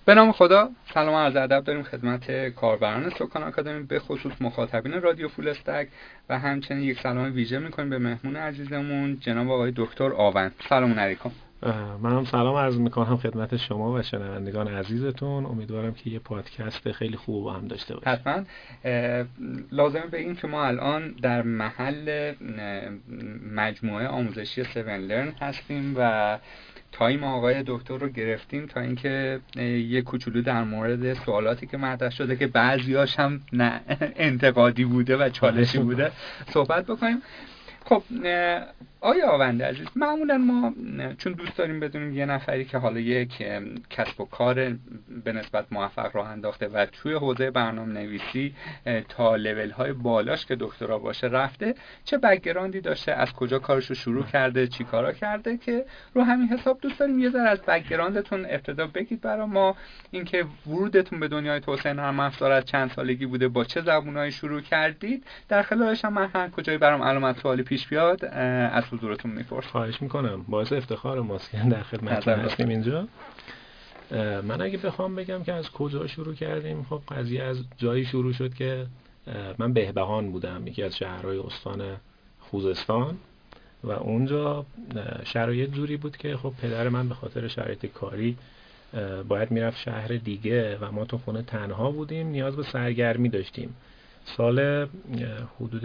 به نام خدا. سلام و عرض ادب داریم خدمت کاربران سکان آکادمی، به خصوص مخاطبین رادیو فول استک، و همچنین یک سلام ویژه میکنیم به مهمون عزیزمون جناب آقای دکتر آوند. سلام علیکم. منم سلام عرض میکنم خدمت شما و شنوندگان عزیزتون. امیدوارم که یه پادکست خیلی خوب با هم داشته باشیم. حتما. لازمه بگیم که ما الان در محل مجموعه آموزشی 7 لرن هستیم و تایم آقای دکتر رو گرفتیم تا اینکه یه کوچولو در مورد سوالاتی که مطرح شده که بعضیاش هم انتقادی بوده و چالشی بوده صحبت بکنیم. خب آیا آوند عزیز، معمولا ما چون دوست داریم بدونیم یه نفری که حالا یک کسب و کار به نسبت موفق راه انداخته و توی حوزه برنامه نویسی تا لول های بالاش که دکترا باشه رفته، چه بک‌گراندی داشته، از کجا کارشو شروع کرده، چی کارا کرده، که رو همین حساب دوست داریم یه ذره از بک‌گراندتون ابتدا بگید برای ما، اینکه ورودتون به دنیای توسعه نرم افزار از چند سالگی بوده، با چه زبونایی شروع کردید، در خلالش هم من هر کجایی برام علامت سوالی پیش بیاد از حضورتون میپرسم. خواهش میکنم، باعث افتخار ماست که در خدمتتون هستیم اینجا. من اگه بخوام بگم که از کجا شروع کردیم، خب قضیه از جایی شروع شد که من بهبهان بودم، یکی از شهرهای استان خوزستان، و اونجا شرایط جوری بود که خب پدر من به خاطر شرایط کاری باید میرفت شهر دیگه و ما تو خونه تنها بودیم، نیاز به سرگرمی داشتیم. سال حدود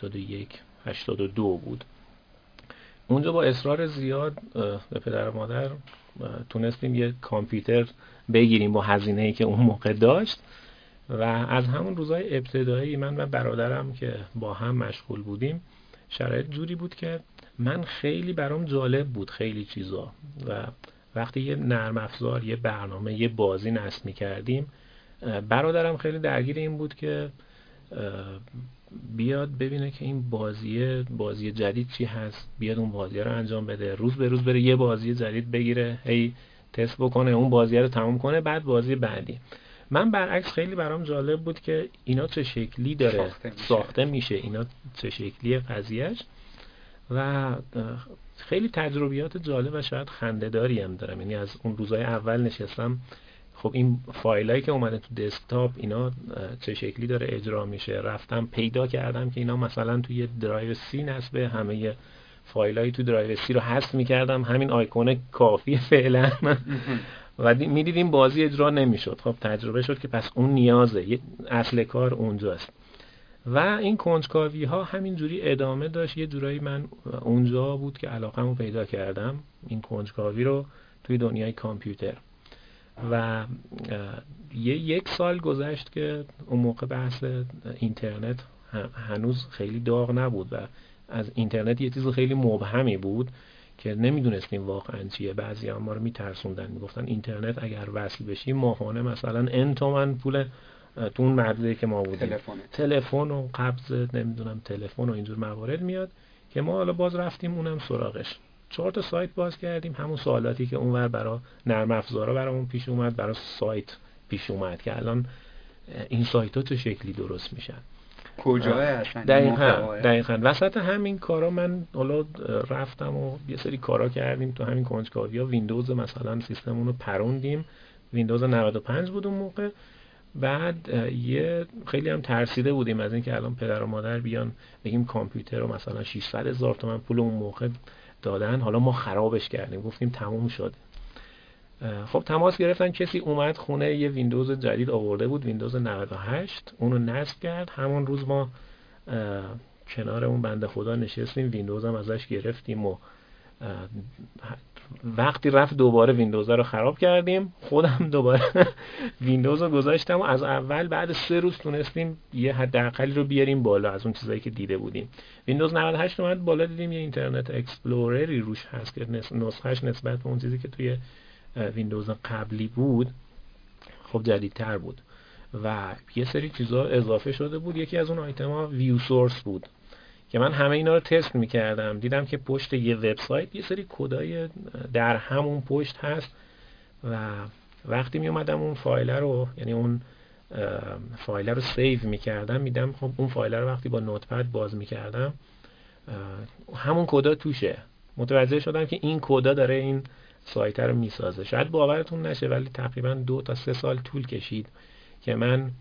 82 بود. اونجا با اصرار زیاد به پدر و مادر تونستیم یه کامپیوتر بگیریم با هزینه‌ای که اون موقع داشت، و از همون روزهای ابتدایی من و برادرم که با هم مشغول بودیم، شرایط جوری بود که من خیلی برام جالب بود خیلی چیزا، و وقتی یه نرم افزار، یه برنامه، یه بازی نصب می‌کردیم، برادرم خیلی درگیر این بود که بیاد ببینه که این بازی جدید چی هست، بیاد اون بازی رو انجام بده، روز به روز بره یه بازی جدید بگیره، هی تست بکنه، اون بازی رو تموم کنه، بعد بازی بعدی. من برعکس خیلی برام جالب بود که اینا چه شکلی داره ساخته میشه، اینا چه شکلیه قضیهش، و خیلی تجربیات جالب و شاید خنده‌داری هم دارم. یعنی از اون روزهای اول نشستم، خب این فایلایی که اومده تو دسکتاپ اینا چه شکلی داره اجرا میشه، رفتم پیدا کردم که اینا مثلا توی درایو سی نصبه، همه فایلایی تو درایو سی رو حذف میکردم، همین آیکون کافیه فعلا و میدیدیم بازی اجرا نمیشد. خب تجربه شد که پس اون نیازه، اصل کار اونجاست، و این کنجکاوی ها همینجوری ادامه داشت. یه جورایی من اونجا بود که علاقه‌مو پیدا کردم این کنجکاوی رو توی دنیای کامپیوتر، و یک سال گذشت که اون موقع بحث اینترنت هنوز خیلی داغ نبود و از اینترنت یه چیز خیلی مبهمی بود که نمیدونستیم واقعا چیه. بعضی ما رو میترسوندن، میگفتن اینترنت اگر وصل بشی ماهانه مثلا ان تومن پول تو اون مبلغی که ما بودیم، تلفن و قبض نمیدونم تلفن و اینجور موارد میاد، که ما حالا باز رفتیم اونم سراغش. 4 تا سایت باز کردیم، همون سوالاتی که اونور برای نرم افزارا برامون پیش اومد برای سایت پیش اومد که الان این سایت ها چه شکلی درست میشن، کجای هستن. دقیقاً وسط همین کارا من حالا رفتم و یه سری کارا کردیم تو همین کنجکاوی‌ها. ویندوز مثلا سیستممون رو پروندیم، ویندوز 95 بود اون موقع. بعد یه خیلی هم ترسیده بودیم از اینکه الان پدر و مادر بیان بگیم کامپیوتر رو مثلا 600,000 تومان پول اون موقع دادن، حالا ما خرابش کردیم، گفتیم تموم شد. خب تماس گرفتن، کسی اومد خونه، یه ویندوز جدید آورده بود، ویندوز 98، اونو نصب کرد. همون روز ما کنار اون بنده خدا نشستیم، ویندوز هم ازش گرفتیم و وقتی رفت دوباره ویندوز رو خراب کردیم. خودم دوباره ویندوز رو گذاشتم و از اول بعد 3 روز تونستیم یه حداقلی رو بیاریم بالا از اون چیزایی که دیده بودیم. ویندوز 98 اومد بالا، دیدیم یه اینترنت اکسپلورری روش هست که نسخهش نسبت به اون چیزی که توی ویندوز قبلی بود خب جدیدتر بود و یه سری چیزا اضافه شده بود. یکی از اون آیتما ویو سورس بود که من همه اینا رو تست می‌کردم، دیدم که پشت یه وبسایت یه سری کدای در همون پشت هست و وقتی میومدم اون فایل رو، یعنی اون فایل رو سیو می‌کردم، میدم خب اون فایل رو وقتی با نوتپد باز می‌کردم همون کدا توشه. متوجه شدم که این کدا داره این سایت رو میسازه. شاید باورتون نشه ولی تقریبا 2 تا 3 سال طول کشید که من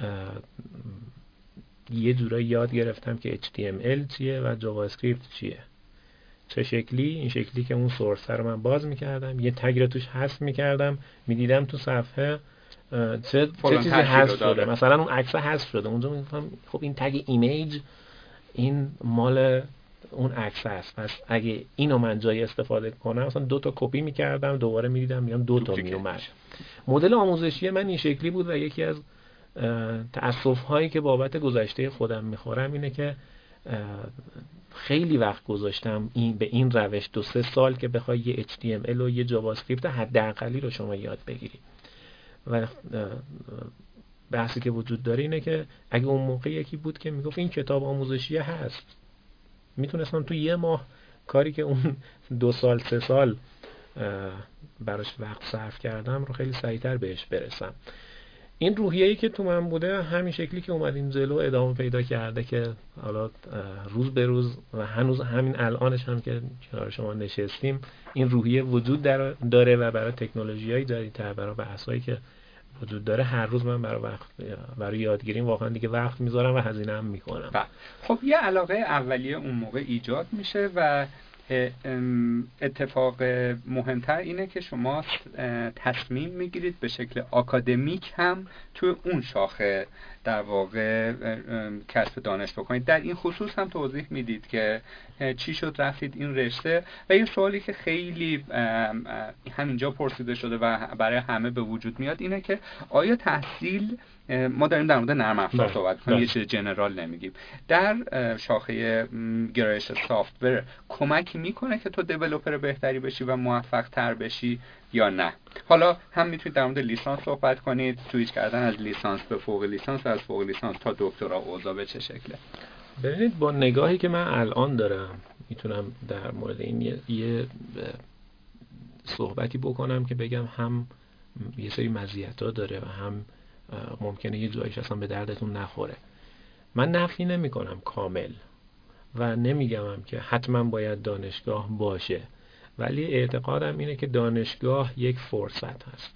یه جورایی یاد گرفتم که HTML چیه و جاوا اسکریپت چیه. چه شکلی؟ این شکلی که اون سورس رو من باز میکردم، یه تگ رو توش حذف میکردم، میدیدم تو صفحه چه چیزی حذف شده، مثلا اون عکس حذف شده، اونجا میگفتم خب این تگ ایمیج این مال اون عکس است، پس اگه اینو من جای استفاده کنم مثلا 2 تا کپی میکردم دوباره میدیدم میگم 2 تا میومد. مدل آموزشی من این شکلی بود و یکی از تأسف‌هایی که بابت گذشته خودم میخورم اینه که خیلی وقت گذاشتم به این روش 2-3 سال که بخوای یه HTML و یه جاوا اسکریپت حداقلی رو شما یاد بگیری. و بحثی که وجود داره اینه که اگه اون موقع یکی بود که میگفت این کتاب آموزشی هست، میتونستم تو 1 ماه کاری که اون 2 سال 3 سال براش وقت صرف کردم رو خیلی سریعتر بهش برسم. این روحیه‌ای که تو من بوده همین شکلی که اومدیم جلو ادامه پیدا کرده که حالا روز به روز و هنوز همین الانش هم که کنار شما نشستیم این روحیه وجود داره و برای تکنولوژی‌های جدیدتر، برای بحثایی که وجود داره هر روز من برای یادگیری واقعا دیگه وقت میذارم و هزینه هم میکنم. خب یه علاقه اولیه اون موقع ایجاد میشه و اتفاق مهمتر اینه که شما تصمیم میگیرید به شکل آکادمیک هم توی اون شاخه در واقع کسب دانش بکنید. در این خصوص هم توضیح میدید که چی شد رفتید این رشته. و یه سوالی که خیلی همینجا پرسیده شده و برای همه به وجود میاد اینه که آیا تحصیل، ما داریم در مورد نرم افزار صحبت کنیم، یه چیز جنرال نمیگیم، در شاخه گرایش سافت‌ور کمک میکنه که تو دیولپر بهتری بشی و موفق تر بشی یا نه؟ حالا هم میتونید در مورد لیسانس صحبت کنید، سویچ کردن از لیسانس به فوق لیسانس و از فوق لیسانس تا دکترا اوضاع به چه شکله. ببینید با نگاهی که من الان دارم میتونم در مورد این یه صحبتی بکنم که بگم هم یه سری مزیت‌ها داره و هم ممکنه یه جایش اصلا به دردتون نخوره. من نفی نمی کنم کامل و نمیگم که حتما باید دانشگاه باشه، ولی اعتقادم اینه که دانشگاه یک فرصت هست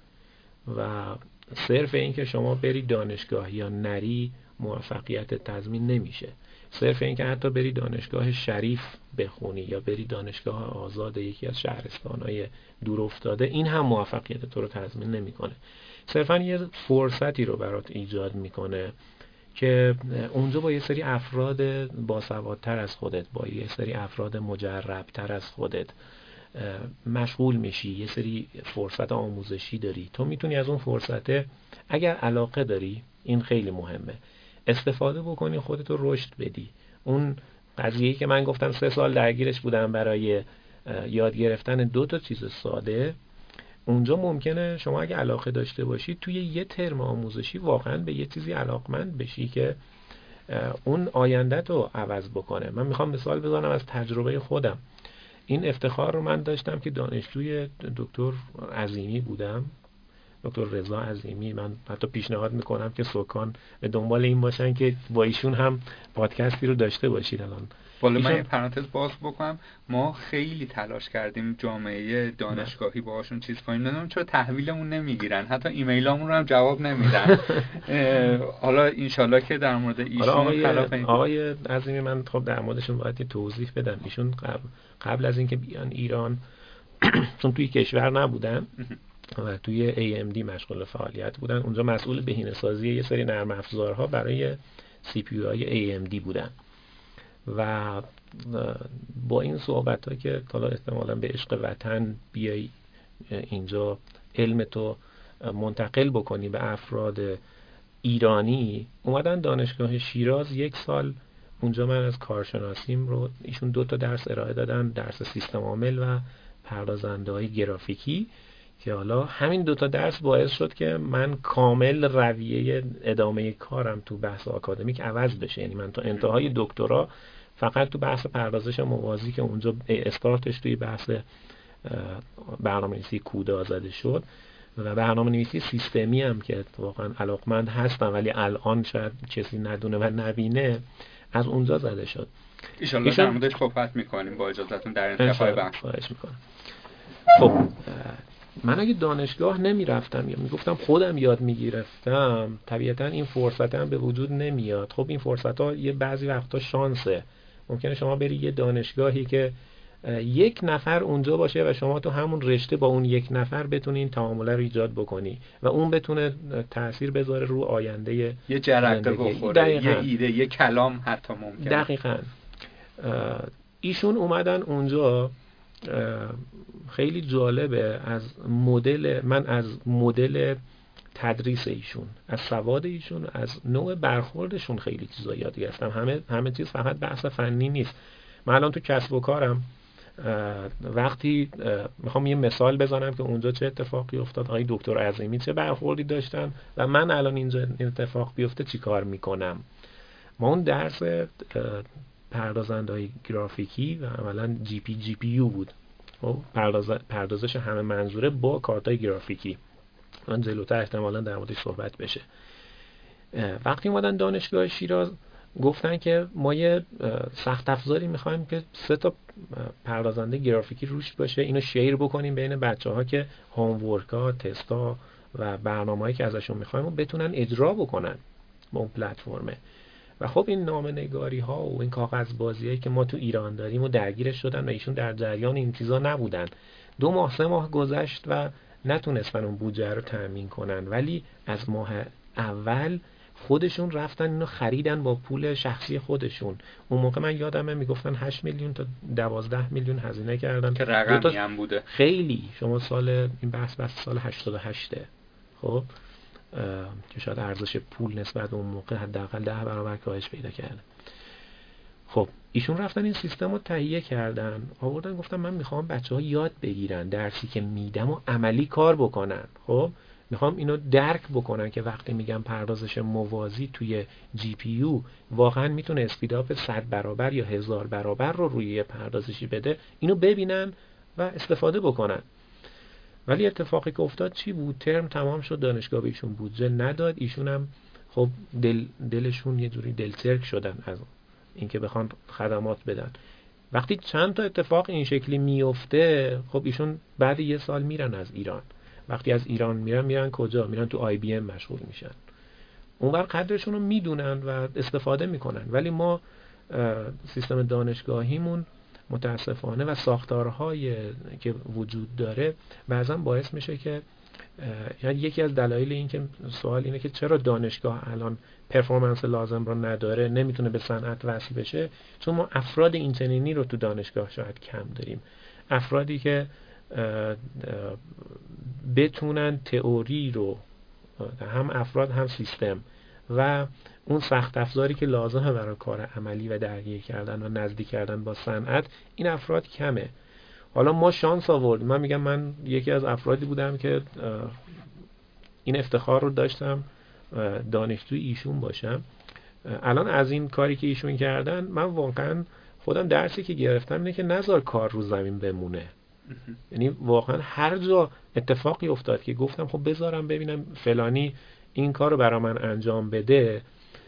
و صرف این که شما بری دانشگاه یا نری موفقیت تضمین نمیشه. صرف این که حتی بری دانشگاه شریف بخونی یا بری دانشگاه آزاد یکی از شهرستان‌های دور افتاده این هم موفقیت تو رو تضمین نمیکنه. صرفا یه فرصتی رو برات ایجاد میکنه که اونجا با یه سری افراد باسوادتر از خودت، با یه سری افراد مجربتر از خودت مشغول میشی، یه سری فرصت آموزشی داری. تو میتونی از اون فرصته اگر علاقه داری، این خیلی مهمه، استفاده بکنی، خودتو رشد بدی. اون قضیه‌ای که من گفتم 3 سال درگیرش بودم برای یاد گرفتن 2 تا چیز ساده، اونجا ممکنه شما اگه علاقه داشته باشی توی یه ترم آموزشی واقعا به یه چیزی علاقمند بشی که اون آیندت رو عوض بکنه. من میخوام مثال بزنم از تجربه خودم. این افتخار رو من داشتم که دانشجوی دکتر عظیمی بودم، دکتر رضا عظیمی. من حتی پیشنهاد میکنم که سکان به دنبال این باشن که با ایشون هم پادکستی رو داشته باشید. الان والا من یه پرانتز باز بکنم، ما خیلی تلاش کردیم جامعه دانشگاهی باهاشون چیز کنیم، نمیدونم چرا تحویلمون نمیگیرن، حتی ایمیلامون رو هم جواب نمیدن. حالا انشالله که در مورد ایشون آقای عظیمی من خب در موردشون باید توضیح بدم. ایشون قبل از اینکه بیان ایران چون توی کشور نبودن و توی AMD مشغول فعالیت بودن، اونجا مسئول بهینه‌سازی یه سری نرم افزارها برای CPU های AMD بودن و با این صحبت ها که حالا احتمالاً به عشق وطن بیای اینجا علم تو منتقل بکنی به افراد ایرانی، اومدن دانشگاه شیراز 1 سال اونجا من از کارشناسیم رو ایشون 2 تا درس ارائه دادن، درس سیستم عامل و پردازنده های گرافیکی، که حالا همین 2 تا درس باعث شد که من کامل رویه ادامه کارم تو بحث آکادمیک عوض بشه. یعنی من تا انتهای دکترا فقط تو بحث پردازش موازی که اونجا استارتش توی بحث برنامه‌نویسی کودا زده شد و برنامه‌نویسی سیستمی هم که واقعا علاقمند هستم ولی الان شاید کسی ندونه و نبینه، از اونجا زده شد. ان شاء الله در موردش صحبت می‌کنیم با اجازهتون در انتهای بحث. خواهش می‌کنم. خب من اگه دانشگاه نمیرفتم یا میگفتم خودم یاد میگرفتم، طبیعتا این فرصت هم به وجود نمیاد. خب این فرصت ها یه بعضی وقتا شانسه. ممکنه شما بری یه دانشگاهی که یک نفر اونجا باشه و شما تو همون رشته با اون یک نفر بتونین تعامله رو ایجاد بکنی و اون بتونه تأثیر بذاره رو آینده یه جرقه بخوره، یه ایده، یه کلام حتی ممکنه. دقیقاً. ایشون اومدن اونجا، خیلی جالبه من از مدل تدریس ایشون، از سواد ایشون، از نوع برخوردشون خیلی چیزا یاد گرفتم. همه چیز فقط بحث فنی نیست. من الان تو کسب و کارم وقتی میخوام یه مثال بزنم که اونجا چه اتفاقی افتاد، آقای دکتر عظیمی چه برخوردی داشتن و من الان اینجا این اتفاق بیفته چی کار میکنم. ما اون درس پردازندهای گرافیکی و عملا جی پی یو بود، پردازش همه منظوره با کارتای گرافیکی. من جلوتر احتمالاً در موردش صحبت بشه. وقتی اومدن دانشگاه شیراز گفتن که ما یه سخت افزاری میخوایم که 3 تا پردازنده گرافیکی روش باشه، اینو شیر بکنیم بین بچه‌ها که هوم ورک‌ها، تست‌ها و برنامه‌هایی که ازشون میخوایم رو بتونن اجرا بکنن با اون پلتفرمه. و خب این نامه‌نگاری ها و این کاغذ بازیایی که ما تو ایران داریم و درگیرش شدن و ایشون در جریان این چیزا نبودن. 2 ماه 3 ماه گذشت و نتونستن اون بودجه رو تامین کنن، ولی از ماه اول خودشون رفتن اینو خریدن با پول شخصی خودشون. اون موقع من یادمه میگفتن 8 میلیون تا 12 میلیون هزینه کردن که رقمی هم بوده خیلی. شما این بحث سال 88 خب که شاید ارزش پول نسبت به اون موقع حداقل 10 برابر کاهش پیدا کرده. خب ایشون رفتن این سیستم رو تهیه کردن، آوردن گفتن من میخوام بچه‌ها یاد بگیرن درسی که میدم و عملی کار بکنن. خب میخوام اینو درک بکنن که وقتی میگم پردازش موازی توی جی پی یو واقعا میتونه اسپیداپ 100 برابر یا 1000 برابر رو روی یه پردازشی بده، اینو ببینن و استفاده بکنن. ولی اتفاقی که افتاد چی بود؟ ترم تمام شد، دانشگاه بهشون بودجه نداد. ایشون هم خب دلشون یه جوری دلسرک شدن از اینکه بخوان خدمات بدن. وقتی چند تا اتفاق این شکلی میفته، خب ایشون بعد 1 سال میرن از ایران. وقتی از ایران میرن کجا؟ میرن تو آی بی ام مشغول میشن. اونور قدرشون رو میدونن و استفاده میکنن. ولی ما سیستم دانشگاهیمون متاسفانه و ساختارهای که وجود داره بعضا باعث میشه که، یعنی یکی از دلایل این که سوال اینه که چرا دانشگاه الان پرفورمنس لازم رو نداره، نمیتونه به صنعت وصل بشه، چون ما افراد اینچنینی رو تو دانشگاه شاید کم داریم. افرادی که بتونن تئوری رو، هم افراد هم سیستم و اون سخت افزاری که لازمه برای کار عملی و درگیر کردن و نزدیک کردن با صنعت، این افراد کمه. حالا ما شانس آوردیم. من میگم من یکی از افرادی بودم که این افتخار رو داشتم دانشجوی ایشون باشم. الان از این کاری که ایشون کردن من واقعا خودم درسی که گرفتم اینه که نذار کار رو زمین بمونه. یعنی واقعا هر جا اتفاقی افتاد که گفتم خب بذارم ببینم فلانی این کار رو برای من انجام بده،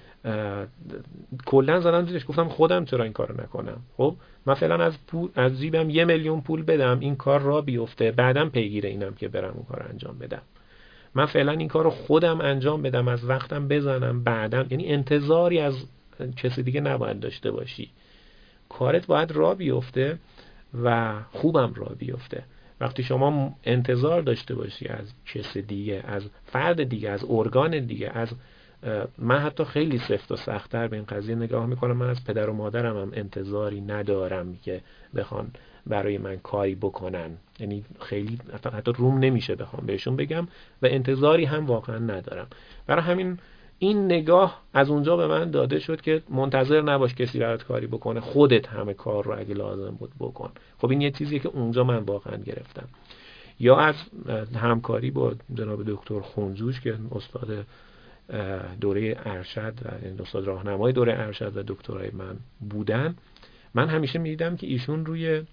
کلا زدم زیرش گفتم خودم چرا این کار رو نکنم. خب مثلا از جیبم 1 میلیون پول بدم این کار را بیفته، بعدم پیگیر اینم که برم اون کار رو انجام بدم. من فعلا این کار رو خودم انجام بدم، از وقتم بزنم، بعدم یعنی انتظاری از کسی دیگه نباید داشته باشی. کارت باید را بیفته و خوبم را بیفته. وقتی شما انتظار داشته باشی از کسی دیگه، از فرد دیگه، از ارگان دیگه، من حتی خیلی سفت و سخت‌تر به این قضیه نگاه میکنم. من از پدر و مادرم هم انتظاری ندارم که بخوان برای من کاری بکنن. یعنی خیلی حتی روم نمیشه بخوام بهشون بگم و انتظاری هم واقعا ندارم. برای همین این نگاه از اونجا به من داده شد که منتظر نباش کسی برات کاری بکنه، خودت همه کار رو اگه لازم بود بکن. خب این یه چیزیه که اونجا من واقعا گرفتم. یا از همکاری با جناب دکتر خونجوش که استاد دوره ارشد و استاد راهنمای دوره ارشد و دکترای من بودن، من همیشه می‌دیدم که ایشون روی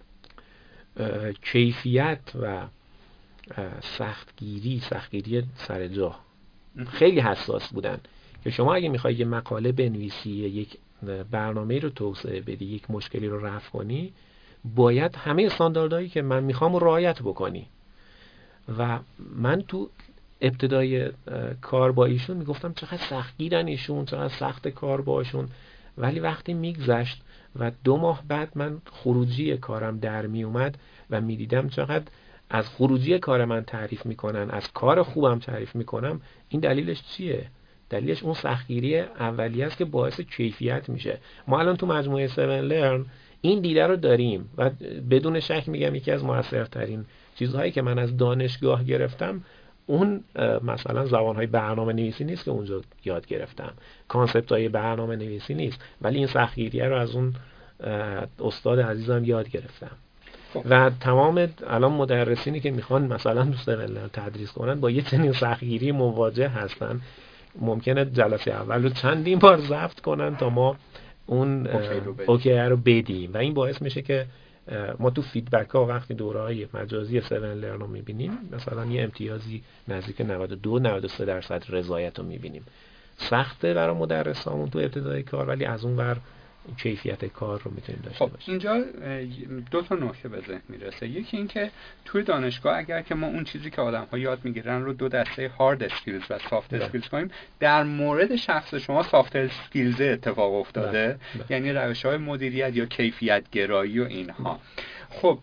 کیفیت و سختگیری سر جا خیلی حساس بودن که شما اگه میخوای یه مقاله بنویسی، یک برنامه رو توسعه بدی، یک مشکلی رو رفع کنی، باید همه استانداردهایی که من میخوام رعایت بکنی. و من تو ابتدای کار با ایشون میگفتم چقدر سختگیرن ایشون، چقدر سخت کار باشون. ولی وقتی میگذشت و 2 ماه بعد من خروجی کارم در می اومد و میدیدم چقدر از خروجی کار من تعریف میکنن، از کار خوبم تعریف میکنم، این دلیلش چیه؟ دلیلش اون سختگیری اولیه است که باعث کیفیت میشه. ما الان تو مجموعه 7 لرن این دیده رو داریم و بدون شک میگم یکی از موثرترین چیزهایی که من از دانشگاه گرفتم اون مثلا زبانهای برنامه نویسی نیست که اونجا یاد گرفتم، کانسپت های برنامه نویسی نیست، ولی این سختگیریه رو از اون استاد عزیزم یاد گرفتم. و تمام الان مدرسینی که میخوان مثلا دوست دارن تدریس کنن با یه چنین سختگیری مواجه هستن. ممکنه جلسه اول رو چندین بار ضبط کنن تا ما اون اوکی رو بدیم و این باعث میشه که ما تو فیدبک ها وقتی دوره‌های مجازی 7 لرن رو میبینیم مثلا یه امتیازی نزدیک 92-93% رضایت رو میبینیم. سخته برای مدرسامون تو ابتدای کار، ولی از اون ور کیفیت کار رو میتونیم داشته باشیم. اینجا 2 تا نکته به ذهن میرسه. یکی این که توی دانشگاه اگر که ما اون چیزی که آدم‌ها یاد میگیرن رو 2 دسته هارد اسکیلز و سافت اسکیلز کنیم، در مورد شخص شما سافت اسکیلز اتفاق افتاده، یعنی روش‌های مدیریت یا کیفیت گرایی و اینها. خب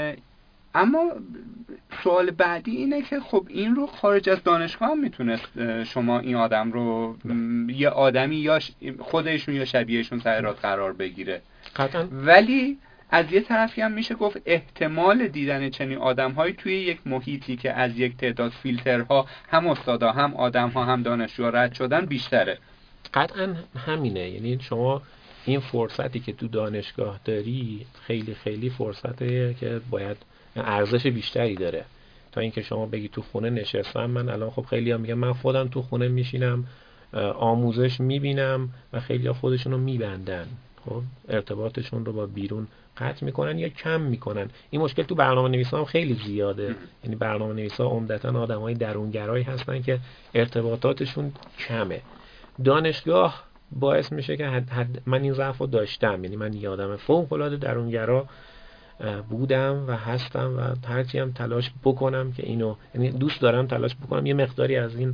اما سوال بعدی اینه که خب این رو خارج از دانشگاه هم میتونست شما این آدم رو یه آدمی یا خودشون یا شبیهشون تغییرات قرار بگیره. قطعا. ولی از یه طرفی هم میشه گفت احتمال دیدن چنین آدم‌هایی توی یک محیطی که از یک تعداد فیلترها هم استادا هم آدم‌ها هم دانشجوها رد شدن بیشتره. قطعا همینه. یعنی شما این فرصتی که تو دانشگاه داری خیلی خیلی فرصتیه که باید ارزش بیشتری داره تا اینکه شما بگی تو خونه نشستم. من الان خب خیلی ها میگم من خودم تو خونه میشینم آموزش میبینم و خیلی ها خودشون رو میبندن، خب ارتباطشون رو با بیرون قطع میکنن یا کم میکنن. این مشکل تو برنامه نویسا هم خیلی زیاده. یعنی برنامه نویسا عمدتاً آدمای درونگرایی هستن که ارتباطاتشون کمه. دانشگاه باعث میشه که من این ضعف رو داشتم، یعنی من یه آدم فوق‌العاده درونگرا بودم و هستم و هرچی هم تلاش بکنم که اینو، یعنی دوست دارم تلاش بکنم یه مقداری از این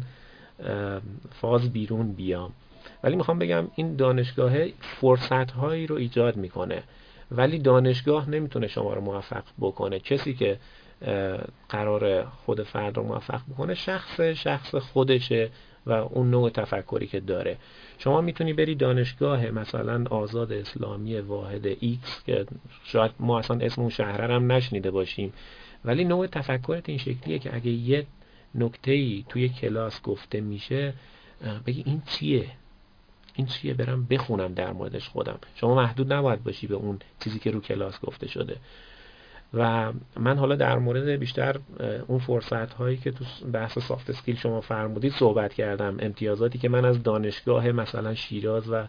فاز بیرون بیام. ولی میخوام بگم این دانشگاه فرصت هایی رو ایجاد میکنه، ولی دانشگاه نمیتونه شما رو موفق بکنه. کسی که قرار خود فرد رو موفق بکنه شخص خودشه و اون نوع تفکری که داره. شما میتونی بری دانشگاه مثلا آزاد اسلامی واحد X که شاید ما اصلا اسم اون شهر هم نشنیده باشیم، ولی نوع تفکرت این شکلیه که اگه یه نکته‌ای توی کلاس گفته میشه بگی این چیه برم بخونم در موردش خودم. شما محدود نباید باشی به اون چیزی که رو کلاس گفته شده. و من حالا در مورد بیشتر اون فرصت هایی که تو بحث سافت اسکیل شما فرمودید صحبت کردم، امتیازاتی که من از دانشگاه مثلا شیراز و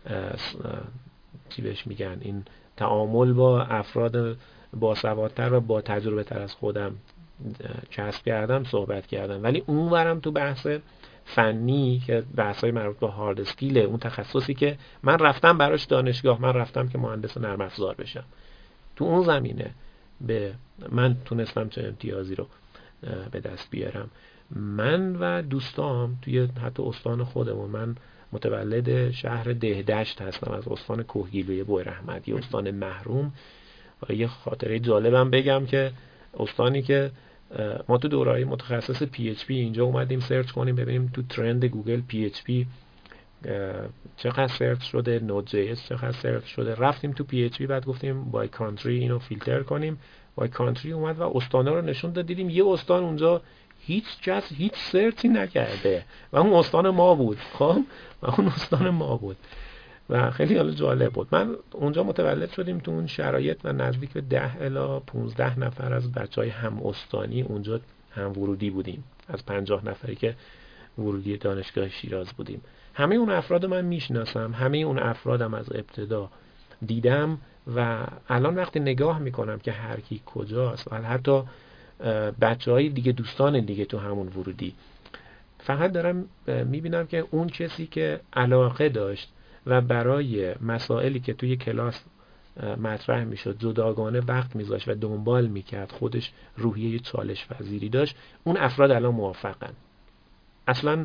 چی بهش میگن این تعامل با افراد باسوادتر و با تجربه تر از خودم کسب کردم صحبت کردم. ولی اونورم تو بحث فنی که بحث‌های مربوط به هارد اسکیله، اون تخصصی که من رفتم براش دانشگاه، من رفتم که مهندس نرم افزار بشم، تو اون زمینه من تونستم چه امتیازی رو به دست بیارم. من و دوستام توی حتی استان خودمون، من متولد شهر دهدشت هستم، از استان کوهگیلوی بویراحمدی، استان محروم. و یه خاطره جالبم بگم که استانی که ما تو دوره‌های متخصص PHP اینجا اومدیم سرچ کنیم ببینیم تو ترند گوگل PHP چقدر سرچ شده، Node.js چقدر سرچ شده. رفتیم تو PHP بعد گفتیم by country اینو فیلتر کنیم. by country اومد و استانا رو نشون داد، دیدیم یه استان اونجا هیچ کس هیچ سرچی نکرده و اون استان ما بود. خب و اون استان ما بود و خیلی حالا جالب بود. من اونجا متولد شدیم تو اون شرایط و نزدیک به 10 الی 15 نفر از بچهای هم استانی اونجا هم ورودی بودیم، از 50 نفری که ورودی دانشگاه شیراز بودیم. همه اون افراد من میشناسم، همه اون افرادم از ابتدا دیدم و الان وقتی نگاه میکنم که هر کی کجاست و حتی بچهای دیگه دوستان دیگه تو همون ورودی، فقط دارم میبینم که اون کسی که علاقه داشت و برای مسائلی که توی کلاس مطرح میشد جداگانه وقت میذاشت و دنبال میکرد، خودش روحیه چالش پذیری داشت، اون افراد الان موفقن. اصلا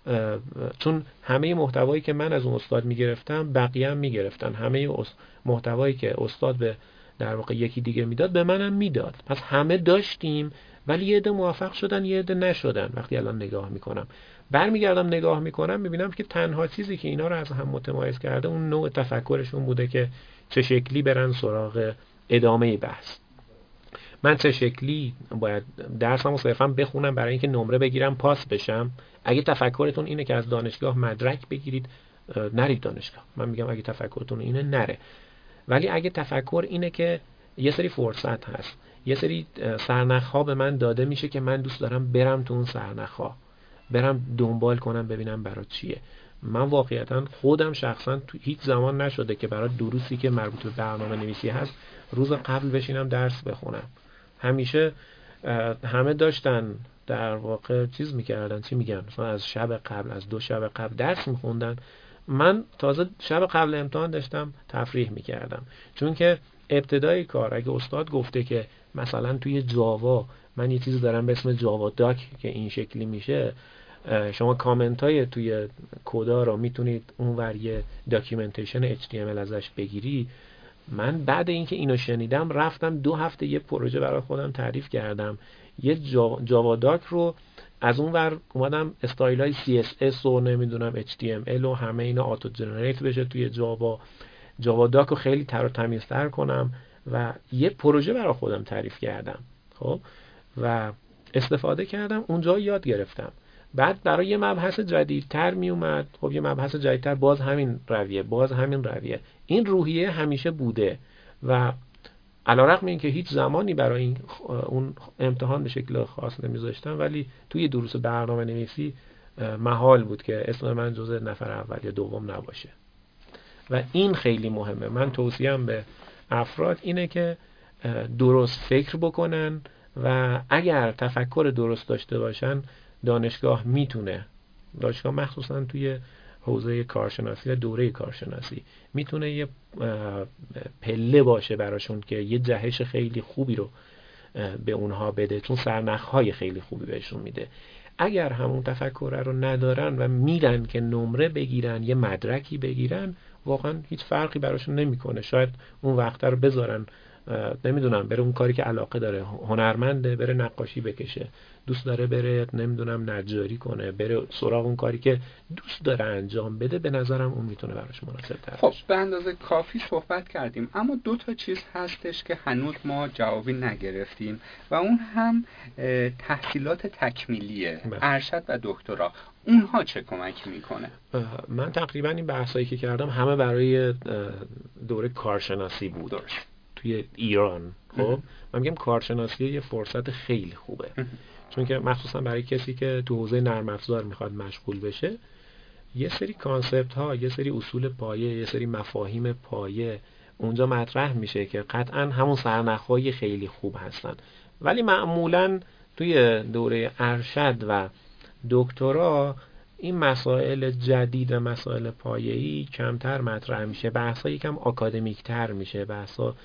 چون همه محتوایی که من از اون استاد میگرفتم بقیه هم میگرفتن، همه محتوایی که استاد به در واقع یکی دیگه میداد به منم میداد، پس همه داشتیم. ولی یه عده موفق شدن، یه عده نشدن. وقتی الان نگاه میکنم، برمیگردم نگاه میکنم، میبینم که تنها چیزی که اینا رو از هم متمایز کرده اون نوع تفکرشون بوده که چه شکلی برن سراغ ادامه بحث. من چه شکلی باید درسمو صرفا بخونم برای اینکه نمره بگیرم پاس بشم؟ اگه تفکرتون اینه که از دانشگاه مدرک بگیرید، نرید دانشگاه. من میگم اگه تفکرتون اینه نره. ولی اگه تفکر اینه که یه سری فرصت هست، یه سری سرنخ‌ها به من داده میشه که من دوست دارم برم تو اون سرنخ‌ها، برم دنبال کنم ببینم برای چیه. من واقعیتا خودم شخصا تو هیچ زمان نشده که برای دروسی که مربوط به برنامه نویسی هست روز قبل بشینم درس بخونم. همیشه همه داشتن در واقع چیز میکردن، چی میگن، مثلا از شب قبل، از 2 شب قبل درس میخوندن. من تازه شب قبل امتحان داشتم تفریح میکردم. چون که ابتدای کار اگه استاد گفته که مثلا توی جاوا من یه چیزی دارم به اسم جاوا داک که این شکلی میشه، شما کامنت های توی کدا رو میتونید اونور یه داکیومنتیشن HTML ازش بگیری. من بعد اینکه اینو شنیدم رفتم 2 هفته یه پروژه برای خودم تعریف کردم، یه جاوا داک رو از اون ور اومدم استایل های CSS و نمیدونم HTML و همه اینا آتو جنریت بشه توی جاوا داک رو خیلی تر و تمیزتر کنم و یه پروژه برای خودم تعریف کردم. خب و استفاده کردم، اونجا یاد گرفتم. بعد برای یه مبحث جدیدتر می اومد، خب یه مبحث جدیدتر باز همین رویه. این روحیه همیشه بوده و علیرغم اینکه هیچ زمانی برای اون امتحان به شکل خاص نمیذاشتم، ولی توی دروس برنامه نویسی محال بود که اسم من جزء نفر اول یا دوم نباشه و این خیلی مهمه. من توصیه‌ام به افراد اینه که درست فکر بکنن و اگر تفکر درست داشته باشن دانشگاه مخصوصا توی حوزه کارشناسی و دوره کارشناسی میتونه یه پله باشه براشون که یه جهش خیلی خوبی رو به اونها بده، چون سرنخ‌های خیلی خوبی بهشون میده. اگر همون تفکر رو ندارن و میرن که نمره بگیرن، یه مدرکی بگیرن، واقعا هیچ فرقی براشون نمیکنه. شاید اون وقت رو بذارن نمیدونم بره اون کاری که علاقه داره، هنرمنده بره نقاشی بکشه، دوست داره بره نمیدونم نجاری کنه، بره سراغ اون کاری که دوست داره انجام بده، به نظرم اون میتونه براش مناسب تر باشه. خب به اندازه کافی صحبت کردیم، اما 2 تا چیز هستش که هنوز ما جوابی نگرفتیم و اون هم تحصیلات تکمیلیه، ارشد و دکترا. اونها چه کمکی میکنه؟ من تقریبا این بحثایی که کردم همه برای دوره کارشناسی بود. درست. توی ایران خب من میگم کارشناسی یه فرصت خیلی خوبه، چون که مخصوصا برای کسی که تو حوزه نرم افزار میخواد مشغول بشه، یه سری کانسپت ها، یه سری اصول پایه، یه سری مفاهیم پایه اونجا مطرح میشه که قطعا همون سرنخ‌های خیلی خوب هستن. ولی معمولا توی دوره ارشد و دکترا این مسائل جدید و مسائل پایه‌ای کمتر مطرح میشه، بحث‌ها یکم آکادمیک‌تر میشه، بحث‌ها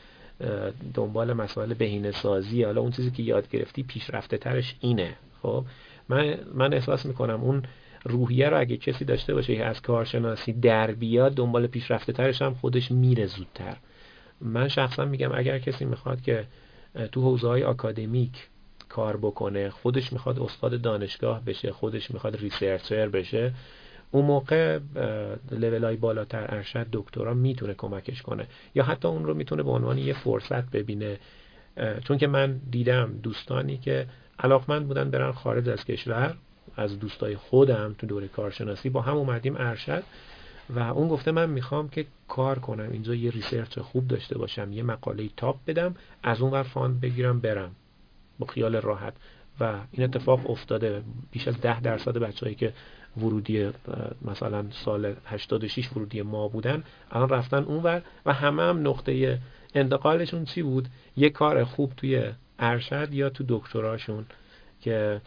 دنبال مسائل بهینه‌سازی، حالا اون چیزی که یاد گرفتی پیشرفته ترش اینه. خب من احساس میکنم اون روحیه رو اگه کسی داشته باشه که از کارشناسی در بیاد، دنبال پیشرفته ترش هم خودش میره زودتر. من شخصا میگم اگر کسی میخواد که تو حوزه‌های آکادمیک کار بکنه، خودش میخواد استاد دانشگاه بشه، خودش میخواد ریسرچر بشه، اون موقع لول‌های بالاتر ارشد دکترا میتونه کمکش کنه، یا حتی اون رو میتونه به عنوان یه فرصت ببینه. چون که من دیدم دوستانی که علاقمند بودن برن خارج از کشور، از دوستای خودم تو دوره کارشناسی با هم اومدیم ارشد و اون گفته من میخوام که کار کنم اینجا، یه ریسرچ خوب داشته باشم، یه مقاله تاپ بدم، از اون ور فاند بگیرم برم با خیال راحت. و این اتفاق افتاده. بیش از 10% بچه‌هایی که ورودی مثلا سال 86 ورودی ما بودن الان رفتن اونور و همه هم نقطه انتقالشون چی بود؟ یه کار خوب توی ارشد یا تو دکتراشون، که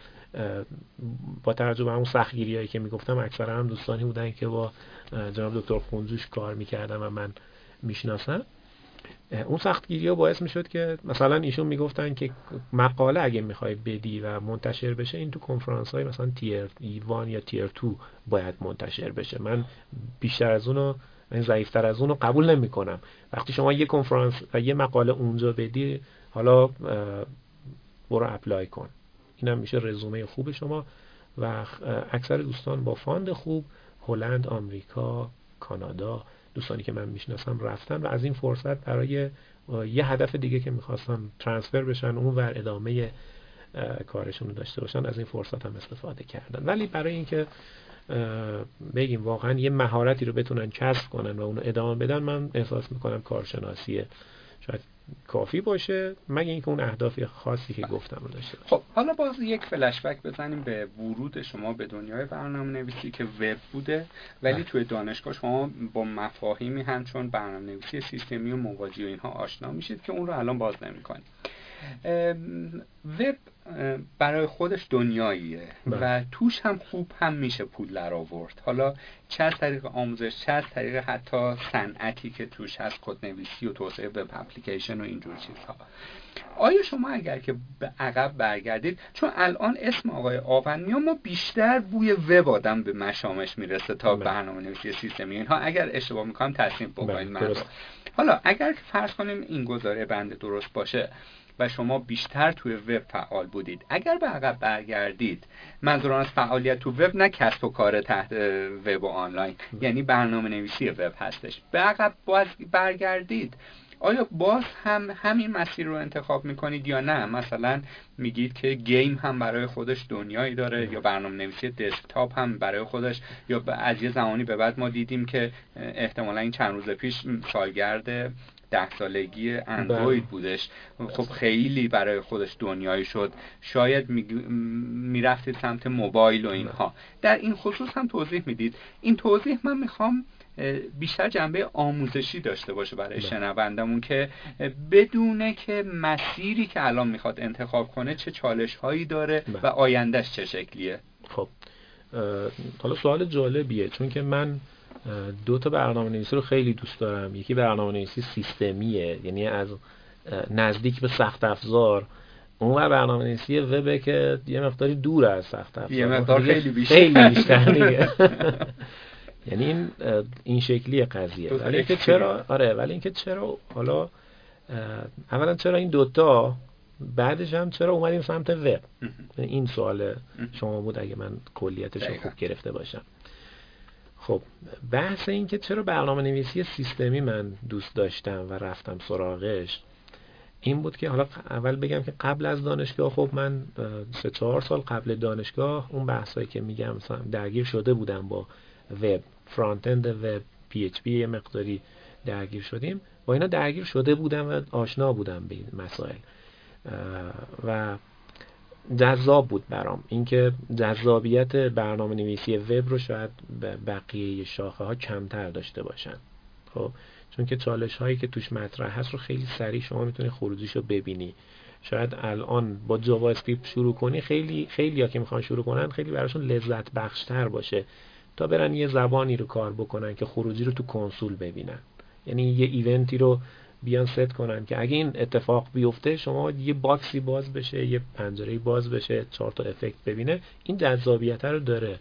با توجه به همون سختگیریایی که میگفتم اکثرا هم دوستانی بودن که با جناب دکتر خونجوش کار میکردم و من میشناسم. اون سختگیری‌ها باعث میشد که مثلا ایشون میگفتن که مقاله اگه میخوای بدی و منتشر بشه این تو کنفرانس‌های مثلا تیر 1 یا تیر 2 باید منتشر بشه. من بیشتر از اونو، من ضعیف‌تر از اونو قبول نمی‌کنم. وقتی شما یه کنفرانس و یه مقاله اونجا بدی، حالا برو اپلای کن. اینم میشه رزومه خوب شما. و اکثر دوستان با فاند خوب هلند، آمریکا، کانادا، دوستانی که من میشناسم رفتن و از این فرصت برای یه هدف دیگه که میخواستن ترانسفر بشن اون ور ادامه کارشون رو داشته باشن، از این فرصت هم استفاده کردن. ولی برای اینکه بگیم واقعا یه مهارتی رو بتونن کسب کنن و اون رو ادامه بدن، من احساس میکنم کارشناسیه شاید کافی باشه، مگه اینکه اون اهداف خاصی که گفتم رو داشته باشه. خب حالا باز یک فلش بک بزنیم به ورود شما به دنیای برنامه‌نویسی که وب بوده، ولی توی دانشگاه شما با مفاهیمی همچون برنامه‌نویسی سیستمی و موازی و اینها آشنا میشید که اون رو الان باز نمی‌کنیم. وب برای خودش دنیاییه و توش هم خوب هم میشه پول در آورد، حالا چه از طریق آموزش، چه از طریق حتی صنعتی که توش هست، کدنویسی و توسعه وب اپلیکیشن و اینجور چیزها. آیا شما اگر که به عقب برگردید، چون الان اسم آقای آونیا ما بیشتر بوی وب آدم به مشامش میرسه تا برنامه‌نویسی سیستمی، اینها اگر اشتباه میکنم تصحیح بکنید من. حالا اگر که فرض کنیم این گزاره بنده درست باشه و شما بیشتر توی وب فعال بودید، اگر به عقب برگردید، منظورم از فعالیت تو وب نه کسب و کار تحت وب و آنلاین، یعنی برنامه‌نویسی وب هستش، به عقب باز برگردید، آیا باز هم همین مسیر رو انتخاب میکنید یا نه مثلا میگید که گیم هم برای خودش دنیایی داره یا برنامه‌نویسی دسکتاپ هم برای خودش، یا از یه زمانی به بعد ما دیدیم که احتمالا این چند روز پیش سالگرد 10 سالگی اندروید بودش، خب خیلی برای خودش دنیایی شد، شاید میرفتید سمت موبایل و اینها. در این خصوص هم توضیح میدید. این توضیح من میخوام بیشتر جنبه آموزشی داشته باشه برای شنوندمون که بدونه که مسیری که الان میخواد انتخاب کنه چه چالش هایی داره و آیندهش چه شکلیه. خب حالا سوال جالبیه، چون که من دو تا برنامه‌نویسی رو خیلی دوست دارم. یکی برنامه‌نویسی سیستمیه، یعنی از نزدیک به سخت افزار، اون برنامه‌نویسی وب که یه مقداری دور از سخت افزار، یه مقدار خیلی بیشتر دیگه. یعنی این شکلی قضیه. ولی اینکه چرا ولی اینکه چرا حالا اولا چرا این دوتا، بعدش هم چرا اومدیم سمت وب؟ این سوال شما بود اگه من کلیتش رو خوب گرفته باشم. خب بحث این که چرا برنامه‌نویسی سیستمی من دوست داشتم و رفتم سراغش این بود که حالا اول بگم که قبل از دانشگاه، خب من 3-4 سال قبل دانشگاه اون بحثایی که میگم درگیر شده بودم با وب، فرانت اند وب، پی اچ پی یه مقداری درگیر شدیم، با اینا درگیر شده بودم و آشنا بودم به این مسائل و جذاب بود برام. اینکه جذابیت برنامه‌نویسی وب رو شاید بقیه شاخه ها کمتر داشته باشن. خب چون که چالش هایی که توش مطرح هست رو خیلی سریع شما میتونی خروجیش رو ببینی. شاید الان با جاوا اسکریپت شروع کنی، خیلی ها که میخوان شروع کنن خیلی براشون لذت بخشتر باشه تا برن یه زبانی رو کار بکنن که خروجی رو تو کنسول ببینن. یعنی یه ایونتی رو بیان ست کنن که اگه این اتفاق بیفته شما یه باکسی باز بشه، یه پنجره‌ای باز بشه، 4 تا افکت ببینه. این جذابیت رو داره.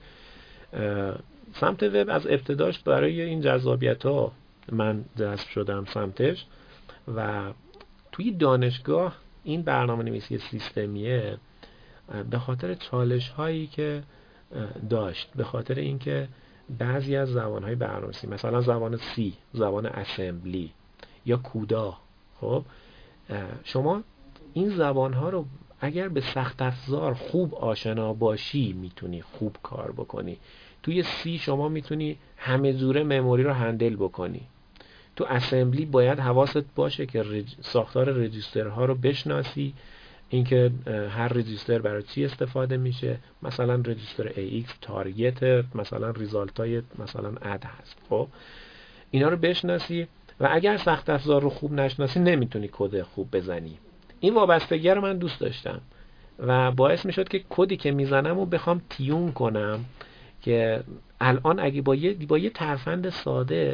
سمت وب از ابتداش برای این جذابیت‌ها من جذب شدم سمتش و توی دانشگاه این برنامه‌نویسی سیستمیه به خاطر چالش‌هایی که داشت، به خاطر اینکه بعضی از زبان‌های برنامه‌نویسی مثلا زبان C، زبان اسمبلی یا کودا، خب شما این زبان‌ها رو اگر به سخت افزار خوب آشنا باشی میتونی خوب کار بکنی. توی C شما میتونی همه جوره مموری رو هندل بکنی. تو اسمبلی باید حواست باشه که ساختار رجیسترها رو بشناسی، اینکه هر رجیستر برای چی استفاده میشه، مثلا رجیستر AX تارگت، مثلا ریزالتای مثلا اد هست. خب اینا رو بشناسی و اگر سخت افزار رو خوب نشناسی نمیتونی کد خوب بزنی. این وابستگی رو من دوست داشتم و باعث میشد که کدی که میزنم رو بخوام تیون کنم که الان اگه با یه ترفند ساده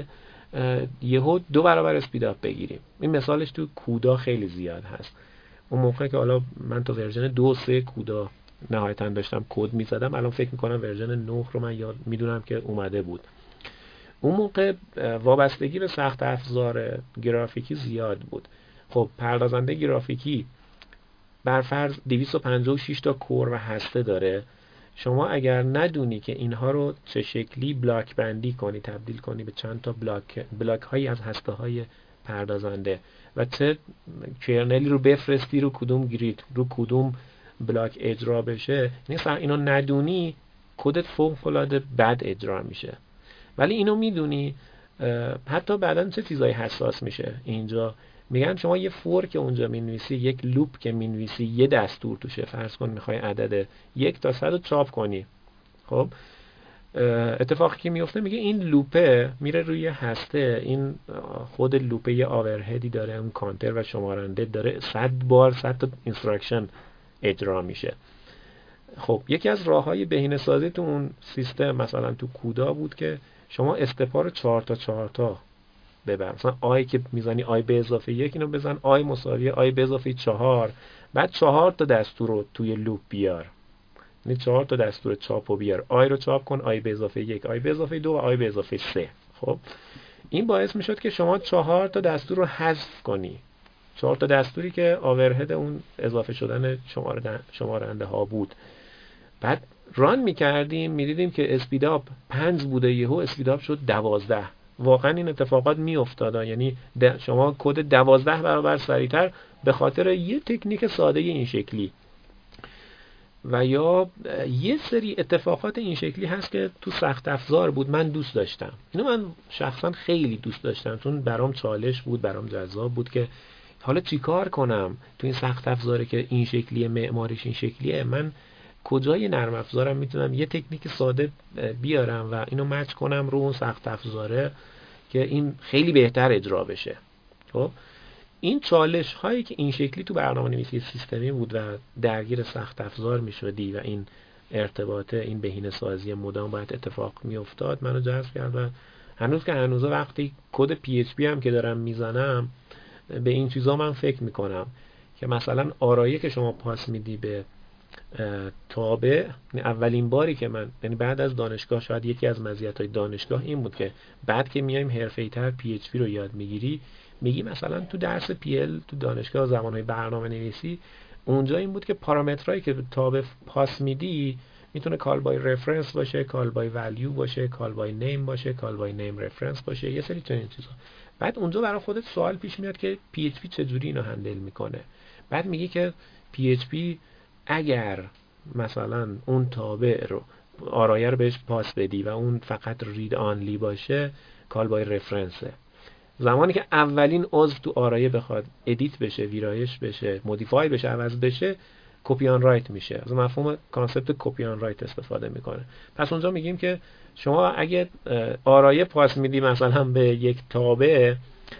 یهو 2 برابر اسپید اپ بگیریم. این مثالش تو کودا خیلی زیاد هست. اون موقع که حالا من تا ورژن 2-3 کودا نهایتا داشتم کد میزدم، الان فکر میکنم ورژن 9 رو من یاد میدونم که اومده بود. اون موقع وابستگی به سخت افزار گرافیکی زیاد بود. خب پردازنده گرافیکی بر فرض 256 تا کور و هسته داره. شما اگر ندونی که اینها رو چه شکلی بلاک بندی کنی، تبدیل کنی به چند تا بلاک هایی از هسته های پردازنده و چه کرنلی رو بفرستی رو کدوم گرید، رو کدوم بلاک اجرا بشه، اینو ندونی کدت فوق‌العاده بد اجرا میشه. ولی اینو میدونی حتی بعداً چه چیزایی حساس میشه. اینجا میگن شما یه فور که اونجا مینویسی، یک لوپ که مینویسی، یه دستور توشه. فرض کن میخوای عدد 1 تا 100 رو چاپ کنی. خب اتفاقی که میفته میگه این لوپه میره روی هسته، این خود لوپه یه آورهدی داره، اون کانتر و شمارنده داره، 100 بار 100 تا اینستراکشن اجرا میشه. خب یکی از راههای بهینه‌سازی تو اون سیستم مثلا تو کودا بود که شما استپا رو 4 تا 4 تا ببر. مثلا آی که میزنی آی به اضافه 1 اینو بزن آی مساوی آی به اضافه 4، بعد 4 تا دستور رو توی لوپ بیار. یعنی 4 تا دستور چاپ رو بیار. آی رو چاپ کن، آی به اضافه 1، آی به اضافه 2 و آی به اضافه 3. خب این باعث میشد که شما 4 تا دستور رو حذف کنی. 4 تا دستوری که آورهد اون اضافه شدن شمارنده ها بود. بعد ران میکردیم میدیدیم که اسپید اپ 5 بوده، یهو اسپید اپ شد 12. واقعا این اتفاقات میافتاد. یعنی شما کد 12 برابر سریعتر به خاطر یه تکنیک ساده این شکلی. و یا یه سری اتفاقات این شکلی هست که تو سخت افزار بود، من دوست داشتم. اینو من شخصا خیلی دوست داشتم چون برام چالش بود، برام جذاب بود که حالا چیکار کنم تو این سخت افزاره که این شکلیه، معماریش این شکلیه، من کجای نرم افزارم میتونم یه تکنیک ساده بیارم و اینو مچ کنم رو اون سخت افزاره که این خیلی بهتر اجرا بشه. خب این چالش هایی که این شکلی تو برنامه‌نویسی سیستمی بود و درگیر سخت افزار میشدی و این ارتباط، این بهینه‌سازی مدام باید اتفاق میافتاد، منو جذب کرد و هنوز که هنوزه وقتی کد PHP هم که دارم میزنم به این چیزا من فکر میکنم که مثلا آرایه که شما پاس میدی به تابع، اولین باری که من، یعنی بعد از دانشگاه، شاید یکی از مزیت‌های دانشگاه این بود که بعد که میایم حرفه‌ای‌تر PHP رو یاد میگیری، میگی مثلا تو درس PL تو دانشگاه زمانهای برنامه نویسی اونجا این بود که پارامترهایی که تابع پاس میدی میتونه کال بای رفرنس باشه، کال بای ولیو باشه، کال بای نیم باشه، کال بای نیم رفرنس باشه، یه سری چنین چیزا. بعد اونجا برای خودت سوال پیش میاد که PHP چجوری اینو هندل میکنه. بعد میگی که PHP اگر مثلا اون تابع رو آرایه رو بهش پاس بدی و اون فقط رید آنلی باشه، کال بای رفرنسه. زمانی که اولین عضو تو آرایه بخواد ادیت بشه، ویرایش بشه، مودیفای بشه، عوض بشه، کپی آن رایت میشه. از مفهوم کانسپت کپی آن رایت استفاده میکنه. پس اونجا میگیم که شما اگه آرایه پاس میدی مثلا به یک تابع،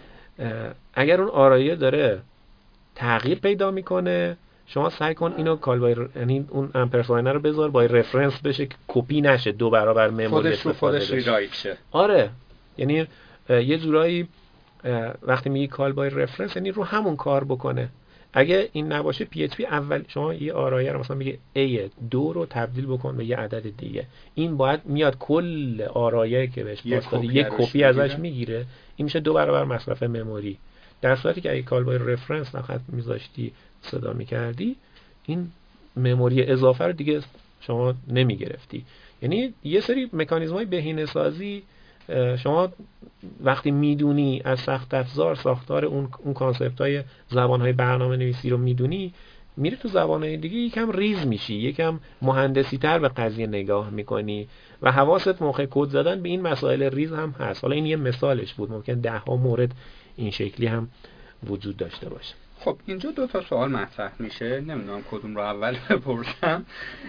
اگر اون آرایه داره تغییر پیدا میکنه، شما سعی کن اینو کال بای یعنی اون امپرساین رو بذار بای رفرنس بشه که کپی نشه، 2 برابر مموری خودش ریرایت شه. آره، یعنی یه جورایی وقتی میگی کال بای رفرنس یعنی رو همون کار بکنه. اگه این نباشه PHP اول شما یه آرایه رو مثلا میگه A2 رو تبدیل بکن به یه عدد دیگه، این باید میاد کل آرایه که بهش پاس داده یه کپی ازش میگیره، این میشه 2 برابر مصرف مموری. در صورتی که اگه کال بای رفرنس فقط میذاشتی صدا میکردی، این مموری اضافه رو دیگه شما نمیگرفتی. یعنی یه سری مکانیزم‌های بهینه‌سازی شما وقتی میدونی از سخت افزار ساختار اون کانسپت‌های زبان‌های برنامه‌نویسی رو میدونی، میری تو زبان‌های دیگه یکم ریز میشی، یکم مهندسی‌تر به قضیه نگاه میکنی و حواست موقع کد زدن به این مسائل ریز هم هست. حالا این یه مثالش بود، ممکن 10 ها مورد این شکلی هم وجود داشته باشه. خب اینجا 2 تا سوال مطرح میشه، نمیدونم کدوم رو اول بپرسم.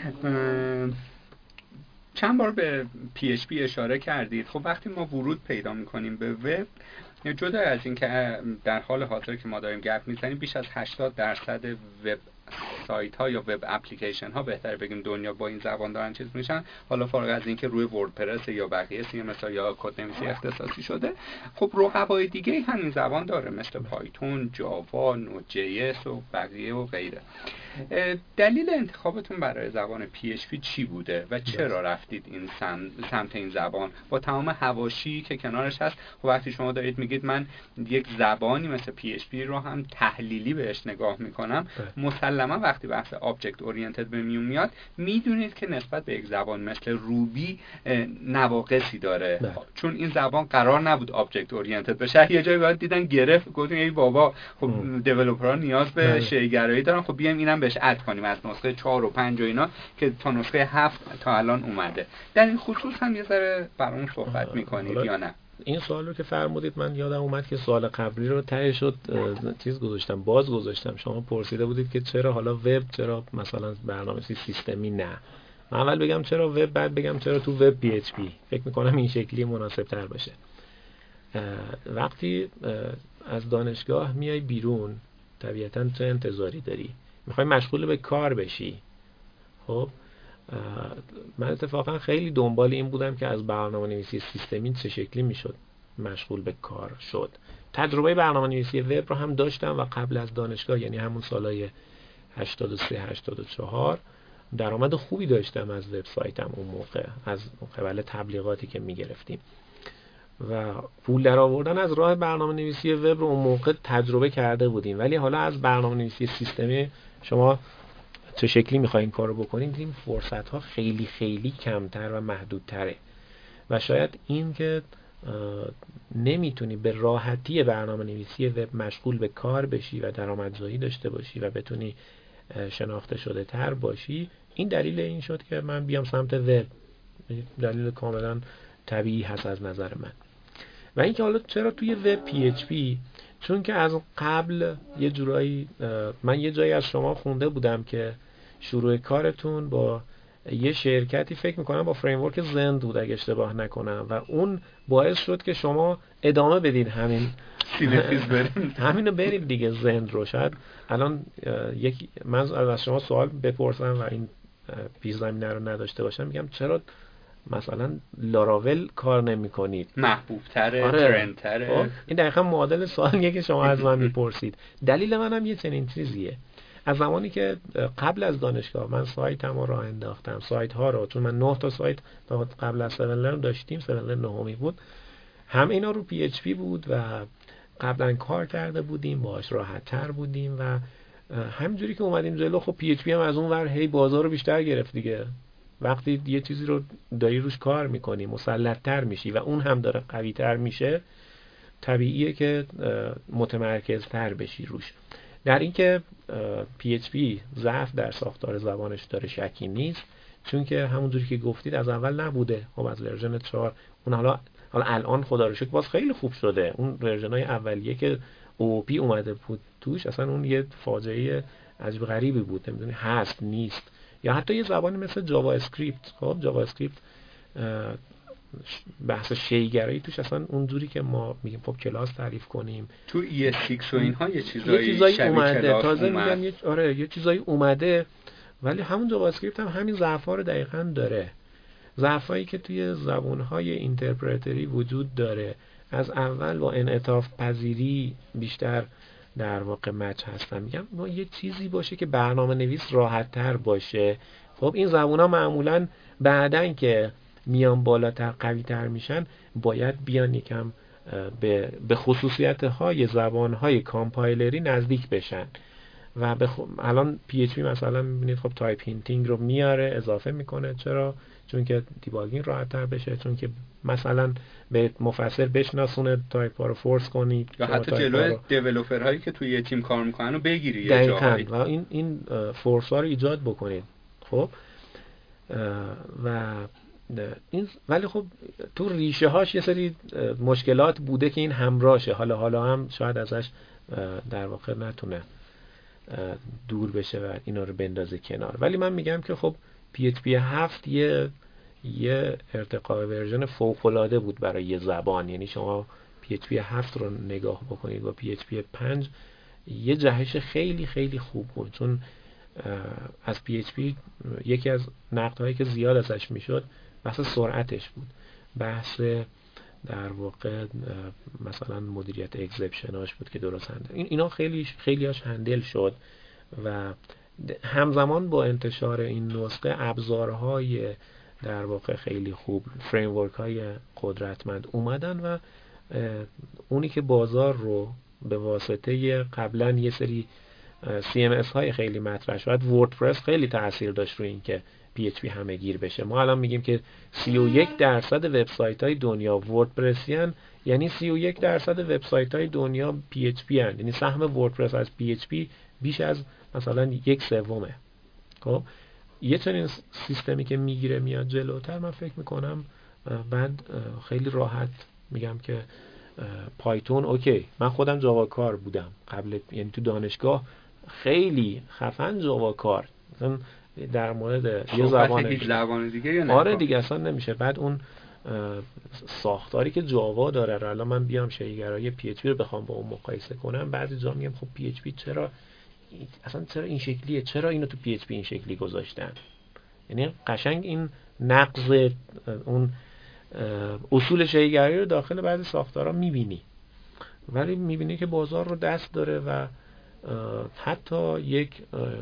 چند بار به PHP اشاره کردید. خب وقتی ما ورود پیدا میکنیم به وب، جدا از این که در حال حاضر که ما داریم گپ میزنیم بیش از 80% وب سایت ها یا وب اپلیکیشن ها بهتر بگیم دنیا با این زبان دارن چیز میشن، حالا فارغ از اینکه روی وردپرس یا بقیه CMS ها یا کدنویسی اختصاصی شده، خب رقبای دیگه همین زبان داره مثل پایتون، جاوا، نود جی اس و بقیه و غیره. دلیل انتخابتون برای زبان PHP چی بوده و چرا رفتید این سمت این زبان با تمام حواشی که کنارش هست؟ خب وقتی شما دارید میگید من یک زبانی مثل PHP رو هم تحلیلی بهش نگاه میکنم، مسلما وقتی بحث آبجکت اورینتد به میاد میدونید که نسبت به یک زبان مثل روبی نواقصی داره، چون این زبان قرار نبود آبجکت اورینتد بشه. یه جایی بعد دیدن گرفت، گفتن ای بابا خب دیولپرها نیاز به شی‌گرایی دارن، خب بیایم اینم بهش اد کنیم از نسخه 4 و 5 و اینا که تا نسخه 7 تا الان اومده. در این خصوص هم یه ذره برامون صحبت میکنید یا نه؟ این سوال رو که فرمودید من یادم اومد که سوال قبلی رو ته شد چیز گذاشتم. شما پرسیده بودید که چرا حالا وب، چرا مثلا برنامه‌نویسی سیستمی نه. من اول بگم چرا وب، بعد بگم چرا تو وب PHP. فکر میکنم این شکلی مناسب تر باشه. وقتی از دانشگاه میای بیرون طبیعتاً تو انتظاری داری، میخوای مشغول به کار بشی. خب من اتفاقا خیلی دنبال این بودم که از برنامه‌نویسی سیستمی چه شکلی میشد مشغول به کار شد. تجربه برنامه‌نویسی وب رو هم داشتم و قبل از دانشگاه، یعنی همون سالهای 83 84 درآمد خوبی داشتم از وبسایتم اون موقع، از قبل تبلیغاتی که میگرفتیم و پول در آوردن از راه برنامه‌نویسی وب رو اون موقع تجربه کرده بودیم. ولی حالا از برنامه‌نویسی سیستمی شما چه شکلی میخواین کارو بکنین، این فرصت ها خیلی خیلی کمتر و محدودتره و شاید این که نمیتونی به راحتی برنامه‌نویسی وب مشغول به کار بشی و درآمدزایی داشته باشی و بتونی شناخته شده تر باشی، این دلیل این شد که من بیام سمت وب. دلیل کاملا طبیعی هست از نظر من. و اینکه حالا چرا توی وب PHP، چون که از قبل یه جورایی من یه جایی از شما خونده بودم که شروع کارتون با یه شرکتی فکر میکنم با فریمورک زند بود اگه اشتباه نکنم و اون باعث شد که شما ادامه بدید همینو برید دیگه زند رو. شاید الان من از شما سوال بپرسم و این پیش زمینه رو نداشته باشم، میگم چرا مثلا لاراول کار نمی کنید؟ محبوب تره، ترند تره. این دقیقا معادل سوالیه که شما از من میپرسید. دلیل منم یه چنین چیزیه. از زمانی که قبل از دانشگاه من سایتم رو راه انداختم، سایت ها رو، چون من 9 تا سایت قبل از 7 لرن داشتیم، 7 لرن نهمی بود، هم اینا رو PHP بود و قبلا کار کرده بودیم، باهاش راحت تر بودیم و همینجوری که اومدیم جلو خب PHP هم از اون ور هی بازار رو بیشتر گرفت دیگه. وقتی یه چیزی رو داری روش کار میکنی مسلط‌تر میشی و اون هم داره قوی‌تر میشه، طبیعیه که متمرکزتر بشی روش. در این که PHP ضعف در ساختار زبانش داره شکی نیست، چون که همونجوری که گفتید از اول نبوده. خب از ورژن 4 اون حالا الان خدا رو شکر باز خیلی خوب شده. اون ورژن‌های اولیه که OOP اومده بود توش اصلا اون یه فاجعه عجیب غریبی بود، نمیدونی هست نیست. یا حتی یه زبانی مثل جاوا اسکریپت، خب جاوا اسکریپت بحث شی‌گرایی توش اصلا اونجوری که ما میگیم خب کلاس تعریف کنیم تو ES6 و اینها یه چیزایی اومده، تازه میگم یه چیزایی اومده، ولی همون جاوا اسکریپت هم همین ضعف‌ها رو دقیقاً داره. ضعفایی که توی زبان‌های اینترپرتری وجود داره از اول با انعطاف پذیری بیشتر در واقع مچ هستن. میگم ما یه چیزی باشه که برنامه نویس راحت تر باشه. خب این زبان ها معمولا بعدن که میان بالاتر قوی تر میشن باید بیان یکم به خصوصیت های زبان های کامپایلری نزدیک بشن و الان PHP مثلا میبینید خب تایپ هینتینگ رو میاره اضافه میکنه. چرا؟ چون که دیباگینگ راحت تر بشه، چون که مثلا به مفسر بشناسونه تایپ ها رو فورس کنید یا حتی جلوی دیولپر هایی که توی یه تیم کار میکنن رو بگیری یه جایی و این فورس ها رو ایجاد بکنید. خب و این ولی خب تو ریشه هاش یه سری مشکلات بوده که این همراهشه، حالا هم شاید ازش در واقع نتونه دور بشه و اینا رو بندازه کنار. ولی من میگم که خب PHP 7 یه ارتقاء ورژن فوق‌العاده بود برای یه زبان. یعنی شما PHP 7 رو نگاه بکنید با PHP 5 یه جهش خیلی خیلی خوب بود، چون از PHP یکی از نقدهایی که زیاد ازش میشد بحث سرعتش بود، بحث در واقع مثلا مدیریت اکسپشناش بود که درست هندل، اینا خیلیاش هندل شد و همزمان با انتشار این نسخه ابزارهای در واقع خیلی خوب، فریمورک های قدرتمند اومدن و اونی که بازار رو به واسطه قبلا یه سری CMS های خیلی مطرح شد، وردپرس خیلی تاثیر داشت روی این که PHP همه گیر بشه. ما الان میگیم که 31% وبسایت های دنیا وردپرسیان، یعنی 31% وبسایت های دنیا PHP هن، یعنی سهم وردپرس از PHP بیش از مثلا 1/3. خب یه چنین سیستمی که میگیره میاد جلوتر، من فکر میکنم بعد خیلی راحت میگم که پایتون اوکی، من خودم جاوا کار بودم قبل، یعنی تو دانشگاه خیلی خفن جاوا کار، مثلا در مورد یه زبان دیگه یا نه؟ آره دیگه اصلا نمیشه. بعد اون ساختاری که جاوا داره رو الان من بیام شیگرای PHP رو بخوام با اون مقایسه کنم، بعضی جا میگم خب PHP چرا این شکلیه، چرا اینو تو PHP این شکلی گذاشتن؟ یعنی قشنگ این نقض اون اصول شیگری رو داخل بعضی ساختارها میبینی، ولی میبینی که بازار رو دست داره و حتی یک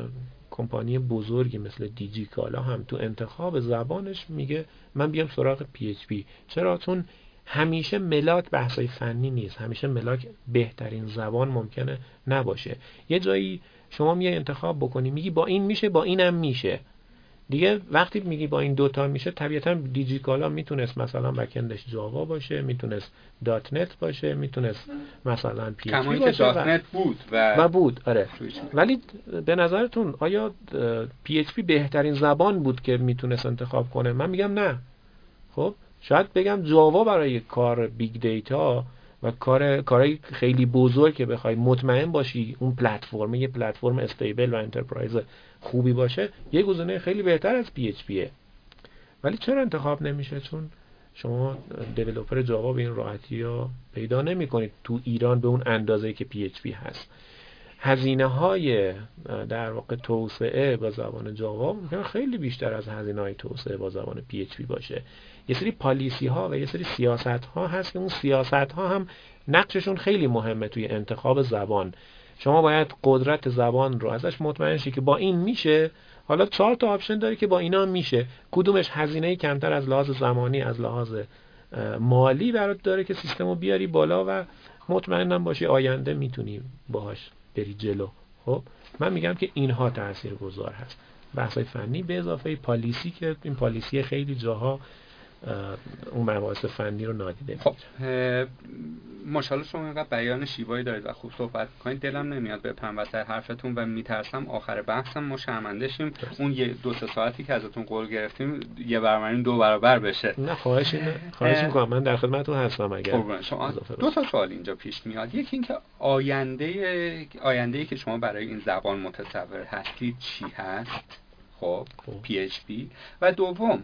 کمپانی بزرگی مثل دیجیکالا هم تو انتخاب زبانش میگه من بیام سراغ PHP. چرا؟ چون همیشه ملاک بحثای فنی نیست، همیشه ملاک بهترین زبان ممکنه نباشه. یه جایی شما میای انتخاب بکنی میگی با این میشه با اینم میشه دیگه، وقتی میگی با این دوتا میشه، طبیعتا دیجیکالا میتونست مثلا بکندش جاوا باشه، میتونست دات نت باشه، میتونست مثلا PHP کمایی باشه که دات نت بود و بود آره. ولی به نظرتون آیا PHP بهترین زبان بود که میتونست انتخاب کنه؟ من میگم نه. خب شاید بگم جاوا برای کار بیگ دیتا و کارهای خیلی بزرگ که بخوای مطمئن باشی اون پلتفرم یه پلتفرم استیبل و انترپرایز خوبی باشه، یه گزینه خیلی بهتر از PHPه. ولی چرا انتخاب نمیشه؟ چون شما دیولپر جاوا به این راحتی ها پیدا نمی کنید تو ایران به اون اندازه‌ای که PHP هست. هزینه های در واقع توسعه با زبان جاوا ممکنه خیلی بیشتر از هزینه های توسعه با زبان PHP باشه. یه سری پالیسی ها و یه سری سیاست ها هست که اون سیاست ها هم نقششون خیلی مهمه توی انتخاب زبان. شما باید قدرت زبان رو ازش مطمئن شی که با این میشه. حالا 4 تا آپشن داری که با اینا میشه، کدومش هزینه کمتر از لحاظ زمانی از لحاظ مالی برات داره که سیستمو بیاری بالا و مطمئنم باشی آینده میتونی باهاش بری جلو. خب من میگم که اینها تاثیرگذار هست، بحثای فنی به اضافه پالیسی که این پالیسی خیلی جاها اون مباحث فنی رو نادیده میگیره. خب ماشاءالله شما اینقدر بیان شیوایی دارید و خوب صحبت می‌کنید، دلم نمیاد بپرم وسط حرفتون و میترسم آخر بحثم ما شرمنده شیم اون 2-3 ساعتی که ازتون قول گرفتیم یه برابر 2 برابر بشه. نه خواهش می‌کنم، من در خدمتتون هستم. اگر شما 2 تا سوال اینجا پیش میاد، یکی اینکه آینده‌ای که شما برای این زبان متصور هستید چی هست؟ خب PHP. و دوم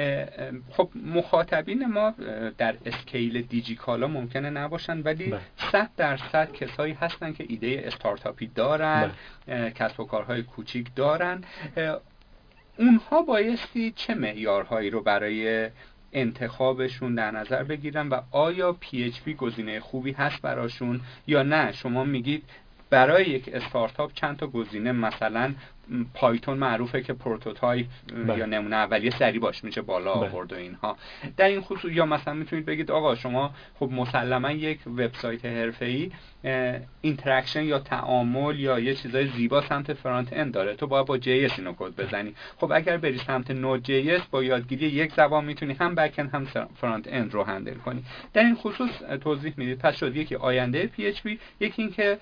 خب مخاطبین ما در اسکیل دیجیکالا ممکنه نباشن، ولی 100% کسایی هستن که ایده استارتاپی دارن، کسب و کارهای کوچیک دارن. اونها بایستی چه معیارهایی رو برای انتخابشون در نظر بگیرن و آیا PHP گزینه خوبی هست براشون یا نه؟ شما میگید برای یک استارتاپ چند تا گزینه، مثلا پایتون معروفه که پروتوتایپ یا نمونه اولیه سریع باش میشه بالا آورد و اینها. در این خصوص یا مثلا میتونید بگید آقا شما خب مسلما یک وبسایت حرفه‌ای اینتراکشن یا تعامل یا یه چیزای زیبا سمت فرانت اند داره، تو باید با JS اینو کد بزنی. خب اگر بری سمت نود JS با یادگیری یک زبان میتونی هم بک اند هم فرانت اند رو هندل کنی. در این خصوص توضیح میدید. پس شد یکی آینده PHP، یکی این که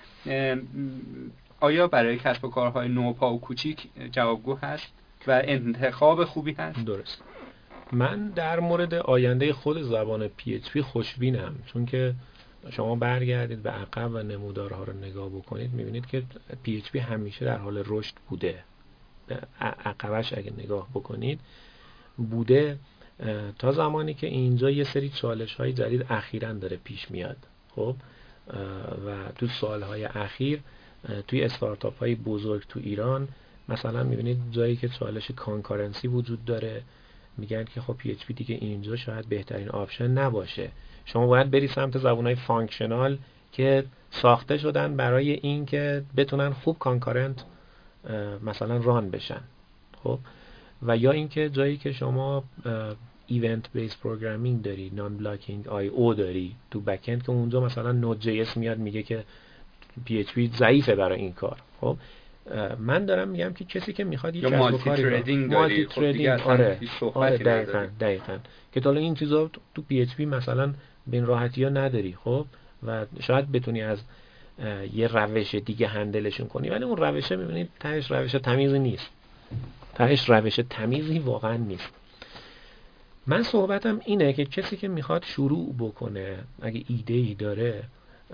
آیا برای کسب و کارهای نوپا و کوچیک جوابگو هست و انتخاب خوبی هست؟ درست. من در مورد آینده خود زبان PHP خوشبینم، چون که شما برگردید به عقب و نمودارها رو نگاه بکنید میبینید که PHP همیشه در حال رشد بوده. عقبش اگه نگاه بکنید بوده تا زمانی که اینجا یه سری چالش های جدید اخیراً داره پیش میاد. خب و تو سالهای اخیر توی استارتاپ های بزرگ تو ایران مثلا میبینید جایی که چالش کانکارنسی وجود داره، میگن که خب PHP دیگه اینجا شاید بهترین آپشن نباشه، شما باید بری سمت زبانهای فانکشنال که ساخته شدن برای این که بتونن خوب کانکارنت مثلا ران بشن. خب و یا اینکه جایی که شما ایونت بیس پروگرامینگ داری، نان بلاکینگ آی او داری تو بک اند، که اونجا مثلا نود جی اس میاد میگه که PHP ضعیفه برای این کار. خب من دارم میگم که کسی که میخواد یه کسب و کاری مالتی تریدینگ، آره دقیقاً که تا این چیزا تو PHP مثلا به این راحتی ها نداری. خب و شاید بتونی از یه روش دیگه هندلشون کنی، ولی اون روشه میبینید تهش روش تمیزی نیست، تهش روش تمیزی واقعا نیست. من صحبتم اینه که کسی که میخواد شروع بکنه، اگه ایده ای داره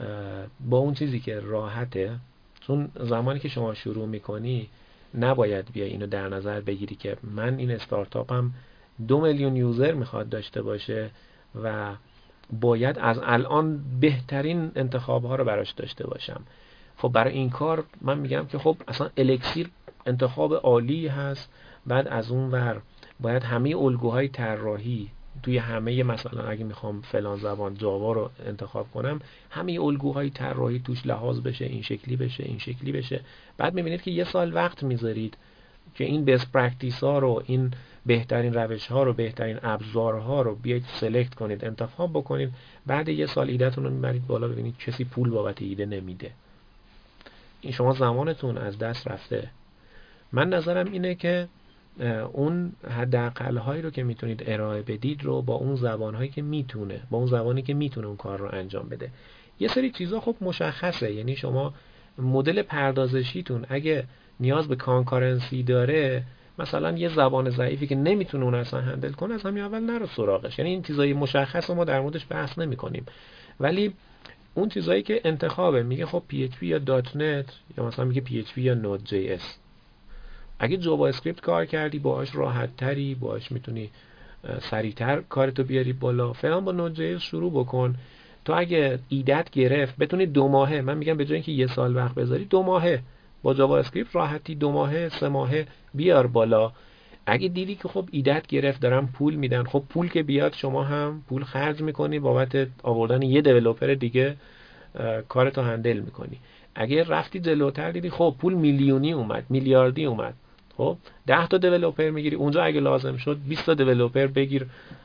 با اون چیزی که راحته، چون زمانی که شما شروع میکنی نباید بیا اینو در نظر بگیری که من این استارتاپم 2 میلیون یوزر میخواد داشته باشه و باید از الان بهترین انتخابها رو براش داشته باشم. خب برای این کار من میگم که خب اصلا الکسیر انتخاب عالی هست. بعد از اون ور باید همه الگوهای طراحی توی همه، مثلا اگه میخوام فلان زبان جاوا رو انتخاب کنم، همه الگوهای طراحی توش لحاظ بشه، این شکلی بشه، این شکلی بشه. بعد میبینید که 1 سال وقت میذارید که این بیست پرکتیس ها رو، این بهترین روش ها رو، بهترین ابزارها رو بیاید سلکت کنید، انتخاب بکنید. بعد 1 سال ایدهتون رو میبرید بالا، ببینید کسی پول بابت ایده نمیده. این شما زمانتون از دست رفته. من نظرم اینه که اون حداقل هایی رو که میتونید ارائه بدید رو با اون زبانهایی که میتونه، با اون زبانی که میتونه اون کار رو انجام بده. یه سری چیزا خب مشخصه، یعنی شما مدل پردازشیتون اگه نیاز به کانکارنسی داره، مثلا یه زبان ضعیفی که نمیتونه اون اصلا هندل کنه، از همین اول نرو سراغش. یعنی این چیزای مشخص ما در موردش بحث نمی‌کنیم، ولی اون چیزایی که انتخابه، میگه خب PHP یا .NET، یا مثلا میگه PHP یا Node.js. اگه جاوا اسکریپت کار کردی باهاش راحت تری، باهاش میتونی سریعتر کارتو بیاری بالا، فعلا با Node.js شروع بکن. تو اگه ایدت گرفت بتونی 2 ماهه، من میگم به جای اینکه 1 سال وقت بذاری، 2 ماهه با جاوا اسکریپت راحتی 2 ماهه 3 ماهه بیار بالا. اگه دیدی که خب ایدت گرفت، دارن پول میدن، خب پول که بیاد شما هم پول خرج میکنی، بابت آوردن یه دیولپر دیگه کارتو هندل میکنی. اگه رفتی جلوتر دیدی خب پول میلیونی اومد، میلیاردی اومد، خب 10 تا دیولپر میگیری اونجا، اگه لازم شد 20 تا دیولپر بگیر،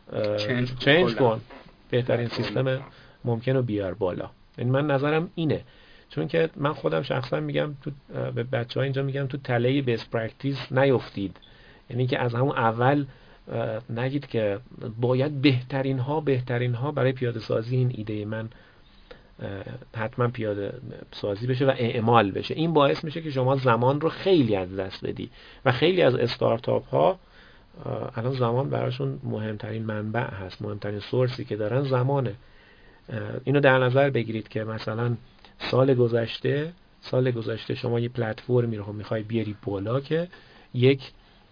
چنج کن، بهترین سیستم ممکن رو بیار بالا. یعنی من نظرم اینه، چون که من خودم شخصا میگم تو به بچه‌ها اینجا میگم تو تله بیست پرکتیس نیفتید. یعنی که از همون اول نگید که باید بهترین ها برای پیاده سازی این ایده من حتما پیاده سازی بشه و اعمال بشه. این باعث میشه که شما زمان رو خیلی از دست بدی و خیلی از استارتاپ ها الان زمان براشون مهمترین منبع هست، مهمترین سورسی که دارن زمانه. اینو در نظر بگیرید که مثلا سال گذشته شما یه پلتفرمی رو میخوای بیاری بالا که یک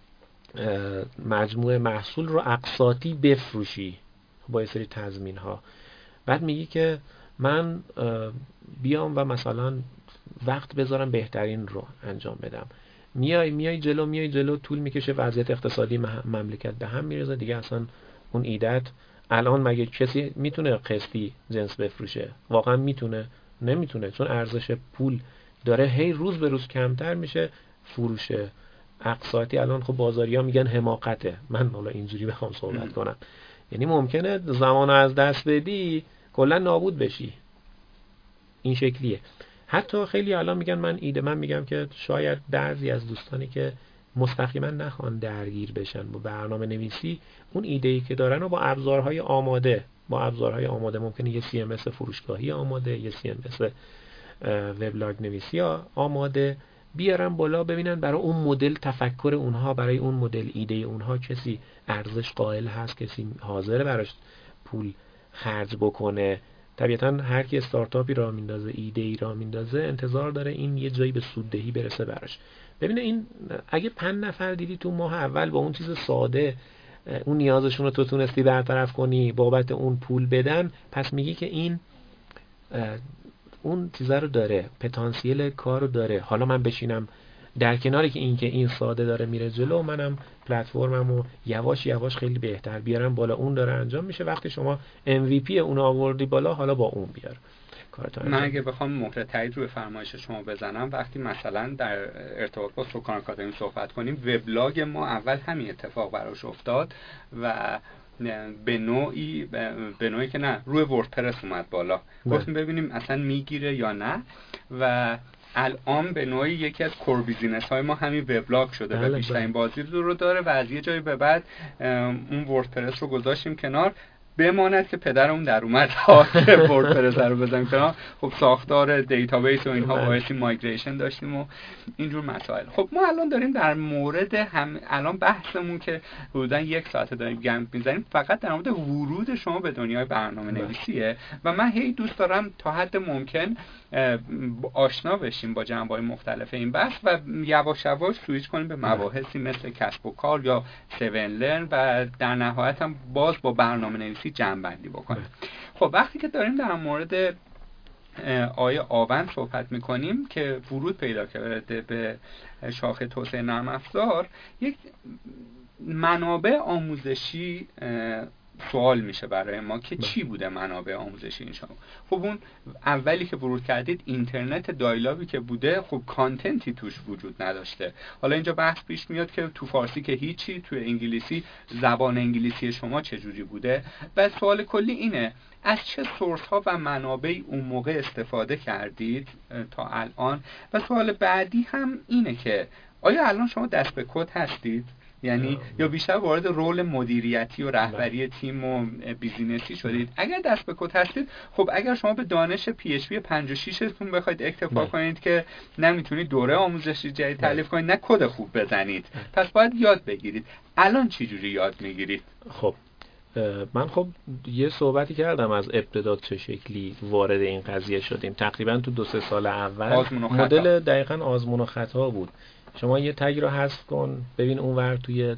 مجموعه محصول رو اقساطی بفروشی با یه سری تضمین ها. بعد میگی که من بیام و مثلا وقت بذارم بهترین رو انجام بدم. میای جلو طول میکشه، وضعیت اقتصادی مملکت به هم میرزه دیگه. اصلا اون ایدت الان مگه کسی میتونه قسطی جنس بفروشه؟ واقعا میتونه؟ نمیتونه، چون ارزش پول داره هی روز به روز کمتر میشه. فروش اقساطی الان خب بازاریا میگن حماقته. من حالا اینجوری بخوام صحبت کنم، یعنی ممکنه زمانو از دست بدی کلا نابود بشی. این شکلیه. حتی خیلی الان میگن من میگم که شاید بعضی از دوستانی که مستقیما نخوان درگیر بشن با برنامه نویسی، اون ایده‌ای که دارن رو با ابزارهای آماده ممکنه یه CMS فروشگاهی آماده، یه CMS وبلاگ نویسی آماده بیارن بالا، ببینن برای اون مدل تفکر اونها، برای اون مدل ایده اونها کسی ارزش قائل هست، کسی حاضر براش پول خرج بکنه. طبیعتا هر کی استارتاپی راه میندازه، ایده ای راه میندازه، انتظار داره این یه جایی به سوددهی برسه براش. ببینه این اگه 5 نفر دیدی تو ماه اول با اون چیز ساده اون نیازشون رو تو تونستی برطرف کنی، بابت اون پول بدن، پس میگی که این اون چیزا رو داره، پتانسیل کار رو داره. حالا من بشینم در کناری که این ساده داره میره جلو، منم پلتفرممو یواش یواش خیلی بهتر بیارم بالا. اون داره انجام میشه، وقتی شما MVP اون آوردی بالا، حالا با اون بیار کارتو انجام. من اگه بخوام مهر تایید روی فرمایش شما بزنم، وقتی مثلا در ارتباط با سکان آکادمی صحبت کنیم، وبلاگ ما اول همین اتفاق براش افتاد و به نوعی که نه، روی وردپرس اومد بالا. گفتیم ببینیم اصلا میگیره یا نه، و الان به نوعی یکی از کور بیزینس های ما همین وبلاگ شده و بیشترین بازدید رو داره و از یه جایی به بعد اون وردپرس رو گذاشتیم کنار، بماند که پدرمون در اومد که وردپرس رو بزنیم کنار. خب ساختار دیتابیس و اینها باعثی مایگریشن داشتیم و اینجور مسائل. خب ما الان داریم در مورد الان بحثمون که حدودا 1 ساعت داریم گپ میزنیم فقط در مورد ورود شما به دنیای برنامه نویسیه و من هی دوست دارم تا حد ممکن آشنا بشیم با جنبه‌های مختلف این بحث و یواش یواش سویچ کنیم به مباحثی مثل کسب و کار یا 7 لرن و در نهایت هم باز با برنامه نویسی جمع‌بندی بکنیم. خب وقتی که داریم در مورد آیه آون صحبت میکنیم که ورود پیدا کرده به شاخه توسعه نرم افزار، یک منابع آموزشی سوال میشه برای ما که چی بوده منابع آموزشی این شما. خب اون اولی که ورود کردید اینترنت دایلابی که بوده، خب کانتنتی توش وجود نداشته. حالا اینجا بحث پیش میاد که تو فارسی که هیچی، تو انگلیسی زبان انگلیسی شما چجوری بوده. و سوال کلی اینه از چه سورس ها و منابعی اون موقع استفاده کردید تا الان. و سوال بعدی هم اینه که آیا الان شما دست به کد هستید؟ یعنی یا بیشتر وارد رول مدیریتی و رهبری تیم و بیزینسی شدید؟ اگر دست به کد هستید، خب اگر شما به دانش PHP 5 و 6 تون بخواید اکتفا کنید که نمیتونید دوره آموزشی جدید تعریف کنید، نه کد خوب بزنید، پس باید یاد بگیرید. الان چی جوری یاد میگیرید؟ خب من یه صحبتی کردم از ابتدا چه شکلی وارد این قضیه شدیم. تقریبا تو 2-3 سال اول مدل دقیقاً آزمون و خطا بود. شما یه تگ رو حذف کن، ببین اونور توی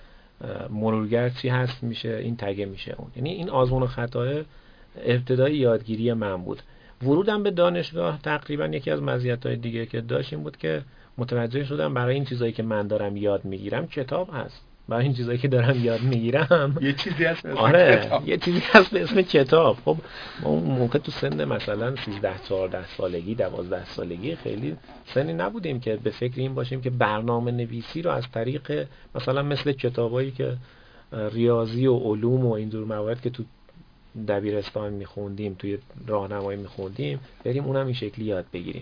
مرورگر چی هست میشه، این تگ میشه اون. یعنی این آزمون و خطا ابتدای یادگیری من بود. ورودم به دانشگاه تقریبا یکی از مزیت‌های دیگه که داشت این بود که متوجه شدم برای این چیزایی که من دارم یاد میگیرم کتاب هست. برای این چیزایی که دارم یاد میگیرم یه چیزی هست به اسم کتاب. یه چیزی هست به اسم کتاب. خب ما اون موقع تو سن مثلا 13-14 سالگی 12 سالگی خیلی سنی نبودیم که به فکر این باشیم که برنامه نویسی رو از طریق مثلا مثل کتابایی که ریاضی و علوم و اینجور موارد که تو دبیرستان میخوندیم، توی راهنمایی میخوندیم، بریم اونم این شکلی یاد بگیریم.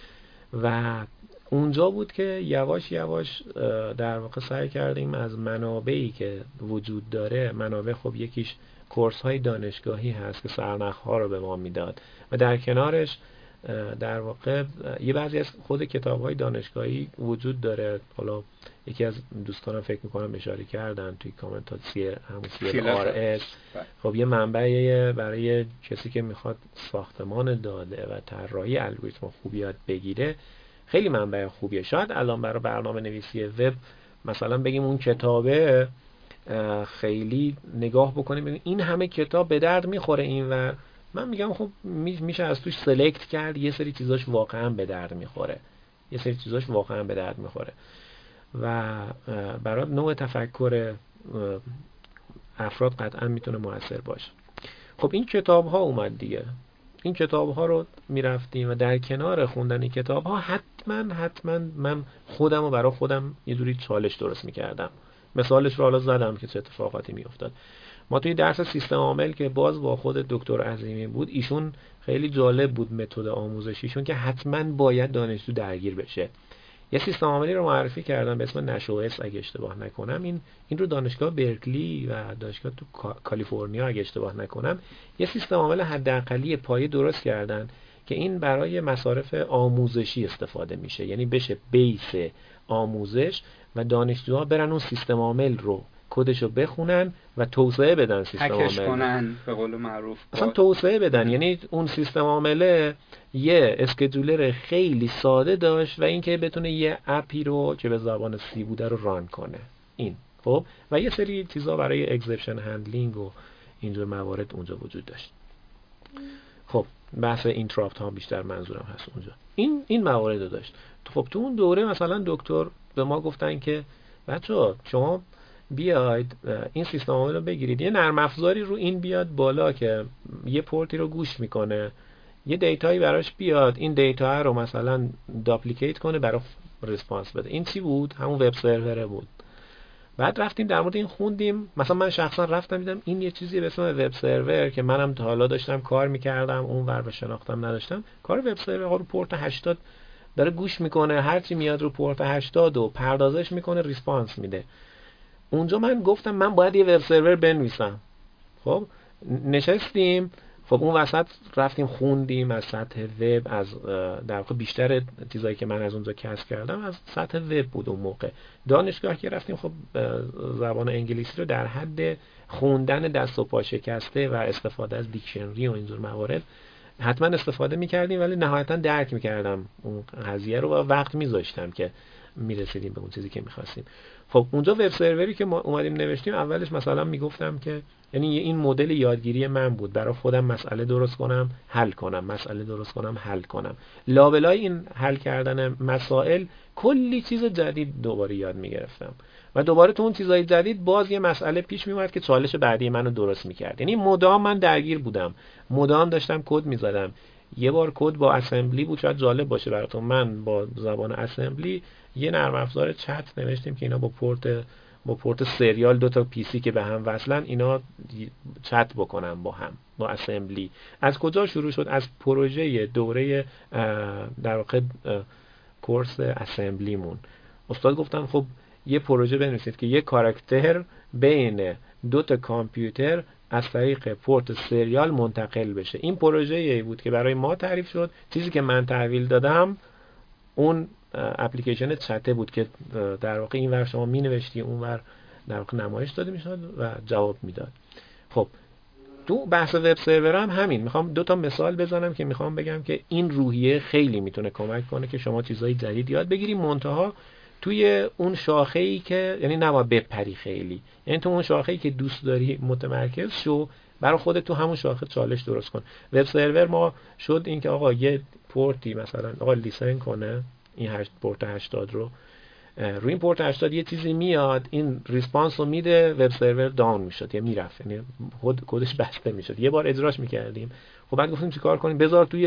و اونجا بود که یواش یواش در واقع سعی کردیم از منابعی که وجود داره، منابع خب یکیش کورس های دانشگاهی هست که سرنخ ها رو به ما میداد و در کنارش در واقع یه بعضی از خود کتاب های دانشگاهی وجود داره. حالا یکی از دوستانم فکر میکنم اشاره کردن توی کامنت ها CLRS. خب یه منبعی برای کسی که میخواد ساختمان داده و طراحی الگوریتم خوب یاد بگیره، خیلی منبع خوبیه. شاید الان برای برنامه نویسی وب مثلا بگیم اون کتابه خیلی نگاه بکنیم ببین این همه کتاب به درد میخوره این، و من میگم خب میشه از توش سلکت کرد یه سری چیزاش واقعا به درد میخوره، و برای نوع تفکر افراد قطعا میتونه مؤثر باشه. خب این کتاب ها اومد دیگه، این کتاب ها رو میرفتیم و در کنار خوندن کتاب ها حتما من خودم رو برای خودم یه جوری چالش درست میکردم. مثالش رو حالا زدم که چه اتفاقاتی میافتاد. ما توی درس سیستم عامل که باز با خود دکتر عظیمی بود، ایشون خیلی جالب بود متد آموزشیشون که حتما باید دانشجو درگیر بشه. یه سیستم عاملی رو معرفی کردم به اسم نشوئس اگه اشتباه نکنم، این رو دانشگاه برکلی و دانشگاه تو کالیفرنیا اگه اشتباه نکنم یه سیستم عامل حداقلی پایه درست کردن که این برای مصارف آموزشی استفاده میشه، یعنی بشه بیس آموزش و دانشجوها برن اون سیستم عامل رو کدشو بخونن و توسعه بدن سیستم عامل، هکش کنن به قول معروف، اصلا توسعه بدن. یعنی اون سیستم عامله یه اسکیجولر خیلی ساده داشت و اینکه بتونه یه اپی رو که به زبان سی بوده رو ران کنه این. خب و یه سری چیزا برای اکسپشن هندلینگ و اینجور موارد اونجا وجود داشت. خب بحث اینتراپت ها بیشتر منظورم هست اونجا. این موارد رو داشت. خب تو اون دوره مثلا دکتر به ما گفتن که بچه‌ها شما بیاید این سیستم عامل رو بگیرید، یه نرم افزاری رو این بیاد بالا که یه پورتی رو گوش میکنه، یه دیتایی براش بیاد، این دیتا رو مثلا داپلیکیت کنه برای ریسپانس بده. این چی بود؟ همون وب سرور بود. بعد رفتیم در مورد این خوندیم. مثلا من شخصا رفتم دیدم این یه چیزی به اسم وب سرور که منم تا حالا داشتم کار میکردم اون ور به شناختم نداشتم. کار وب سرور رو پورت 80 داره گوش میکنه، هر چی میاد رو پورت 80 و پردازش میکنه، ریسپانس میده. اونجا من گفتم من باید یه وب سرور بنویسم. خب نشستیم، خب اون وسط رفتیم خوندیم از سطح وب، از در واقع بیشتر چیزایی که من از اونجا کسب کردم از سطح وب بود. اون موقع دانشگاه که رفتیم خب زبان انگلیسی رو در حد خوندن دست و پا شکسته و استفاده از دیکشنری و اینجور موارد حتما استفاده میکردیم، ولی نهایتا درک میکردم اون قضیه رو و وقت میذاشتم که میرسیدیم به اون چیزی که میخواستیم. خب اونجا وب سروری که ما اومدیم نوشتیم، اولش مثلا میگفتم که یعنی این مدل یادگیری من بود، برای خودم مسئله درست کنم حل کنم، مسئله درست کنم حل کنم. لابلای این حل کردن مسائل کلی چیز جدید دوباره یاد میگرفتم و دوباره تو اون چیزای جدید باز یه مسئله پیش میومد که چالش بعدی منو درست میکرد. یعنی مدام من درگیر بودم، مدام داشتم کد میزدم. یه بار کد با اسمبلی بود، شاید جالب باشه براتون. من با زبان اسمبلی یه نرم افزار چت نوشتیم که اینا با پورت سریال دو تا پی سی که به هم وصلن اینا چت بکنن با هم با اسمبلی. از کجا شروع شد؟ از پروژه دوره در واقع کورس اسمبلیمون. استاد گفتن خب یه پروژه بنویسید که یه کاراکتر بین دو تا کامپیوتر از طریق پورت سریال منتقل بشه. این پروژه‌ای بود که برای ما تعریف شد. چیزی که من تحویل دادم اون اپلیکیشن چته بود که در واقع این ور شما می نوشتی، اون ور در واقع نمایش داده میشد و جواب میداد. خب تو بحث وب سرور هم همین. میخوام دو تا مثال بزنم که میخوام بگم که این روحیه خیلی میتونه کمک کنه که شما چیزای جدید یاد بگیری، منتها توی اون شاخه‌ای که یعنی نباید بپری خیلی، یعنی تو اون شاخه‌ای که دوست داری متمرکز شو، برای خودت تو همون شاخه چالش درست کن. وب سرور ما شد این که آقا یه پورتی مثلا آقا لیسن کنه این پورت 80 رو، روی این پورت 80 یه چیزی میاد، این ریسپانس رو میده، وب سرور داون میشد یا میرفت، یعنی کدش بسته میشد. یه بار اجراش میکردیم. خب بعد گفتیم چیکار کنیم؟ بذار توی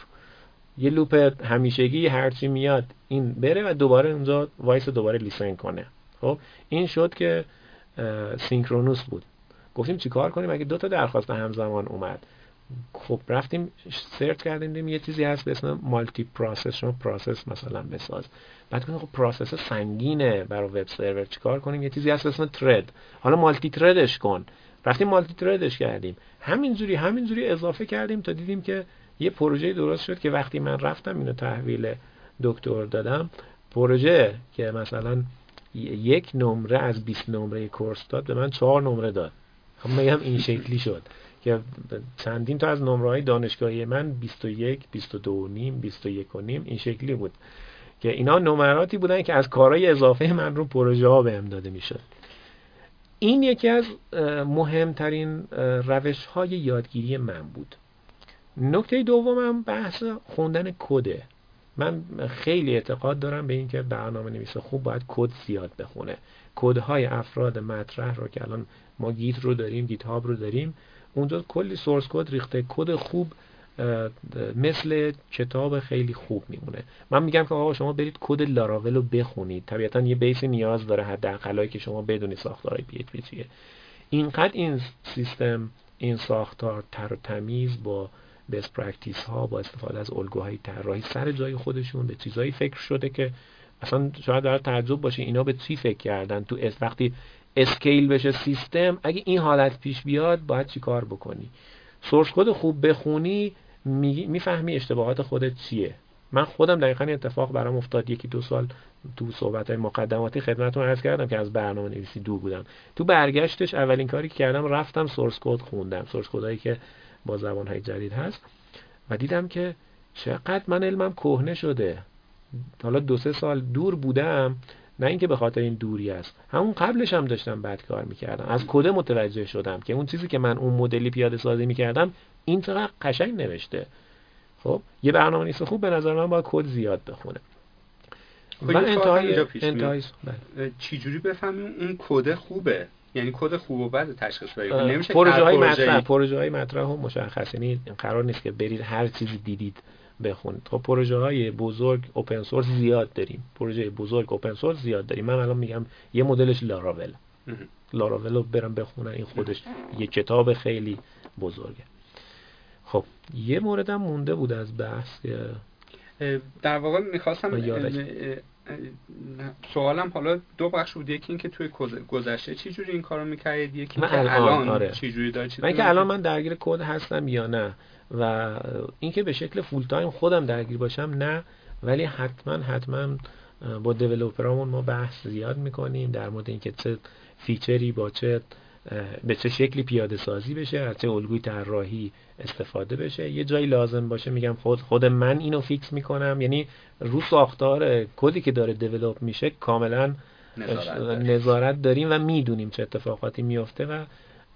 یه لوپ همیشگی هرچی میاد این بره و دوباره اونجا وایس دوباره لیسن کنه. خب این شد که سینکرونوس بود. گفتیم چیکار کنیم اگه دو تا درخواست همزمان اومد؟ خب رفتیم سرچ کردیم دیدیم یه چیزی هست به اسم مالتی پروسس. شما پروسس مثلا بساز. بعد گفتیم خب پروسس سنگینه برای وب سرور، چیکار کنیم؟ یه چیزی هست به اسم ترد. حالا مالتی تردش کن. رفتیم مالتی تردش کردیم. همینجوری اضافه کردیم تا دیدیم که یه پروژه درست شد که وقتی من رفتم اینو تحویل دکتر دادم، پروژه که مثلا 1 نمره از 20 نمره کورس داد به من 4 نمره داد. خب میگم این شکلی شد که چندین تا از نمره‌های دانشگاهی من 21 22 نیم 21 و نیم این شکلی بود که اینا نمراتی بودن که از کارهای اضافه من رو پروژه ها بهم داده میشد. این یکی از مهمترین روش‌های یادگیری من بود. نکته دومم بحث خوندن کده. من خیلی اعتقاد دارم به این که برنامه‌نویس خوب باید کد زیاد بخونه. کدهای افراد مطرح رو که الان ما گیت رو داریم، گیت هاب رو داریم، اونجا کلی سورس کد ریخته. کد خوب مثل کتاب خیلی خوب میمونه. من میگم که آقا شما برید کد لاراول رو بخونید. طبیعتا یه بیس نیاز داره حداقلایی که شما بدونید ساختارهای پی اچ پی چیه. اینقدر این سیستم، این ساختار تر و تمیز با بیس پرکتیس ها، با استفاده از الگوهای طراحی سر جای خودشون به چیزایی فکر شده که اصلا شاید برای تعجب باشه اینا به چی فکر کردن. تو وقتی اسکیل بشه سیستم، اگه این حالت پیش بیاد باید چی کار بکنی؟ سورس کد خوب بخونی میفهمی اشتباهات خودت چیه. من خودم دقیقاً این اتفاق برام افتاد. 1-2 سال تو صحبت‌های مقدماتی خدمتتون عرض کردم که از برنامه‌نویسی دور بودم. تو برگشتش اولین کاری که کردم رفتم سورس کد خوندم، سورس کدایی که با زبان‌های جدید هست، و دیدم که چقدر من علمم کهنه شده. حالا 2-3 سال دور بودم، نه اینکه به خاطر این دوری است، همون قبلش هم داشتم بد کار میکردم. از کد متوجه شدم که اون چیزی که من اون مدلی پیاده سازی میکردم این چقدر قشنگ نوشته. خب یه برنامه‌نویس خوب به نظر من باید کد زیاد بخونه. و انتهای چی جوری بفهمیم اون کد خوبه؟ یعنی کد خوب و بد تشخیص بدیم. نمیشه پروژه‌های مطرح هم مشخص، یعنی قرار نیست که برید هر چیزی دیدید بخونید. خب پروژه‌های بزرگ اوپن سورس زیاد داریم، پروژه بزرگ اوپن سورس زیاد داریم. من الان میگم یه مدلش لاراول رو برم بخونن، این خودش یه کتاب خیلی بزرگه. خب یه موردم مونده بود از بحث که در واقع میخواستم سوالم حالا دو بخش بود، یکی این که توی گذشته چی جوری این کارو می‌کردید، یکی این که الان چی جوری دارید. من که الان من درگیر کد هستم یا نه، و اینکه به شکل فول تایم خودم درگیر باشم نه، ولی حتما با دیولپرامون ما بحث زیاد میکنیم در مورد اینکه چه فیچری به چه شکلی پیاده سازی بشه، از چه الگوی طراحی استفاده بشه. یه جایی لازم باشه میگم خود من اینو فیکس میکنم، یعنی رو ساختار کدی که داره دیولپ میشه کاملا نظارت داریم و میدونیم چه اتفاقاتی میفته و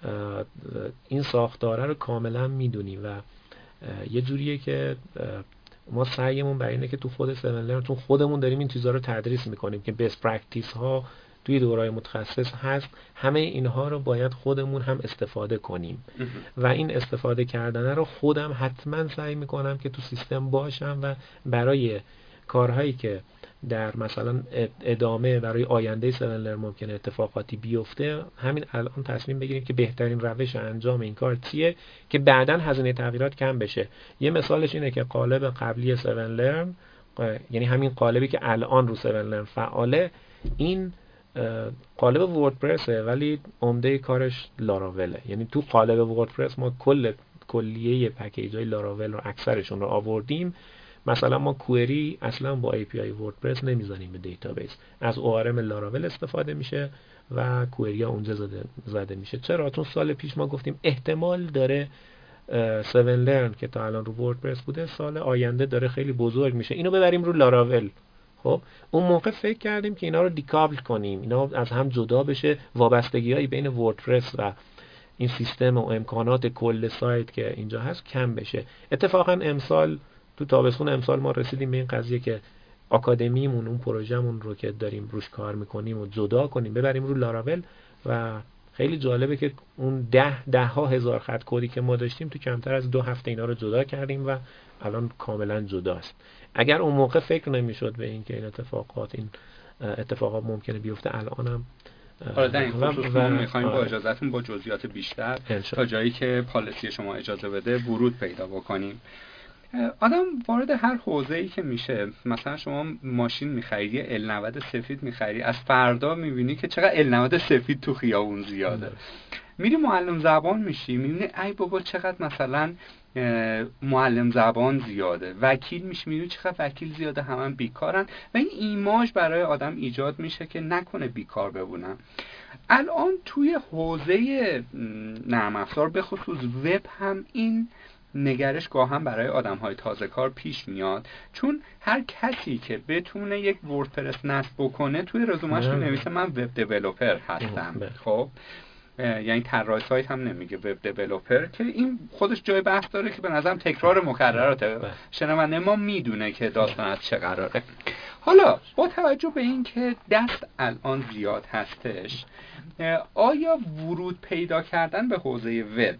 این ساختاره رو کاملا میدونیم و یه جوریه که ما سعیمون برای اینه که تو خود 7 لرن چون خودمون داریم این چیزا رو تدریس میکنیم که بیس پرکتیس ها توی دوره‌های متخصص هست، همه اینها رو باید خودمون هم استفاده کنیم و این استفاده کردن رو خودم حتما سعی میکنم که تو سیستم باشم و برای کارهایی که در مثلا ادامه برای آینده 7 لرن ممکنه اتفاقاتی بیفته، همین الان تصمیم بگیریم که بهترین روش انجام این کار چیه که بعداً هزینه تغییرات کم بشه. یه مثالش اینه که قالب قبلی 7 لرن، یعنی همین قالبی که الان رو 7 لرن فعاله، این قالب وردپرسه ولی عمده کارش لاراوله. یعنی تو قالب وردپرس ما کلیه پکیج‌های لاراول رو اکثرشون رو آوردیم. مثلا ما کوئری اصلا با API وردپرس نمیزنیم به دیتابیس، از ORM لاراول استفاده میشه و کوئری ها اونجا زده میشه. چرا؟ چون سال پیش ما گفتیم احتمال داره 7 لرن که تا الان رو وردپرس بوده سال آینده داره خیلی بزرگ میشه، اینو ببریم رو لاراول. خب اون موقع فکر کردیم که اینا رو دیکابل کنیم، اینا از هم جدا بشه، وابستگی‌هایی بین وردپرس و این سیستم و امکانات کل سایت که اینجا هست کم بشه. اتفاقا امسال تو تابستون امسال ما رسیدیم به این قضیه که آکادمیمون، اون پروژه‌مون رو که داریم روش کار میکنیم و جدا کنیم ببریم رو لاراول و خیلی جالبه که اون ده ها هزار خط کدی که ما داشتیم تو کمتر از 2 هفته اینا رو جدا کردیم و الان کاملا جداست. اگر اون موقع فکر نمیشد به این که این اتفاقات ممکنه بیفته، الانم حالا در این خصوص ما میخوایم با اجازهتون با جزئیات بیشتر تا جایی که پالیسی شما اجازه بده ورود پیدا بکنیم. آدم وارد هر حوزه‌ای که میشه، مثلا شما ماشین می‌خری، L90 سفید می‌خری، از فردا می‌بینی که چقدر L90 سفید تو خیابون زیاده. میری معلم زبان میشی، می‌بینی ای بابا چقدر مثلا معلم زبان زیاده. وکیل میشی، می‌بینی چقدر وکیل زیاده، همه بیکارن و این ایماژ برای آدم ایجاد میشه که نکنه بیکار بمونن. الان توی حوزه نرم افزار به خصوص وب هم این نگرش گاهم برای آدم‌های تازه کار پیش میاد، چون هر کسی که بتونه یک وردپرس نصب بکنه توی رزومه‌اش می‌نویسه من وب دیولپر هستم. خب یعنی طراح سایت هم نمیگه وب دیولپر، که این خودش جای بحث داره که به نظرم تکرار مکرراته. شنونده ما میدونه که داستان از چه قراره. حالا با توجه به این که دست الان زیاد هستش، آیا ورود پیدا کردن به حوزه وب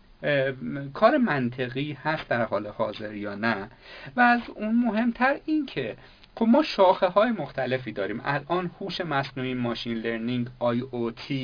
کار منطقی هست در حال حاضر یا نه؟ و از اون مهمتر این که خب ما شاخه های مختلفی داریم الان، هوش مصنوعی، ماشین لرنینگ، IoT،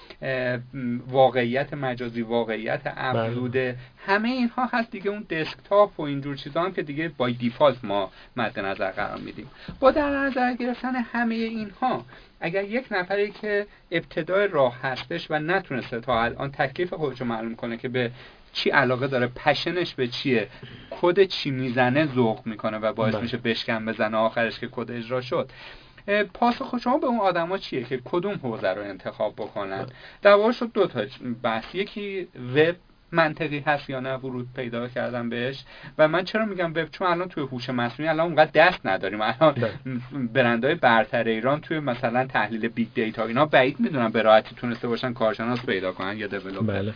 واقعیت مجازی، واقعیت افزوده، همه اینها هست دیگه. اون دسکتاپ و اینجور چیزا هم که دیگه بای دیفالت ما مد نظر قرار میدیم. با در نظر گرفتن همه اینها، اگر یک نفری که ابتدای راه هستش و نتونسته تا الان تکلیف خودشو معلوم کنه که به چی علاقه داره، پشنش به چیه، کد چی میزنه ذوق میکنه و باعث میشه بشکن بزنه آخرش که کد اجرا شد، پاسخ شما به اون آدما چیه که کدوم حوزه رو انتخاب بکنن؟ در واقع شد دو تا بحث، یکی وب منطقی هست یا نه ورود پیدا کردن بهش، و من چرا میگم وب؟ چون الان توی هوش مصنوعی الان اونقدر دست نداریم. الان برندهای برتر ایران توی مثلا تحلیل بیگ دیتا اینا بعید میدونم به راحتی تونسته باشن کارشناس پیدا کنن یا دیولپر.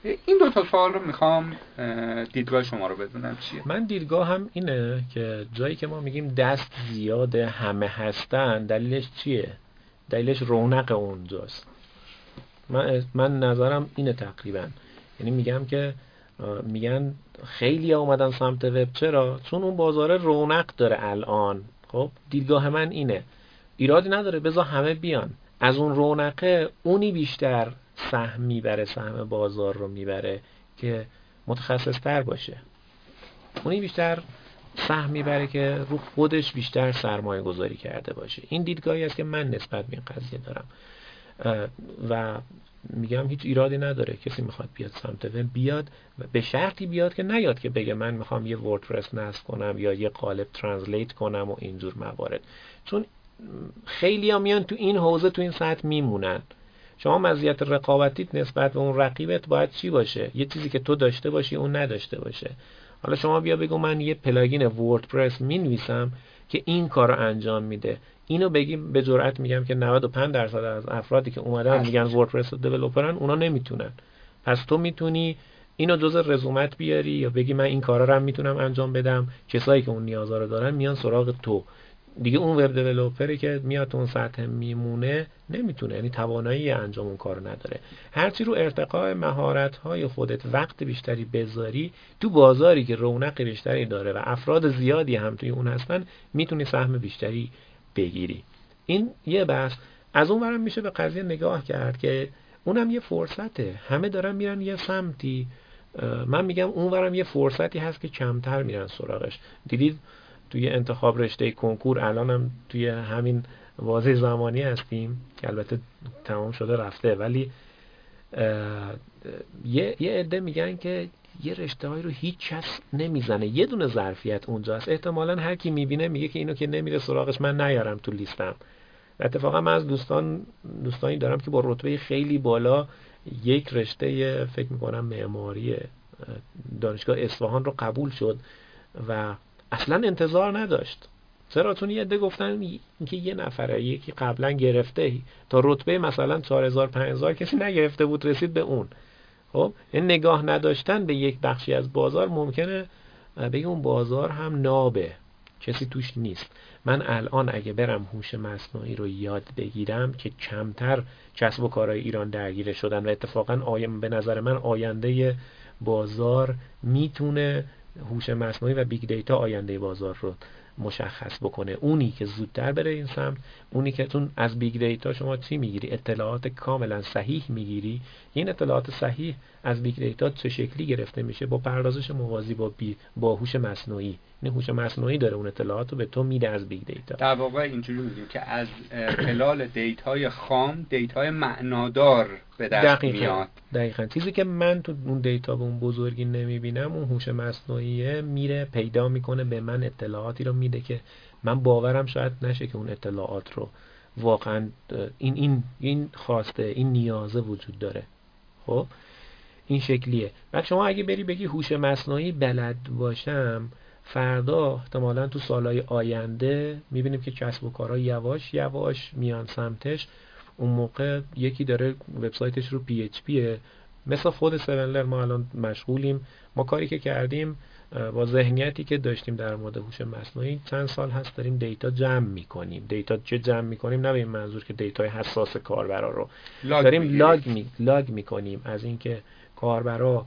این دو تا سوال رو میخوام دیدگاه شما رو بدونم چیه. من دیدگاه هم اینه که جایی که ما میگیم دست زیاده همه هستن، دلیلش چیه؟ دلیلش رونق اونجاست. من نظرم اینه تقریبا. یعنی میگم که میگن خیلی ها اومدن سمت وب. چرا؟ چون اون بازار رونق داره الان. خب دیدگاه من اینه، ایرادی نداره بذار همه بیان، از اون رونقه اونی بیشتر سهم میبره، سهم بازار رو میبره که متخصص تر باشه، اونی بیشتر سهم میبره که رو خودش بیشتر سرمایه گذاری کرده باشه. این دیدگاهی است که من نسبت به این قضیه دارم و میگم هیچ ایرادی نداره کسی میخواد بیاد سمت وب بیاد، به شرطی بیاد که نیاد که بگه من میخوام یه وردپرس نصب کنم یا یه قالب ترنسلیت کنم و اینجور موارد. چون خیلی ها میان تو این حوزه، تو این سطح میمونن. شما مزیت رقابتیت نسبت به اون رقیبت باید چی باشه؟ یه چیزی که تو داشته باشی اون نداشته باشه. حالا شما بیا بگو من یه پلاگین وردپرس مینویسم که این کارو انجام میده، اینو بگیم به جرئت میگم که 95% از افرادی که اومدن میگن وردپرس دیولپرن اونا نمیتونن. پس تو میتونی اینو جزء رزومت بیاری یا بگی من این کارا رو هم میتونم انجام بدم، کسایی که اون نیازا رو دارن میان سراغ تو. دیگه اون وب دیولپری که میاد اون سطح میمونه نمیتونه، یعنی توانایی انجام اون کارو نداره. هرچی رو ارتقاء مهارت‌های خودت وقت بیشتری بذاری، تو بازاری که رونق بیشتری داره و افراد زیادی هم توی اون هستن، میتونی سهم بیشتری بگیری. این یه بحث. از اون ورم میشه به قضیه نگاه کرد که اونم یه فرصته، همه دارن میرن یه سمتی. من میگم اون ورم یه فرصتی هست که کمتر میرن سراغش. دیدید توی انتخاب رشته کنکور الانم توی همین واضح زمانی هستیم که البته تمام شده رفته، ولی یه عده میگن که یه رشته‌ای رو هیچ کس نمیزنه، یه دونه ظرفیت اونجاست، احتمالاً هر کی میبینه میگه که اینو که نمیره سراغش من نیارم تو لیستم. اتفاقا من از دوستانی دارم که با رتبه خیلی بالا یک رشته فکر میکنم معماری دانشگاه اصفهان رو قبول شد و اصلا انتظار نداشت. چرا؟ چون یه عده گفتن اینکه یه نفره یکی قبلا گرفته تا رتبه مثلا 4000 5000 کسی نگرفته بود رسید به اون. خب این نگاه نداشتن به یک بخشی از بازار ممکنه بگه اون بازار هم نابه، کسی توش نیست. من الان اگه برم هوش مصنوعی رو یاد بگیرم که کمتر کسب و کارهای ایران درگیر شدن و اتفاقا به نظر من آینده بازار میتونه هوش مصنوعی و بیگ دیتا آینده بازار رو مشخص بکنه. اونی که زودتر بره این سمت، اونی که تون از بیگ دیتا شما چی میگیری؟ اطلاعات کاملا صحیح میگیری. این اطلاعات صحیح از بیگ دیتا چه شکلی گرفته میشه؟ با پردازش موازی با هوش مصنوعی. این هوش مصنوعی داره اون اطلاعات رو به تو میده از بیگ دیتا. در واقع اینجوری میگیم که از خلال دیتای خام دیتای معنادار به دست میاد. دقیقاً چیزی که من تو اون دیتا به اون بزرگی نمیبینم، اون هوش مصنوعی میره پیدا میکنه به من اطلاعاتی رو میده که من باورم شاید نشه که اون اطلاعات رو واقعا این خواسته، این نیازه وجود داره. خب این شکلیه. بعد شما اگه بری بگی هوش مصنوعی بلد باشم، فردا احتمالاً تو سالهای آینده میبینیم که کسب و کارها یواش یواش میان سمتش. اون موقع یکی داره وبسایتش رو PHP مثل خود 7 ما الان مشغولیم. ما کاری که کردیم با ذهنیتی که داشتیم در مورد هوش مصنوعی چند سال هست داریم دیتا جمع میکنیم. دیتا چه جمع میکنیم؟ نه به این منظور که دیتای حساس کاربرا رو داریم لاگ میکنیم، از اینکه کاربرا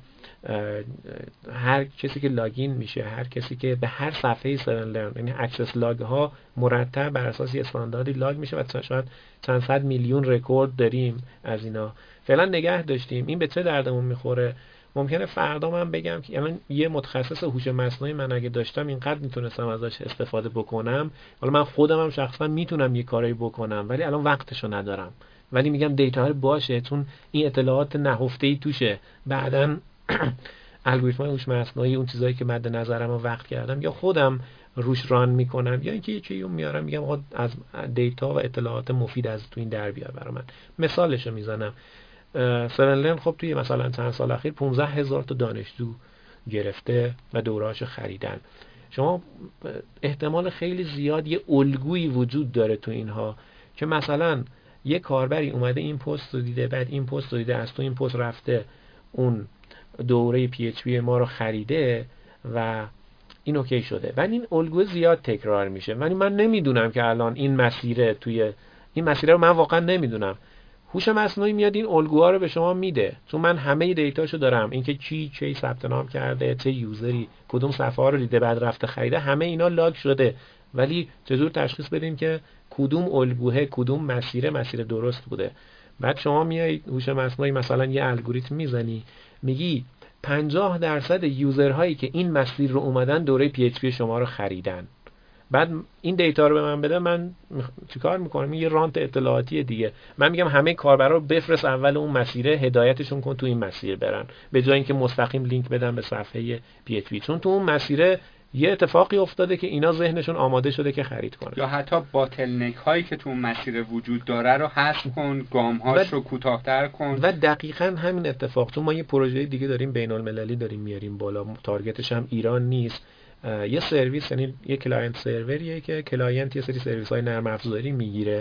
هر کسی که لاگین میشه، هر کسی که به هر صفحه 7 یعنی اکسس لاگ ها مرتب بر اساس استانداردی لاگ میشه و شاید چند صد میلیون رکورد داریم از اینا فعلا نگه داشتیم. این به چه دردمون میخوره؟ ممکنه فردا من بگم که الان یه متخصص هوش مصنوعی من اگه داشتم اینقدر میتونستم ازش استفاده بکنم، حالا من خودم هم شخصا میتونم یه کاری بکنم ولی الان وقتشو ندارم. ولی میگم دیتا باشه چون این اطلاعات نهفته‌ای توشه. بعدن الگوریتم‌های هوش مصنوعی اون چیزایی که مد نظرم رو وقت کردم یا خودم روش ران میکنم یا اینکه یکی رو میارم میگم آقا از دیتا و اطلاعات مفید از تو این در بیار برام. من مثالشو میزنم. 7 خب توی مثلا چند سال اخیر 15,000 تا دانشجو گرفته و دوره‌اشو خریدن. شما احتمال خیلی زیاد یه الگویی وجود داره تو اینها که مثلا یه کاربری اومده این پست رو دیده، بعد این پست رو دیده، از تو این پست رفته اون دوره PHP ما رو خریده و این اوکی شده. ولی این الگو زیاد تکرار میشه. ولی من نمیدونم که الان این مسیر رو من واقعا نمیدونم. هوش مصنوعی میاد این الگوها رو به شما میده، چون من همه دیتاشو دارم، اینکه چه ثبت نام کرده، چه یوزری کدوم صفحه ها رو دیده بعد رفته خریده، همه اینا لاگ شده. ولی چطور تشخیص بدیم که کدوم الگوه کدوم مسیر درست بوده؟ بعد شما میای هوش مصنوعی مثلا یه الگوریتم میزنی، میگی 50% یوزرهایی که این مسیر رو اومدن دوره PHP شما رو خریدن. بعد این دیتا رو به من بده، من چیکار میکنم؟ یه رانت اطلاعاتی دیگه. من میگم همه کاربرا رو بفرست اول اون مسیره، هدایتشون کن تو این مسیر برن، به جای اینکه مستقیم لینک بدن به صفحه PHP، چون تو اون مسیره یه اتفاقی افتاده که اینا ذهنشون آماده شده که خرید کنه. یا حتی باتلنک هایی که تو اون مسیر وجود داره رو حذف کن، گام هاش رو کوتاه‌تر کن. و دقیقاً همین اتفاق، چون ما یه پروژه دیگه داریم بین المللی داریم میاریم بالا، تارگتش هم ایران نیست. یه سرویس، یعنی یه کلاینت سروریه که کلاینت یه سری سرویس های نرم افزاری میگیره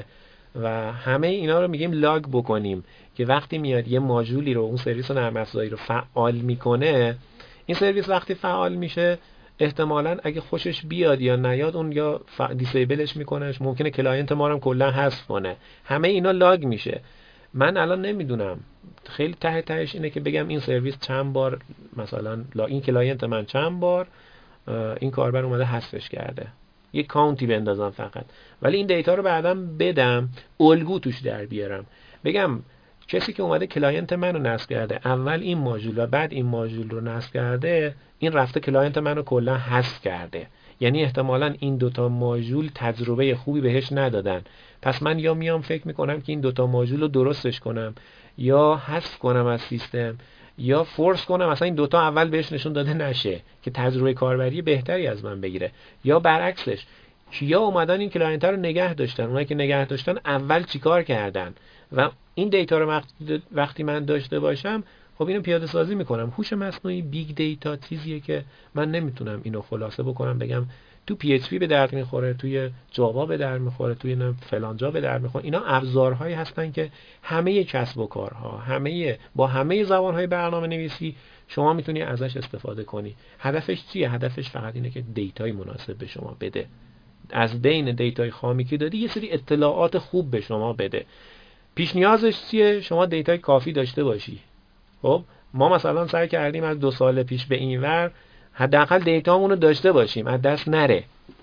و همه اینا رو میگیم لاگ بکنیم که وقتی میاد یه ماژولی رو، اون سرویس نرم افزاری رو فعال میکنه، این سرویس وقتی فعال میشه احتمالاً اگه خوشش بیاد یا نیاد اون یا دیسیبلش میکنهش، ممکنه کلاینت ما رو کلا حذف کنه. همه اینا لاگ میشه. من الان نمیدونم، خیلی تهش اینه که بگم این سرویس چند بار مثلا این کلاینت من چند بار این کاربر اومده حذفش کرده، یه کانتی بندازم فقط. ولی این دیتا رو بعداً بدم، الگو توش در بیارم، بگم کسی که اومده کلاینت منو نصب کرده، اول این ماژول و بعد این ماژول رو نصب کرده، این رفته کلاینت منو کلا حذف کرده. یعنی احتمالاً این دوتا ماژول تجربه خوبی بهش ندادن. پس من یا میام فکر میکنم که این دوتا ماژول رو درستش کنم، یا حذف کنم از سیستم، یا فورس کنم مثلا این دوتا اول بهش نشون داده نشه که تجربه کاربری بهتری از من بگیره، یا برعکسش کیا اومدن این کلاینت رو نگه داشتن، اونایی که نگه داشتن اول چیکار کردن. و این دیتا رو وقتی من داشته باشم، خب اینو پیاده سازی میکنم. هوش مصنوعی بیگ دیتا چیزیه که من نمیتونم اینو خلاصه بکنم بگم تو PHP به درد میخوره، توی جاوا به درد میخوره، توی فلان جا به درد میخوره. اینا ابزارهایی هستن که همه کسب و کارها، با همه زبانهای برنامه نویسی شما میتونی ازش استفاده کنی. هدفش چیه؟ هدفش فقط اینه که دیتای مناسب به شما بده. از بین دیتای خامی که دادی یه سری اطلاعات خوب به شما بده. پیش نیازش چیه؟ شما دیتای کافی داشته باشی. خب ما مثلا سعی کردیم از 2 سال پیش به این ور حداقل دیتامون رو داشته باشیم، از دست نره.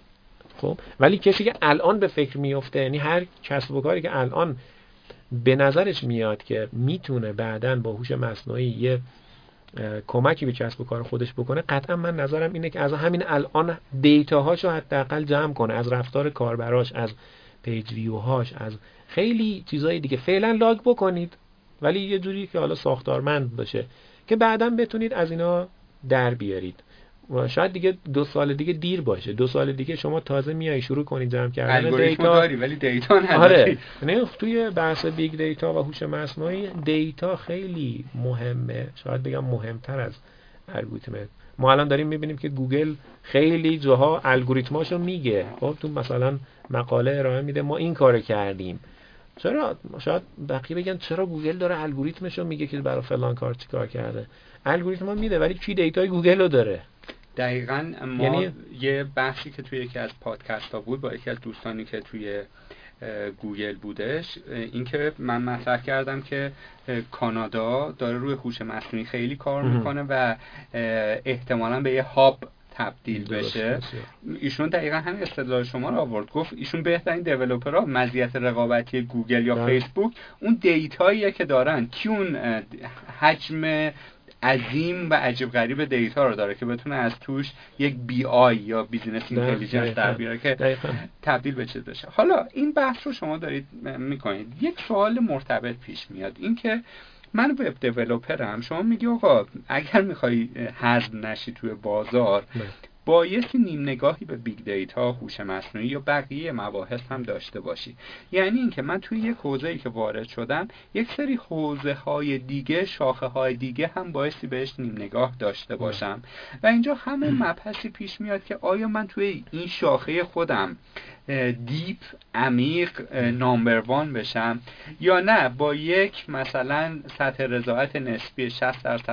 خب ولی کسی که الان به فکر میفته، یعنی هر کسب و کاری که الان به نظرش میاد که میتونه بعداً با هوش مصنوعی یه کمکی به کسب و کار خودش بکنه، قطعا من نظرم اینه که از همین الان دیتاهاشو حداقل جمع کنه، از رفتار کاربراش، از پیج ویوهاش، از خیلی چیزای دیگه فعلا لاگ بکنید، ولی یه جوری که حالا ساختارمند باشه که بعداً بتونید از اینا در بیارید. و شاید دیگه 2 سال دیگه دیر باشه، 2 سال دیگه شما تازه میای شروع کنید جمع کردن دیتا داری ولی دیتا نداری. آره، نه توی بحث بیگ دیتا و هوش مصنوعی دیتا خیلی مهمه، شاید بگم مهمتر از الگوریتم. ما الان داریم میبینیم که گوگل خیلی جاها الگوریتماشو میگه، خب تو مثلا مقاله ارائه میده ما این کارو کردیم. چرا؟ شاید بقیه بگن چرا گوگل داره الگوریتمشو میگه که برای فلان کار چیکار کرده. الگوریتمو میده ولی کی دیتای گوگل رو داره؟ دقیقاً. ما یه بحثی که توی یکی از پادکست ها بود با یکی از دوستانی که توی گوگل بودش، این که من مطرح کردم که کانادا داره روی هوش مصنوعی خیلی کار میکنه و احتمالاً به یه هاب تبدیل بشه. ایشون دقیقا همین استدلال شما رو آورد، گفت ایشون بهترین دیولپرها، مزیت رقابتی گوگل یا فیسبوک اون دیتاییه که دارن، که اون حجم عظیم و عجیب غریب دیتا رو داره که بتونه از توش یک بی آی یا بیزینس اینتلیجنس در بیاره که تبدیل به چیز بشه. حالا این بحث رو شما دارید میکنید، یک سوال مرتبط پیش میاد، این که من وب دیولپرم، شما میگی آقا اگر میخوای هضم نشی توی بازار بایستی نیم نگاهی به بیگ دیتا، هوش مصنوعی یا بقیه مباحث هم داشته باشی. یعنی اینکه من توی یک حوزه‌ای که وارد شدم، یک سری حوزه‌های دیگه، شاخه‌های دیگه هم بایستی بهش نیم نگاه داشته باشم و اینجا همه مبحثی پیش میاد که آیا من توی این شاخه خودم دیپ، عمیق، نامبر وان بشم یا نه با یک مثلا سطح رضایت نسبی 60%،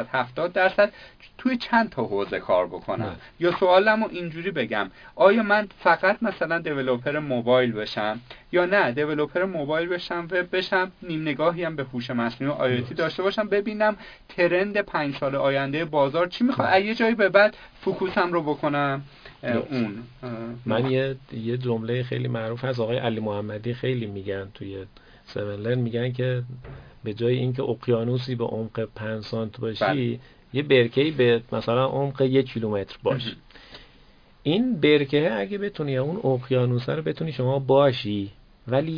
70% توی چند تا حوزه کار بکنم. یا سوالمو اینجوری بگم، آیا من فقط مثلا دیولپر موبایل بشم یا نه دیولپر موبایل بشم و بشم نیم نگاهی هم به هوش مصنوعی و آیوتی داشته باشم، ببینم ترند 5 سال آینده بازار چی میخواد، یه جایی به بعد فوکوسم رو بکنم اون. من یه جمله خیلی معروف از آقای علی محمدی خیلی میگن توی 7 لرن، میگن که به جای اینکه اقیانوسی به عمق 5 سانت باشی، یه برکه‌ای به مثلا عمق 1 کیلومتر باش. این برکه اگه بتونی اون اقیانوس رو بتونی شما باشی ولی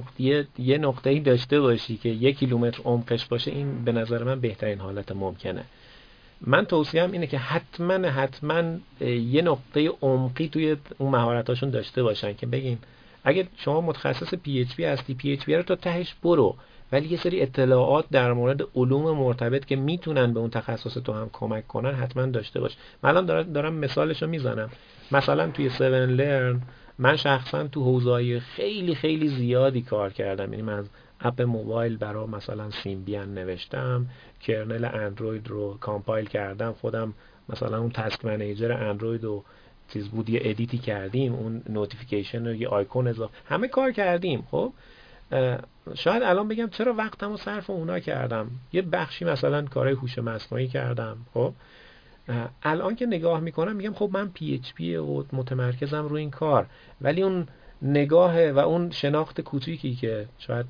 یه نقطه‌ای داشته باشی که 1 کیلومتر عمقش باشه، این به نظر من بهترین حالت ممکنه. من توصیه‌ام اینه که حتما یه نقطه عمقی توی اون مهارتاشون داشته باشن که بگین اگه شما متخصص PHP هستی، PHP رو تا تهش برو، ولی یه سری اطلاعات در مورد علوم مرتبط که میتونن به اون تخصص تو هم کمک کنن حتما داشته باش. من الان دارم مثالشو میزنم. مثلا توی 7 لرن من شخصا تو حوزه‌های خیلی خیلی زیادی کار کردم. یعنی من از اپ موبایل برای مثلا سیمبیان نوشتم، کرنل اندروید رو کامپایل کردم، خودم مثلا اون تاسک منیجر اندروید رو چیز بود یه ادیتی کردیم، اون نوتیفیکیشن رو یه آیکون اضافه، همه کار کردیم. خب شاید الان بگم چرا وقتمو صرف اونا کردم، یه بخشی مثلا کارهای هوش مصنوعی کردم. خب الان که نگاه میکنم میگم خب من PHP و متمرکزم روی این کار، ولی اون نگاه و اون شناخت کوچیکی که شاید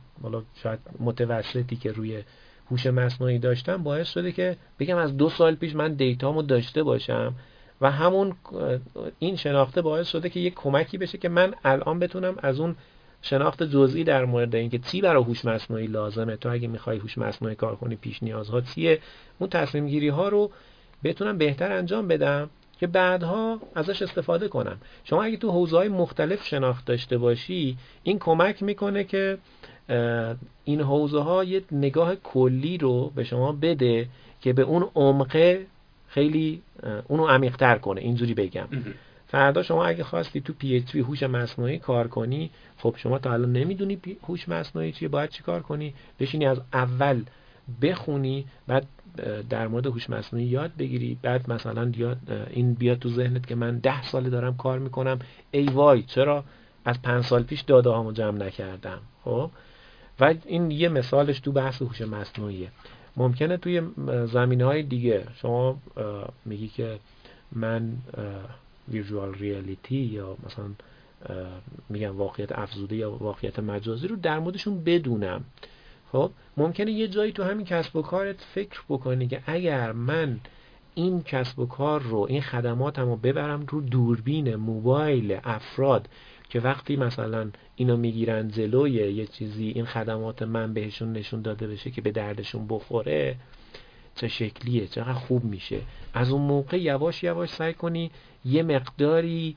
متوسطی که روی هوش مصنوعی داشتم باعث شده که بگم از 2 سال پیش من دیتامو داشته باشم و همون این شناخته باعث شده که یک کمکی بشه که من الان بتونم از اون شناخت جزئی در مورد اینکه چی برای هوش مصنوعی لازمه، تو اگه میخوای هوش مصنوعی کار کنی پیش نیازها چیه، اون تصمیم گیری ها رو بتونم بهتر انجام بدم که بعدها ازش استفاده کنم. شما اگه تو حوزه‌های مختلف شناخت داشته باشی، این کمک میکنه که این حوزه‌ها یه نگاه کلی رو به شما بده که به اون عمق خیلی اونو عمیق‌تر کنه. اینجوری بگم فردا شما اگه خواستی تو PHP هوش مصنوعی کار کنی، خب شما تا الان نمیدونی هوش مصنوعی چیه، باید چی کار کنی؟ بشینی از اول بخونی، بعد در مورد هوش مصنوعی یاد بگیری، بعد مثلا این بیاد تو ذهنت که من 10 ساله دارم کار میکنم، ای وای چرا از 5 سال پیش داده هامو جمع نکردم. خب و این یه مثالش تو بحث هوش مصنوعیه. ممکنه توی زمینه‌های دیگه شما میگی که من ویژوال ریالیتی یا مثلا میگم واقعیت افزوده یا واقعیت مجازی رو در موردشون بدونم. خب ممکنه یه جایی تو همین کسب و کارت فکر بکنی که اگر من این کسب و کار رو، این خدماتمو ببرم رو دوربین موبایل افراد که وقتی مثلا اینو میگیرن جلوی یه چیزی، این خدمات من بهشون نشون داده بشه که به دردشون بخوره، چه شکلیه، چقدر خوب میشه. از اون موقع یواش یواش سعی کنی یه مقداری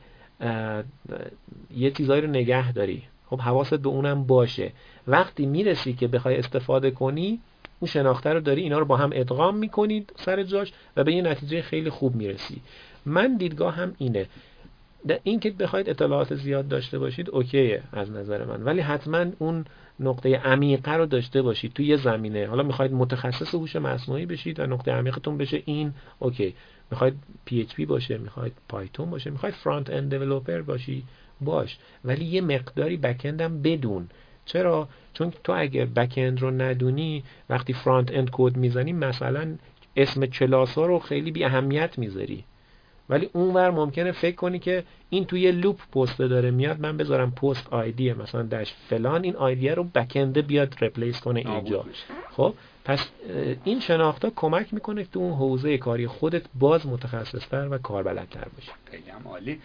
یه چیزایی رو نگه داری. خب حواست به اونم باشه. وقتی میرسی که بخوای استفاده کنی، اون شناخته رو داری، اینا رو با هم ادغام میکنید سر جاش و به یه نتیجه خیلی خوب میرسی. من دیدگاه هم اینه. این که بخواید اطلاعات زیاد داشته باشید اوکیه از نظر من، ولی حتما اون نقطه عمیقه رو داشته باشید توی یه زمینه. حالا میخواید متخصص هوش مصنوعی بشید و نقطه عمیقتون بشه این، اوکی. میخواید PHP باشه، میخواید پایتون باشه، میخواید فرانت اند دیولپر باشی، باش، ولی یه مقداری بک اندم بدون. چرا؟ چون تو اگه بک اند رو ندونی، وقتی فرانت اند کد میزنی مثلا اسم کلاس ها رو خیلی بی اهمیت میذاری، ولی اونور ممکنه فکر کنی که این توی لوپ پست داره میاد، من بذارم پست آیدی مثلا داش فلان، این آیدی رو بک اند بیاد ریپلیس کنه اینجا. خب پس این شناختا کمک میکنه که تو اون حوزه کاری خودت باز متخصص‌تر و کاربلدتر باشی. خیلی عالی.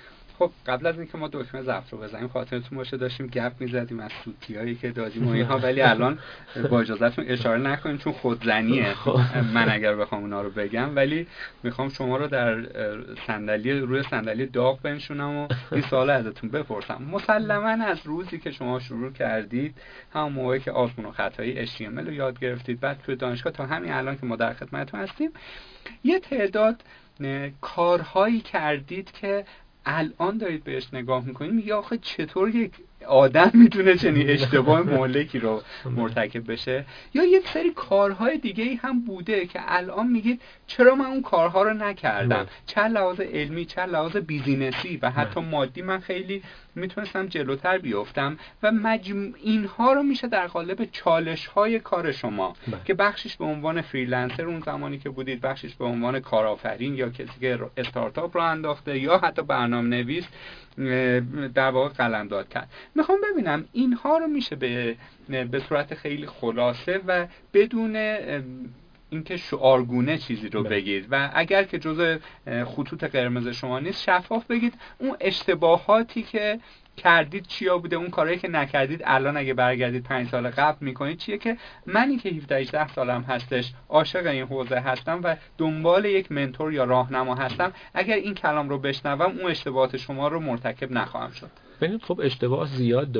خب قبل از اینکه ما دکمه ضبط رو بزنیم خاطرتون باشه داشتیم گپ می‌زدیم از سوتیایی که دادیم و اینها، ولی الان با اجازهتون اشاره نکنیم چون خودزنیه من اگر بخوام اونا رو بگم، ولی میخوام شما رو در روی صندلی داغ بنشونم و این سوال ازتون بپرسم. مسلماً از روزی که شما شروع کردید همون موقعی که آزمون و خطایی HTML رو یاد گرفتید، بعد توی دانشگاه تا همین الان که ما در خدمتتون هستیم، یه تعداد کارهایی کردید که الان دارید بهش نگاه میکنید میگه آخه چطور یک آدم میتونه چنین اشتباه مهلکی رو مرتکب بشه، یا یک سری کارهای دیگه ای هم بوده که الان میگید چرا من اون کارها رو نکردم، چه لحاظ علمی چه لحاظ بیزینسی و حتی مادی من خیلی میتونستم جلوتر بیفتم و اینها رو میشه در قالب چالش های کار شما که بخشش به عنوان فریلنسر اون زمانی که بودید، بخشش به عنوان کارآفرین یا کسی که استارتاپ رو انداخته یا حتی برنامه‌نویس در واقع قلمداد کرد. میخوام ببینم اینها رو میشه به صورت خیلی خلاصه و بدون اینکه شعارگونه چیزی رو بگید و اگر که جزء خطوط قرمز شما نیست شفاف بگید اون اشتباهاتی که کردید چیا بوده، اون کارهایی که نکردید الان اگه برگردید 5 سال قبل میکنید چیه، که منی که 17-18 سالم هستش عاشق این حوزه هستم و دنبال یک منتور یا راهنما هستم، اگر این کلام رو بشنوم اون اشتباهات شما رو مرتکب نخواهم شد. ببینید خب اشتباه زیاد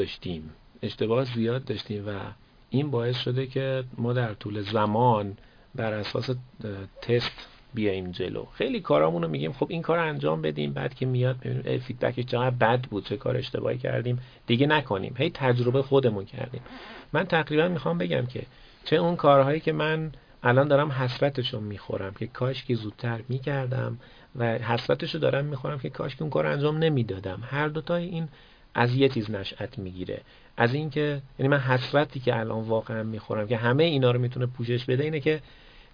داشتیم و این باعث شده که ما در طول زمان بر اساس تست بیایم جلو. خیلی کارامون رو میگیم خب این کار انجام بدیم، بعد که میاد ببینیم فیدبکش چقدر بد بود، چه کار اشتباهی کردیم، دیگه نکنیم. هی تجربه خودمون کردیم. من تقریبا میخوام بگم که چه اون کارهایی که من الان دارم حسرتشو میخورم که کاش که زودتر میکردم و حسرتشو دارم میخورم که کاش که اون کار انجام نمیدادم، هر دوتای این از یه چیز نشأت میگیره، از این که یعنی من حسرتی که الان واقعا میخورم که همه اینا رو میتونه پوشش بده اینه که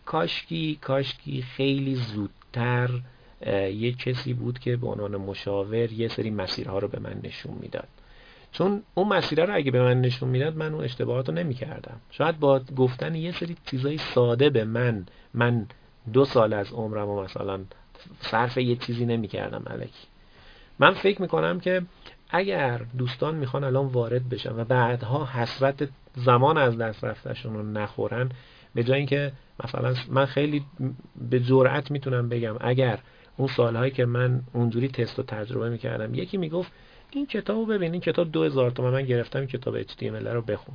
کاشکی خیلی زودتر یه کسی بود که به عنوان مشاور یه سری مسیرها رو به من نشون میداد، چون اون مسیرها رو اگه به من نشون میداد من اون اشتباهات رو نمیکردم. شاید با گفتن یه سری چیزای ساده به من 2 سال از عمرم و مثلا صرف یه چیزی نمیکردم الکی. من فکر میکنم که اگر دوستان میخوان الان وارد بشن و بعدها حسرت زمان از دست رفتشون رو نخورن، به جای اینکه مثلا من خیلی به جرئت میتونم بگم اگر اون سالهایی که من اونجوری تست و تجربه میکردم یکی میگفت این کتابو ببین، این کتاب 2000 تومان من گرفتم، این کتاب HTML رو بخون،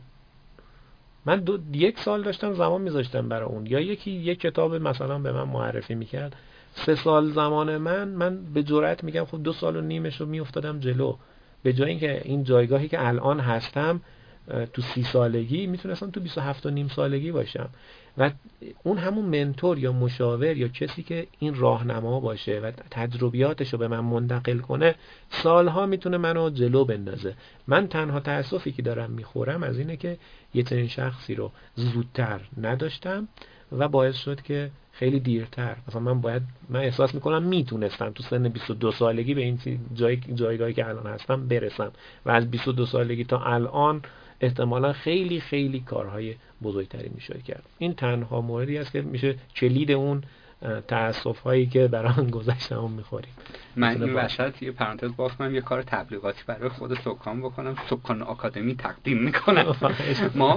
من 1 سال داشتم زمان میذاشتم برای اون، یا یکی یک کتاب مثلا به من معرفی میکرد 3 سال زمان من به جرئت میگم خب 2 سال و نیمش رو میافتادم جلو، به جای اینکه این جایگاهی که الان هستم تو 30 سالگی میتونستم تو 27 و نیم سالگی باشم. و اون همون منتور یا مشاور یا کسی که این راهنما باشه و تجربیاتشو به من منتقل کنه سالها میتونه منو جلو بندازه. من تنها تأسفی که دارم میخورم از اینه که یه چنین شخصی رو زودتر نداشتم و باعث شد که خیلی دیرتر مثلا من احساس میکنم میتونستم تو سن 22 سالگی به این جایگاهی که الان هستم برسم و از 22 سالگی تا الان احتمالا خیلی خیلی کارهای بزرگتری میشه کرد. این تنها موردی است که میشه کلید اون تأسف هایی که برای گذشتمون میخوریم. من این وسط یه پرانتز باز کنم، یه کار تبلیغاتی برای خود سکان بکنم، سکان آکادمی تقدیم میکنم. ما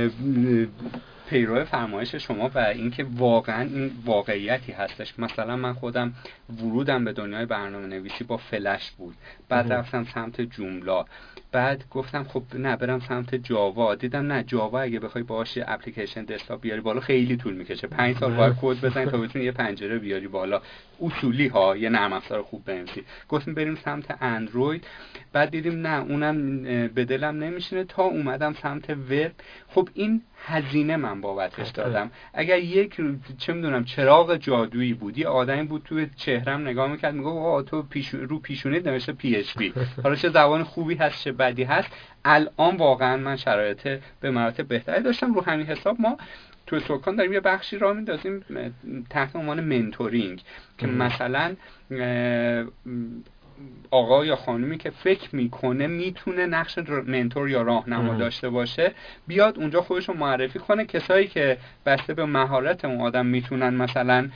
پیرو فرمایش شما و اینکه واقعا این واقعیتی هستش. مثلا من خودم ورودم به دنیای برنامه نویسی با فلش بود، بعد رفتم سمت جوملا، بعد گفتم خب نه برم سمت جاوا، دیدم نه جاوا اگه بخوای باهاش اپلیکیشن دسکتاپ بیاری بالا خیلی طول میکشه، 5 سال باید کد بزنی تا بتونی یه پنجره بیاری بالا، اصولی ها، یه نرم افزار خوب بنویسی. گفتیم بریم سمت اندروید، بعد دیدیم نه اونم به دلم نمیشینه تا اومدم سمت وب. خب این هزینه من بابتش دادم. اگر یک چه میدونم چراغ جادویی بود، یه آدمی بود تو چهرم نگاه میکرد میگفت آقا تو رو پیشونیت نوشته PHP، حالا چه زبان خوبی هست چه بدی هست، الان واقعا من شرایط به مراتب بهتری داشتم. رو همین حساب ما تو سکان داریم یه بخشی راه میندازیم تحت عنوان منتورینگ که مثلا آقا یا خانومی که فکر میکنه میتونه نقش منتور یا راهنما داشته باشه بیاد اونجا خودشو معرفی کنه. کسایی که بسته به مهارت اون آدم میتونن مثلا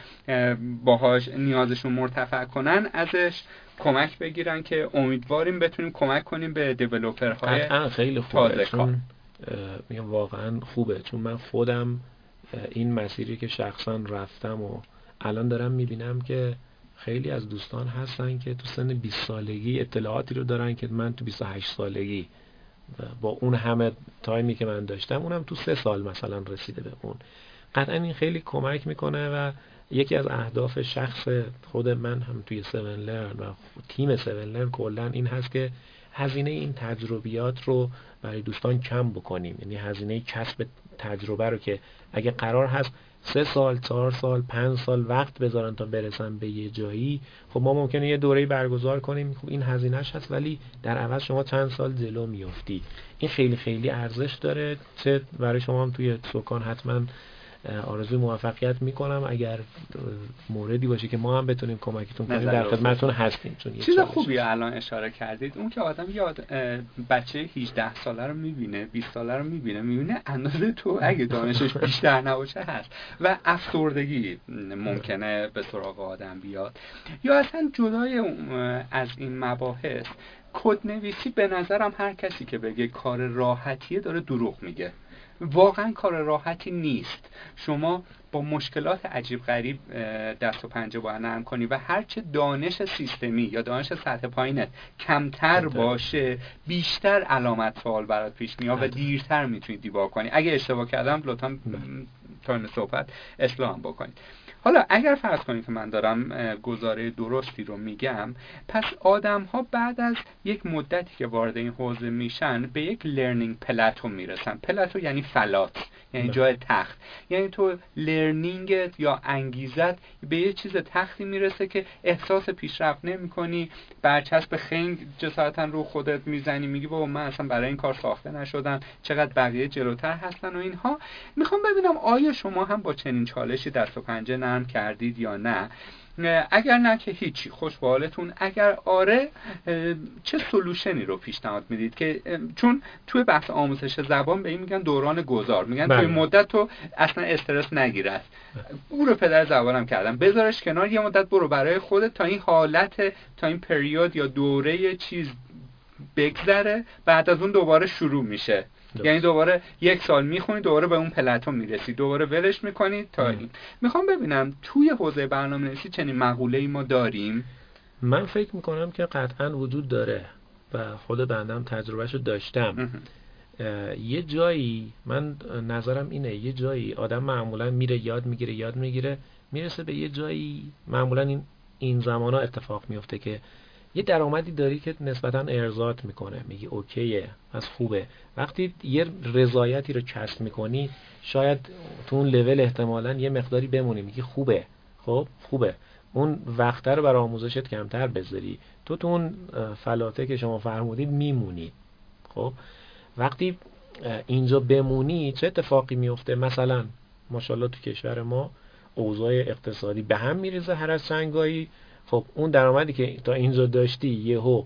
باهاش نیازشون مرتفع کنن ازش کمک بگیرن که امیدواریم بتونیم کمک کنیم به دیولپرهای خیلی خوبه، چون میگم واقعا خوبه، چون من خودم این مسیری که شخصا رفتم و الان دارم میبینم که خیلی از دوستان هستن که تو سن 20 سالگی اطلاعاتی رو دارن که من تو 28 سالگی با اون همه تایمی که من داشتم اونم تو 3 سال مثلا رسیده به اون. قطعا این خیلی کمک میکنه و یکی از اهداف شخص خود من هم توی 7 لرن و تیم 7 لرن کلا این هست که هزینه این تجربیات رو برای دوستان کم بکنیم. یعنی هزینه کسب تجربه رو که اگه قرار هست 3 سال 4 سال 5 سال وقت بذارن تا برسن به یه جایی، خب ما ممکنه یه دوره‌ای برگزار کنیم، خب این هزینه‌اش هست ولی در عوض شما چند سال جلو میافتی. این خیلی خیلی ارزش داره. چه برای شما هم توی سکان حتما آرزوی موفقیت میکنم. اگر موردی باشه که ما هم بتونیم کمکتون کنیم در خدمتتون هستیم. چون چیز خوبی الان اشاره کردید، اون که آدم یاد بچه 18 ساله رو میبینه 20 ساله رو میبینه اندازه تو اگه دانشش بیشتر نباشه هست و افسردگی ممکنه به سراغ آدم بیاد. یا اصلا جدای از این مباحث، کدنویسی به نظرم هر کسی که بگه کار راحتیه داره دروغ میگه. واقعا کار راحتی نیست. شما با مشکلات عجیب غریب دست و پنجه باید نرم کنی و هرچه دانش سیستمی یا دانش سطح پایینت کمتر باشه بیشتر علامت سوال برات پیش میاد و دیرتر میتونی دیباگ کنی. اگه اشتباه کردم لطفاً تایم صحبت اصلاح بکنید. حالا اگر فرض کنید که من دارم گزاره درستی رو میگم، پس آدم ها بعد از یک مدتی که وارد این حوزه میشن به یک لرنینگ پلاتو میرسن. پلاتو یعنی فلات، یعنی جای تخت. یعنی تو لرنینگت یا انگیزت به یه چیز تختی میرسه که احساس پیشرفت نمی‌کنی، برچسب خنگ جسارتا رو خودت میزنی، میگی بابا من اصلا برای این کار ساخته نشدم، چقدر بقیه جلوتر هستن و اینها. میخوام ببینم آیا شما هم با چنین چالشی دست و پنجه نرم کردید یا نه؟ اگر نه که هیچی، خوش به حالتون. اگر آره، چه سولوشنی رو پیشنهاد میدید؟ که چون توی بحث آموزش زبان به این میگن دوران گذار، میگن توی مدت تو اصلا استرس نگیره، او رو پدر زبانم کردم، بذارش کنار، یه مدت برو برای خودت تا این حالت، تا این پریود یا دوره چیز بگذره، بعد از اون دوباره شروع میشه. یعنی دوباره 1 سال میخونی، دوباره به اون پلاتو میرسی، دوباره ولش میکنی تا این. میخوام ببینم توی حوزه برنامه‌نویسی چنین مقوله‌ای ما داریم؟ من فکر میکنم که قطعا وجود داره و خود بندم تجربهشو داشتم. یه جایی من نظرم اینه، یه جایی آدم معمولا میره یاد میگیره میرسه به یه جایی، معمولا این زمانا اتفاق میفته که یه درآمدی داری که نسبتاً ارضات میکنه، میگی اوکیه، پس خوبه. وقتی یه رضایتی رو کسب میکنی، شاید تو اون لول احتمالاً یه مقداری بمونی، میگی خوبه، خب خوبه، اون وقت رو برای آموزشت کمتر بذاری، تو اون فلاته که شما فرمودید میمونی. خب وقتی اینجا بمونی چه اتفاقی میفته؟ مثلا ماشاءالله تو کشور ما اوضاع اقتصادی به هم میریزه هر از چنگایی. خب اون درآمدی که تا اینجا داشتی یهو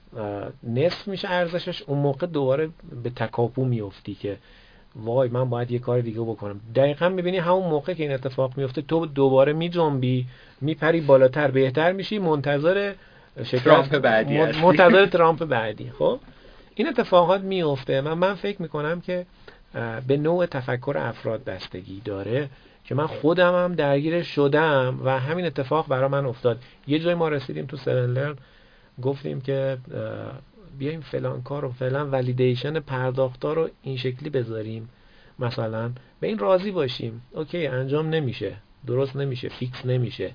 نصف میشه ارزشش، اون موقع دوباره به تکاپو میفتی که وای من باید یه کار دیگه بکنم. دقیقاً میبینی همون موقع که این اتفاق میفته تو دوباره میجنبی، میپری بالاتر، بهتر میشی، منتظر ترامپ بعدی منتظر ترامپ بعدی. خب این اتفاقات میفته. من فکر میکنم که به نوع تفکر افراد بستگی داره که من خودم هم درگیر شدم و همین اتفاق برای من افتاد. یه جای ما رسیدیم تو 7 لرن گفتیم که بیایم فلان کار و فلان ولیدیشن پرداختا رو این شکلی بذاریم، مثلا به این راضی باشیم. اوکی انجام نمیشه، درست نمیشه، فیکس نمیشه،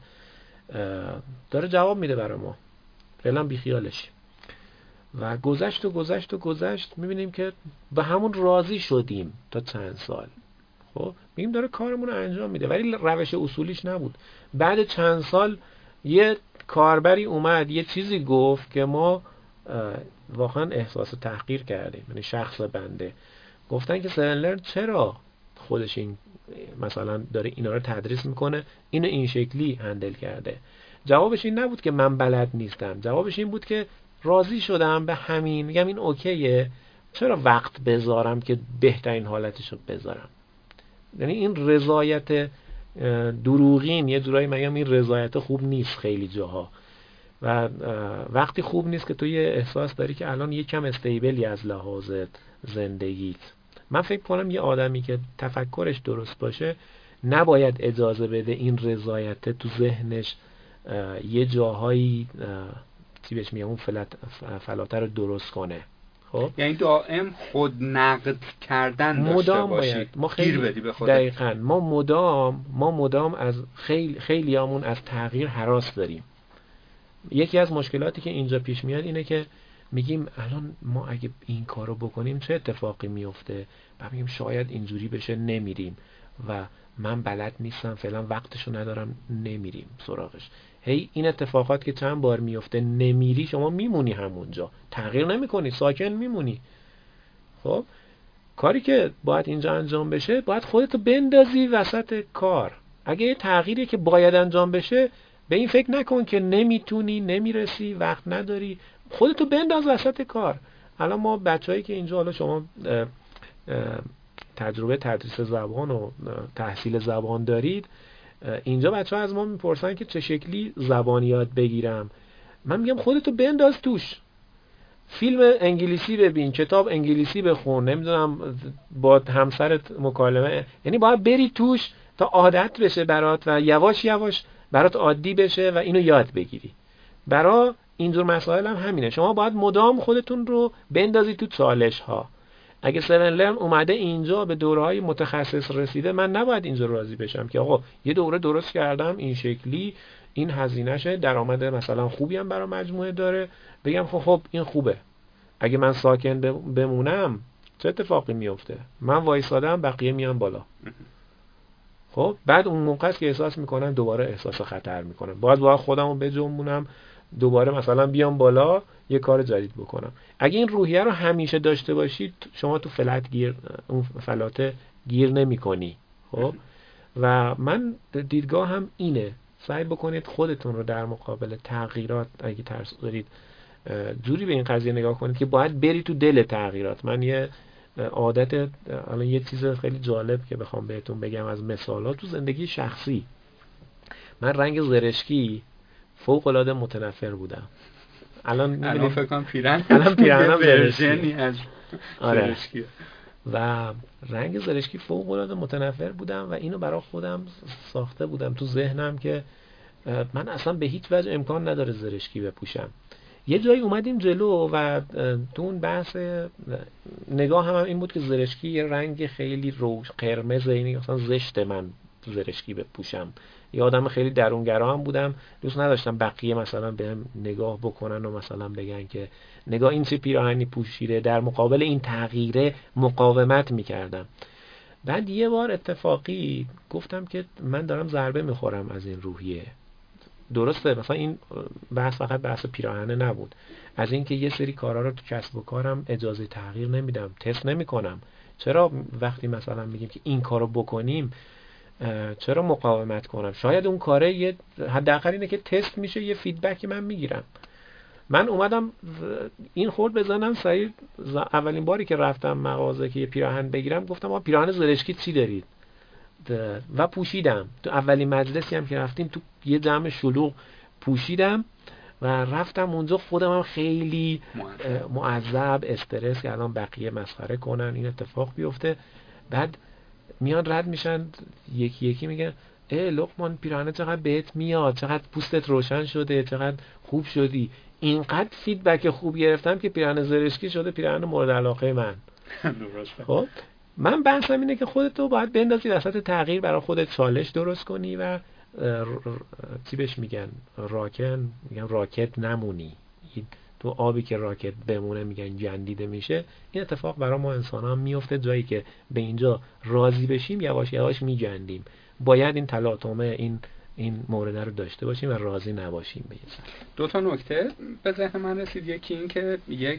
داره جواب میده برای ما، فعلا بیخیالش. و گذشت میبینیم که به همون راضی شدیم تا چند سال. خب میگیم داره کارمون رو انجام میده، ولی روش اصولیش نبود. بعد چند سال یه کاربری اومد یه چیزی گفت که ما واقعا احساس تحقیر کردیم، یعنی شخص بنده. گفتن که 7 لرن چرا خودش این مثلا داره اینا رو تدریس میکنه، اینو این شکلی هندل کرده. جوابش این نبود که من بلد نیستم، جوابش این بود که راضی شدم به همین، میگم این اوکیه، چرا وقت بذارم که بهترین حالتشو بذارم. یعنی این رضایت دروغین، یه جورایی میگم این رضایت خوب نیست خیلی جاها، و وقتی خوب نیست که تو یه احساس داری که الان یکم استیبلی از لحاظ زندگیت. من فکر کنم یه آدمی که تفکرش درست باشه نباید اجازه بده این رضایت تو ذهنش یه جاهایی چی بهش میگم اون فلاتر رو درست کنه. خب یعنی دائم خود نقد کردن داشته باشی، گیر بدی به خودت. دقیقاً ما مدام از خیلیامون از تغییر هراس داریم. یکی از مشکلاتی که اینجا پیش میاد اینه که میگیم الان ما اگه این کارو بکنیم چه اتفاقی میفته، بعد میگیم شاید اینجوری بشه، نمیریم، و من بلد نیستم فعلا وقتشو ندارم، نمیریم سراغش. هی این اتفاقات که چند بار میفته نمیری، شما میمونی همونجا، تغییر نمیکنی، ساکن میمونی. خب کاری که باید اینجا انجام بشه، باید خودتو بندازی وسط کار. اگه یه تغییری که باید انجام بشه، به این فکر نکن که نمیتونی، نمیرسی، وقت نداری، خودتو بنداز وسط کار. الان ما بچه‌هایی که اینجا، حالا شما تجربه تدریس زبان و تحصیل زبان دارید، اینجا بچه‌ها از ما میپرسن که چه شکلی زبان یاد بگیرم. من میگم خودتو بنداز توش، فیلم انگلیسی ببین، کتاب انگلیسی بخون، نمیدونم با همسرت مکالمه، یعنی باید بری توش تا عادت بشه برات و یواش یواش برات عادی بشه و اینو یاد بگیری. برای اینجور مسائل هم همینه، شما باید مدام خودتون رو بندازید تو چالش ها. اگه 7 لرن اومده اینجا به دوره‌های متخصص رسیده، من نباید اینجا راضی بشم که آقا یه دوره درست کردم این شکلی، این هزینه‌شه، درآمد مثلا خوبی هم برای مجموعه داره، بگم خب این خوبه. اگه من ساکن بمونم چه اتفاقی میفته؟ من وایسادم، بقیه میان بالا. خب بعد اون موقع است که احساس میکنم دوباره احساس خطر میکنم، باید خودمو بجنبونم، دوباره مثلا بیام بالا، یه کار جدید بکنم. اگه این روحیه رو همیشه داشته باشید، شما تو اون فلات گیر نمی‌کنی. خب و من دیدگاه هم اینه، سعی بکنید خودتون رو در مقابل تغییرات، اگه ترس دارید، جوری به این قضیه نگاه کنید که باید بری تو دل تغییرات. من یه عادت، الان یه چیز خیلی جالب که بخوام بهتون بگم از مثالات تو زندگی شخصی، من رنگ زرشکی فوق‌العاده متنفر بودم. الان فکر کنم پیرن ورژنی از زرشکی، و رنگ زرشکی فوق‌العاده متنفر بودم و اینو برای خودم ساخته بودم تو ذهنم که من اصلا به هیچ وجه امکان نداره زرشکی بپوشم. یه جایی اومدیم جلو و تو اون بحث نگاه هم این بود که زرشکی یه رنگ خیلی روش قرمز، اینی اصلا زشته من زرشکی بپوشم. یه آدم خیلی درونگرا هم بودم، دوست نداشتم بقیه مثلا بهم نگاه بکنن و مثلا بگن که نگاه این چه پیراهنی پوشیده، در مقابل این تغییره مقاومت میکردم. بعد یه بار اتفاقی گفتم که من دارم ضربه میخورم از این روحیه. درسته مثلا این بحث فقط بحث پیراهنه نبود، از اینکه یه سری کارا رو تو کسب و کارم اجازه تغییر نمیدم، تست نمیکنم. چرا وقتی مثلا میگیم که این کارو بکنیم چرا مقاومت کنم؟ شاید اون کاره یه حداقل اینه که تست میشه، یه فیدبکی من میگیرم. من اومدم این خورد بزنم سعید، اولین باری که رفتم مغازه که یه پیراهن بگیرم گفتم آقا پیراهن زرشکی چی دارید؟ و پوشیدم. تو اولین مجلسی هم که رفتیم تو یه جمع شلوغ پوشیدم و رفتم اونجا خودم هم خیلی معذب، استرس که الان بقیه مسخره کنن این اتفاق بیفته. بعد میان رد میشن یکی یکی میگن لقمان پیراهن چقدر بهت میاد، چقدر پوستت روشن شده، چقدر خوب شدی. اینقدر فیدبک خوب گرفتم که پیراهن زرشکی شده پیراهن مورد علاقه من. خب من بحثم اینه که خودتو باید بندازی وسط تغییر، برای خودت چالش درست کنی و چی بهش میگن راکت نمونی. تو آبی که راکت بمونه میگن جندیده میشه. این اتفاق برای ما انسان ها میفته، جایی که به اینجا راضی بشیم یواش یواش میجندیم. باید این تلاطمه این مورد رو داشته باشیم و راضی نباشیم به این سر. دو تا نکته به ذهن من رسید. یکی این که یک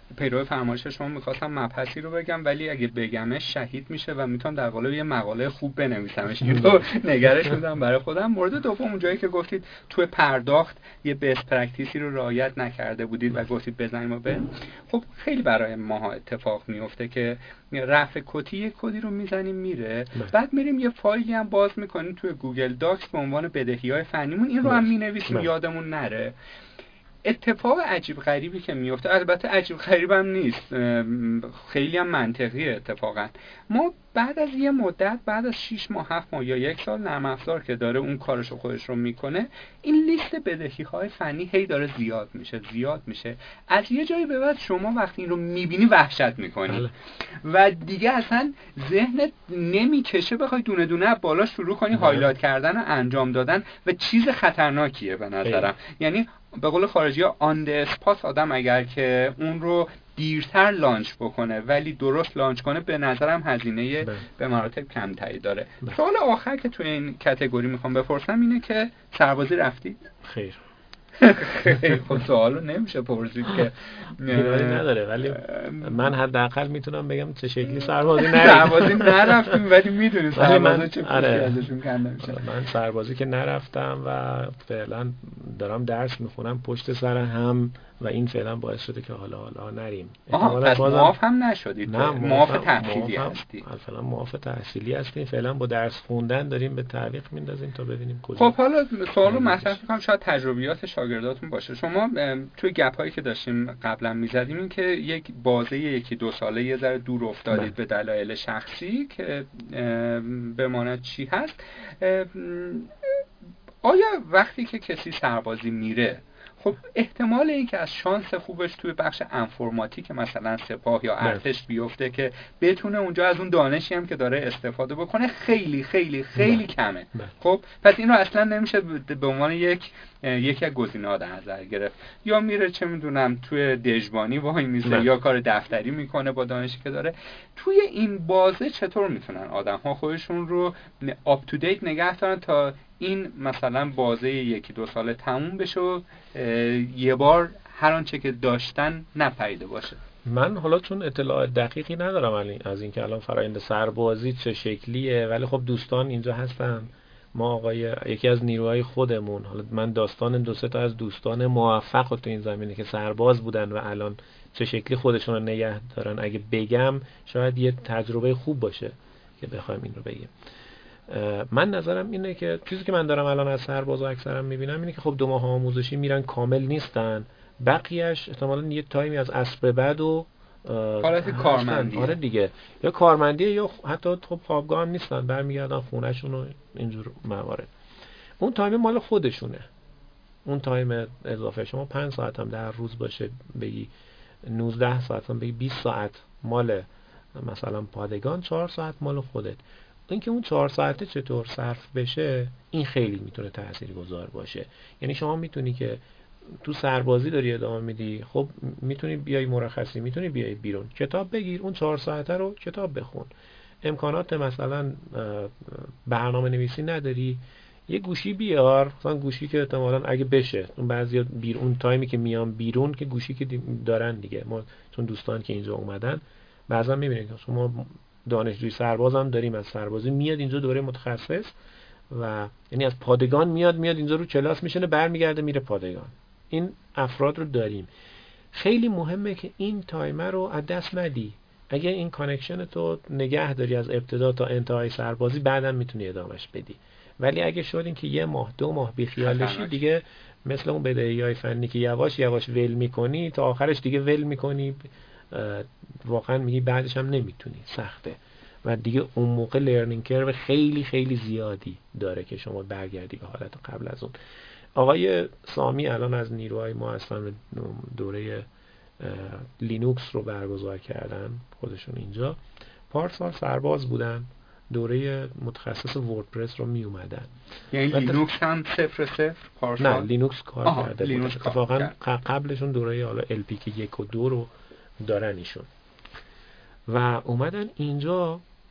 پیرو فرمایش شما میخواستم مبحثی رو بگم، ولی اگه بگمش شهید میشه و میتونم در قالب یه مقاله خوب بنویسمش، این رو نگرش میدم برای خودم. مورد دوم اونجایی که گفتید توی پرداخت یه بیس پرکتیسی رو رعایت نکرده بودید و گفتید بزنیم و بریم. خب خیلی برای ماها اتفاق میفته که رفع کدی یه کدی رو میزنیم میره، بعد میریم یه فایلی هم باز میکنیم توی گوگل داکس به عنوان بدهی‌های فنیمون، این رو هم مینویسیم یادمون نره. اتفاق عجیب غریبی که میفته، البته عجیب غریب هم نیست، خیلی هم منطقیه اتفاقا، ما بعد از یه مدت، بعد از 6 ماه 7 ماه یا 1 سال نرم افزار که داره اون کارشو خودش رو میکنه، این لیست بدهی‌های فنی هی داره زیاد میشه. از یه جایی به بعد شما وقتی این رو میبینی وحشت میکنی و دیگه اصلا ذهنت نمیکشه بخوای دونه دونه بالا شروع کنی هایلایت کردن و انجام دادن و چیز خطرناکیه به نظرم. یعنی به قول خارجی‌ها آن دی اسپات آدم اگر که اون رو دیرتر لانچ بکنه ولی درست لانچ کنه، به نظرم هزینه به مراتب کمتری داره. سوال آخر که توی این کاتگوری میخوام بپرسم اینه که سربازی رفتید؟ خیر. خب سوالو نمیشه پرسید که ایرادی نداره، ولی من حداقل میتونم بگم چه شکلی سربازی نرفتیم ولی میدونی سربازی چه پوشی ازشون کنده میشه. من سربازی که نرفتم و فعلا دارم درس میخونم پشت سر هم و این فعلا باعث شده که حالا نریم. پس معاف هم نشدید؟ نه، معاف تحصیلی هستی؟ فعلا معاف تحصیلی هستیم، فعلا با درس خوندن داریم به تعویق میندازیم تا ببینیم کجا. خب حالا سوالو مطرح می‌کنم، شاید تجربیات شاگرداتون باشه. شما توی گپ هایی که داشتیم قبلا می‌زدیم این که یک بازه 1-2 ساله یه ذره دور افتادید به دلایل شخصی که بماند چی هست. آیا وقتی که کسی سربازی میره، خب احتمال این که از شانس خوبش توی بخش انفرماتیک مثلا سپاه یا ارتش بیفته که بتونه اونجا از اون دانشی هم که داره استفاده بکنه خیلی خیلی خیلی کمه. خب پس این رو اصلا نمیشه به عنوان یکی از گزینه‌ها در نظر گرفت. یا میره چه میدونم توی دژبانی وای میسه یا کار دفتری میکنه با دانشی که داره. توی این بازه چطور میتونن آدم‌ها خودشون رو آپ تو دیت نگه دارن تا این مثلا بازه 1-2 ساله تموم بشه و یه بار هر آنچه که داشتن نپریده باشه؟ من حالا چون اطلاع دقیقی ندارم از اینکه الان فرآیند سربازی چه شکلیه، ولی خب دوستان اینجا هستن، ما یکی از نیروهای خودمون، حالا من داستان 2-3 تا از دوستان موفق تو این زمینه که سرباز بودن و الان چه شکلی خودشون رو نگه دارن اگه بگم شاید یه تجربه خوب باشه که بخوایم این رو بگیم. من نظرم اینه که چیزی که من دارم الان از سربازا اکثرا میبینم اینه که خب 2 ماه آموزشی میرن، کامل نیستن، بقیه‌اش احتمالاً یه تایمی از عصر بعد و حالت کارمندیه. آره دیگه، یا کارمندیه یا حتی خب خوابگاه هم نیستن، برمیگردن خونه‌شون و اینجور موارد. اون تایم مال خودشونه، اون تایم اضافه. شما 5 ساعت هم در روز باشه بگی 19 ساعت هم بگی 20 ساعت مال مثلا پادگان، 4 ساعت مال خودت. اینکه اون 4 ساعته چطور صرف بشه این خیلی میتونه تاثیرگذار باشه. یعنی شما میتونی که تو سربازی داری ادامه میدی، خب میتونی بیای مرخصی، میتونی بیای بیرون، کتاب بگیر، اون 4 ساعته رو کتاب بخون. امکانات مثلا برنامه نویسی نداری، یه گوشی بیار، مثلا گوشی که احتمالاً اگه بشه اون بعضیا اون تایمی که میام بیرون که گوشی که دارن دیگه، ما چون دوستان که اینجا اومدن بعضا میبینید شما دانشجوی سرباز هم داریم، از سربازی میاد اینجا دوره متخصص و یعنی از پادگان میاد اینجا رو کلاس میشینه، برمیگرده میره پادگان. این افراد رو داریم. خیلی مهمه که این تایمر رو از دست ندی. اگه این کانکشن تو نگه داری از ابتدا تا انتهای سربازی، بعداً میتونی ادامش بدی. ولی اگه شدین که 1 ماه 2 ماه بیخیالشی، دیگه مثل اون بدهی‌های فنی که یواش یواش ول میکنی تا آخرش دیگه ول میکنی، واقعا میگی بعدش هم نمیتونی، سخته و دیگه اون موقع لرنینگ کرو خیلی خیلی زیادی داره که شما برگردی به حالت قبل از اون. آقای سامی الان از نیروهای ما هستن، دوره لینوکس رو برگزار کردن خودشون اینجا، پارسال سرباز بودن، دوره متخصص وردپرس رو می اومدن. یعنی لینوکس هم 0 پارسال؟ نه، لینوکس کار کرده بود اتفاقا قبلشون دوره حالا LPK 1 و 2 رو دارن ایشون و اومدن اینجا.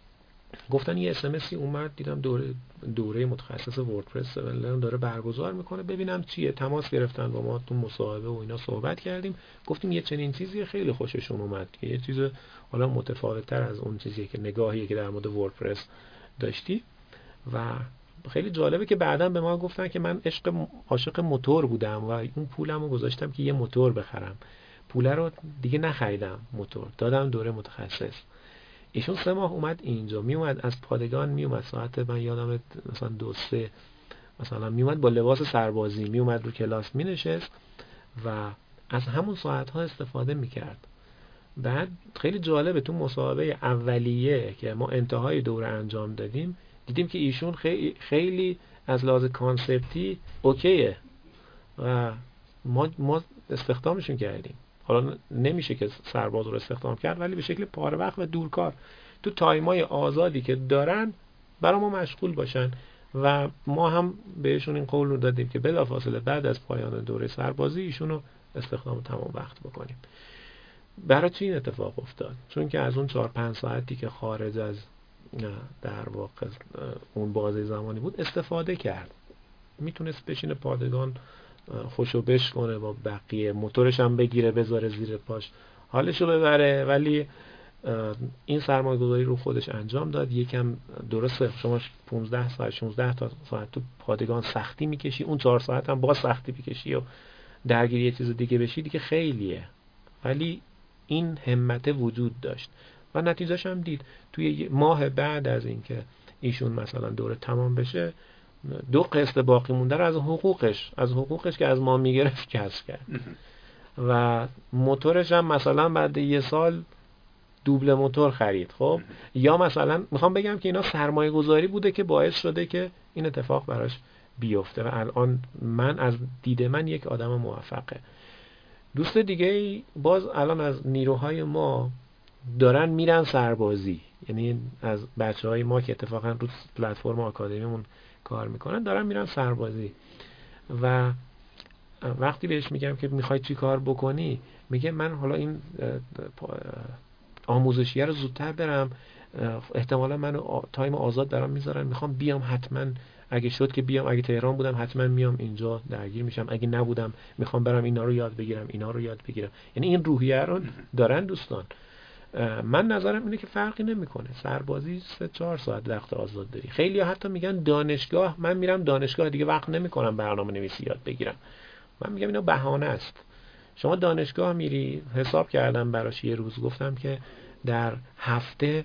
گفتن یه اسمسی اومد، دیدم دوره متخصص وردپرس 7 لرن داره برگزار میکنه، ببینم چیه. تماس گرفتن با ما، تو مصاحبه و اینا صحبت کردیم، گفتیم یه چنین چیزی خیلی خوششون اومد که یه چیز حالا متفاوت‌تر از اون چیزی که نگاهی که در مورد وردپرس داشتی. و خیلی جالبه که بعداً به ما گفتن که من عاشق موتور بودم و اون پولمو گذاشتم که یه موتور بخرم، پوله رو دیگه نخریدم، موتور دادم دوره متخصص. ایشون 3 ماه اومد اینجا، میومد از پادگان، میومد ساعت من یادم مثلا 2-3 مثلا میومد با لباس سربازی، میومد رو کلاس مینشست و از همون ساعت‌ها استفاده میکرد. بعد خیلی جالبه تو مصاحبه اولیه که ما انتهای دوره انجام دادیم، دیدیم که ایشون خیلی از لحاظ کانسپتی اوکیه و ما استخدامشون کردیم. حالا نمیشه که سرباز رو استخدام کرد، ولی به شکل پاره وقت و دورکار تو تایمای آزادی که دارن برای ما مشغول باشن و ما هم بهشون این قول رو دادیم که بلافاصله بعد از پایان دوره سربازی ایشون رو استخدام تمام وقت بکنیم. برای چی این اتفاق افتاد؟ چون که از اون 4-5 ساعتی که خارج از در واقع اون بازه زمانی بود استفاده کرد. میتونست بشینه پادگان خوشو بش کنه با بقیه، موتورش هم بگیره بذاره زیر پاش حالشو ببره، ولی این سرمایه‌گذاری رو خودش انجام داد. یکم درسته شما 15 ساعت 16 تا ساعت تو پادگان سختی میکشی، اون 4 ساعت هم با سختی میکشی و درگیری یه چیز دیگه بشی دیگه خیلیه، ولی این همت وجود داشت و نتیجهش هم دید. توی ماه بعد از اینکه ایشون مثلا دوره تمام بشه 2 قسط باقی مونده رو از حقوقش که از ما میگرفت کسب کرد و موتورش هم مثلا بعد 1 سال دوبله موتور خرید. خب یا مثلا میخوام بگم که اینا سرمایه گذاری بوده که باعث شده که این اتفاق براش بیفته و الان از دید من یک آدم موفقه. دوست دیگه باز الان از نیروهای ما دارن میرن سربازی، یعنی از بچهای ما که اتفاقا رو پلتفرم آکادمیمون کار میکنن دارن میرن سربازی و وقتی بهش میگم که میخوای چی کار بکنی، میگه من حالا این آموزشیه رو زودتر برم، احتمالا من تایم آزاد دارم میذارن، میخوام بیام حتما، اگه شد که بیام، اگه تهران بودم حتما میام اینجا درگیر میشم، اگه نبودم میخوام برم اینا رو یاد بگیرم. یعنی این روحیه رو دارن دوستان. من نظرم اینه که فرقی نمیکنه، سربازی 3-4 ساعت وقت آزاد داری. خیلی حتی میگن دانشگاه، من میرم دانشگاه دیگه وقت نمیکنم برنامه نویسی یاد بگیرم. من میگم اینا بهانه است. شما دانشگاه میری، حساب کردم براش یه روز، گفتم که در هفته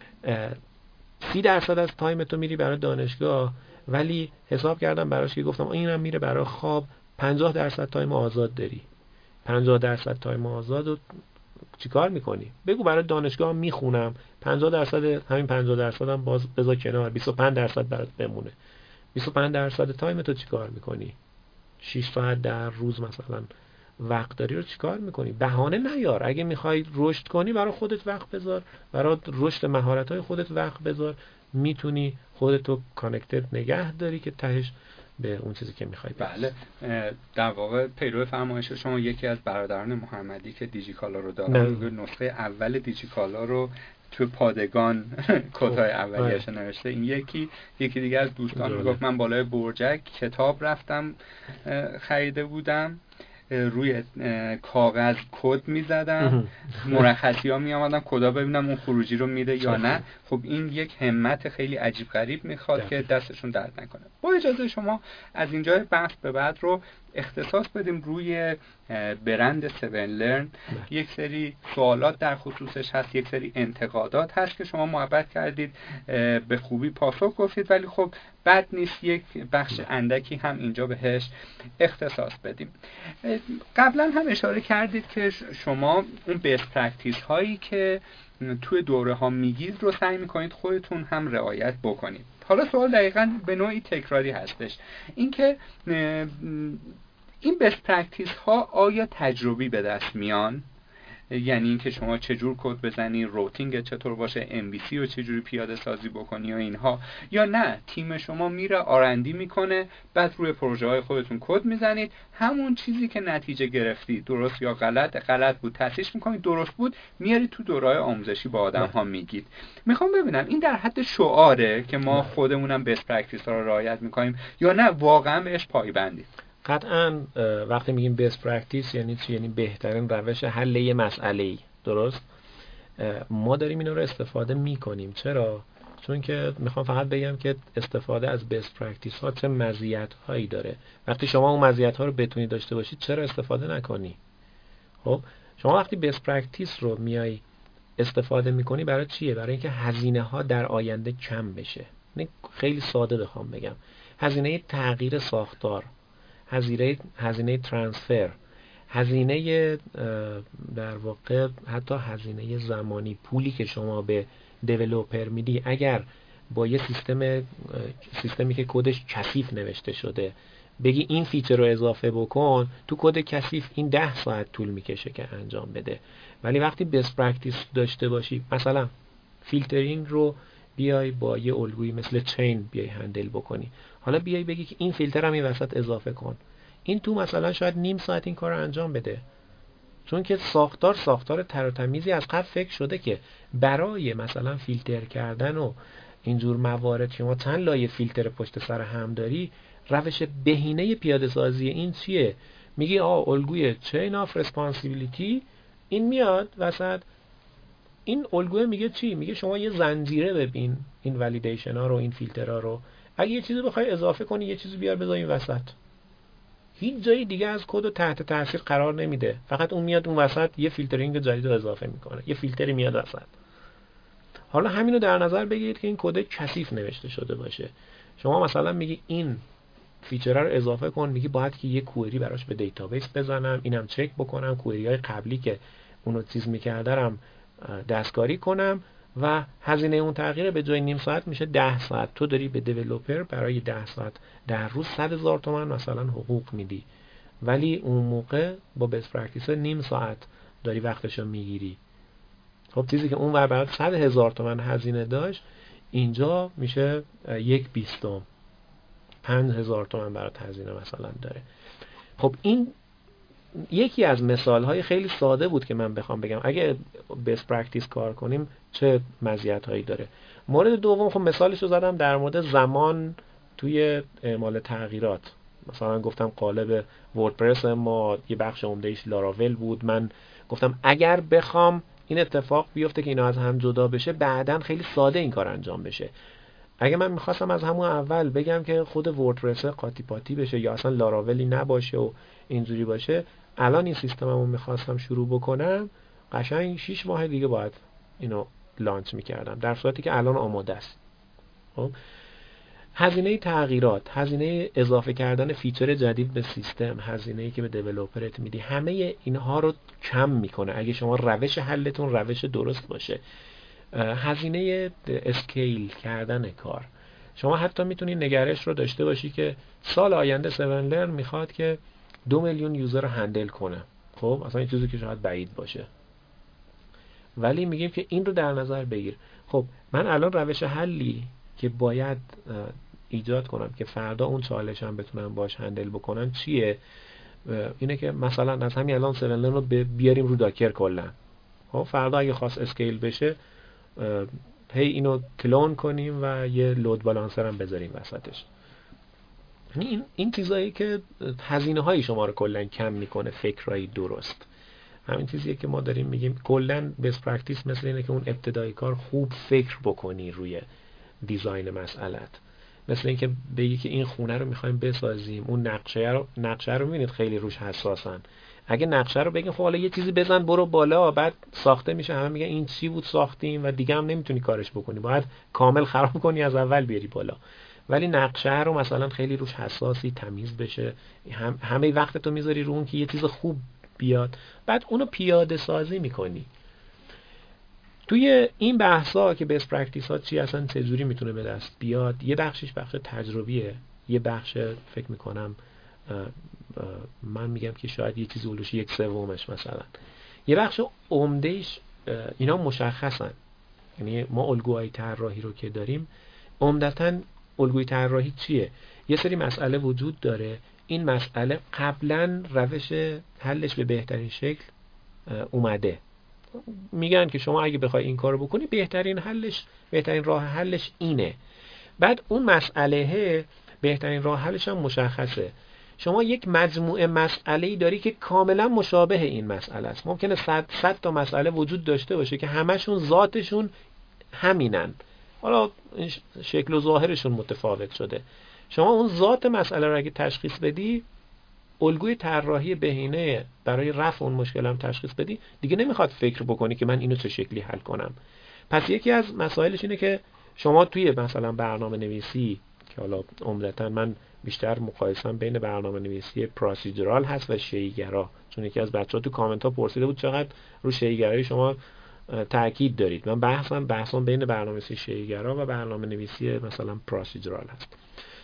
30% از تایم تو میری برای دانشگاه، ولی حساب کردم براش که گفتم اینم میره برای خواب، 50% تایم آزاد داری. 50% تایم آزاد رو چیکار میکنی؟ بگو برای دانشگاه میخونم، 50% همین 50% هم باز بذار کنار، 25% برات بمونه. 25% تایم تو چیکار میکنی؟ 6 ساعت در روز مثلا وقت داری رو چیکار میکنی؟ بهانه نیار. اگه میخوای رشد کنی برای خودت وقت بذار، برای رشد مهارت‌های خودت وقت بذار، میتونی خودتو کانکتد نگه داری که تهش به اون چیزی که میخوای. بله، در واقع پیرو فرمایش شما یکی از برادران محمدی که دیجیکالا رو دارن نسخه اول دیجیکالا رو تو پادگان کتای اولیه‌اش نوشته. این یکی دیگه از دوستان میگفت من بالای برجک کتاب رفتم خریده بودم، روی کاغذ کد میزدم، مرخصی ها میامدم کدا ببینم اون خروجی رو میده یا نه. خب این یک همت خیلی عجیب غریب میخواد که دستشون درد نکنه. با اجازه شما از اینجا بحث به بعد رو اختصاص بدیم روی برند 7 لرن. یک سری سوالات در خصوصش هست، یک سری انتقادات هست که شما محبت کردید به خوبی پاسخ گفتید، ولی خب بد نیست یک بخش اندکی هم اینجا بهش اختصاص بدیم. قبلا هم اشاره کردید که شما اون بیست پرکتیس هایی که توی دوره ها میگید رو سعی میکنید خودتون هم رعایت بکنید. حالا سوال دقیقاً به نوعی تکراری هستش، این که این بیست پرکتیس ها آیا تجربی به دست میان یعنی اینکه شما چجور کد بزنی، روتینگ چطور باشه، MVC رو چجوری پیاده سازی بکنی و اینها، یا نه تیم شما میره R&D میکنه بعد روی پروژه های خودتون کد میزنید، همون چیزی که نتیجه گرفتی درست یا غلط بود تصحیح میکنید، درست بود میارید تو دوره‌های آموزشی با آدم ها میگید. میخوام ببینم این در حد شعاره که ما خودمونم بیست پرکتیس ها رو رعایت میکنیم یا نه واقعا بهش پایبندید؟ قطعا وقتی میگیم بیست پرکتیس یعنی چی؟ یعنی بهترین روش حل یه مسئله‌ای. درست؟ ما داریم اینا رو استفاده میکنیم. چرا؟ چون که میخوام فقط بگم که استفاده از بیست پرکتیس ها چه مزیت هایی داره. وقتی شما اون مزیت ها رو بتونی داشته باشید چرا استفاده نکنی؟ خب شما وقتی بیست پرکتیس رو میای استفاده میکنی برای چیه؟ برای اینکه هزینه ها در آینده کم بشه. خیلی ساده بخوام بگم، هزینه تغییر ساختار، هزینه ترانسفر، هزینه در واقع حتی هزینه زمانی، پولی که شما به دیولپر میدی، اگر با یه سیستمی که کدش کثیف نوشته شده بگی این فیچر رو اضافه بکن، تو کد کثیف این 10 ساعت طول میکشه که انجام بده. ولی وقتی بیست پرکتیس داشته باشی، مثلا فیلترینگ رو بیای با یه الگویی مثل چین بیای هندل بکنی، حالا بیای بگی که این فیلتر هم این وسط اضافه کن، این تو مثلا شاید نیم ساعت این کار رو انجام بده، چون که ساختار تر و تمیزی از قبل فکر شده که برای مثلا فیلتر کردن و اینجور موارد شما چند لایه فیلتر پشت سر هم داری. روش بهینه پیاده سازی این چیه؟ میگی الگوی چین آف ریسپانسیبیلیتی این میاد وسط. این الگوی میگه چی؟ میگه شما یه زنجیره ببین این والیدیشن ها رو، این فیلترها رو، اگه یه چیزی بخوای اضافه کنی یه چیزی بیار بذار این وسط. هیچ جای دیگه از کد رو تحت تاثیر قرار نمیده، فقط اون میاد اون وسط یه فیلترینگ جدید رو اضافه میکنه، یه فیلتری میاد وسط. حالا همینو در نظر بگیرید که این کد کثیف نوشته شده باشه، شما مثلا میگی این فیچر رو اضافه کن، میگی باید که یه کوئری براش به دیتابیس بزنم، اینم چک بکنم، کوئری های قبلی که اونو چیز میکردم دستکاری کنم و هزینه اون تغییر به جای نیم ساعت میشه 10 ساعت. تو داری به دیولپر برای 10 ساعت در روز 100,000 تومان مثلا حقوق میدی، ولی اون موقع با بیست پرکتیس نیم ساعت داری وقتشو میگیری. خب چیزی که اون ور برات 100,000 تومان هزینه داشت اینجا میشه 1/20، 5,000 تومان برات هزینه مثلا داره. خب این یکی از مثال‌های خیلی ساده بود که من بخوام بگم اگه بیست پرکتیس کار کنیم چه مزیت‌هایی داره. مورد دوم خب مثالش رو زدم در مورد زمان توی اعمال تغییرات. مثلا گفتم قالب وردپرس ما یه بخش عمده‌ایش لاراول بود، من گفتم اگر بخوام این اتفاق بیفته که اینا از هم جدا بشه بعداً خیلی ساده این کار انجام بشه. اگه من میخواستم از همون اول بگم که خود وردپرس قاطی پاتی بشه یا اصلا لاراولی نباشه و اینجوری باشه، الان این سیستممو میخواستم شروع بکنم قشنگ 6 ماه دیگه باید اینو لانچ میکردم، در صورتی که الان آماده است. خب هزینه تغییرات، هزینه اضافه کردن فیچر جدید به سیستم، هزینه‌ای که به دیولپرت میدی، همه اینها رو کم میکنه اگه شما روش حلتون روش درست باشه. هزینه اسکیل کردن کار، شما حتی میتونی نگرش رو داشته باشی که سال آینده 7 لرن میخواد که 2 میلیون یوزر رو هندل کنه. خب اصلا این چیزی که شاید بعید باشه، ولی میگیم که این رو در نظر بگیر. خب من الان روش حلی که باید ایجاد کنم که فردا اون چالشم بتونم باش هندل بکنم چیه؟ اینه که مثلا از همین الان 7 لرن رو بیاریم رو داکر کلا. خب فردا اگه خواست اسکیل بشه هی اینو کلون کنیم و یه لود بالانسر هم بذاریم وسطش. یعنی این چیزایی که هزینه های شما رو کلا کم میکنه، فکرایی درست. همین چیزیه که ما داریم میگیم کلا بیست پرکتیس مثل اینه که اون ابتدای کار خوب فکر بکنی روی دیزاین مسئلت. مثل اینکه بگی که این خونه رو میخوایم بسازیم، اون نقشه رو میبینید خیلی روش حساسن. اگه نقشه رو بگیم خب حالا یه چیزی بزن برو بالا، بعد ساخته میشه همه میگن این چی بود ساختیم و دیگه هم نمیتونی کارش بکنی، باید کامل خراب کنی از اول بیاری بالا. ولی نقشه رو مثلا خیلی روش حساسی، تمیز بشه، همه وقت تو میذاری رو اون که یه چیز خوب بیاد، بعد اونو پیاده سازی میکنی. توی این بحثا که بیست پرکتیس ها چی اصلا چجوری میتونه به دست بیاد، یه بخشش بخش تجربیه، یه بخش فکر میکنم من میگم که شاید یه چیزی اولوش 1/3 مثلا یه بخش عمدهش اینا مشخصن. یعنی ما الگوهای طراحی رو که داریم، عمدتاً الگوی طراحی چیه؟ یه سری مسئله وجود داره، این مسئله قبلا روش حلش به بهترین شکل اومده، میگن که شما اگه بخوای این کارو بکنی بهترین راه حلش اینه. بعد اون مسئله بهترین راه حلش هم مشخصه. شما یک مجموعه مسئله‌ای داری که کاملا مشابه این مسئله است. ممکنه 100 تا مسئله وجود داشته باشه که همشون ذاتشون همینن، حالا شکل و ظاهرشون متفاوت شده. شما اون ذات مسئله رو اگه تشخیص بدی، الگوی طراحی بهینه برای رفع اون مشکل هم تشخیص بدی، دیگه نمیخواد فکر بکنی که من اینو چه شکلی حل کنم. پس یکی از مسائلش اینه که شما توی مثلا برنامه نویسی، که حالا عمدتاً من بیشتر مقایسم بین برنامه نویسی پروسیجرال هست و شیءگرا، چون یکی از بچه‌ها تو کامنت ها پرسیده بود چقدر رو شیءگرایی شما تاکید دارید. من بحثم بین برنامه‌نویسی شیءگرا و برنامه‌نویسی مثلا پروسیجرال هست.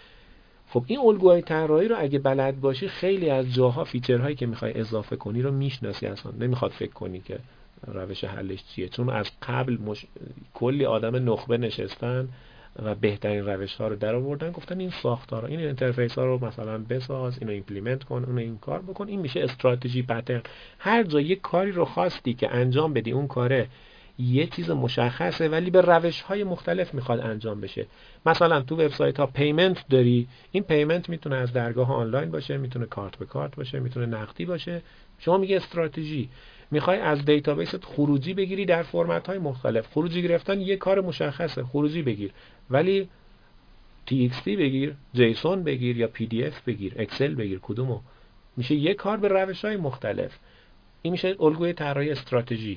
خب این الگوهای طراحی رو اگه بلد باشی، خیلی از جاها فیچرهایی که میخوای اضافه کنی رو میشناسی، اصلا نمیخواد فکر کنی که روش حلش چیه، چون از قبل کلی آدم نخبه نشستن و بهترین روش ها رو در آوردن، گفتن این ساختارا، این اینترفیس ها رو مثلا بساز، اینو ایمپلیمنت کن، اونو این کار بکن، این میشه استراتژی پترن. هر جا یک کاری رو خواستی که انجام بدی، اون کاره یه چیز مشخصه ولی به روش‌های مختلف میخواد انجام بشه. مثلا تو وبسایت ها پیمنت داری، این پیمنت میتونه از درگاه آنلاین باشه، میتونه کارت به کارت باشه، میتونه نقدی باشه. شما میگه استراتژی، میخوای از دیتابیست خروجی بگیری در فرمت های مختلف. خروجی گرفتن یه کار مشخصه، خروجی بگیر، ولی TXT بگیر، جیسون بگیر یا PDF بگیر، اکسل بگیر، کدومو؟ میشه یه کار به روش‌های مختلف. این میشه الگوی طراحی استراتژی.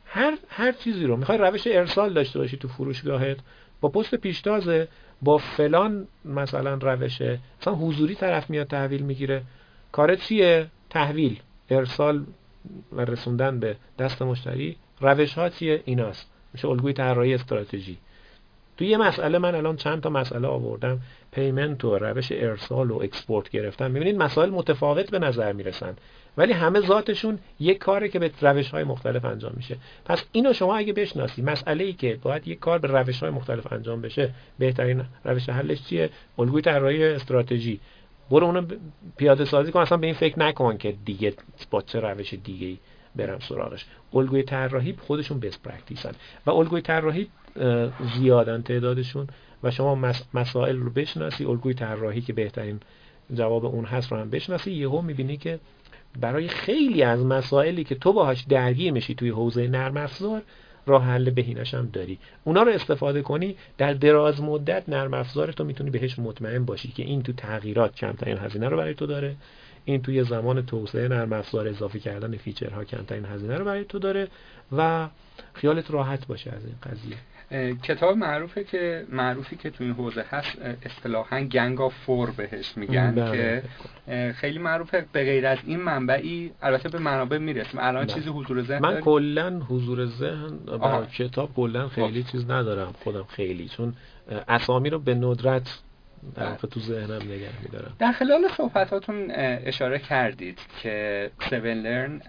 هر چیزی رو میخوای روش ارسال داشته باشی تو فروشگاهت، با پست پیشتازه، با فلان مثلا روشه، مثلا حضوری طرف میاد تحویل میگیره، کارت چیه؟ تحویل، ارسال و رسوندن به دست مشتری. روش ها چیه؟ ایناست. میشه الگوی طراحی استراتژی. تو یه مسئله من الان چند تا مسئله آوردم، پیمنت و روش ارسال و اکسپورت گرفتن. میبینید مسائل متفاوت به نظر میرسن، ولی همه ذاتشون یک کاره که به روش‌های مختلف انجام میشه. پس اینو شما اگه بشناسی، مسئله‌ای که باید یک کار به روش‌های مختلف انجام بشه، بهترین روش حلش چیه؟ الگوی طراحی استراتژی. برو اونو پیاده سازی کن، اصلا به این فکر نکن که دیگه با چه روش دیگه‌ای برم سراغش. الگوی طراحی خودشون بیس پرکتیسن و الگوی طراحی زیادن تعدادشون، و شما مسائل رو بشناسی، الگوی طراحی که بهترین جواب اون هست رو هم بشناسی، یهو می‌بینی که برای خیلی از مسائلی که تو باهاش درگیر میشی توی حوزه نرم افزار، راه حل بهینه‌ش هم داری. اونا رو استفاده کنی، در دراز مدت نرم افزار تو میتونی بهش مطمئن باشی که این تو تغییرات کمترین هزینه رو برای تو داره، این توی زمان توسعه نرم افزار اضافه کردن فیچرها کمترین هزینه رو برای تو داره و خیالت راحت باشه از این قضیه. کتاب معروفی که تو این حوزه هست، اصطلاحاً گنگ آف فور بهش میگن، که خیلی معروفه. به غیر از این منبعی، البته به منابع میرسیم الان، چیزی حضور ذهن من کلا حضور ذهن برای کتاب کلا خیلی چیز ندارم خودم، خیلی، چون اسامی رو به ندرت در واقع تو ذهنم نگه می‌دارم. در خلال صحبتاتون اشاره کردید که 7 لرن،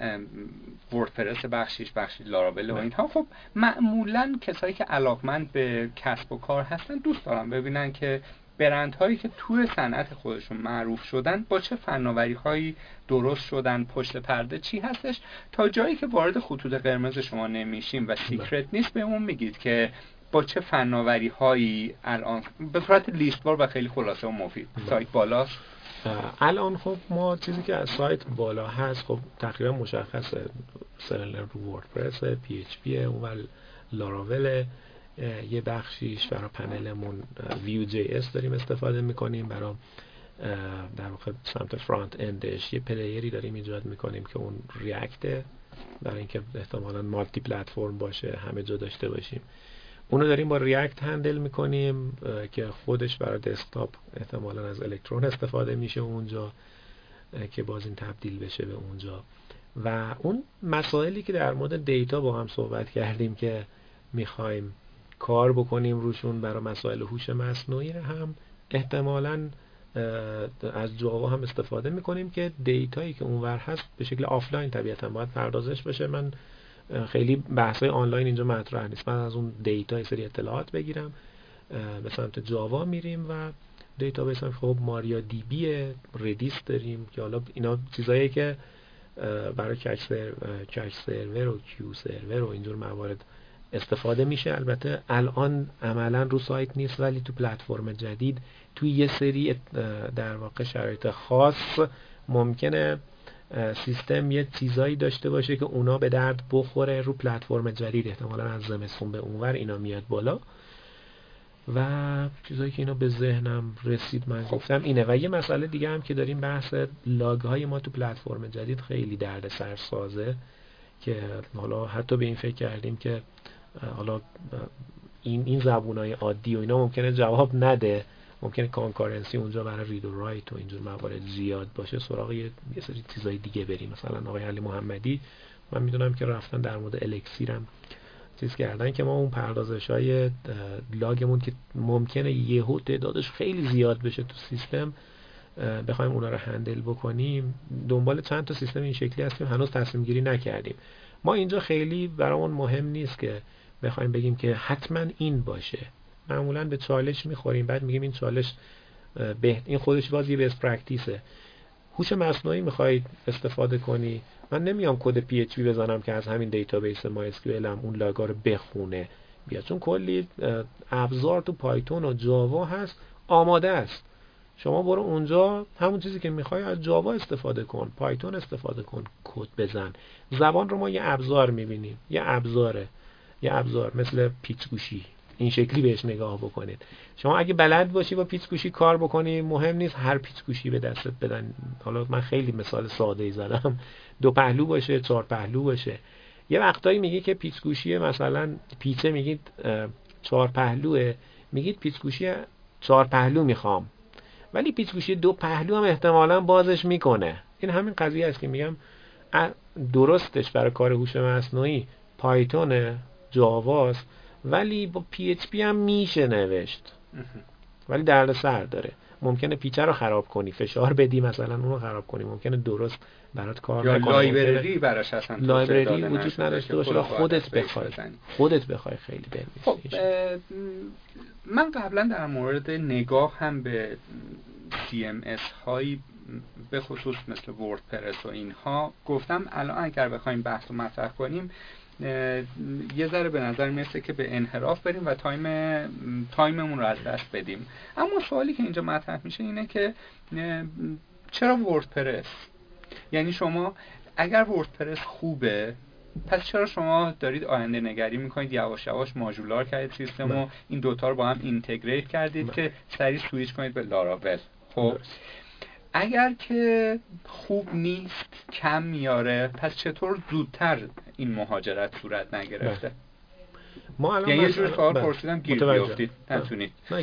وردپرس بخشی لاراول و اینها، خب معمولاً کسایی که علاقمند به کسب و کار هستن دوست دارن ببینن که برندهایی که توی صنعت خودشون معروف شدن با چه فناوری‌هایی درست شدن، پشت پرده چی هستش، تا جایی که وارد خطوط قرمز شما نمیشیم و سیکرت نیست بهمون میگید که با چه فناوری‌هایی الان به صورت لیست‌وار و خیلی خلاصه و مفید. سایت بالاست الان. خب ما چیزی که از سایت بالا هست خب تقریبا مشخصه، 7 لرن رو وردپرس، PHP و لاراول، یه بخشیش برای پنلمون Vue.js داریم استفاده میکنیم، برای در واقع سمت فرانت اندش یه پلیری داریم ایجاد میکنیم که اون ریاکته، برای اینکه احتمالاً مالتی پلتفرم باشه، همه جا داشته باشیم. اونو داریم با ریاکت هندل میکنیم که خودش برای دسکتاپ احتمالاً از الکترون استفاده میشه اونجا، که باز این تبدیل بشه به اونجا. و اون مسائلی که در مورد دیتا با هم صحبت کردیم که میخوایم کار بکنیم روشون برای مسائل هوش مصنوعی هم احتمالاً از جاوا هم استفاده میکنیم که دیتایی که اونور هست به شکل آفلاین طبیعتا باید پردازش بشه. من خیلی بحث‌های آنلاین اینجا مطرح نیست. من از اون دیتا سری اطلاعات بگیرم، به سمت جاوا میریم و دیتابیس هم خب ماریا دی بی، ردیس داریم که حالا اینا چیزاییه که برای کش سرور و کیو سرور و اینجور موارد استفاده میشه. البته الان عملا رو سایت نیست، ولی تو پلتفرم جدید توی یه سری در واقع شرایط خاص ممکنه سیستم یه چیزایی داشته باشه که اونا به درد بخوره رو پلتفرم جدید. احتمالاً از زمستون به اونور اینا میاد بالا و چیزایی که اینا به ذهنم رسید من گفتم اینه. و یه مسئله دیگه هم که داریم، بحث لاگ های ما تو پلتفرم جدید خیلی دردسر سازه که حالا حتی به این فکر کردیم که حالا این زبونای عادی و اینا ممکنه جواب نده، ممکنه کانکارنسی اونجا برای رید و رایت و اینجور موارد زیاد باشه، سراغ یه سری چیزای دیگه بریم. مثلا آقای علی محمدی من میدونم که رفتن در مورد الکسیرم چیز کردن که ما اون پردازش‌های لاگمون که ممکنه یهو تعدادش خیلی زیاد بشه تو سیستم بخوایم اونا رو هندل بکنیم، دنبال چند تا سیستم این شکلی هستیم، هنوز تصمیم گیری نکردیم. ما اینجا خیلی برامون مهم نیست که بخوایم بگیم که حتما این باشه. معمولا به چالش میخوریم، بعد میگیم این چالش این خودش باز یه بیس پرکتیسه. هوش مصنوعی میخواید استفاده کنی، من نمیام کد پی اچ پی بزنم که از همین دیتابیس ما اس کیو ال هم اون لاگا رو بخونه بیا، چون کلی ابزار تو پایتون و جاوا هست آماده است. شما برو اونجا همون چیزی که میخوای از جاوا استفاده کن، پایتون استفاده کن، کد بزن. زبان رو ما یه ابزار میبینیم، یه ابزار مثل پیچ‌گوشی، این شکلی بهش نگاه بکنید. شما اگه بلد باشی با پیچ‌گوشی کار بکنی، مهم نیست هر پیچ‌گوشی به دستت بدن. حالا من خیلی مثال ساده‌ای زدم، 2 پهلو باشه، 4 پهلو باشه. یه وقتایی میگه که پیچ‌گوشی مثلا پیچه میگید 4 پهلوه، میگید پیچ‌گوشی 4 پهلو میخوام، ولی پیچ‌گوشی 2 پهلو هم احتمالاً بازش میکنه. این همین قضیه است که میگم درستش برای کار هوش مصنوعی پایتون، جاواست، ولی با پی اچ پی هم میشه نوشت، ولی دردسر داره. ممکنه پیچه رو خراب کنی، فشار بدی مثلا اون رو خراب کنی، ممکنه درست برات کار نکنه، یا لایبرری براش اصلا لایبرری وجود نداشته باشه، خودت بخوای خیلی بنویسی. من قبلا در مورد نگاه هم به CMS هایی به خصوص مثل وردپرس و اینها گفتم. الان اگر بخوایم بحث رو مطرح کنیم یه ذره به نظر میرسه که به انحراف بریم و تایممون رو از دست بدیم. اما سوالی که اینجا مطرح میشه اینه که چرا وردپرس؟ یعنی شما اگر وردپرس خوبه، پس چرا شما دارید آینده نگری میکنید، یواش یواش ماژولار کردید سیستم و این دوتا رو با هم اینتگریت کردید که سریع سویچ کنید به لاراول. خب اگر که خوب نیست، کم میاره، پس چطور زودتر این مهاجرت صورت نگرفته؟ ما الان یه جور سوال پرسیدم گیر بیافتید، نتونید. نه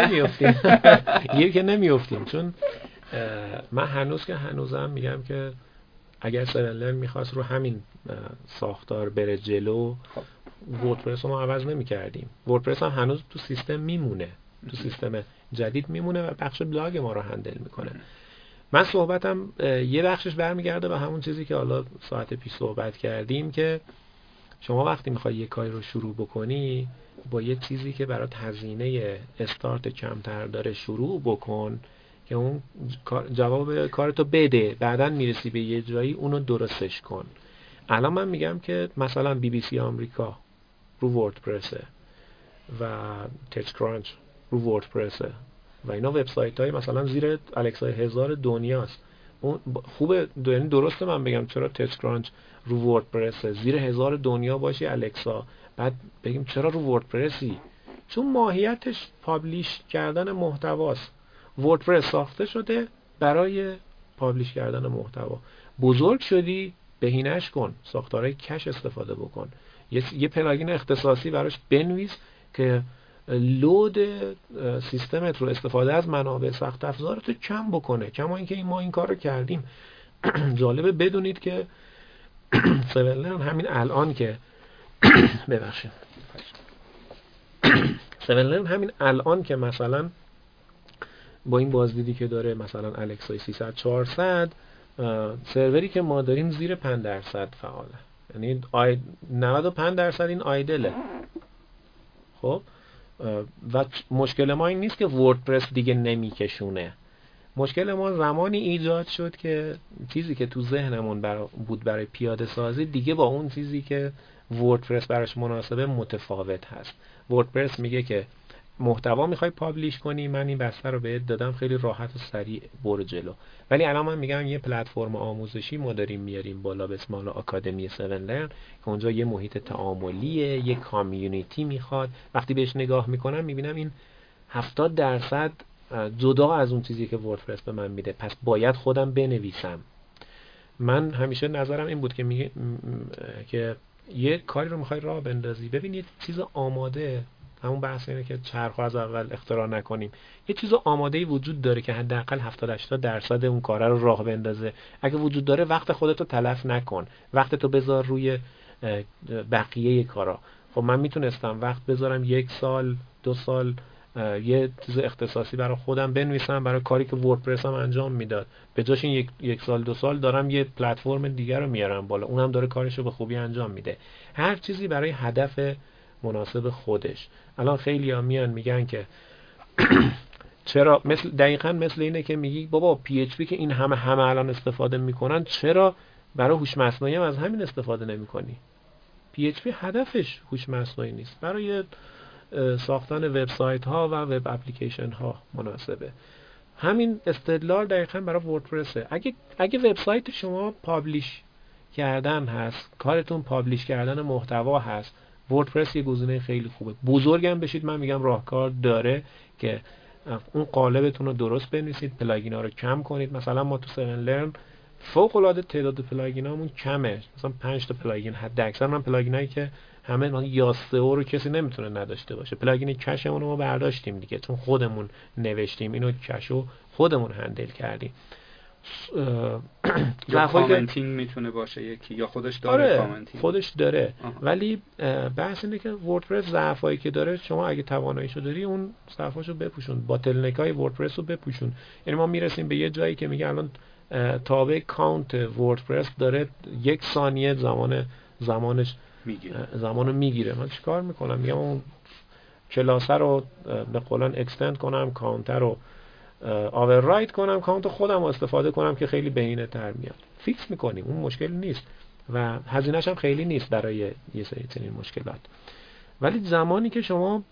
گیر که نمیافتیم، چون من هنوزم میگم که اگر سرنلرن میخواست رو همین ساختار بره جلو، وردپرس رو ما عوض نمی کردیم. وردپرس هم هنوز تو سیستم میمونه، تو سیستم جدید میمونه و بخش بلاگ ما رو هندل میکنه. من صحبتم یه بخشش برمیگرده به همون چیزی که حالا ساعت پیش صحبت کردیم، که شما وقتی میخوای یه کاری رو شروع بکنی با یه چیزی که برات هزینه استارت کمتر داره شروع بکن که اون جواب کارتو بده، بعداً میرسی به یه جایی اونو درستش کن. الان من میگم که مثلا BBC آمریکا رو وردپرسه و تچکرانچ رو وردپرسه و اینا وبسایت های مثلا زیر الکسای 1000 دنیاست. اون خوبه، یعنی درسته من بگم چرا تچکرانچ رو وردپرسه، زیر 1000 دنیا باشی الکسا، بعد بگیم چرا رو وردپرسی؟ چون ماهیتش پابلیش کردن محتواست. وردپرس ساخته شده برای پابلیش کردن محتوا. بزرگ شدی بهینه‌اش کن، ساختارهای کش استفاده بکن، یه پلاگین اختصاصی براش بنویس که لود سیستمت رو استفاده از منابع سخت افزارت رو کم بکنه. کما اینکه ما این کار رو کردیم. جالبه بدونید که سیولرن همین الان که سیولرن همین الان که مثلا با این بازدیدی که داره مثلا الکسای 300 400 سروری که ما داریم زیر 5% فعاله، یعنی 95% این آیدله. خب و مشکل ما این نیست که وردپرس دیگه نمیکشونه. مشکل ما زمانی ایجاد شد که چیزی که تو ذهنمون بود برای پیاده سازی دیگه با اون چیزی که وردپرس براش مناسبه متفاوت هست. وردپرس میگه که محتوا میخوای پابلیش کنی، من این بسته رو بهت دادم، خیلی راحت و سریع برو جلو. ولی الان من میگم یه پلتفرم آموزشی ما داریم میاریم بالا به اسم آکادمی 7 لرن که اونجا یه محیط تعاملیه، یه کامیونیتی میخواد. وقتی بهش نگاه میکنم میبینم این 70% جدا از اون چیزی که وردپرس به من میده، پس باید خودم بنویسم. من همیشه نظرم این بود که که یه کاری رو میخوای راه بندازی، ببین یه چیز آماده، همون بحث اینه که چرخو از اول اختراع نکنیم، یه چیز آماده‌ای وجود داره که حداقل 70-80% اون کار رو راه بندازه. اگه وجود داره وقت خودتو تلف نکن، وقتتو بذار روی بقیه کارا. خب من میتونستم وقت بذارم 1 سال 2 سال یه چیز اختصاصی برای خودم بنویسم برای کاری که وردپرس هم انجام میداد، به جاش این 1 سال 2 سال دارم یه پلتفرم دیگر رو میارم بالا، اونم داره کارشو به خوبی انجام میده. هر چیزی برای هدف مناسب خودش. الان خیلی‌ها میان میگن که چرا، دقیقاً مثل اینه که میگی بابا PHP که این همه الان استفاده میکنن، چرا برای هوش مصنوعی هم از همین استفاده نمیکنی؟ PHP هدفش هوش مصنوعی نیست، برای ساختن وبسایت ها و وب اپلیکیشن ها مناسبه. همین استدلال دقیقاً برای وردپرسه. اگه وبسایت شما پابلیش کردن هست، کارتون پابلیش کردن محتوا هست، وردپرس یه گزینه خیلی خوبه. بزرگم بشید من میگم راهکار داره که اون قالبتون رو درست بنویسید، پلاگین ها رو کم کنید. مثلا ما تو 7 لرن فوق العاده تعداد پلاگین هامون کمه، مثلا 5 تا پلاگین حد اکثر. من پلاگین هایی که همه مثلا یاستئو رو کسی نمیتونه نداشته باشه. پلاگین کشمون رو ما برداشتیم دیگه، چون خودمون نوشتیم، اینو کشو خودمون هندل کردیم. یا کامنتینگ میتونه باشه یکی، یا خودش داره. آره کامنتینگ خودش داره. ولی بحث اینه که وردپرس ضعفایی که داره، شما اگه تواناییشو داری اون ضعفاشو بپوشون، باتلنکای وردپرس رو بپوشون. یعنی ما میرسیم به یه جایی که میگه الان تابع کانت وردپرس داره 1 ثانیه زمانش زمانو میگیره. من چیکار میکنم؟ میگم اون کلاسه رو به قولن اکستند کنم، کانتر رو آوررایت کنم، کانت خودم رو استفاده کنم که خیلی بهینه تر میاد. فیکس میکنیم، اون مشکل نیست و هزینه‌ش هم خیلی نیست برای یه سری چنین مشکلات. ولی زمانی که شما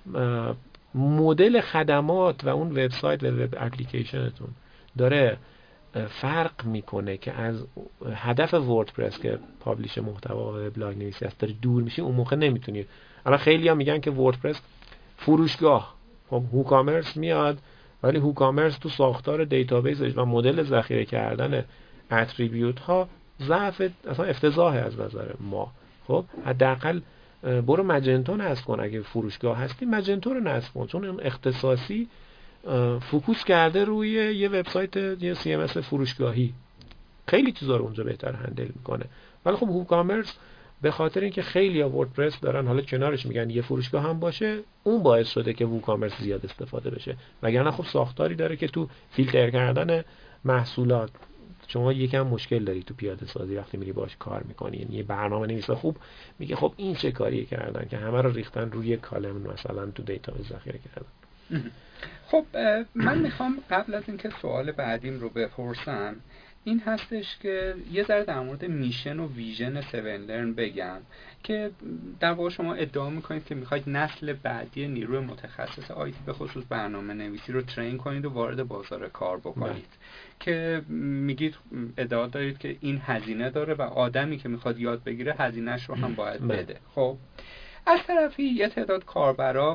مدل خدمات و اون وبسایت و وب اپلیکیشنتون داره فرق میکنه که از هدف وردپرس که پابلیش محتوا و وبلاگ نویسی است داره دور میشه، اون موقع نمیتونید. الان خیلی‌ها میگن که وردپرس فروشگاه، خب هوکامرس میاد، ولی هوکامرس تو ساختار دیتابیسش و مدل ذخیره کردن اتریبیوت ها ضعف اصلا افتضاحه از نظر ما. خب حداقل برو مجنتو نصب کن، اگه فروشگاه هستی مجنتو رو نصب کن، چون اختصاصی فوکوس کرده روی یه وبسایت، یه CMS فروشگاهی، خیلی چیزا رو اونجا بهتر هندل میکنه. ولی خب هوکامرس به خاطر اینکه خیلی وردپرس دارن، حالا کنارش میگن یه فروشگاه هم باشه، اون باعث شده که ووکامرس زیاد استفاده بشه. وگرنه خب ساختاری داره که تو فیلتر کردن محصولات شما یکم مشکل داری تو پیاده سازی وقتی میری باش کار میکنی. یعنی یه برنامه نویس خوب میگه خب این چه کاری کردن که همه رو ریختن روی کالم مثلا تو دیتابیس ذخیره کردن. خب من میخوام قبل از اینکه سوال بعدیم رو بپرسم این هستش که یه ذره در مورد میشن و ویژن 7 لرن بگم که در واقع شما ادعا میکنید که میخواید نسل بعدی نیروی متخصص آیتی به خصوص برنامه نویسی رو ترین کنید و وارد بازار کار بکنید که میگید ادعا دارید که این هزینه داره و آدمی که میخواد یاد بگیره هزینهش رو هم باید بده. خب از طرفی یه تعداد کاربرا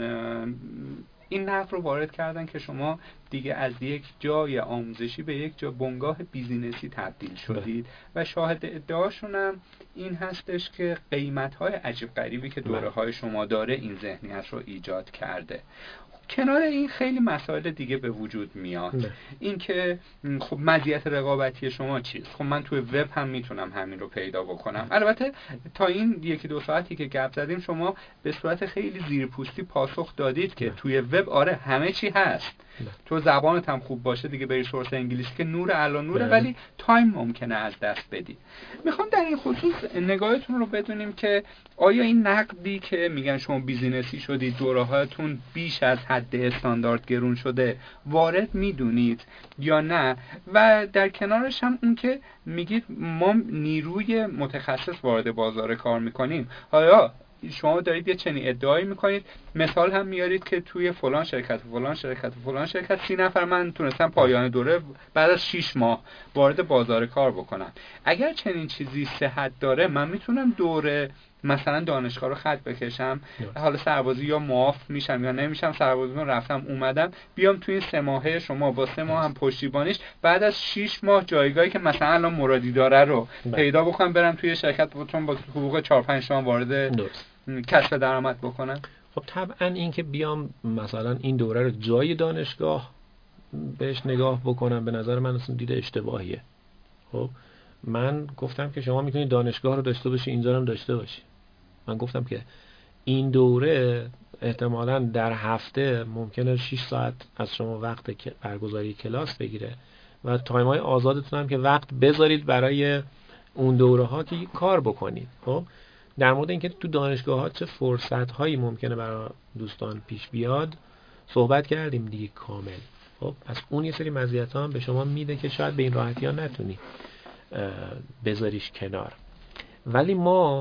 این نقد رو وارد کردن که شما دیگه از یک جای آموزشی به یک جا بنگاه بیزینسی تبدیل شدید و شاهد ادعاشون هم این هستش که قیمت‌های عجیب غریبی که دوره‌های شما داره این ذهنیت رو ایجاد کرده. کنار این خیلی مسائل دیگه به وجود میاد. این که خب مزیت رقابتی شما چیست؟ خب من توی وب هم میتونم همین رو پیدا بکنم. البته تا این 1-2 ساعتی که گپ زدیم شما به صورت خیلی زیرپوستی پاسخ دادید که توی وب آره همه چی هست. تو زبانت هم خوب باشه دیگه بری سورس انگلیسی که نور علا نوره، ولی تایم ممکنه از دست بدی. میخوام در این خصوص نگاهتون رو بدونیم که آیا این نقدی که میگن شما بیزینسی شدید، دوره‌هاتون بیش از حد استاندارد گرون شده، وارد میدونید یا نه؟ و در کنارش هم اون که میگید ما نیروی متخصص وارد بازار کار میکنیم، آیا شما دارید یه چنین ادعایی میکنید؟ مثال هم میارید که توی فلان شرکت و فلان شرکت و فلان شرکت 30 نفر من تونستم پایان دوره بعد از 6 ماه وارد بازار کار بکنم. اگر چنین چیزی صحت داره، من میتونم دوره مثلا دانشگاه رو خط بکشم، حالا سربازی یا معاف میشم یا نمیشم، سربازیمون رفتم اومدم، بیام توی 3 ماهه شما با 3 ماه هم پشتیبانیش بعد از 6 ماه جایگاهی که مثلا الان مرادی داره رو پیدا بکنم، برم توی شرکت بتونم با حقوق 4-5 تومن وارد کسب درآمد بکنم. خب طبعا این که بیام مثلا این دوره رو جای دانشگاه بهش نگاه بکنم، به نظر من اصلا دید اشتباهیه. خب من گفتم که شما میتونید دانشگاه رو داشته باشی، اینجا هم داشته باشی. من گفتم که این دوره احتمالاً در هفته ممکنه 6 ساعت از شما وقت برگزاری کلاس بگیره و تایم‌های آزادتون هم که وقت بذارید برای اون دوره ها که کار بکنید. خب در مورد اینکه تو دانشگاه ها چه فرصت هایی ممکنه برای دوستان پیش بیاد صحبت کردیم دیگه کامل. خب پس اون یه سری مزیت ها هم به شما میده که شاید به این راحتی ها نتونی بذاریش کنار. ولی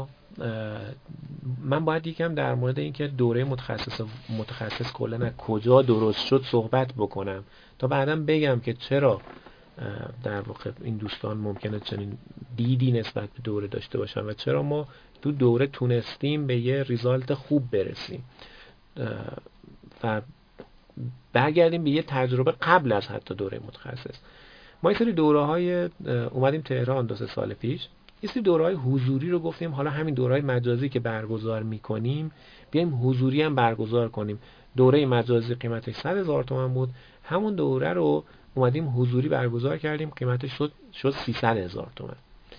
من باید یکم در مورد اینکه دوره متخصص کلا از کجا درست شد صحبت بکنم تا بعداً بگم که چرا در واقع این دوستان ممکنه چنین دیدی نسبت به دوره داشته باشن و چرا ما تو دوره تونستیم به یه ریزالت خوب برسیم و برگردیم به یه تجربه قبل از حتی دوره متخصص. ما یه سری دوره‌های اومدیم تهران 2-3 سال پیش، یه سری دوره‌های حضوری رو گفتیم حالا همین دوره‌های مجازی که برگزار می‌کنیم بیایم حضوری هم برگزار کنیم. دوره مجازی قیمتش 100,000 تومان بود، همون دوره رو اومدیم حضوری برگزار کردیم، قیمتش شد 300,000 تومان.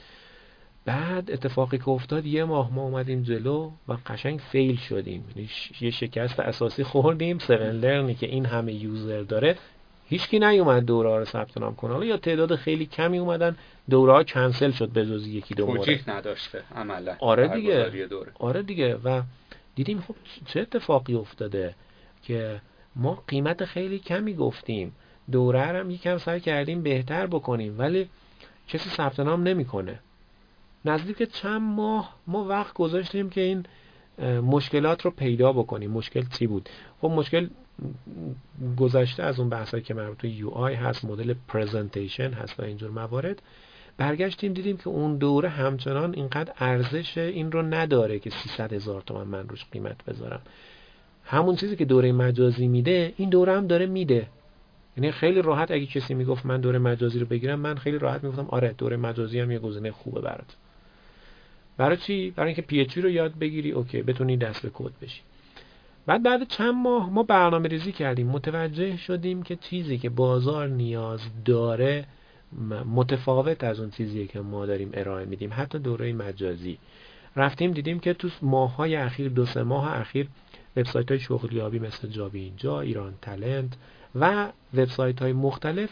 بعد اتفاقی که افتاد یه ماه ما اومدیم جلو و قشنگ فیل شدیم، یعنی یه شکست اساسی خوردیم. 7 لرنی که این همه یوزر داره هیچکی نیومد دوره رو ثبت نام کنه، حالا یا تعداد خیلی کمی اومدن، دوره ها کنسل شد به جز 1-2 مورد. توجیه نداشته عملا. آره دیگه و دیدیم خب چه اتفاقی افتاده که ما قیمت خیلی کمی گفتیم، دوره هم یکم سعی کردیم بهتر بکنیم ولی کسی ثبت نام نمیکنه. نزدیک چند ماه ما وقت گذاشتیم که این مشکلات رو پیدا بکنیم. مشکل چی بود؟ خب مشکل گذشته از اون بحثایی که مربوط به یو آی هست، مدل پرزنتیشن هست و اینجور موارد. برگشتیم دیدیم که اون دوره همچنان اینقدر ارزش این رو نداره که 300,000 تومان من روش قیمت بذارم. همون چیزی که دوره مجازی میده این دوره هم داره میده. یعنی خیلی راحت اگه کسی میگفت من دوره مجازی رو بگیرم، من خیلی راحت میگفتم آره دوره مجازی هم یه گزینه خوبه برات. برای چی؟ برای اینکه پی اچ پی رو یاد بگیری، اوکی بتونی دست به کد بشی. بعد چند ماه ما برنامه ریزی کردیم، متوجه شدیم که چیزی که بازار نیاز داره متفاوت از اون چیزیه که ما داریم ارائه میدیم. حتی دوره مجازی رفتیم دیدیم که تو ماه‌های اخیر 2-3 ماه اخیر وبسایت‌های شغلیابی مثل جاب اینجا، ایران تالنت و وبسایت‌های مختلف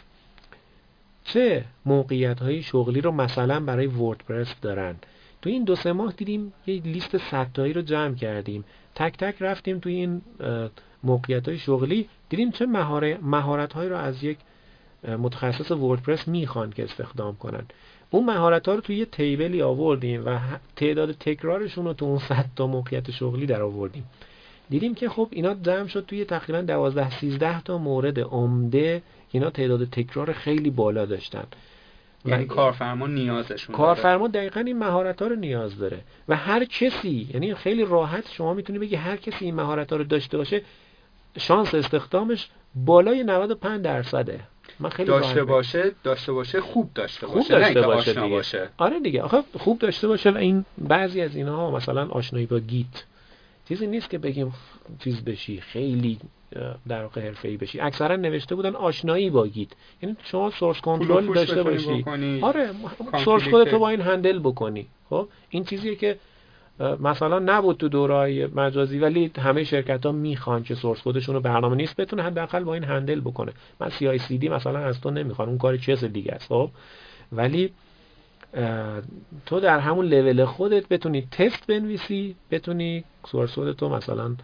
چه موقعیت‌های شغلی رو مثلا برای وردپرس دارن. تو این 2-3 ماه دیدیم یه لیست 100 تایی رو جمع کردیم، تک تک رفتیم توی این موقعیت‌های شغلی، دیدیم چه مهارت‌هایی رو از یک متخصص وردپرس میخوان که استخدام کنن. اون مهارت‌ها رو توی یه تیبلی آوردیم و تعداد تکرارشون رو تو اون 100 تا موقعیت شغلی در آوردیم. دیدیم که خب اینا جمع شد توی تقریبا 12-13 تا مورد عمده، اینا تعداد تکرار خیلی بالا داشتن. یعنی کارفرما نیازشون کارفرما دقیقاً این مهارت‌ها رو نیاز داره و هر کسی، یعنی خیلی راحت شما میتونی بگی هر کسی این مهارت‌ها رو داشته باشه شانس استخدامش بالای 95%. من خیلی داشته باشه خوب داشته باشه نه اینکه آشنا باشه. آره دیگه آخه خوب داشته باشه و این بعضی از اینها مثلا آشنایی با گیت چیزی نیست که بگیم چیز بشی، خیلی در واقع حرفه‌ای بشی. اکثرا نوشته بودن آشنایی با گیت، یعنی شما سورس کنترل داشته باشی. آره، سورس کد تو با این هندل بکنی. خب این چیزیه که مثلا نبود تو دوره‌های مجازی، ولی همه شرکت‌ها میخوان که سورس کدشون رو برنامه نیست بتونه حداقل با این هندل بکنه. من CI/CD مثلا از تو نمیخوام، اون کار چه دیگه است. خب ولی تو در همون لول خودت بتونی تست بنویسی، بتونی سورس کد تو مثلا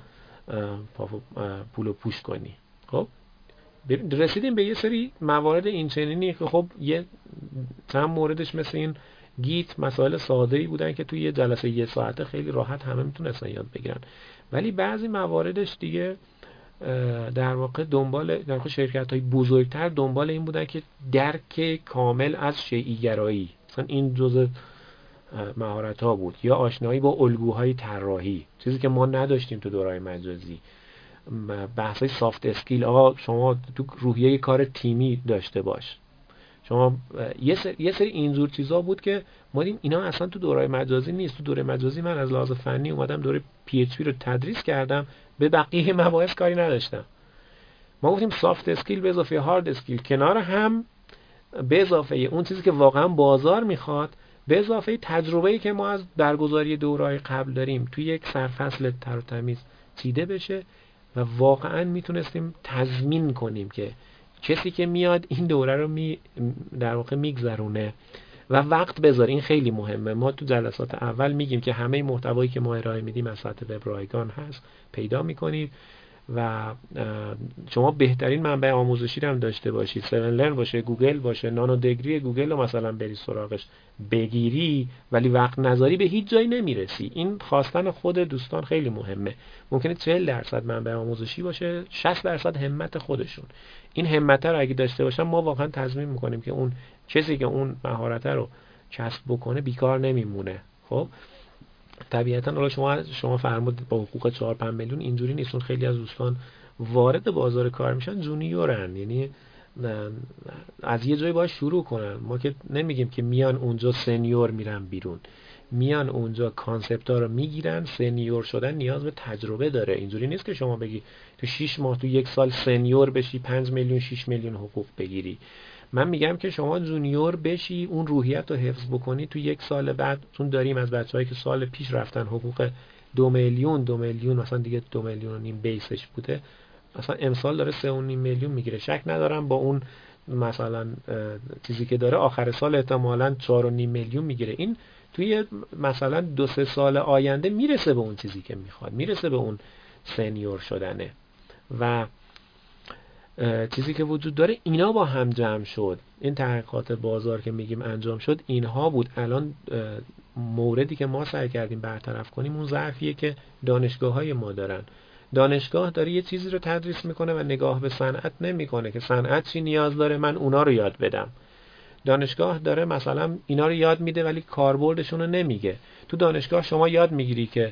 پول و پوش کنی. خب رسیدیم به یه سری موارد این چنینی که خب یه چند موردش مثل این گیت مسائل ساده‌ای بودن که توی یه جلسه 1 ساعته خیلی راحت همه میتونستن یاد بگیرن، ولی بعضی مواردش دیگه در واقع در واقع شرکت‌های بزرگتر دنبال این بودن که درک کامل از شیعی‌گرایی، مثلا این جزء مهارت‌ها بود، یا آشنایی با الگوهای طراحی، چیزی که ما نداشتیم تو دوره‌های مجازی. بحث‌های سافت اسکیل، آقا شما تو روحیه کار تیمی داشته باش، شما یه سری اینجور چیزا بود که ما دیدیم اینا اصلا تو دوره‌های مجازی نیست. تو دوره مجازی من از لحاظ فنی اومدم دوره PHP رو تدریس کردم، به بقیه مباحث کاری نداشتم. ما گفتیم سافت اسکیل به اضافه هارد اسکیل، کنار هم به اضافه اون چیزی که واقعا بازار میخواد، به اضافه تجربه‌ای که ما از برگزاری دوره‌های قبل داریم توی یک سرفصل تر و تمیز چیده بشه و واقعا میتونستیم تضمین کنیم که کسی که میاد این دوره رو در واقع میگذرونه و وقت بذاره. این خیلی مهمه. ما تو جلسات اول میگیم که همه محتوایی که ما ارائه میدیم از سایت وب رایگان هست، پیدا میکنید و شما بهترین منبع آموزشی رو هم داشته باشید، 7 لرن باشه، گوگل باشه، نانو دگری گوگل رو مثلا بری سراغش بگیری، ولی وقت نذاری به هیچ جایی نمیرسی. این خواستن خود دوستان خیلی مهمه. ممکنه 40% منبع آموزشی باشه، 60% همت خودشون. این همت رو اگه داشته باشن، ما واقعا تضمین میکنیم که اون کسی که اون مهارت رو کسب بکنه بیکار نمیمونه. خب طبیعتا حالا شما فرمودید با حقوق 4-5 میلیون اینجوری نیستون. خیلی از دوستان وارد بازار کار میشن جونیورن، یعنی از یه جایی باید شروع کنن. ما که نمیگیم که میان اونجا سنیور میرن بیرون، میان اونجا کانسپت ها رو میگیرن. سنیور شدن نیاز به تجربه داره. اینجوری نیست که شما بگی تو 6 ماه تو 1 سال سنیور بشی 5 میلیون 6 میلیون حقوق بگیری. من میگم که شما جونیور بشی، اون روحیت رو حفظ بکنی، تو 1 سال بعد چون داریم از بچه‌هایی که سال پیش رفتن حقوق 2 میلیون مثلا دیگه 2 میلیون و نیم بیسش بوده، مثلا امسال داره 3.5 میلیون میگیره. شک ندارم با اون مثلا چیزی که داره آخر سال احتمالاً 4.5 میلیون میگیره. این توی مثلا 2-3 سال آینده میرسه به اون چیزی که میخواد، میرسه به اون سنیور شدنه. و چیزی که وجود داره اینا با هم جمع شد. این تحقیقات بازار که میگیم انجام شد اینها بود. الان موردی که ما سعی کردیم برطرف کنیم اون ضعفیه که دانشگاه‌های ما دارن. دانشگاه داره یه چیزی رو تدریس میکنه و نگاه به صنعت نمیکنه که صنعت چی نیاز داره من اونا رو یاد بدم. دانشگاه داره مثلا اینا رو یاد میده ولی کاربردشون رو نمیگه. تو دانشگاه شما یاد میگیری که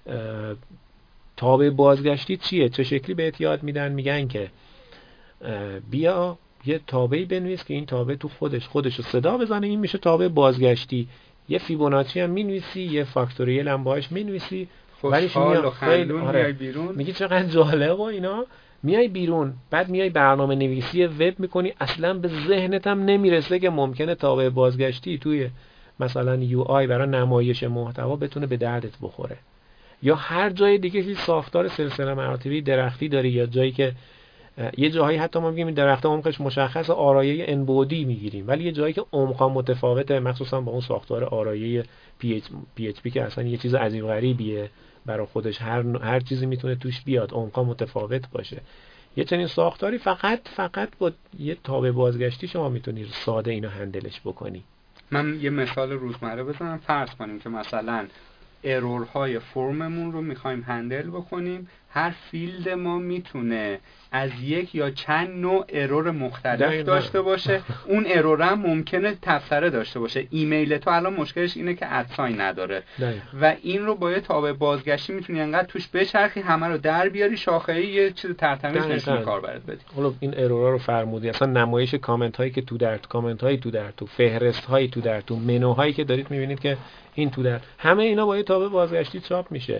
تابع بازگشتی چیه، چه شکلی بهت یاد میدن، میگن که بیا یه تابعی بنویس که این تابع تو خودش رو صدا بزنه، این میشه تابع بازگشتی. یه فیبوناچی هم مینویسی، یه فاکتوریل هم باهاش مینویسی، خوشحال و خندون میای بیرون. میگی چقدر جالب و اینا. میای بیرون بعد میای برنامه نویسی وب میکنی، اصلا به ذهنت هم نمیرسه که ممکنه تابع بازگشتی توی مثلا یو آی برای نمایش محتوا بتونه به دردت بخوره. یا هر جای دیگه که ساختار سلسله مراتبی درختی داری، یا جایی که یه جایی حتی ما میگیم این درخت عمقش مشخص آرایه انبودی میگیریم، ولی یه جایی که عمقا متفاوته، مخصوصا با اون ساختار آرایه PHP که اصلا یه چیز عجیب غریبیه برای خودش، هر چیزی میتونه توش بیاد، عمقا متفاوت باشه. یه چنین ساختاری فقط با یه تابع بازگشتی شما میتونی ساده اینو هندلش بکنی. من یه مثال روزمره بزنم. فرض کنیم که مثلا ارورهای فرممون رو میخوایم هندل بکنیم. هر فیلد ما میتونه از یک یا چند نوع ارور مختلف داشته باشه. اون ارور هم ممکنه تفسیره داشته باشه. ایمیل تو الان مشکلش اینه که ادساین نداره و این رو با یه تابع بازگشتی میتونی انقدر توش بچرخی همه رو در بیاری، شاخه‌ای یه چیز ترتمیز نشون کاربرت بدی. حالا این ارورا رو فرمودی، اصلا نمایش کامنت هایی که کامنت هایی تو فهرست هایی تو منو هایی که دارید میبینید که این همه اینا با یه تابع بازگشتی چاپ میشه.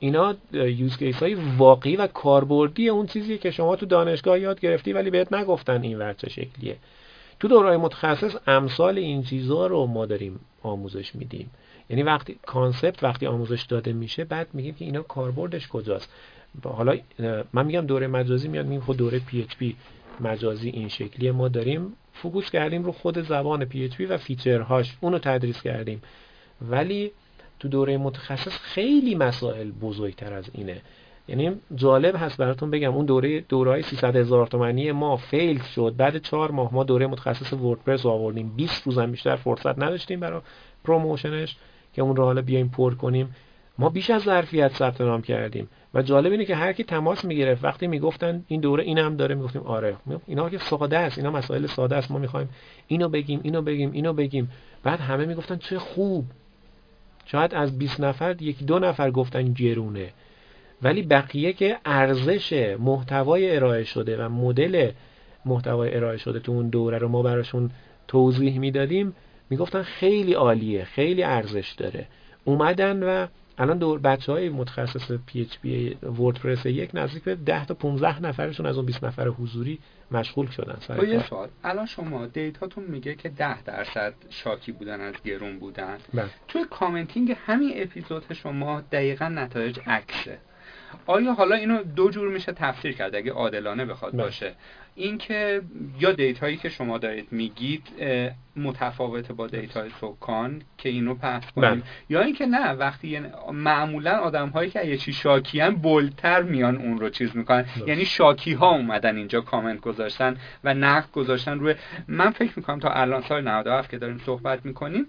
اینا یوز کیس های واقعی و کاربردی اون چیزیه که شما تو دانشگاه یاد گرفتی ولی بهت نگفتن این ور چه شکلیه. تو دوره‌های متخصص امثال این چیزا رو ما داریم آموزش میدیم. یعنی وقتی آموزش داده میشه بعد میگیم که اینا کاربردش کجاست. حالا من میگم دوره مجازی میاد میگیم خود دوره PHP مجازی این شکلیه، ما داریم فوکوس کردیم رو خود زبان PHP و فیچرهاش، اونو تدریس کردیم. ولی تو دوره متخصص خیلی مسائل بزرگتر از اینه. یعنی جالب هست براتون بگم اون دوره‌های 300,000 تومانی ما فیل شد. بعد 4 ماه ما دوره متخصص وردپرس آوردیم، 20 روز بیشتر فرصت نداشتیم برای پروموشنش که اون رو حالا بیایم پر کنیم. ما بیش از ظرفیت ثبت نام کردیم و جالب اینه که هر کی تماس میگرفت وقتی میگفتن این دوره اینم داره میگفتیم آره. اینا که ساده است، اینا مسائل ساده است، ما میخوایم اینو بگیم. بعد همه میگفتن چه خوب. شاید از 20 نفر 1-2 نفر گفتن گرونه، ولی بقیه که ارزش محتوای ارائه شده و مدل محتوای ارائه شده تو اون دوره رو ما براشون توضیح میدادیم میگفتن خیلی عالیه، خیلی ارزش داره. اومدن و الان بچهای متخصص PHP وردپرس یک نزدیک به 10 تا 15 نفرشون از اون 20 نفر حضوری مشغول شدن سر کار. یه سوال، الان شما دیتاتون میگه که 10% شاکی بودن از گرون بودن. توی کامنتینگ همین اپیزود شما دقیقاً نتایج عکسه. آیا حالا اینو دو جور میشه تفسیر کرد اگه عادلانه بخواد باشه؟ این که یا دیتایی که شما دارید میگید متفاوته با دیتای سکان که اینو پخش کنیم، یا اینکه نه وقتی معمولا آدم‌هایی که یه چی شاکیان بولتر میان اون رو چیز میکنن، یعنی شاکی ها اومدن اینجا کامنت گذاشتن و نقد گذاشتن روی. من فکر میکنم تا الان سال 97 که داریم صحبت میکنیم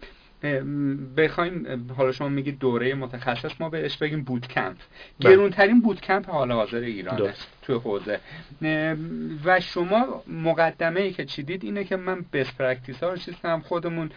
بخوایم، حالا شما میگید دوره متخصص، ما بهش بگیم بوت کمپ، گرونترین بوت کمپ حال حاضر ایرانه توی حوزه. و شما مقدمه ای که چیدید اینه که من بیست پرکتیس ها رو چیز کنم، خودمون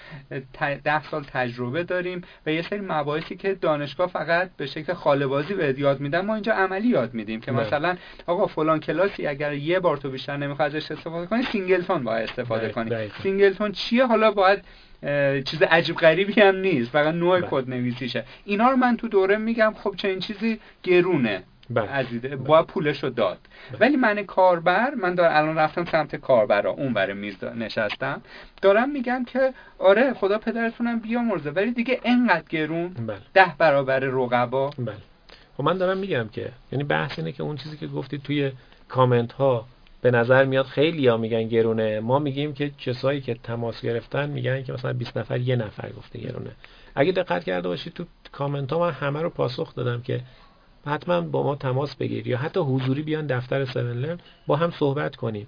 10 سال تجربه داریم و یه سری مباحثی که دانشگاه فقط به شکل خاله‌بازی بهت یاد میدن ما اینجا عملی یاد میدیم که مثلا آقا فلان کلاسی اگر یه بار تو بیشتر نمیخوای ازش استفاده کنی سینگلتون باید استفاده کنی. سینگلتون چیه؟ حالا باید چیز عجیب غریبی هم نیست، فقط نوع کد نویسیشه. اینا رو من تو دوره میگم خب چه این چیزی گرونه عزیزه، باید پولشو داد. ولی من کاربر، من دارم الان رفتم سمت کاربرا، اون بره میز نشستم، دارم میگم که آره خدا پدرتونم بیامرزه، ولی دیگه اینقدر گرون 10 برابر رقبا. خب من دارم میگم که یعنی بحث اینه که اون چیزی که گفتی توی کامنت ها به نظر میاد خیلی‌ها میگن گرونه، ما میگیم که کسایی که تماس گرفتن میگن که مثلا 20 نفر یه نفر گفته گرونه. اگه دقت کرده باشید تو کامنت ها من همه رو پاسخ دادم که حتما با ما تماس بگیر یا حتی حضوری بیان دفتر 7 لرن با هم صحبت کنیم،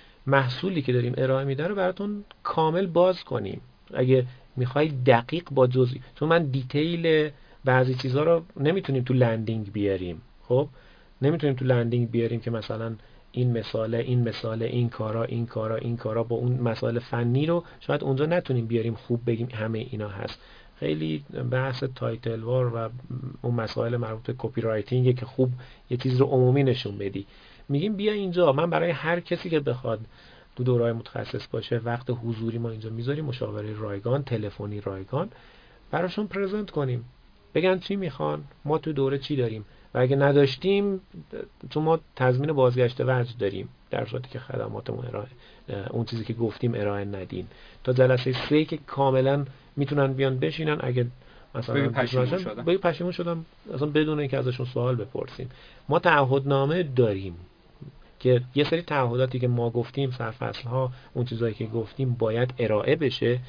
محصولی که داریم ارائه میده رو براتون کامل باز کنیم. اگه میخوای دقیق با جزئی، چون من دیتیل بعضی چیزا رو نمیتونیم تو لندینگ بیاریم. خب نمیتونیم تو لندینگ بیاریم که مثلا این مثاله این کارا با اون مسائل فنی رو شاید اونجا نتونیم بیاریم خوب بگیم همه اینا هست. خیلی بحث تایتل وار و اون مسائل مربوط به کپی رایتینگ که خوب یه چیز رو عمومی نشون بدی. میگیم بیا اینجا، من برای هر کسی که بخواد تو دوره‌های متخصص باشه وقت حضوری ما اینجا میذاریم، مشاوره رایگان، تلفنی رایگان، براشون پرزنت کنیم، بگن چی میخوان، ما تو دوره چی داریم و اگه نداشتیم چون ما تضمین بازگشت وجه داریم در صورتی که خدماتمون اون چیزی که گفتیم ارائه ندین. تا جلسه 3 که کاملا میتونن بیان بشینن، اگه مثلا پشیمون شدم اصلا بدون اینکه ازشون سوال بپرسیم. ما تعهدنامه داریم که یه سری تعهداتی که ما گفتیم سرفصل ها، اون چیزایی که گفتیم باید ارائه بشه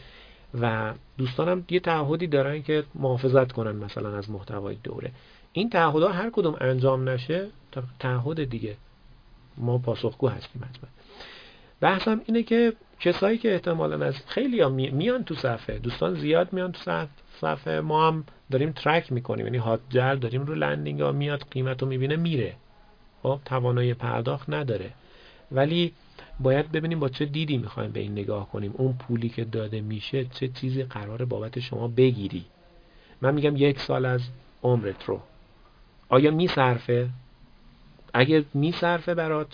و دوستانم یه تعهدی دارن که محافظت کنن مثلا از محتوای دوره. این تعهدها هر کدوم انجام نشه تعهد دیگه ما پاسخگو هستیم حتما. بحثم اینه که کسایی که احتمالاً از خیلی ها میان تو صفحه، دوستان زیاد میان تو صفحه، ما هم داریم ترک میکنیم، یعنی هات جر داریم رو لندینگ ها، میاد قیمت رو میبینه میره، خب توانایی پرداخت نداره، ولی باید ببینیم با چه دیدی میخوایم به این نگاه کنیم. اون پولی که داده میشه چه چیزی قراره بابت شما بگیری. من میگم 1 سال از عمرت رو آیا میصرفه؟ اگه میصرفه برات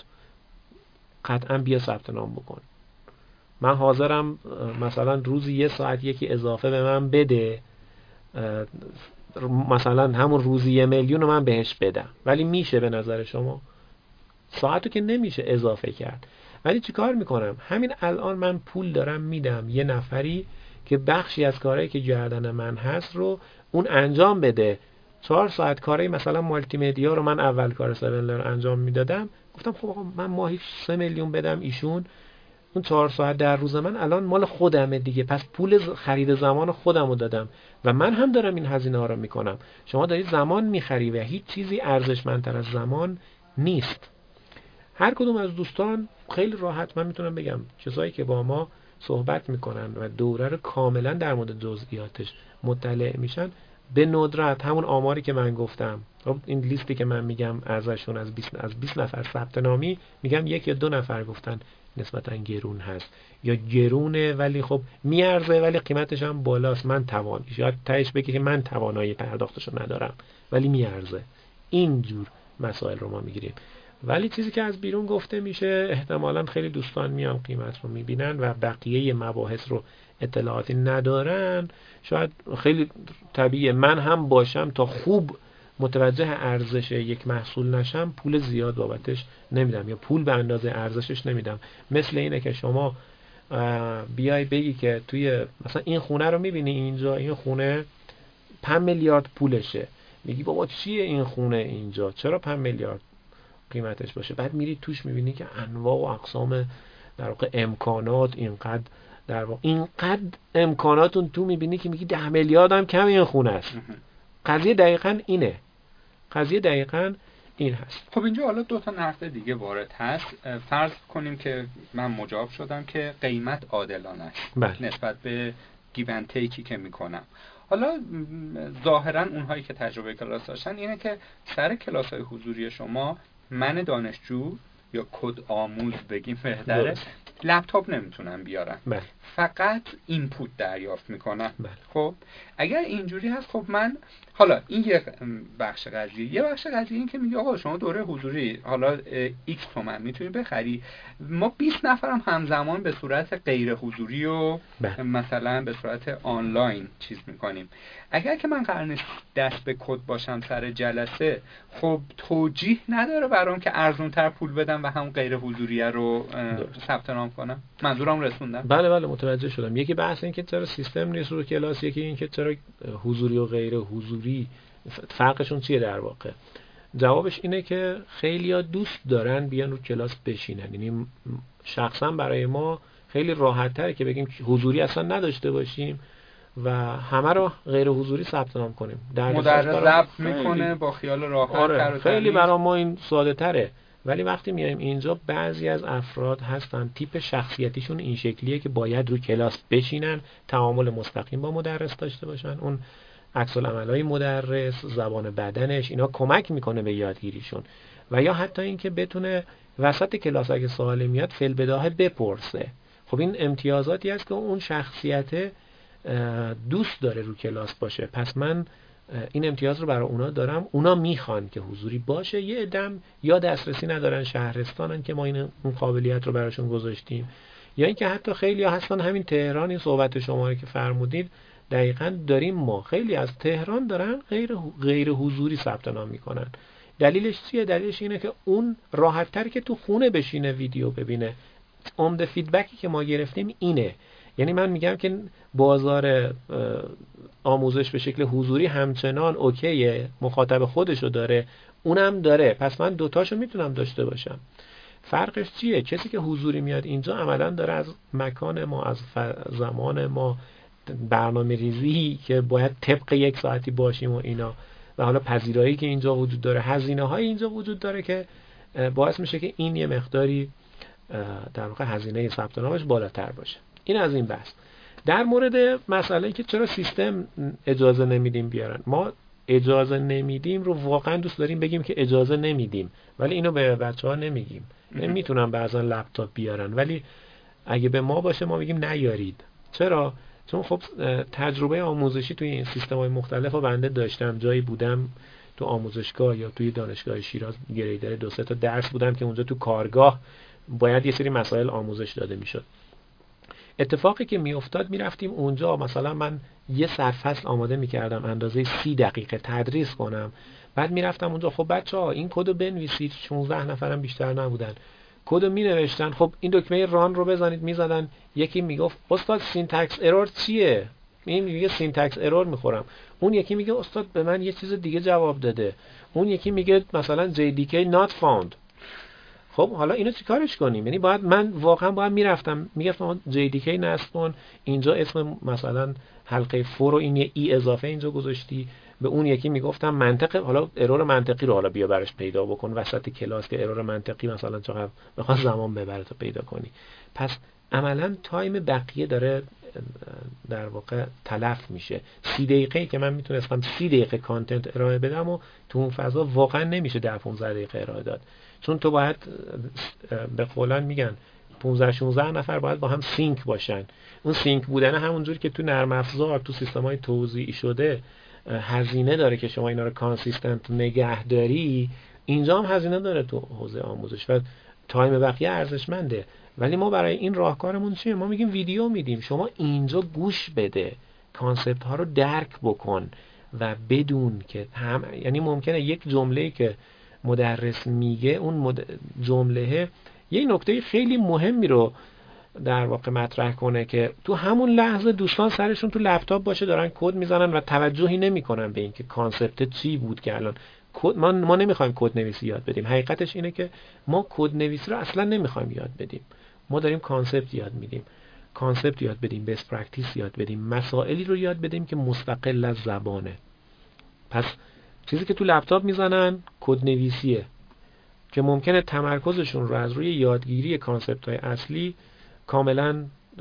قطعا بیا ثبت نام بکن. من حاضرم مثلا روزی 1 ساعت یکی اضافه به من بده، مثلا همون روزی 1 میلیون رو من بهش بدم، ولی میشه به نظر شما؟ ساعتو که نمیشه اضافه کرد. ولی چیکار میکنم؟ همین الان من پول دارم میدم یه نفری که بخشی از کارهایی که گردن من هست رو اون انجام بده. 4 ساعت کاری مثلا مالتی مدیا رو من اول کار 7 لرن انجام میدادم، گفتم خب آقا من ماهی 3 میلیون بدم ایشون، اون 4 ساعت در روز من الان مال خودمه دیگه، پس پول خرید زمان خودم رو دادم و من هم دارم این هزینه ها رو میکنم. شما دارید زمان میخری و هیچ چیزی ارزشمندتر از زمان نیست. هر کدوم از دوستان خیلی راحت من میتونم بگم کسایی که با ما صحبت میکنن و دوره رو کاملا در مورد جزئیاتش مطلع میشن، به ندرت همون آماری که من گفتم، خب این لیستی که من میگم ازشون از 20 نفر ثبت نامی، میگم 1 یا 2 نفر گفتن نسبتا گرون هست یا گرونه ولی خب میارزه ولی قیمتش هم بالاست، من شاید تهش بگی که من توانایی پرداختشو ندارم ولی میارزه. اینجور مسائل رو ما میگیریم. ولی چیزی که از بیرون گفته میشه احتمالاً خیلی دوستان میان قیمت رو میبینن و بقیه مباحث رو اطلاعاتی ندارن. شاید خیلی طبیعیه من هم باشم تا خوب متوجه ارزش یک محصول نشم پول زیاد بابتش نمیدم یا پول به اندازه ارزشش نمیدم. مثل اینه که شما بیای بگی که توی مثلا این خونه رو میبینی اینجا، این خونه 5 میلیارد پولشه، میگی بابا چیه این خونه اینجا، چرا 5 میلیارد قیمتش باشه؟ بعد میری توش میبینی که انواع و اقسام در واقع امکانات، اینقدر امکاناتون تو میبینی که میگی 10 میلیارد هم کم این خونه است. قضیه دقیقاً این هست. خب اینجا حالا 2 تا نقد دیگه وارد هست. فرض کنیم که من مجاب شدم که قیمت عادلانه است نسبت به گیو اند تیکی که میکنم. حالا ظاهرا اونهایی که تجربه کلاس داشتن اینه که سر کلاس‌های حضوری شما من دانشجو یا کد آموز بگیم بهتره، لپتاپ نمیتونن بیارن، فقط اینپوت دریافت میکنن. خب اگر اینجوری هست، خب من حالا این یه بخش قضیه. یه بخش قضیه این که میگه آقا شما دوره حضوری حالا x تومن میتونی بخری، ما 20 نفرم همزمان به صورت غیر حضوری و مثلا به صورت آنلاین چیز میکنیم. اگر که من قرار نیست دست به کد باشم سر جلسه، خب توجیه نداره برام که ارزون تر پول بدم و هم غیر حضوریه رو ثبت نام کنم. منظورم رسوندم؟ بله متوجه شدم. یکی بحث این که چرا سیستم نیست رو کلاس، یکی این که چرا حضوری و غیر حضوری فرقشون چیه در واقع. جوابش اینه که خیلی‌ها دوست دارن بیان رو کلاس بشینن. یعنی شخصا برای ما خیلی راحت‌تره که بگیم حضوری اصلا نداشته باشیم و همه رو غیر حضوری ثبت نام کنیم. مدرس ضبط میکنه با خیال راحت. خیلی برای ما این ساده تره. ولی وقتی میایم اینجا بعضی از افراد هستن تیپ شخصیتیشون این شکلیه که باید رو کلاس بشینن، تعامل مستقیم با مدرس داشته باشن، اون عکس العملای مدرس، زبان بدنش، اینا کمک میکنه به یادگیریشون. و یا حتی اینکه بتونه وسط کلاس اگه سوالی میاد فی‌البداهه بپرسه. خب این امتیازاتی است که اون شخصیت دوست داره رو کلاس باشه. پس من این امتیاز رو برای اونا دارم. اونا میخوان که حضوری باشه. یه عدم یا دسترسی ندارن، شهرستانن که ما اون قابلیت رو براشون گذاشتیم، یا اینکه حتی خیلی ها هستن همین تهران. این صحبت شما که فرمودید دقیقاً داریم. ما خیلی از تهران دارن غیر حضوری ثبت نام میکنن. دلیلش چیه؟ دلیلش اینه که اون راحت تر که تو خونه بشینه ویدیو ببینه. عمده فیدبکی که ما گرفتیم اینه. یعنی من میگم که بازار آموزش به شکل حضوری همچنان اوکیه، مخاطب خودشو داره، اونم داره، پس من دوتاشو میتونم داشته باشم. فرقش چیه؟ کسی که حضوری میاد اینجا عملا داره از مکان ما، از زمان ما، برنامه ریزی که باید طبق 1 ساعتی باشیم و اینا، و حالا پذیرایی که اینجا وجود داره، هزینه های اینجا وجود داره که باعث میشه که این یه مقداری در واقع هزینه ثبت نامش بالاتر باشه. این از این بحث. در مورد مسئله که چرا سیستم اجازه نمیدیم بیارن، ما اجازه نمیدیم رو واقعا دوست داریم بگیم که اجازه نمیدیم، ولی اینو به بچه‌ها نمیگیم. نمیتونن بعضا لپتاپ بیارن، ولی اگه به ما باشه ما میگیم نیارید. چرا؟ چون خب تجربه آموزشی توی این سیستم‌های مختلف رو بنده داشتم. جایی بودم تو آموزشگاه یا توی دانشگاه شیراز گریدر 2-3 تا درس بودم که اونجا تو کارگاه باید یه سری مسائل آموزش داده میشد. اتفاقی که میافتاد میرفتیم اونجا، مثلا من یه سرفصل آماده میکردم اندازه 30 دقیقه تدریس کنم، بعد میرفتم اونجا خب بچه‌ها این کدو بنویسید، 16 نفرم بیشتر نبودن، کدو مینوشتن، خب این دکمه ران رو بزنید، میزدن. یکی میگفت استاد سینتکس ارور چیه؟ این میگه سینتکس ارور میخورم، اون یکی میگه استاد به من یه چیز دیگه جواب داده، اون یکی میگه مثلا JDK not found. خب حالا اینو چیکارش کنیم؟ یعنی من واقعا باید میرفتم میگفتم JDK نصب کن، اینجا اسم مثلا حلقه فور رو این یه ای اضافه اینجا گذاشتی، به اون یکی میگفتم منطق، حالا ارور منطقی رو حالا بیا براش پیدا بکن وسط کلاس که ارور منطقی مثلا چقدر بخواد زمان ببره تا پیدا کنی. پس عملا تایم بقیه داره در واقع تلف میشه. 30 دقیقه‌ای که من میتونستم 30 دقیقه کانتنت ارائه بدم و تو اون فضا واقعا نمیشه 10-15 دقیقه ارائه داد، چون تو باید به قولن میگن 15-16 نفر باید با هم سینک باشن. اون سینک بودن همونجوری که تو نرم افزار تو سیستم‌های توزیعی شده هزینه داره که شما اینا رو کانسیستنت نگه داری، اینجا هم هزینه داره تو حوزه آموزش و تایم بقیه ارزشمنده. ولی ما برای این راهکارمون چیه؟ ما میگیم ویدیو میدیم، شما اینجا گوش بده، کانسپت ها رو درک بکن و بدون که یعنی ممکنه یک جمله‌ای که مدرس میگه اون جمله یه نکته خیلی مهمی رو در واقع مطرح کنه که تو همون لحظه دوستان سرشون تو لپتاپ باشه دارن کد میزنن و توجهی نمیکنن به اینکه کانسپت چی بود که الان ما نمیخوایم کد نویسی یاد بدیم. حقیقتش اینه که ما کد نویسی رو اصلا نمیخوایم یاد بدیم، ما داریم کانسپت یاد میدیم، کانسپت یاد بدیم، بیس پرکتیس یاد بدیم، مسائلی رو یاد بدیم که مستقل از زبانه. پس چیزی که تو لپتاپ میزنن کد نویسیه که ممکنه تمرکزشون رو از روی یادگیری کانسپت‌های اصلی کاملا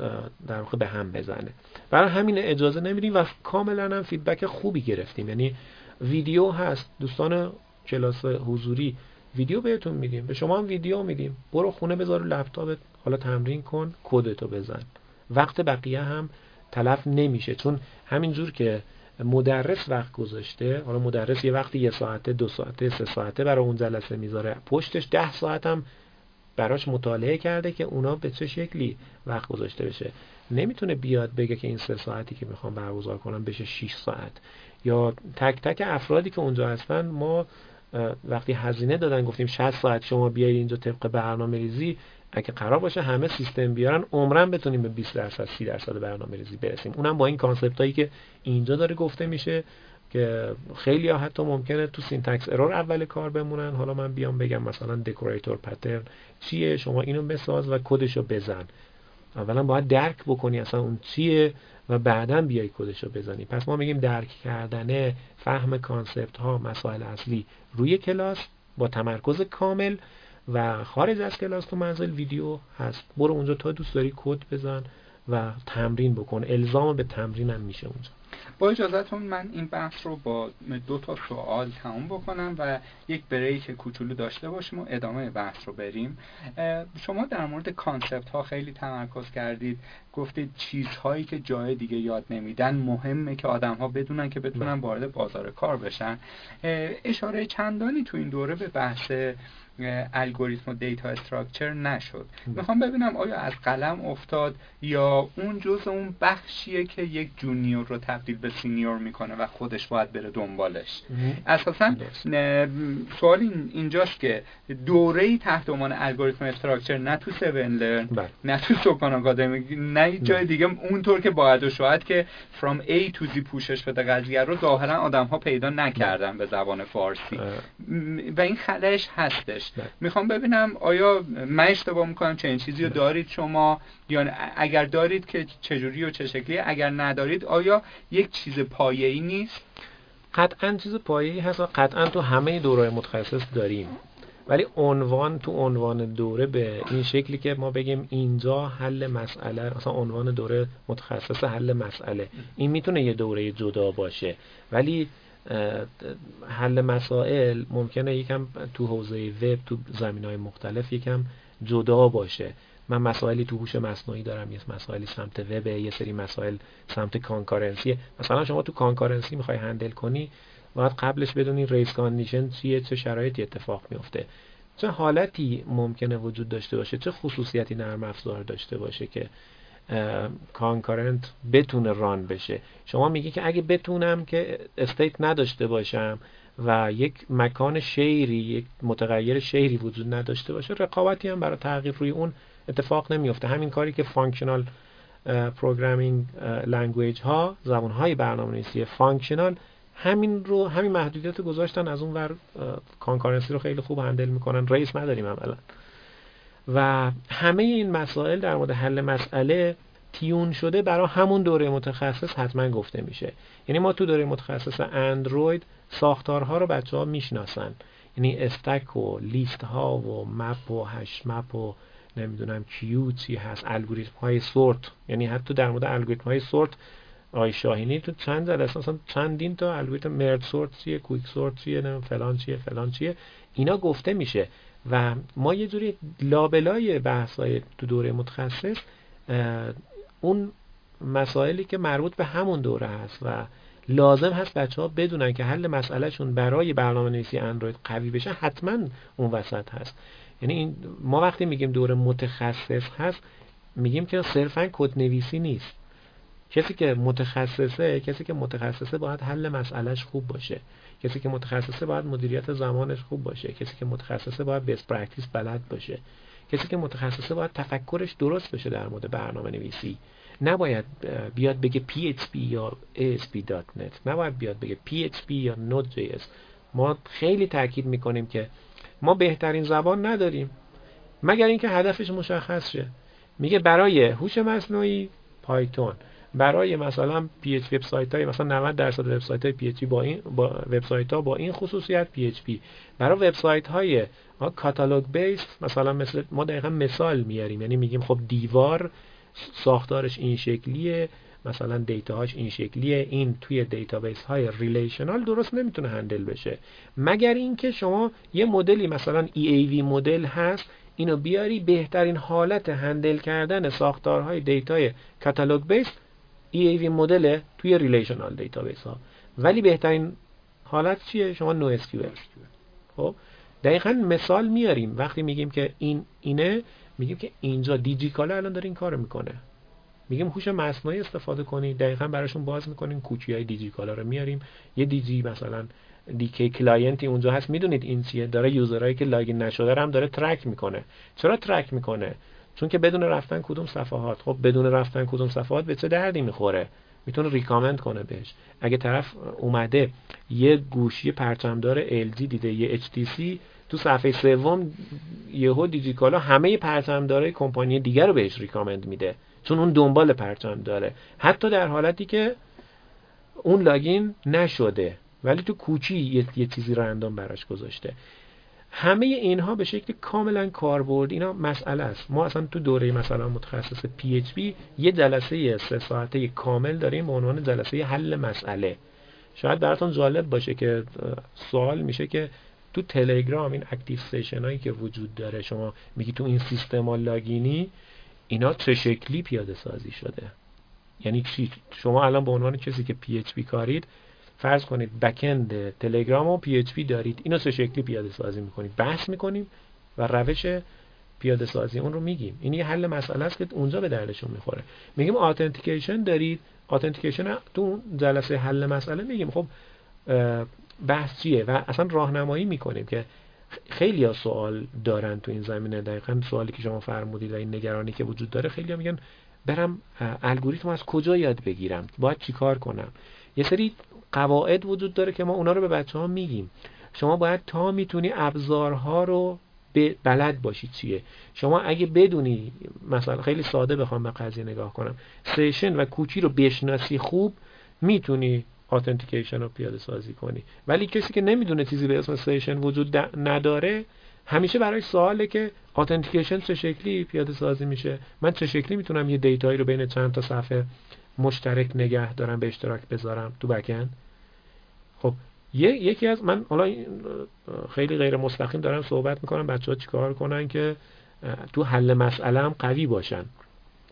در واقع به هم بزنه. برای همین اجازه نمیدیم و کاملا هم فیدبک خوبی گرفتیم. یعنی ویدیو هست، دوستان کلاس حضوری ویدیو بهتون میدیم، به شما هم ویدیو میدیم، برو خونه بذار لپتاپت، حالا تمرین کن، کدتو بزن. وقت بقیه هم تلف نمیشه، چون همینجور که مدرس وقت گذاشته، حالا مدرس یه وقتی 1 ساعته 2 ساعته 3 ساعته برای اون جلسه میذاره، پشتش 10 ساعت هم براش مطالعه کرده که اونا به چه شکلی وقت گذاشته بشه. نمیتونه بیاد بگه که این 3 ساعتی که میخوام برگزار کنم بشه 6 ساعت. یا تک تک افرادی که اونجا هستن ما وقتی هزینه دادن گفتیم 60 ساعت شما بیاید اینجا طبق برنامه‌ریزی، اگه قرار باشه همه سیستم بیارن عمرن بتونیم به 20% 30% برنامه‌ریزی برسیم، اونم با این کانسپتایی که اینجا داره گفته میشه که خیلی ها حتی ممکنه تو سینتکس ارور اول کار بمونن. حالا من بیام بگم مثلا دکوراتور پترن چیه، شما اینو بساز و کدشو بزن. اولا باید درک بکنی اصلا اون چیه و بعداً بیای کدشو بزنی. پس ما میگیم درک کردن، فهم کانسپت ها، مسائل اصلی روی کلاس با تمرکز کامل و خارج از کلاس تو منزل ویدیو هست، برو اونجا تا دوست داری کد بزن و تمرین بکن، الزام به تمرین هم میشه اونجا. با اجازهتون من این بحث رو با 2 سوال تموم بکنم و یک بریک کوچولو داشته باشیم و ادامه بحث رو بریم. شما در مورد کانسپت ها خیلی تمرکز کردید، گفتید چیزهایی که جای دیگه یاد نمیدن مهمه که آدم ها بدونن که بتونن وارد بازار کار بشن. اشاره چندانی تو این دوره به بحث الگوریتم و دیتا استراکچر نشد. میخوام ببینم آیا از قلم افتاد یا اون جزء اون بخشیه که یک جونیور رو تبدیل به سینیور میکنه و خودش باید بره دنبالش. اساسا سوال اینجاست که دوره‌ای تحت عنوان الگوریتم استراکچر نه تو 7 لرن نه تو سوکان آکادمی نه جای دیگه اونطور که باید و شاید که from A to Z پوشش بده قضیه رو ظاهرا آدم‌ها پیدا نکردن به زبان فارسی و این خلأش هستش. میخوام ببینم آیا من اشتباه میکنم، چه این چیزی رو دارید شما، یا اگر دارید که چجوری و چه شکلیه، اگر ندارید آیا یک چیز پایه‌ای نیست؟ قطعاً چیز پایه‌ای هست و قطعاً تو همه دوره‌های متخصص داریم، ولی عنوان دوره به این شکلی که ما بگیم اینجا حل مسئله، مثلا عنوان دوره متخصص حل مسئله، این میتونه یه دوره جدا باشه، ولی حل مسائل ممکنه یکم تو حوزه وب تو زمینه‌های مختلف یکم جدا باشه. من مسائلی تو هوش مصنوعی دارم، یه مسائلی سمت وب، یه سری مسائل سمت کانکارنسی. مثلا شما تو کانکارنسی میخوای هندل کنی، باید قبلش بدونی ریس کاندیشن چیه، چه شرایطی اتفاق میفته، چه حالتی ممکنه وجود داشته باشه، چه خصوصیتی نرم افزار داشته باشه که کانکارنت بتونه ران بشه. شما میگی که اگه بتونم که استیت نداشته باشم و یک مکان شیری، یک متغیر شیری وجود نداشته باشه، رقابتی هم برای تغییر روی اون اتفاق نمیفته. همین کاری که فانکشنال پروگرامینگ لنگویج ها، زبان های برنامه‌نویسی فانکشنال، همین محدودیت رو گذاشتن، از اون ور کانکارنسی رو خیلی خوب هندل میکنن، ریس نداریم عملا. و همه این مسائل در مورد حل مسئله تیون شده برای همون دوره متخصص حتما گفته میشه. یعنی ما تو دوره متخصص اندروید ساختارها رو بچه‌ها میشناسن، یعنی استک و لیست ها و مپ و هش مپ و نمیدونم کیو چی هست، الگوریتم های سورت. یعنی حتی در مورد الگوریتم های سورت آقای شاهینی تو چند جلسه اصلا چندین تا الگوریتم مرج سورت چیه، کویک سورت چیه، فلان چیه اینا گفته میشه. و ما یه جوری لابلای بحث‌های تو دوره متخصص اون مسائلی که مربوط به همون دوره هست و لازم هست بچه‌ها بدونن که حل مسئلهشون برای برنامه‌نویسی اندروید قوی بشه حتما اون وسط هست. یعنی این ما وقتی میگیم دوره متخصص هست میگیم که صرفاً کدنویسی نیست. کسی که متخصصه باید حل مسئلهش خوب باشه. کسی که متخصصه باید مدیریت زمانش خوب باشه. کسی که متخصصه باید بیس پرکتیس بلد باشه. کسی که متخصصه باید تفکرش درست بشه در مورد برنامه نویسی. نباید بیاد بگه PHP یا ASP.NET، نباید بیاد بگه PHP یا Node.js. ما خیلی تاکید میکنیم که ما بهترین زبان نداریم مگر اینکه هدفش مشخص شه. میگه برای هوش مصنوعی پایتون، برای مثلا PHP وبسایت‌های مثلا 90% وبسایت‌های PHP با وبسایت‌ها با این خصوصیت PHP، برای وبسایت‌های کاتالوگ بیس مثلا مثل ما دقیقاً مثال میاریم، یعنی میگیم خب دیوار ساختارش این شکلیه، مثلا دیتاهاش این شکلیه، این توی دیتابیس های ریلیشنال درست نمیتونه هندل بشه مگر اینکه شما یه مدلی مثلا EAV مدل هست اینو بیاری بهترین حالت هندل کردن ساختارهای دیتای کاتالوگ بیس EAV مدل توی ریلیشنال دیتابیس ها، ولی بهترین حالت چیه؟ شما نو SQL. خب دقیقاً مثال میاریم وقتی میگیم که اینه، میگیم که اینجا دیجیکالا الان داره این کارو میکنه، میگیم هوش مصنوعی استفاده کنید، دقیقاً براشون باز میکنیم کوکیای دیجیکالا رو میاریم، یه دیجی مثلا دیکی کلاینتی اونجا هست، میدونید این چیه، داره یوزرایی که لاگین نشده رو هم داره ترک میکنه. چرا ترک میکنه؟ چون که بدون رفتن کدوم صفحات. خب بدون رفتن کدوم صفحات به چه دردی میخوره؟ میتونه ریکامند کنه بهش. اگه طرف اومده یه گوشی پرچمدار LG دیده، یه HTC، تو صفحه سوم یهو دیجیکالا همه پرچمدارای کمپانی دیگر رو بهش ریکامند میده، چون اون دنبال پرچم داره، حتی در حالتی که اون لاگین نشده ولی تو کوچی یه چیزی رندوم براش گذاشته. همه اینها به شکل کاملا کاربرد اینا مسئله است. ما اصلا تو دوره مثلا متخصص PHP یه جلسه 3 ساعته کامل داریم به عنوان جلسه حل مسئله. شاید براتون جالب باشه که سوال میشه که تو تلگرام این اکتیو سشن هایی که وجود داره، شما میگی تو این سیستم ها لاگینی، اینا چه شکلی پیاده سازی شده؟ یعنی چی؟ شما الان به عنوان کسی که PHP کارید فرض کنید بک‌اند تلگرام و PHP دارید، اینو چه شکلی پیاده سازی میکنید؟ بحث میکنیم و روش پیاده سازی اون رو میگیم. این یه حل مسئله است که اونجا به دردشون میخوره. میگیم اتنتیکیشن دارید، اتنتیکیشن تو جلسه حل مسئله میگیم خب بحث چیه و اصلا راهنمایی میکنیم که خیلی ها سوال دارن تو این زمینه. دقیقاً سوالی که شما فرمودید و این نگرانی که وجود داره، خیلی ها میگن برم الگوریتم از کجا یاد بگیرم، باید چیکار کنم؟ یه سری قواعد وجود داره که ما اونا رو به بچه‌ها میگیم. شما باید تا میتونی ابزارها رو بلد باشی چیه. شما اگه بدونی، مثلا خیلی ساده بخوام به قضیه نگاه کنم، سیشن و کوکی رو بشناسی خوب، میتونی اتنتیکیشن رو پیاده سازی کنی. ولی کسی که نمیدونه چیزی به اسم سیشن وجود نداره، همیشه برای سواله که اتنتیکیشن چه شکلی پیاده سازی میشه، من چه شکلی میتونم یه دیتایی رو بین چند تا صفحه مشترک نگه دارم به اشتراک بذارم تو بک‌اند. خب یکی از من حالا خیلی غیر مستقیم دارم صحبت میکنم بچه‌ها چیکار کنن که تو حل مسئله هم قوی باشن.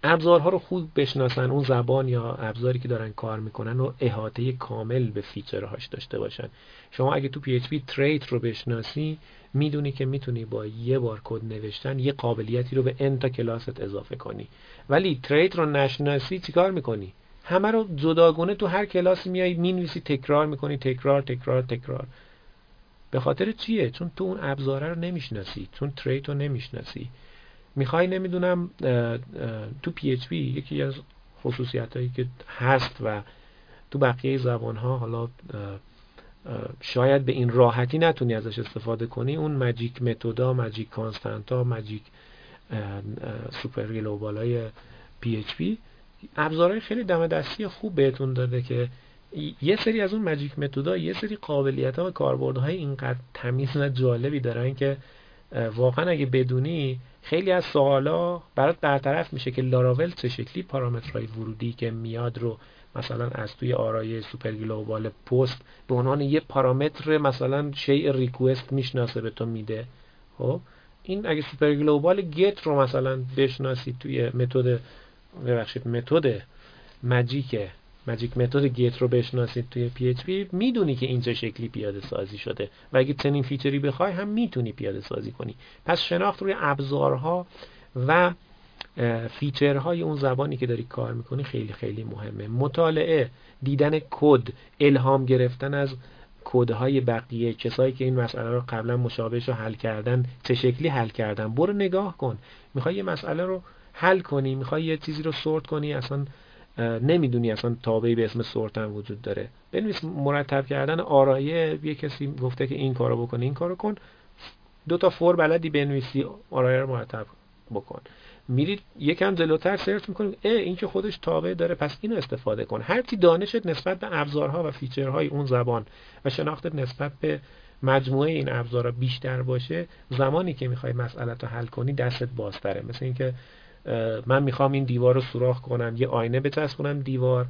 ابزارها رو خوب بشناسن، اون زبان یا ابزاری که دارن کار میکنن و احاطه کامل به فیچرهاش داشته باشن. شما اگه تو PHP تریت رو بشناسی، میدونی که میتونی با یه بار کد نوشتن یه قابلیتی رو به n تا کلاست اضافه کنی. ولی تریت رو نشناسی چیکار میکنی؟ همه رو جداگونه تو هر کلاسی میای مینویسی، تکرار میکنی، تکرار تکرار تکرار. به خاطر چیه؟ چون تو اون ابزاره رو نمیشناسی، چون تریت رو نمیشناسی. میخوای نمیدونم تو PHP یکی از خصوصیتایی که هست و تو بقیه زبان‌ها حالا شاید به این راحتی نتونی ازش استفاده کنی، اون ماجیک متودا، ماجیک کانستانتا، ماجیک سوپر گلوبالای PHP ابزارهای خیلی دم دستی خوب بهتون داده که یه سری از اون ماجیک متودا یه سری قابلیت‌ها و کاربردهای اینقدر تمیز و جالبی دارن که واقعا اگه بدونی خیلی از سوالا برات برطرف میشه که لاراول چه شکلی پارامترهای ورودی که میاد رو مثلا از توی آرای سوپر گلوبال پست به عنوان یه پارامتر مثلا شیء ریکوست میشناسه به تو میده. خب این اگه سوپر گلوبال گت رو مثلا بشناسی توی متد ماجیک متد گت رو بشناسید توی PHP، میدونی که این چه شکلی پیاده سازی شده و اگه چنین فیچری بخوای هم میتونی پیاده سازی کنی. پس شناخت روی ابزارها و فیچرهای اون زبانی که داری کار میکنی خیلی خیلی مهمه. مطالعه، دیدن کد، الهام گرفتن از کدهای بقیه، کسایی که این مسئله رو قبلا مشابهش رو حل کردن چه شکلی حل کردن، برو نگاه کن. میخوای یه مسئله رو حل کنی، میخوای یه چیزی رو سورت کنی، اصلا نمیدونی اصلا تابعی به اسم سورت هم وجود داره، بنویس مرتب کردن آرایه، یه کسی گفته که این کارو بکن این کارو کن، 2 تا فور بلدی بنویسی، آرایه رو مرتب بکن. میرید یکم جلوتر سرچ میکنید، این که خودش تابع داره پس اینو استفاده کن. هر چی دانشت نسبت به ابزارها و فیچرهای اون زبان و شناختت نسبت به مجموعه این ابزارها بیشتر باشه، زمانی که میخوای مسئله رو حل کنی دستت بازتره. مثل اینکه من میخوام این دیوار رو سوراخ کنم، یه آینه بچسبونم دیوار،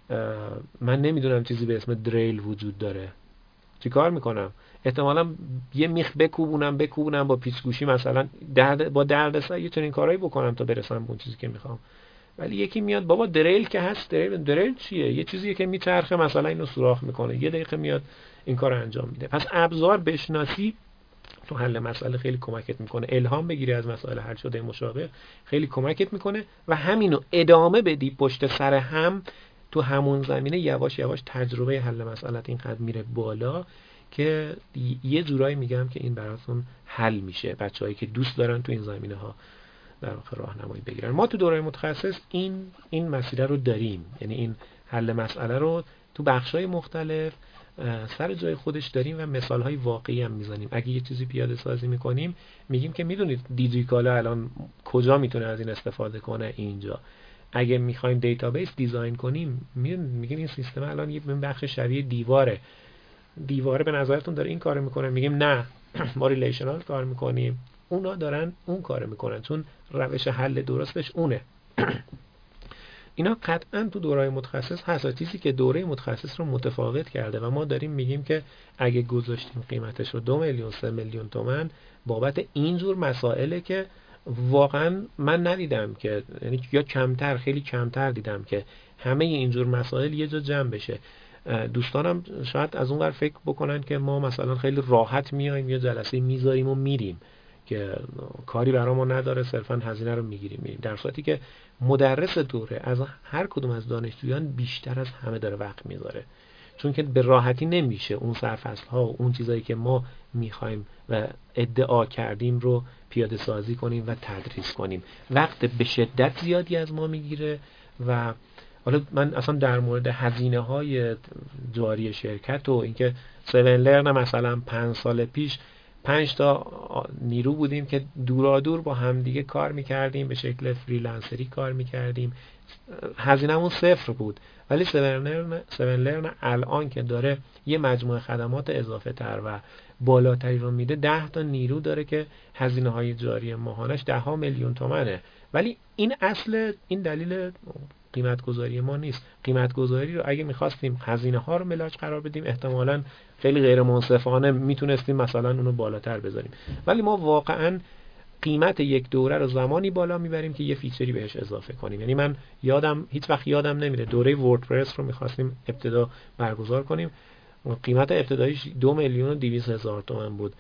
من نمیدونم چیزی به اسم دریل وجود داره، چیکار میکنم؟ احتمالاً یه میخ بکوبونم با پیچگوشی مثلا، با دردسر یه چنین کارهایی بکنم تا برسم به اون چیزی که میخوام. ولی یکی میاد بابا دریل که هست، دریل چیه؟ یه چیزیه که میچرخه مثلا اینو سوراخ میکنه، یه دقیقه میاد این کارو انجام میده. پس ابزار بشناسی تو حل مسئله خیلی کمکت میکنه، الهام بگیری از مسائل حل شده مشابه خیلی کمکت میکنه و همینو ادامه بدی پشت سر هم تو همون زمینه. یواش یواش تجربه حل مسئله‌ت اینقدر میره بالا که یه جورایی میگم که این براتون حل میشه. بچه‌هایی که دوست دارن تو این زمینه ها در واقع راهنمایی بگیرن. ما تو دوره متخصص این مسئله رو داریم، یعنی این حل مسئله رو تو بخش‌های مختلف سر جای خودش داریم و مثال‌های واقعی هم میزنیم. اگه یه چیزی پیاده سازی میکنیم میگیم که میدونید دیجیکالا الان کجا میتونه از این استفاده کنه، اینجا. اگه میخوایم دیتابیس دیزاین کنیم میگیم این سیستم الان یه بخش شبیه دیواره به نظرتون داره این کارو میکنه، میگیم نه ما ریلیشنال کار میکنیم، اونا دارن اون کارو میکنن چون روش حل درستش اونه. اینا قطعا تو دوره‌های متخصص هست، چیزی که دوره متخصص رو متفاوت کرده و ما داریم میگیم که اگه گذاشتیم قیمتش رو 2 میلیون 3 میلیون تومان بابت اینجور مسائله که واقعا من ندیدم که، یعنی یا کمتر، خیلی کمتر دیدم که همه اینجور مسائل یه جا جمع بشه. دوستانم شاید از اون ور فکر بکنن که ما مثلا خیلی راحت میایم یه جلسه میذاریم و میریم که کاری برای ما نداره، صرفا هزینه رو میگیریم، در صورتی که مدرس دوره از هر کدوم از دانشجویان بیشتر از همه داره وقت میذاره، چون که به راحتی نمیشه اون سرفصل ها و اون چیزایی که ما میخوایم و ادعا کردیم رو پیاده سازی کنیم و تدریس کنیم. وقت به شدت زیادی از ما میگیره و حالا من اصلا در مورد هزینه های جاری شرکت و اینکه 7 لرن مثلا 5 سال پیش 5 تا نیرو بودیم که دورادور با همدیگه کار میکردیم، به شکل فریلنسری کار میکردیم، هزینه‌مون 0 بود. ولی 7 لرن الان که داره یه مجموعه خدمات اضافه تر و بالاتری رو میده، 10 تا نیرو داره که هزینه های جاری ماهانش 10 میلیون تومنه. ولی این دلیل قیمت گذاری ما نیست. قیمت گذاری رو اگه میخواستیم هزینه ها رو ملاک قرار بدیم احتمالاً خیلی غیر منصفانه میتونستیم مثلا اونو بالاتر بذاریم، ولی ما واقعاً قیمت یک دوره رو زمانی بالا میبریم که یه فیچری بهش اضافه کنیم. یعنی من هیچ وقت یادم نمیره دوره وردپرس رو میخواستیم ابتدا برگزار کنیم، قیمت ابتداییش 2,200,000 تومان بود.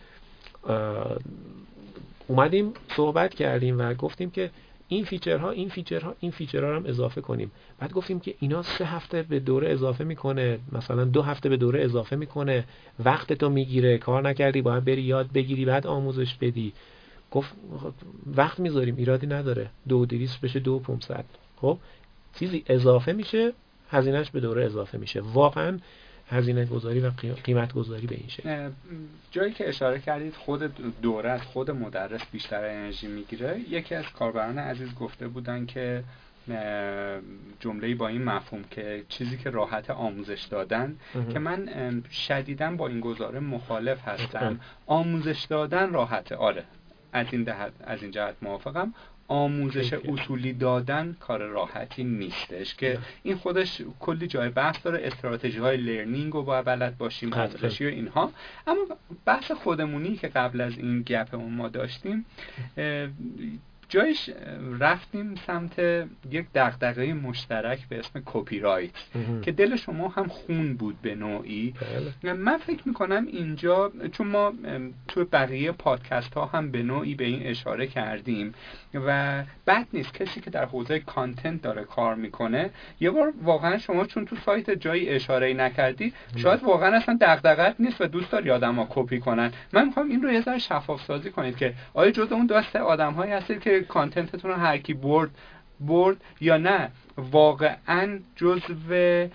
اومدیم صحبت کردیم و گفتیم که این فیچرها رو هم اضافه کنیم. بعد گفتیم که اینا 3 هفته به دوره اضافه میکنه، مثلا 2 هفته به دوره اضافه میکنه، وقتتو میگیره، کار نکردی باید بری یاد بگیری بعد آموزش بدی. گفت وقت میذاریم، ایرادی نداره، 2,200 بشه 2,500. خب چیزی اضافه میشه، هزینهش به دوره اضافه میشه. واقعا هزینه گذاری و قیمت گذاری به این شکل. جایی که اشاره کردید خود دوره از خود مدرس بیشتر انرژی میگیره، یکی از کاربران عزیز گفته بودن که جمله‌ای با این مفهوم که چیزی که راحت آموزش دادن، که من شدیداً با این گزاره مخالف هستم. آموزش دادن راحته، آره، از این جهت موافقم. آموزش اصولی دادن کار راحتی نیستش که این خودش کلی جای بحث داره. استراتژی های لرنینگ رو باید بلد باشیم، آموزشی و اینها. اما بحث خودمونی که قبل از این گپمون ما داشتیم، جایش رفتیم سمت یک دغدغه مشترک به اسم کپی رایت که دل شما هم خون بود به نوعی. من فکر میکنم اینجا، چون ما تو بقیه پادکست ها هم به نوعی به این اشاره کردیم و بد نیست کسی که در حوزه کانتنت داره کار میکنه یه بار واقعا شما چون تو سایت جایی اشاره‌ای نکردی شاید واقعا اصلا دغدغه‌ت نیست و دوست داری آدم‌ها کپی کنن. من میخوام این رو یه ذره شفاف سازی کنید که آیا جزء اون دسته آدم‌هایی هستید که کانتنتتون رو هر کی برد یا نه واقعا جزء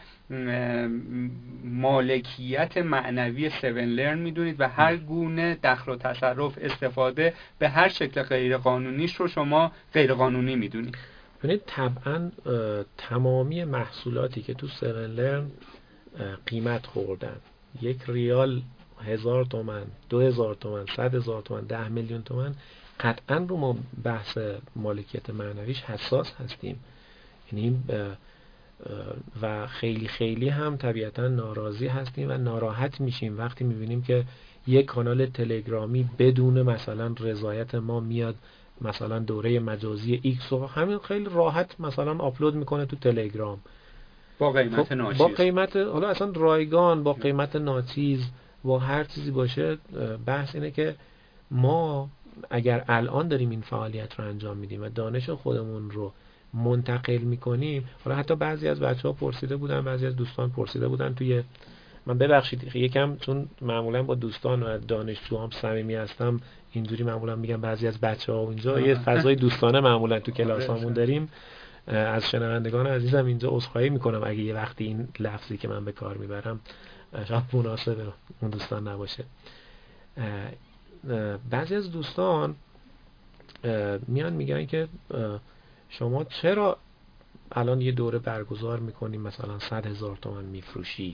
مالکیت معنوی 7 لرن میدونید و هر گونه دخل و تصرف استفاده به هر شکل غیر قانونیش رو شما غیر قانونی میدونید؟ ببینید طبعا تمامی محصولاتی که تو 7 لرن قیمت خوردن، 1 ریال 1000 تومان، 2000 تومان، 100,000 تومان، 10 میلیون تومان، قطعا رو ما بحث مالکیت معنویش حساس هستیم. یعنی و خیلی خیلی هم طبیعتا ناراضی هستیم و ناراحت میشیم وقتی میبینیم که یک کانال تلگرامی بدون مثلا رضایت ما میاد مثلا دوره مجازی ایکس رو همین خیلی راحت مثلا آپلود میکنه تو تلگرام با قیمت ناچیز، با قیمت حالا اصلا رایگان، با قیمت ناچیز، با هر چیزی باشه. بحث اینه که ما اگر الان داریم این فعالیت رو انجام میدیم و دانش خودمون رو منتقل میکنیم، حالا حتی بعضی از بچه‌ها پرسیده بودن، بعضی از دوستان پرسیده بودن توی من ببخشید یکم چون معمولا با دوستان و دانشجوام صمیمی هستم اینجوری معمولا میگم بعضی از بچه‌ها و اینجا یه فضای دوستانه معمولا تو کلاسامون داریم. از شنوندگان عزیزم اینجا عذرخواهی میکنم اگه یه وقتی این لفظی که من به کار میبرم شاید مناسب اون دوستان نباشه. بعضی از دوستان میان میگن که شما چرا الان یه دوره برگزار میکنیم مثلا 100,000 تومان میفروشی؟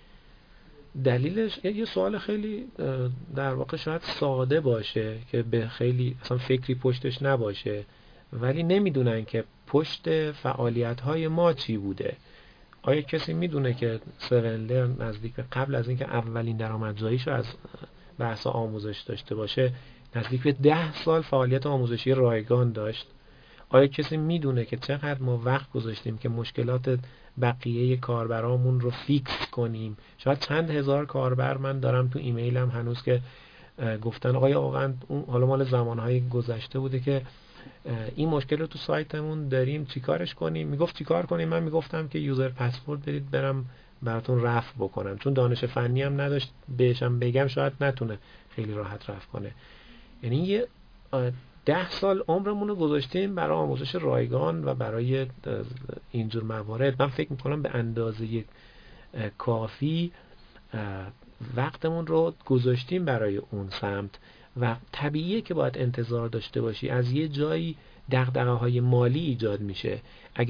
دلیلش یه سوال خیلی در واقع شاید ساده باشه که به خیلی اصلا فکری پشتش نباشه، ولی نمیدونن که پشت فعالیت‌های ما چی بوده. آیا کسی میدونه که 7 لرن نزدیک به قبل از اینکه اولین درآمدزاییشو از بحث آموزش داشته باشه نزدیک به 10 سال فعالیت آموزشی رایگان داشت؟ آیا کسی میدونه که چقدر ما وقت گذاشتیم که مشکلات بقیه کاربرامون رو فیکس کنیم؟ شاید چند هزار کاربر من دارم تو ایمیلم هنوز که گفتن آقا واقعا حالا مال زمانهای گذشته بوده که این مشکل رو تو سایتمون داریم چیکارش کنیم؟ میگفت چیکار کنیم؟ من میگفتم که یوزر پسورد بدید برم براتون رفع بکنم، چون دانش فنی هم نداشت بهشم بگم شاید نتونه خیلی راحت رفع کنه. یعنی یه 10 سال عمرمون رو گذاشتیم برای آموزش رایگان و برای اینجور موارد. من فکر میکنم به اندازه کافی وقتمون رو گذاشتیم برای اون سمت و طبیعیه که باید انتظار داشته باشی از یه جایی دغدغه‌های مالی ایجاد میشه. اگر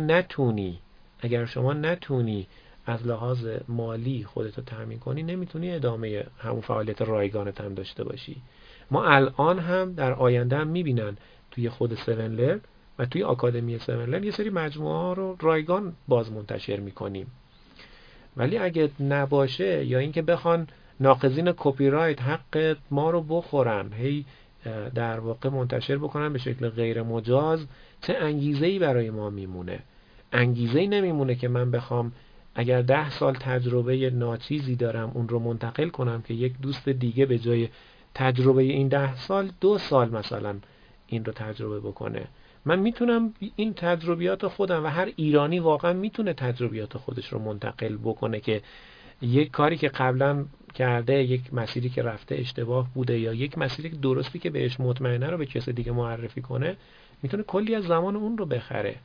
شما نتونی از لحاظ مالی خودتو تامین کنی نمیتونی ادامه همون فعالیت رایگانت هم داشته باشی. ما الان هم در آینده هم میبینن توی خود 7 لرن و توی آکادمی 7 لرن یه سری مجموعه ها رو رایگان باز منتشر میکنیم، ولی اگه نباشه یا اینکه بخوان ناقضین کپی رایت حق ما رو بخورن، هی در واقع منتشر بکنن به شکل غیر مجاز، چه انگیزه‌ای برای ما میمونه؟ انگیزه‌ای نمیمونه که من بخوام اگر 10 سال تجربه ناچیزی دارم اون رو منتقل کنم که یک دوست دیگه به جای تجربه این 10 سال 2 سال مثلا این رو تجربه بکنه. من میتونم این تجربیات خودم و هر ایرانی واقعا میتونه تجربیات خودش رو منتقل بکنه که یک کاری که قبلا کرده، یک مسیری که رفته اشتباه بوده یا یک مسیری که درستی که بهش مطمئنه رو به کسی دیگه معرفی کنه، میتونه کلی از زمان اون رو بخره.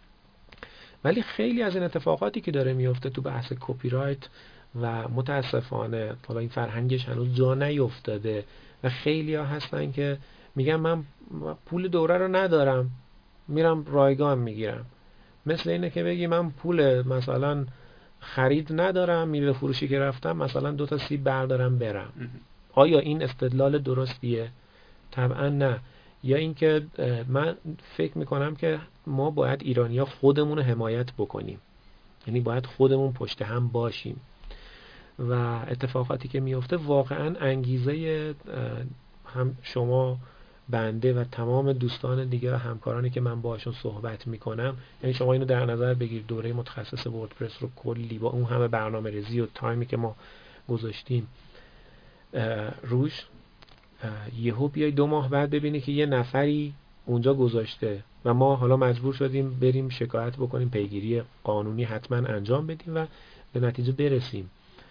ولی خیلی از این اتفاقاتی که داره میفته تو بحث کپی رایت و متاسفانه حالا این فرهنگش هنوز جا نیفتاده و خیلی ها هستن که میگن من پول دوره رو ندارم میرم رایگان میگیرم. مثل اینه که بگی من پول مثلا خرید ندارم، میوه فروشی که رفتم مثلا 2 تا سیب بردارم برم. آیا این استدلال درستیه؟ طبعا نه. یا اینکه من فکر میکنم که ما باید ایرانی‌ها خودمون رو حمایت بکنیم، یعنی باید خودمون پشت هم باشیم و اتفاقاتی که میفته واقعا انگیزه هم شما، بنده و تمام دوستان دیگه و همکارانی که من باشون صحبت میکنم، یعنی شما اینو در نظر بگیر دوره متخصص وردپرس رو کلی با اون همه برنامه‌ریزی و تایمی که ما گذاشتیم روش، یهو بیای 2 ماه بعد ببینی که یه نفری اونجا گذاشته و ما حالا مجبور شدیم بریم شکایت بکنیم، پیگیری قانونی حتما انجام بدیم و به نتیجه برسیم.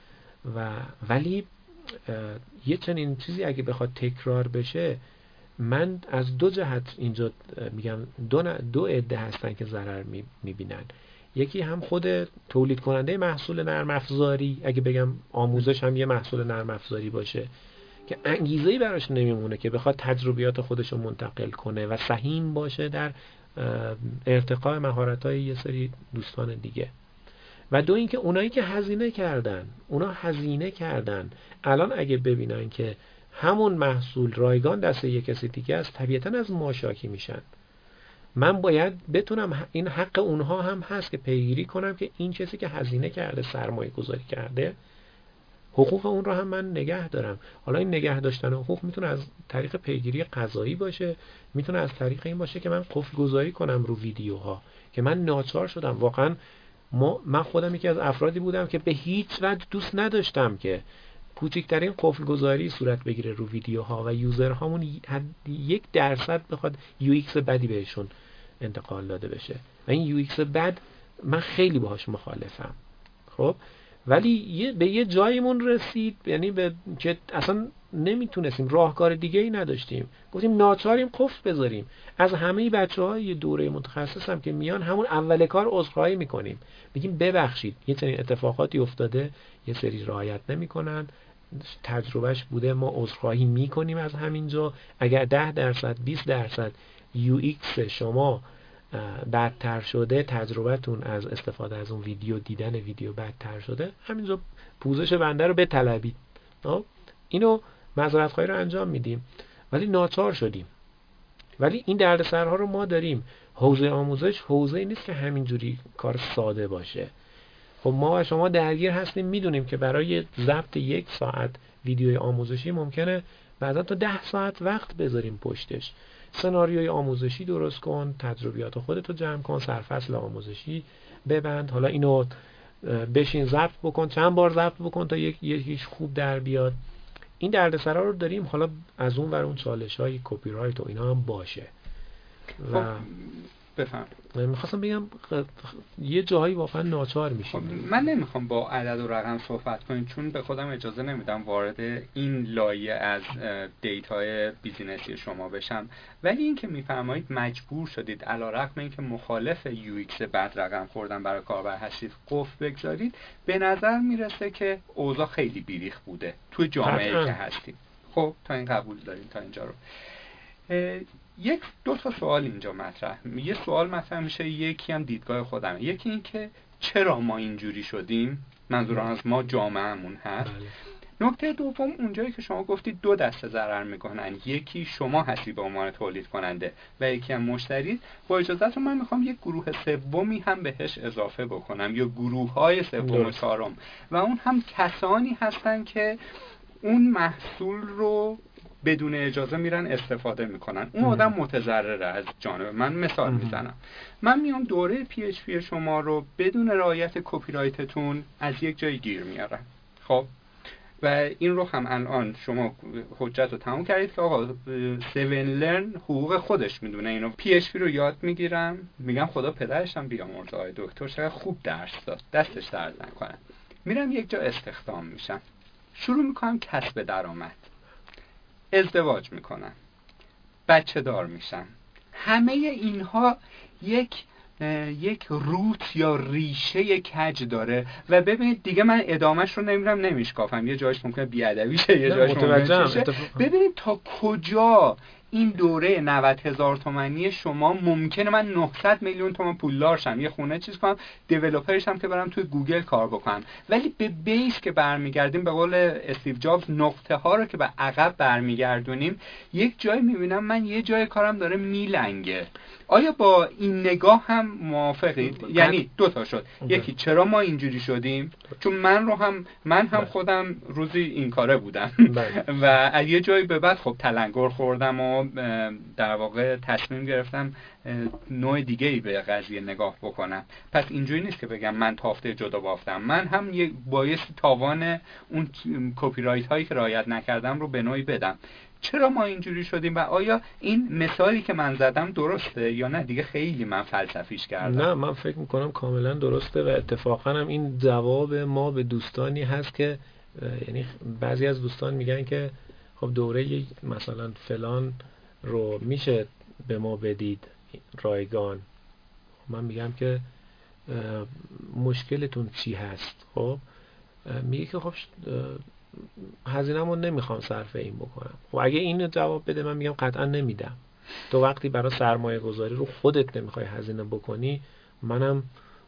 ولی یه چنین چیزی اگه بخواد تکرار بشه، من از 2 جهت اینجا میگم 2 عده هستن که ضرر میبینن. یکی هم خود تولید کننده محصول نرم افزاری، اگه بگم آموزش هم یه محصول نرم افزاری باشه که انگیزه‌ای براش نمیمونه که بخواد تجربیات خودش رو منتقل کنه و سهیم باشه در ارتقاء مهارت‌های یه سری دوستان دیگه. و 2 اینکه اونایی که هزینه کردن الان اگه ببینن که همون محصول رایگان دست یک کسی دیگه است، طبیعتاً از ما شاکی میشن. من باید بتونم، این حق اونها هم هست که پیگیری کنم که این کسی که هزینه کرده، سرمایه گذاری کرده، حقوق اون رو هم من نگه دارم. حالا این نگه داشتن حقوق میتونه از طریق پیگیری قضایی باشه، میتونه از طریق این باشه که من قفل گذاری کنم رو ویدیوها که من ناچار شدم. واقعا من خودم یکی از افرادی بودم که به هیچ وجه دوست نداشتم که کوچکترین قفل گذاری صورت بگیره رو ویدیوها و یوزرهامون 1% بخواد یو ایکس بدی بهشون انتقال داده بشه. و این یو ایکس بد من خیلی باهاش مخالفم. خب ولی به یه جایمون رسید، یعنی که اصلا نمیتونستیم، راهکار دیگه ای نداشتیم، گفتیم ناچاریم قفل بذاریم. از همه بچه‌های دوره متخصص هم که میان همون اول کار عذرخواهی میکنیم، بگیم ببخشید یه چنین اتفاقاتی افتاده، یه سری رعایت نمیکنن، تجربهش بوده، ما عذرخواهی میکنیم از همینجا. اگر 10% 20% یو ایکس شما بدتر شده، تجربتون از استفاده از اون ویدیو، دیدن ویدیو بدتر شده، همینجا پوزش بنده رو بطلبید. اینو معذرت خواهی رو انجام میدیم، ولی ناچار شدیم. ولی این دردسرها رو ما داریم. حوزه آموزش حوزه‌ای نیست که همینجوری کار ساده باشه. خب ما و شما درگیر هستیم، میدونیم که برای ضبط 1 ساعت ویدیوی آموزشی ممکنه بعدا تا 10 ساعت وقت بذاریم پشتش. سناریوی آموزشی درست کن، تجربیات خودتو جمع کن، سرفصل آموزشی ببند، حالا اینو بشین ضبط بکن، چند بار ضبط بکن تا یکیش خوب در بیاد. این دردسرا رو داریم. حالا از اون ور اون چالش‌های کپی رایت و اینا هم باشه. خب بفهم. میخواستم بگم یه جاهایی واقعا ناچار میشیم. من نمیخوام با عدد و رقم صحبت کنیم چون به خودم اجازه نمیدم وارد این لایه از دیتای بیزینسی شما بشم، ولی این که میفرمایید مجبور شدید علیرغم اینکه مخالف یو ایکس بد رقم خوردن برای کاربر هستید قفل بگذارید، به نظر میرسه که اوضاع خیلی بیریخ بوده تو جامعه‌ای که هستید. خب تا این قبول داریم تا اینجا رو. 1-2 تا سوال اینجا مطرح. یه سوال مطرح میشه، یکی هم دیدگاه خودمه. یکی این که چرا ما اینجوری شدیم، منظورم از ما جامعهمون هست. نکته دوم اونجایی که شما گفتید 2 دسته ضرر میکنن، یکی شما هستی به عنوان تولید کننده و یکی هم مشتری. با اجازهتون من میخوام یک گروه سومی هم بهش اضافه بکنم، یا گروه‌های سوم و چهارم، و اون هم کسانی هستن که اون محصول رو بدون اجازه میرن استفاده میکنن. اون آدم متضرره از جانب من. مثال میزنم، من میام دوره PHP شما رو بدون رعایت کپی رایتتون از یک جای گیر میارم. خب و این رو هم الان شما حجت رو تموم کردید که آقا 7 لرن حقوق خودش میدونه اینو. PHP رو یاد میگیرم، میگم خدا پدرشم بیامرزه آقای دکتر چقدر خوب درس داد، دستش درد نکنه. میرم یک جا استخدام میشم، شروع میکنم کسب درآمد، ازدواج میکنم، بچه دار میشم. همه اینها یک روت یا ریشه کج داره و ببینید دیگه من ادامهش رو نمیشکافم، یه جایش ممکنه بیادبی شه، یه جایش ممکنه شه. ببینید تا کجا این دوره 90,000 تومانی شما ممکنه من 900 میلیون تومان پولدار شم، یه خونه چیز کنم، دیولپرش هم که برم توی گوگل کار بکنم. ولی به بیس که برمیگردیم، به قول استیو جابز، نقطه ها رو که به عقب برمیگردونیم، یک جای میبینم من یه جای کارم داره میلنگه. آیا با این نگاه هم موافقید؟ یعنی دو تا شد. یکی چرا ما اینجوری شدیم؟ چون من هم خودم روزی این کاره بودم و از یه جایی به بعد خب تلنگر خوردم و در واقع تصمیم گرفتم نوع دیگه ای به قضیه نگاه بکنم. پس اینجوری نیست که بگم من تافته جدا بافتم، من هم بایستی تاوان اون کپی رایت هایی که رعایت نکردم رو به نوعی بدم. چرا ما اینجوری شدیم و آیا این مثالی که من زدم درسته یا نه؟ دیگه خیلی من فلسفیش کردم. نه، من فکر میکنم کاملا درسته و اتفاقا هم این جواب ما به دوستانی هست که یعنی بعضی از دوستان میگن که خب دوره مثلا فلان رو میشه به ما بدید رایگان. من میگم که مشکلتون چی هست؟ خب میگه که خب هزینه‌مو نمیخوام صرف این بکنم. خب اگه اینو جواب بده من میگم قطعا نمیدم. تو وقتی برای سرمایه گذاری رو خودت نمیخوای هزینه بکنی، منم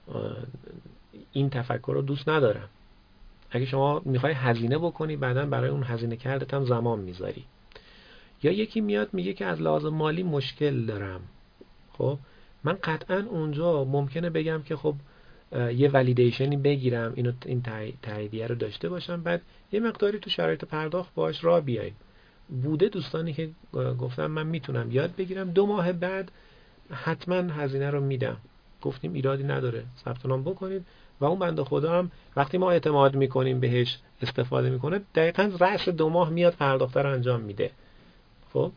این تفکر رو دوست ندارم. اگه شما میخوای هزینه بکنی بعداً برای اون هزینه کردت هم زمان میذاری. یا یکی میاد میگه که از لحاظ مالی مشکل دارم. خب من قطعا اونجا ممکنه بگم که خب یه ولیدیشنی بگیرم، این تاییدیه رو داشته باشم، بعد یه مقداری تو شرایط پرداخت باهاش راه بیایم. بوده دوستانی که گفتم من میتونم یاد بگیرم، 2 ماه بعد حتما هزینه رو میدم. گفتیم ایرادی نداره، ثبت نام بکنید و اون بنده خدا هم وقتی ما اعتماد میکنیم بهش استفاده میکنه، دقیقاً رأس 2 ماه میاد پرداخت رو انجام میده. خب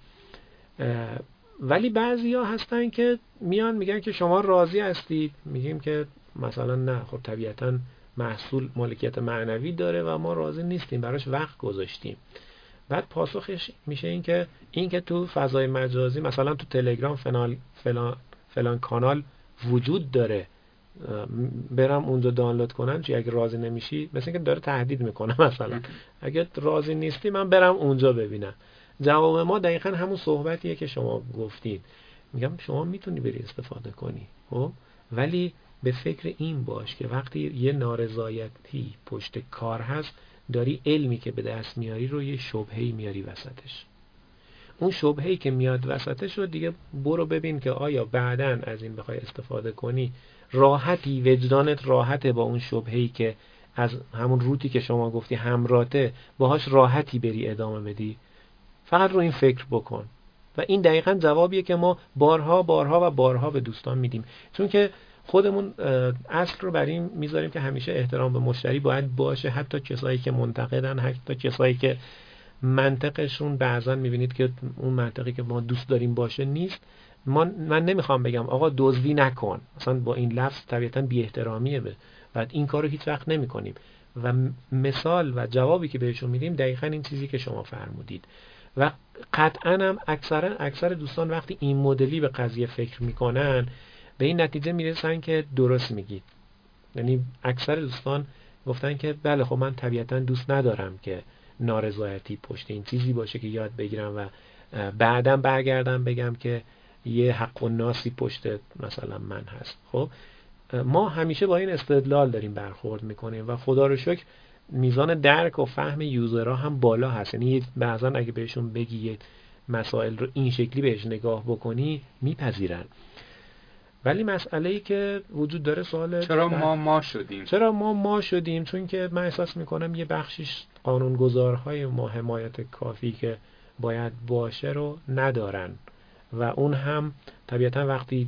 ولی بعضیا هستن که میان میگن که شما راضی هستید؟ میگیم که مثلا نه، خب طبیعتاً محصول مالکیت معنوی داره و ما راضی نیستیم، براش وقت گذاشتیم. بعد پاسخش میشه این که تو فضای مجازی مثلا تو تلگرام فلان کانال وجود داره، برم اونجا دانلود کنم، چی اگه راضی نمیشی؟ مثلا که داره تهدید میکنه مثلا اگه راضی نیستی من برم اونجا ببینم. جواب ما دقیقاً همون صحبتیه که شما گفتید. میگم شما میتونی بری استفاده کنی، خب ولی به فکر این باش که وقتی یه نارضایتی پشت کار هست، داری علمی که به دست میاری رو یه شبهه‌ای میاری وسطش. اون شبهه‌ای که میاد وسطش رو دیگه برو ببین که آیا بعداً از این بخوای استفاده کنی راحتی، وجدانت راحته با اون شبهه‌ای که از همون روتی که شما گفتی همراته، باهاش راحتی بری ادامه بدی. فقط رو این فکر بکن و این دقیقاً جوابیه که ما بارها به دوستان میدیم. چون که خودمون اصل رو بر این میذاریم که همیشه احترام به مشتری باید باشه، حتی کسایی که منتقدن، حتی کسایی که منطقشون بعضا میبینید که اون منطقی که ما دوست داریم باشه نیست. من نمیخوام بگم آقا دزدی نکن، اصلا با این لفظ طبیعتاً بی احترامیه، بعد این کارو هیچ وقت نمیکنیم و مثال و جوابی که بهشون میدیم دقیقاً این چیزی که شما فرمودید. و قطعاً هم اکثر دوستان وقتی این مدلی به قضیه فکر میکنن به این نتیجه میرسن که درست میگید. یعنی اکثر دوستان گفتن که بله خب من طبیعتاً دوست ندارم که نارضایتی پشت این چیزی باشه که یاد بگیرم و بعداً برگردم بگم که یه حق و ناسی پشت مثلا من هست. خب ما همیشه با این استدلال داریم برخورد میکنیم و خدا رو شکر میزان درک و فهم یوزرها هم بالا هست. یعنی بعضا اگه بهشون بگی مسائل رو این شکلی بهش نگاه بکنی میپذیرن. ولی مسئله‌ای که وجود داره سوال چرا ما شدیم؟ چون که من احساس میکنم یه بخشش قانونگذارهای ما حمایت کافی که باید باشه رو ندارن و اون هم طبیعتا وقتی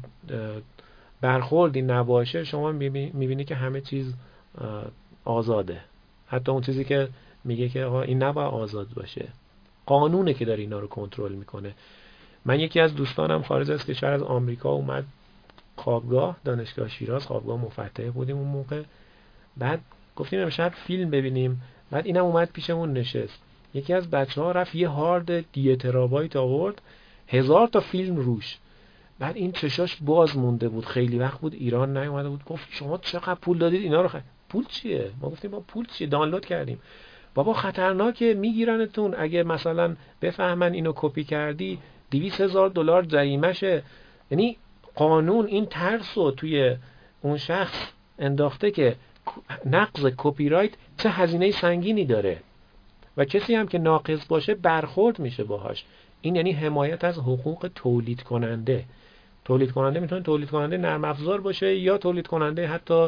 برخوردی نباشه شما میبینی که همه چیز آزاده. حتی اون چیزی که میگه که آقا این نباید آزاد باشه، قانونه که داره اینا رو کنترل میکنه. من یکی از دوستانم خارج از کشور از آمریکا اومد خوابگاه، دانشگاه شیراز، خوابگاه مفتح بودیم اون موقع. بعد گفتیم امشب فیلم ببینیم. بعد اینم اومد پیشمون نشست. یکی از بچه‌ها رفت یه هارد 10 ترابایت آورد، 1000 تا فیلم روش. بعد این چشاش باز مونده بود، خیلی وقت بود ایران نیومده بود. گفت شما چقدر پول دادید اینا رو پول چیه؟ ما گفتیم با پول چیه؟ دانلود کردیم. بابا خطرناکه، میگیرنتون، اگه مثلا بفهمن اینو کپی کردی $200,000 جریمه‌شه. یعنی قانون این ترسو توی اون شخص انداخته که نقض کپی رایت چه هزینه سنگینی داره و کسی هم که ناقض باشه برخورد میشه باهاش. این یعنی حمایت از حقوق تولید کننده. تولید کننده میتونه تولید کننده نرم افزار باشه یا تولید کننده حتی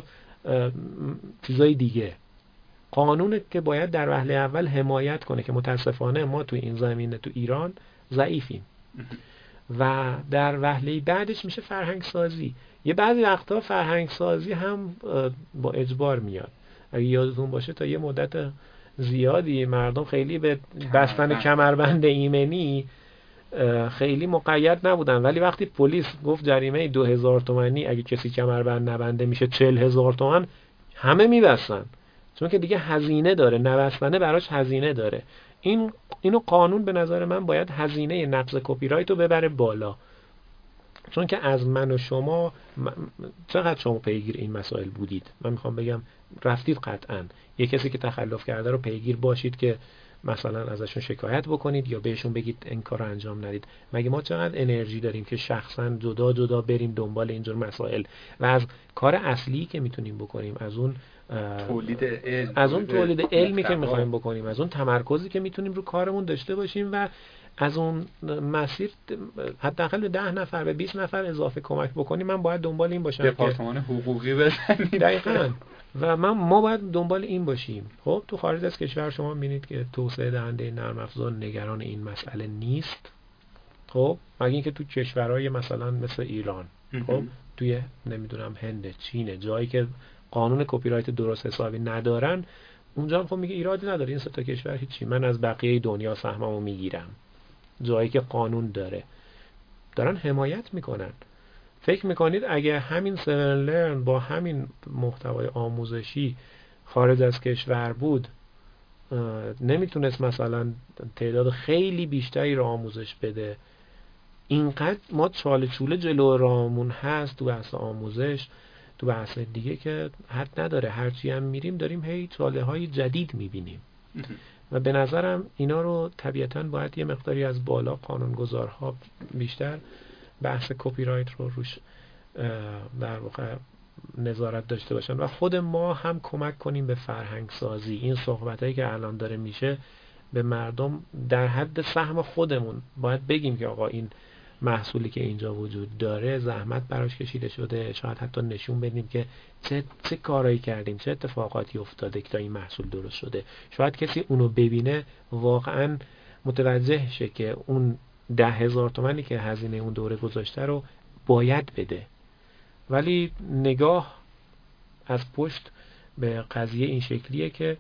چیزای دیگه. قانونه که باید در وهله اول حمایت کنه که متاسفانه ما تو این زمینه تو ایران ضعیفیم و در وهله بعدش میشه فرهنگ سازی. یه بعضی وقتا فرهنگ سازی هم با اجبار میاد. اگه یادتون باشه تا یه مدت زیادی مردم خیلی به بستن کمربند ایمنی خیلی مقید نبودن، ولی وقتی پلیس گفت جریمه 2000 تومانی اگه کسی کمربند نبنده میشه 40,000 تومان، همه میبستن، چون که دیگه هزینه داره، نبستنه براش هزینه داره. اینو قانون به نظر من باید هزینه نقض کپی رایت رو ببره بالا، چون که از من و شما چقدر شما پیگیر این مسائل بودید؟ من میخوام بگم رفتید قطعاً. یه کسی که تخلف کرده رو پیگیر باشید که مثلا ازشون شکایت بکنید یا بهشون بگید این کار رو انجام ندید. مگه ما چقدر انرژی داریم که شخصاً جدا جدا بریم دنبال اینجور مسائل و از کار اصلی که میتونیم بکنیم، از اون تولید علمی که میخوایم بکنیم، از اون تمرکزی که میتونیم رو کارمون داشته باشیم و از اون مسیر حداقل به 10 نفر به 20 نفر اضافه کمک بکنیم. من باید دنبال این باشم دپارتمان حقوقی بزنیم. دقیقاً. و ما باید دنبال این باشیم. خب تو خارج از کشور شما می‌بینید که توسعه دهنده نرم افزار نگران این مسئله نیست. خب مگه اینکه تو کشورهای مثلا مثل ایران، خب توی نمیدونم هند، چین، جایی که قانون کپی رایت درست حسابی ندارن، اونجا هم خب میگه ایرادی نداره، این سه تا کشور هیچی، من از بقیه دنیا سهممو میگیرم. جایی که قانون دارن حمایت میکنن. فکر میکنید اگه همین 7 لرن با همین محتوای آموزشی خارج از کشور بود، نمیتونست مثلا تعداد خیلی بیشتری رو آموزش بده؟ اینقدر ما چاله چوله جلو رامون هست تو بحث آموزش، تو بحث دیگه که حد نداره. هرچی هم میریم داریم هی چاله های جدید میبینیم و به نظرم اینا رو طبیعتاً باید یه مقداری از بالا قانونگذارها بیشتر بحث کپی رایت رو روش در واقع نظارت داشته باشن و خود ما هم کمک کنیم به فرهنگ سازی. این صحبتایی که الان داره میشه به مردم در حد سهم خودمون باید بگیم که آقا این محصولی که اینجا وجود داره زحمت براش کشیده شده، شاید حتی نشون بدیم که چه کارایی کردیم، چه اتفاقاتی افتاده که تا این محصول درست شده. شاید کسی اونو ببینه واقعا متوجه شه که اون 10,000 تومانی که هزینه اون دوره گذاشته رو باید بده. ولی نگاه از پشت به قضیه این شکلیه که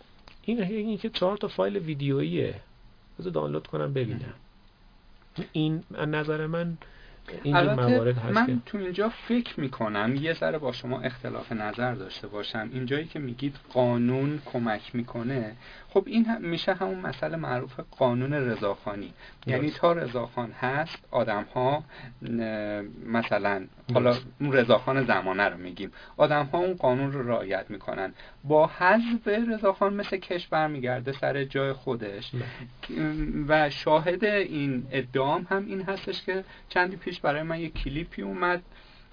این که 4 تا فایل ویدیوییه، بذار دانلود کنم ببینم. این نظر من اینجور موارد هست. من تو اینجا فکر میکنم یه ذره با شما اختلاف نظر داشته باشم. اینجایی که میگید قانون کمک میکنه، خب این میشه همون مسئله معروف قانون رضاخانی. یعنی تا رضاخان هست آدم ها مثلا حالا اون رضاخان زمانه رو میگیم، آدم ها اون قانون رو رعایت میکنن. با حذف رضاخان مثل کش برمیگرده سر جای خودش و شاهد این ادعام هم این هستش که چندی پیش برای من یک کلیپی اومد،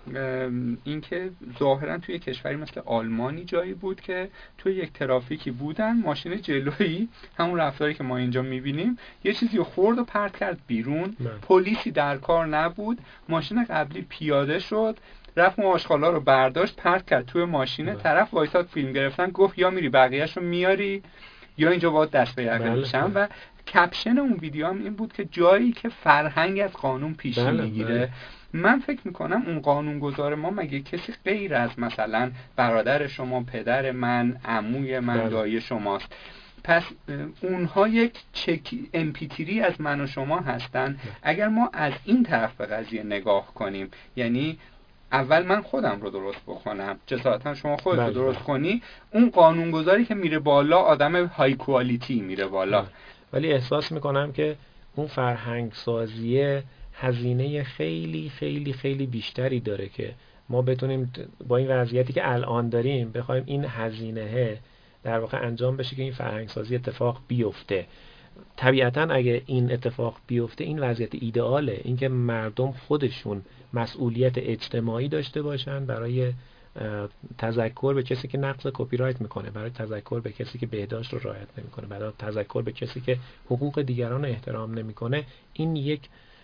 اینکه ظاهرا توی کشوری مثل آلمانی جایی بود که توی یک ترافیکی بودن، ماشین جلویی همون رفتاری که ما اینجا میبینیم یه چیزی رو خورد و پرت کرد بیرون، پلیسی در کار نبود، ماشین قبلی پیاده شد، رفت اون آشغالا رو برداشت پرت کرد توی ماشین، طرف وایساد فیلم گرفتن، گفت یا میری بقیه‌شو میاری یا اینجا باید دست به یقه میشم. و کپشن اون ویدیو هم این بود که جایی که فرهنگ از قانون پیش میگیره. من فکر میکنم اون قانونگذار ما مگه کسی غیر از مثلا برادر شما، پدر من، عموی من، دایی شماست؟ پس اونها یک امپیتری از من و شما هستن. اگر ما از این طرف به قضیه نگاه کنیم، یعنی اول من خودم رو درست بکنم، جسارتا شما خودت رو درست کنی، اون قانونگذاری که میره بالا آدم های کوالیتی میره بالا. ولی احساس میکنم که اون فرهنگ سازیه هزینه خیلی خیلی خیلی بیشتری داره که ما بتونیم با این وضعیتی که الان داریم بخوایم این هزینه در واقع انجام بشه که این فرهنگ سازی اتفاق بیفته. طبیعتاً اگه این اتفاق بیفته این وضعیت ایدئاله، اینکه مردم خودشون مسئولیت اجتماعی داشته باشن برای تذکر به کسی که نقض کپی رایت میکنه، برای تذکر به کسی که بهداشت رو رعایت نمیکنه، برای تذکر به کسی که حقوق دیگران رو احترام نمیکنه. این یک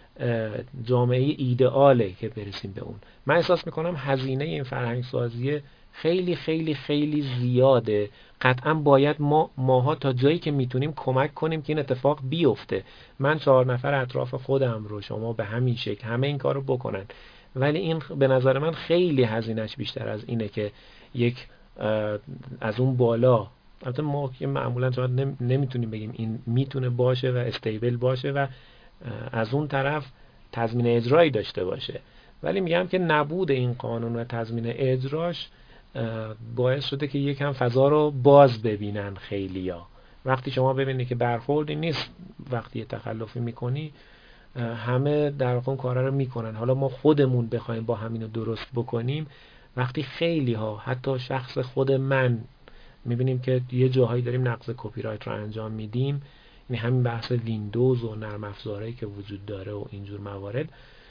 جامعه ایدئاله که برسیم به اون. من احساس میکنم هزینه این فرهنگ سازی خیلی خیلی خیلی زیاده. قطعا باید ماها تا جایی که میتونیم کمک کنیم که این اتفاق بیفته. من 4 نفر اطراف خودم رو شما به همین شکل همه این کار رو بکنن، ولی این به نظر من خیلی هزینهش بیشتر از اینه که یک از اون بالا. البته ما که معمولا شاید نمیتونیم بگیم این میتونه باشه و استیبل باشه و از اون طرف تضمین اجرایی داشته باشه، ولی میگم که نبود این قانون و تضمین اجراش باعث شده که یکم فضا رو باز ببینن خیلیا. وقتی شما ببینید که برخوردی نیست، وقتی یه تخلفی میکنی همه در واقع اون کارا رو میکنن. حالا ما خودمون بخوایم با همینو درست بکنیم، وقتی خیلی ها حتی شخص خود من میبینیم که یه جاهایی داریم نقض کپی رایت رو انجام میدیم، یعنی همین بحث ویندوز و نرم افزارهایی که وجود داره و اینجور موارد،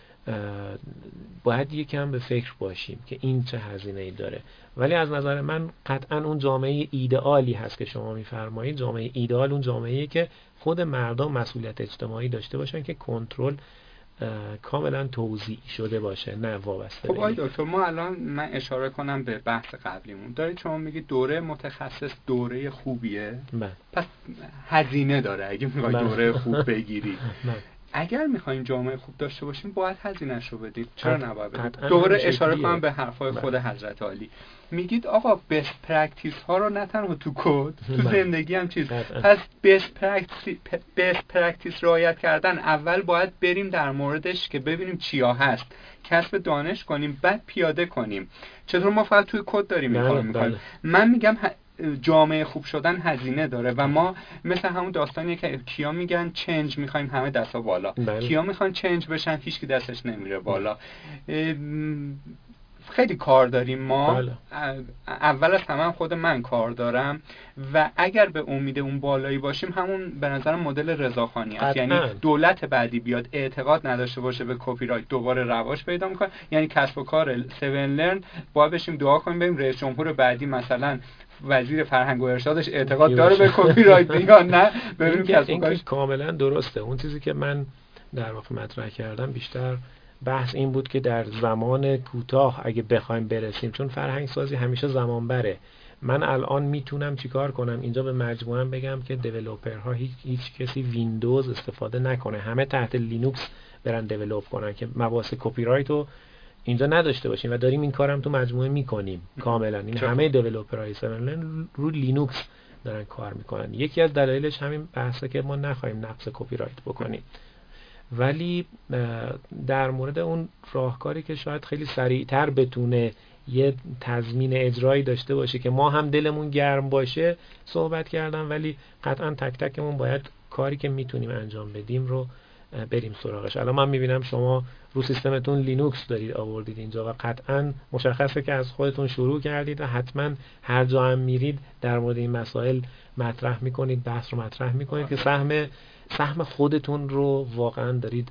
باید یکم به فکر باشیم که این چه هزینه‌ای داره. ولی از نظر من قطعا اون جامعه ایدئالی هست که شما میفرمایید. جامعه ایدئال اون جامعه‌ای که خود مردم مسئولیت اجتماعی داشته باشن که کنترل کاملا توزیع شده باشه، نه وابسته. خب آقای دکتر، ما الان من اشاره کنم به بحث قبلیمون، دارید شما میگید دوره متخصص دوره خوبیه، پس هزینه داره اگه میخوای دوره خوب بگیری. اگر میخوایم جامعه خوب داشته باشیم باید هزینه‌اش رو بدید، چرا نباید بدید؟ دوباره اشاره کنم به حرفای خود حضرت عالی. میگید آقا بیست پرکتیس ها رو نه تنها تو کد، تو زندگی هم چیز. پس بیست پرکتیس رعایت کردن، اول باید بریم در موردش که ببینیم چیا هست، کسب دانش کنیم، بعد پیاده کنیم. چطور ما فقط توی کد داریم این کارو میکنیم؟ من میگم جامعه خوب شدن هزینه داره و ما مثل همون داستانیه که کیا میگن چنج میخوایم همه دستا بالا، کیا میخوان چنج بشن هیچکی دستش نمیره بالا. خیلی کار داریم ما. اول از همه خود من کار دارم و اگر به امید اون بالایی باشیم همون به نظر مدل رضاخانی است. یعنی دولت بعدی بیاد اعتقاد نداشته باشه به کپی رایت، دوباره رواج پیدا میکنه. یعنی کسب و کار 7 لرن باید بشیم دعا کنیم بریم رئیس جمهور بعدی مثلا وزیر فرهنگ و ارشادش اعتقاد داره به کپی رایت یا نه، ببینیم کسب و کارش. کاملا درسته. اون چیزی که من در واقع مطرح کردم بیشتر بحث این بود که در زمان کوتاه اگه بخوایم برسیم، چون فرهنگ سازی همیشه زمان بره. من الان میتونم چیکار کنم؟ اینجا به مجموعه بگم که دیولپرها هیچ کسی ویندوز استفاده نکنه، همه تحت لینوکس برن دیولپ کنن که مباحث کپی رایت رو اینجا نداشته باشیم و داریم این کارم تو مجموعه میکنیم کاملا. این همه دیولپرهای 7 رو لینوکس دارن کار میکنن. یکی از دلایلش همین بحثه که ما نخواهیم نقض کپی رایت بکنیم. ولی در مورد اون راهکاری که شاید خیلی سریعتر بتونه یه تضمین اجرایی داشته باشه که ما هم دلمون گرم باشه صحبت کردم، ولی قطعا تک تکمون باید کاری که میتونیم انجام بدیم رو بریم سراغش. الان من میبینم شما رو سیستمتون لینوکس دارید آوردید اینجا و قطعا مشخصه که از خودتون شروع کردید و حتما هر جا هم میرید در مورد این مسائل مطرح میکنید، بحث رو مطرح میکنید که سهم خودتون رو واقعا دارید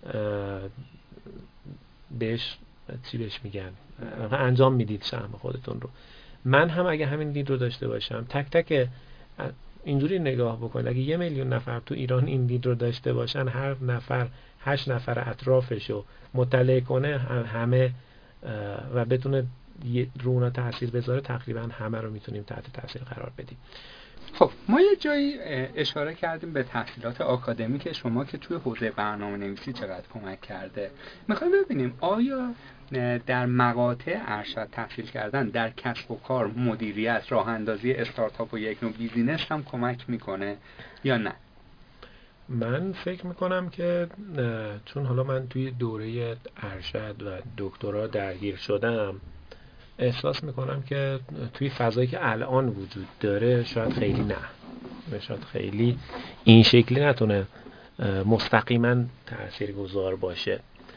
بهش میگن انجام میدید، سهم خودتون رو. من هم اگه همین دید رو داشته باشم، تک تک اینجوری نگاه بکنید، اگه 1 میلیون نفر تو ایران این دید رو داشته باشن، هر نفر 8 نفر اطرافشو مطلع کنه همه و بتونه رو اونا تاثیر بذاره، تقریبا همه رو میتونیم تحت تاثیر قرار بدیم. خب ما یه جایی اشاره کردیم به تحصیلات آکادمیک شما که توی حوزه برنامه‌نویسی چقدر کمک کرده. میخوایم ببینیم آیا در مقاطع ارشد تحصیل کردن در کسب و کار، مدیریت، راه اندازی استارتاپ و یک نوع بیزینس هم کمک میکنه یا نه؟ من فکر میکنم که چون حالا من توی دوره ارشد و دکترا درگیر شدم، احساس میکنم که توی فضایی که الان وجود داره شاید خیلی این شکلی نتونه مستقیما تاثیرگذار باشه.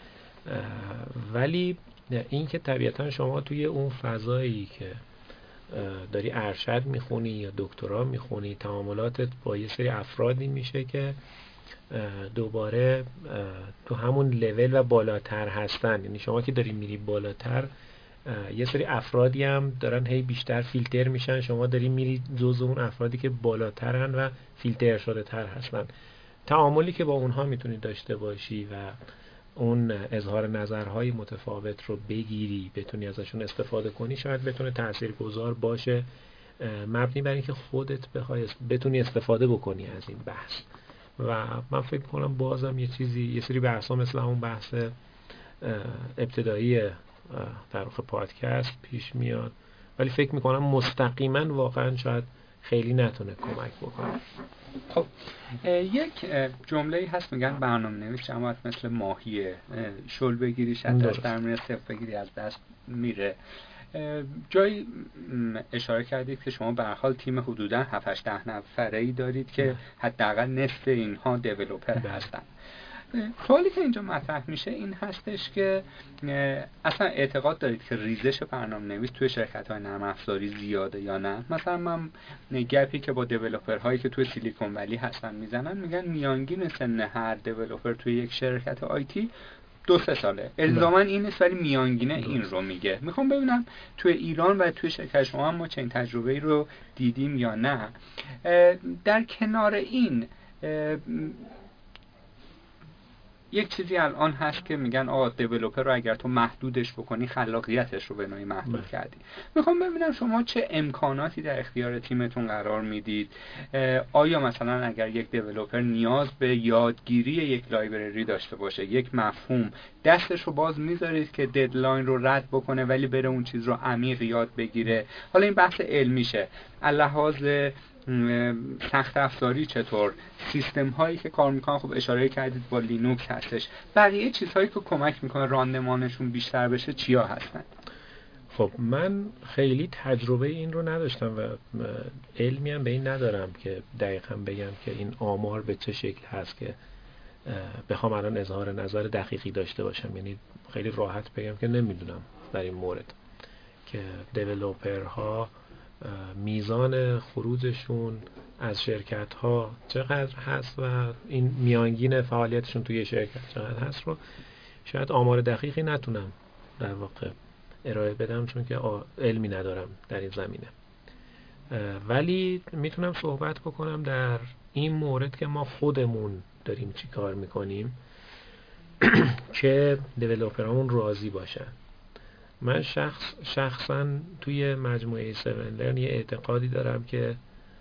ولی این که طبیعتا شما توی اون فضایی که داری ارشد میخونی یا دکترا میخونی، تعاملاتت با یه سری افرادی میشه که دوباره تو همون لول و بالاتر هستن. یعنی شما که داری میری بالاتر، یه سری افرادی هم دارن هی بیشتر فیلتر میشن، شما داری میری جزو اون افرادی که بالاترن و فیلتر شده تر هستن. تعاملی که با اونها میتونی داشته باشی و اون اظهار نظرهای متفاوت رو بگیری، بتونی ازشون استفاده کنی، شاید بتونه تاثیرگذار باشه، مبنی بر اینکه خودت بتونی استفاده بکنی از این بحث. و من فکر کنم بازم یه سری بحثا مثل همون بحث ابتدایی در واقع پادکست پیش میاد، ولی فکر میکنم مستقیما واقعا شاید خیلی نتونه کمک بکنه. خب یک جمله‌ای هست میگن برنامه‌نویس جماعت مثل ماهیه، شل بگیریش از دست در میره، صفر بگیری از دست میره. جایی اشاره کردید که شما به هر حال تیم حدوداً 7-8 نفره‌ای دارید که حداقل نصف اینها دیولپر هستن. سوالی که اینجا مطرح میشه این هستش که اصلا اعتقاد دارید که ریزش برنامه‌نویس توی شرکت‌های نرم افزاری زیاده یا نه؟ مثلا من گپی که با دیولپرهایی که توی سیلیکون ولی هستن میزنن، میگن میانگین سن هر دیولپر توی یک شرکت آیتی 2-3 ساله. الزاما این نیست ولی میانگینه این رو میگه. میخوام ببینم توی ایران و توی شرکت شما ما چنین تجربه‌ای رو دیدیم یا نه. در کنار این یک چیزی الان هست که میگن آقا دیولپر رو اگر تو محدودش بکنی خلاقیتش رو به نوعی محدود کردی. میخوام ببینم شما چه امکاناتی در اختیار تیمتون قرار میدید. آیا مثلا اگر یک دیولپر نیاز به یادگیری یک لایبرری داشته باشه، یک مفهوم، دستش رو باز میذارید که ددلاین رو رد بکنه ولی بره اون چیز رو عمیق یاد بگیره؟ حالا این بحث علمیشه. لحاظ سخت افزاری چطور؟ سیستم هایی که کار میکنن، خب اشاره کردید با لینوکس هستش. بقیه چیزهایی که کمک میکنه راندمانشون بیشتر بشه چیا هستن؟ خب من خیلی تجربه این رو نداشتم و علمی هم به این ندارم که دقیقاً بگم که این آمار به چه شکل هست که بخوام الان اظهار نظر دقیقی داشته باشم. یعنی خیلی راحت بگم که نمیدونم در این مورد که دیولپرها میزان خروجشون از شرکت ها چقدر هست و این میانگین فعالیتشون توی شرکت چقدر هست رو شاید آمار دقیقی نتونم در واقع ارائه بدم، چون که علمی ندارم در این زمینه. ولی میتونم صحبت بکنم در این مورد که ما خودمون داریم چی کار میکنیم که دیولپرامون راضی باشن. من شخصا توی مجموعه 7 Learn یه اعتقادی دارم که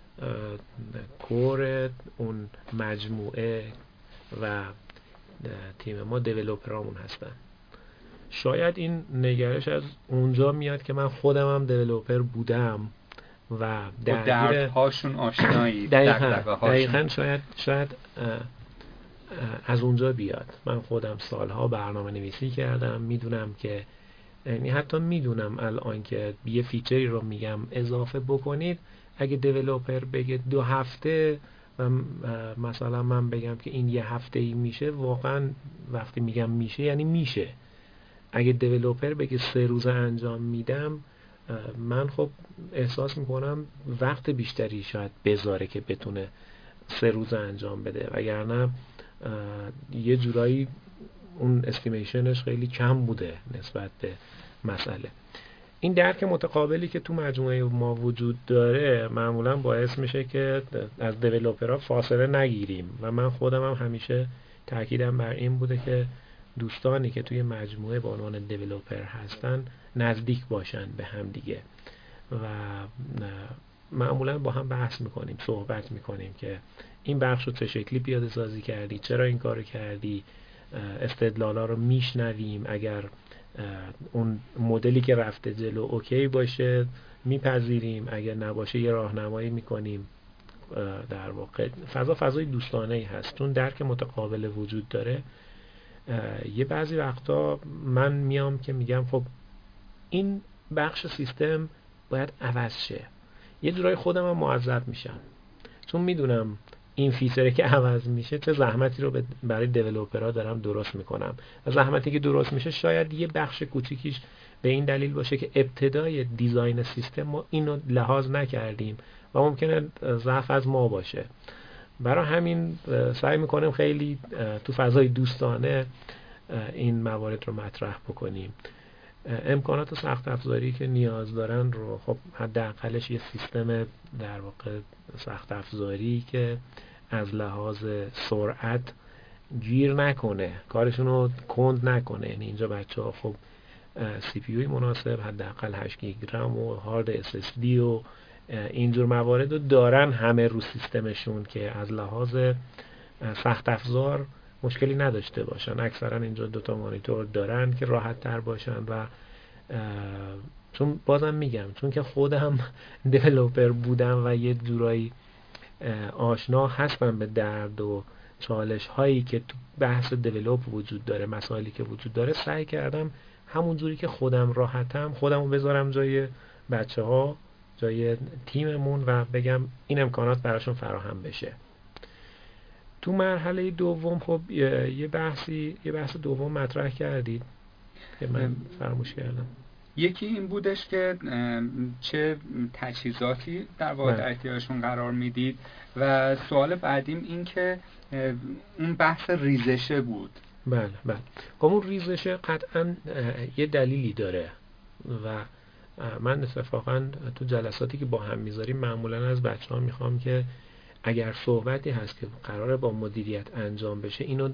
کور اون مجموعه و تیم ما دیولپرامون هستن. شاید این نگرش از اونجا میاد که من خودم هم دیولپر بودم و دردهاشون آشنایی. دقیقاً شاید از اونجا بیاد. من خودم سالها برنامه نویسی کردم، میدونم که یعنی حتی میدونم الان که یه فیچری رو میگم اضافه بکنید، اگه دیولپر بگه 2 هفته و مثلا من بگم که این 1 هفته ای میشه، واقعا وقتی میگم میشه یعنی میشه. اگه دیولپر بگه 3 روزه انجام میدم، من خب احساس میکنم وقت بیشتری شاید بذاره که بتونه 3 روزه انجام بده، وگرنه یه جورایی اون استیمیشنش خیلی کم بوده نسبت به مسئله. این درک متقابلی که تو مجموعه ما وجود داره معمولا باعث میشه که از دیولپرها فاصله نگیریم و من خودم هم همیشه تاکیدم بر این بوده که دوستانی که توی مجموعه به عنوان دیولپر هستن نزدیک باشن به هم دیگه و معمولا با هم بحث میکنیم، صحبت میکنیم که این بخش رو چه شکلی پیاده سازی کردی، چرا این کارو کردی، استدلالا رو میشنویم. اگر اون مدلی که رفته جلو اوکی باشه میپذیریم، اگر نباشه یه راهنمایی میکنیم. در واقع فضای دوستانه‌ای هست، چون درک متقابل وجود داره. یه بعضی وقتا من میام که میگم خب این بخش سیستم باید عوض شه. یه جورای خودم هم معذب میشم، چون میدونم این فیچره که عوض میشه چه زحمتی رو برای دیولپرها دارم درست میکنم. و زحمتی که درست میشه شاید یه بخش کوچیکیش به این دلیل باشه که ابتدای دیزاین سیستم ما اینو لحاظ نکردیم و ممکنه ضعف از ما باشه. برای همین سعی میکنیم خیلی تو فضای دوستانه این موارد رو مطرح بکنیم. امکانات سخت افزاری که نیاز دارن رو خب حداقلش یه سیستم در واقع سخت افزاری که از لحاظ سرعت گیر نکنه، کارشون رو کند نکنه. یعنی اینجا بچه‌ها خب سی پی یوی مناسب، حداقل 8 گیگ رم و هارد اس اس دی و اینجور موارد رو دارن همه رو سیستمشون که از لحاظ سخت افزار مشکلی نداشته باشن. اکثرا اینجا 2 تا مانیتور دارن که راحت تر باشن و چون بازم میگم چون که خودم دیولپر بودم و یه جورایی آشنا هستم به درد و چالش هایی که تو بحث دیولپ وجود داره، مسائلی که وجود داره، سعی کردم همون جوری که خودم راحتم خودمو بذارم جای بچه ها، جای تیممون و بگم این امکانات براشون فراهم بشه. تو مرحله دوم خب یه بحث دوم مطرح کردید که من فراموش کردم. یکی این بودش که چه تجهیزاتی در واقع در احتیاجشون قرار میدید و سوال بعدیم این که اون بحث ریزشه بود. بله. خب اون ریزشه قطعا یه دلیلی داره و من اتفاقا تو جلساتی که با هم میذاریم معمولا از بچه‌ها میخوام که اگر صحبتی هست که قراره با مدیریت انجام بشه اینو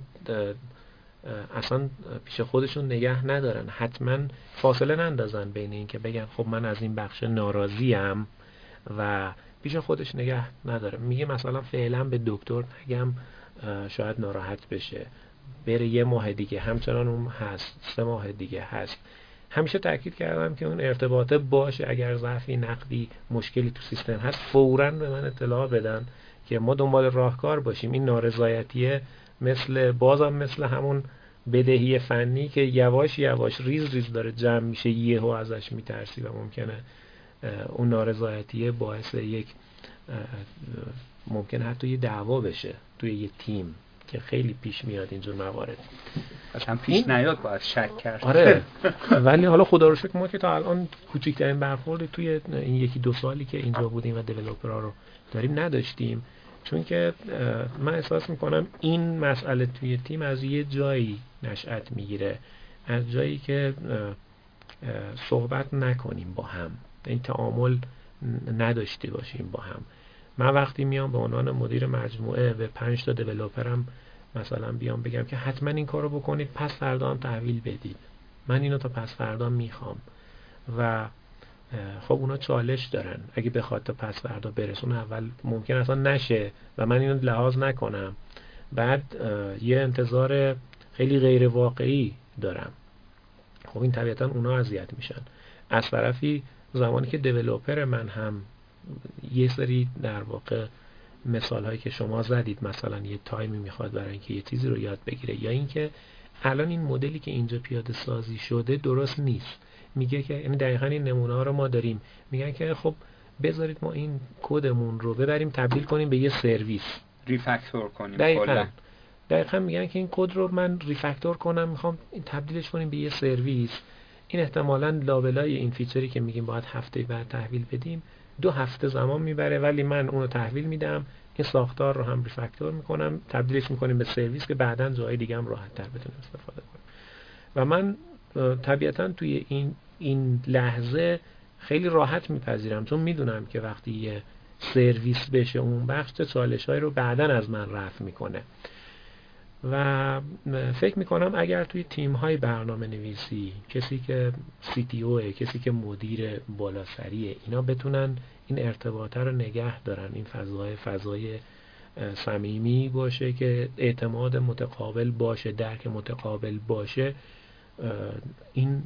اصلا پیش خودشون نگه ندارن، حتما فاصله نندازن بین این که بگن خب من از این بخش ناراضیم و پیش خودش نگه نداره. میگه مثلا فعلا به دکتر نگم شاید ناراحت بشه، بره 1 ماه دیگه همچنان اون هست، 3 ماه دیگه هست. همیشه تاکید کردم که اون ارتباطه باشه، اگر ضعفی نقدی مشکلی تو سیستم هست فوراً به من اطلاع بدن که ما دنبال راهکار باشیم. این نارضایتیه بازم مثل همون بدهی فنی که یواش یواش ریز داره جمع میشه، یهو ازش میترسی و ممکنه اون نارضایتیه باعث یک ممکنه حتی یه دعوا بشه توی یه تیم که خیلی پیش میاد اینجور موارد. اصلا پیش نیاد باید شک کرد. آره ولی حالا خدا رو شکر ما که تا الان کوچکترین برخوردی توی این 1-2 سالی که اینجا بودیم و دیولپرها رو داریم نداشتیم، چون که من احساس میکنم این مسئله توی تیم از یه جایی نشأت میگیره، از جایی که صحبت نکنیم با هم، این تعامل نداشته باشیم با هم. من وقتی میام به عنوان مدیر مجموعه به 5 تا دیولپرم مثلا بیام بگم که حتما این کارو بکنید، پس فردا هم تحویل بدید، من اینو تا پس فردا میخوام و خب اونا چالش دارن، اگه بخواد تا پس فردا برسونه اول ممکن اصلا نشه و من اینو لحاظ نکنم، بعد یه انتظار خیلی غیر واقعی دارم. خب این طبیعتا اونا اذیت میشن. از طرفی زمانی که دیولپر من هم یه سری در واقع مثال هایی که شما زدید، مثلا یه تایمی میخواد برای اینکه یه چیزی رو یاد بگیره، یا اینکه الان این مدلی که اینجا پیاده سازی شده درست نیست، میگه که یعنی دقیقاً این نمونه ها رو ما داریم، میگن که خب بذارید ما این کدمون رو ببریم تبدیل کنیم به یه سرویس، ریفکتور کنیم. دقیقاً میگن که این کد رو من ریفکتور کنم، میخوام این تبدیلش کنیم به یه سرویس. این احتمالاً لابلای این فیچری که میگیم باید هفته بعد تحویل بدیم 2 هفته زمان میبره، ولی من اونو تحویل میدم، این ساختار رو هم ریفکتور میکنم، تبدیلش میکنیم به سرویس که بعداً جای دیگه هم راحت تر بتونیم استفاده کنیم. و من طبیعتاً توی این لحظه خیلی راحت میپذیرم، چون میدونم که وقتی یه سرویس بشه اون بخش چالش‌های رو بعداً از من رفع میکنه. و فکر میکنم اگر توی تیم‌های برنامه نویسی کسی که CTO، کسی که مدیر بالاسریه، اینا بتونن این ارتباطه رو نگه دارن، این فضای صمیمی باشه که اعتماد متقابل باشه، درک متقابل باشه. این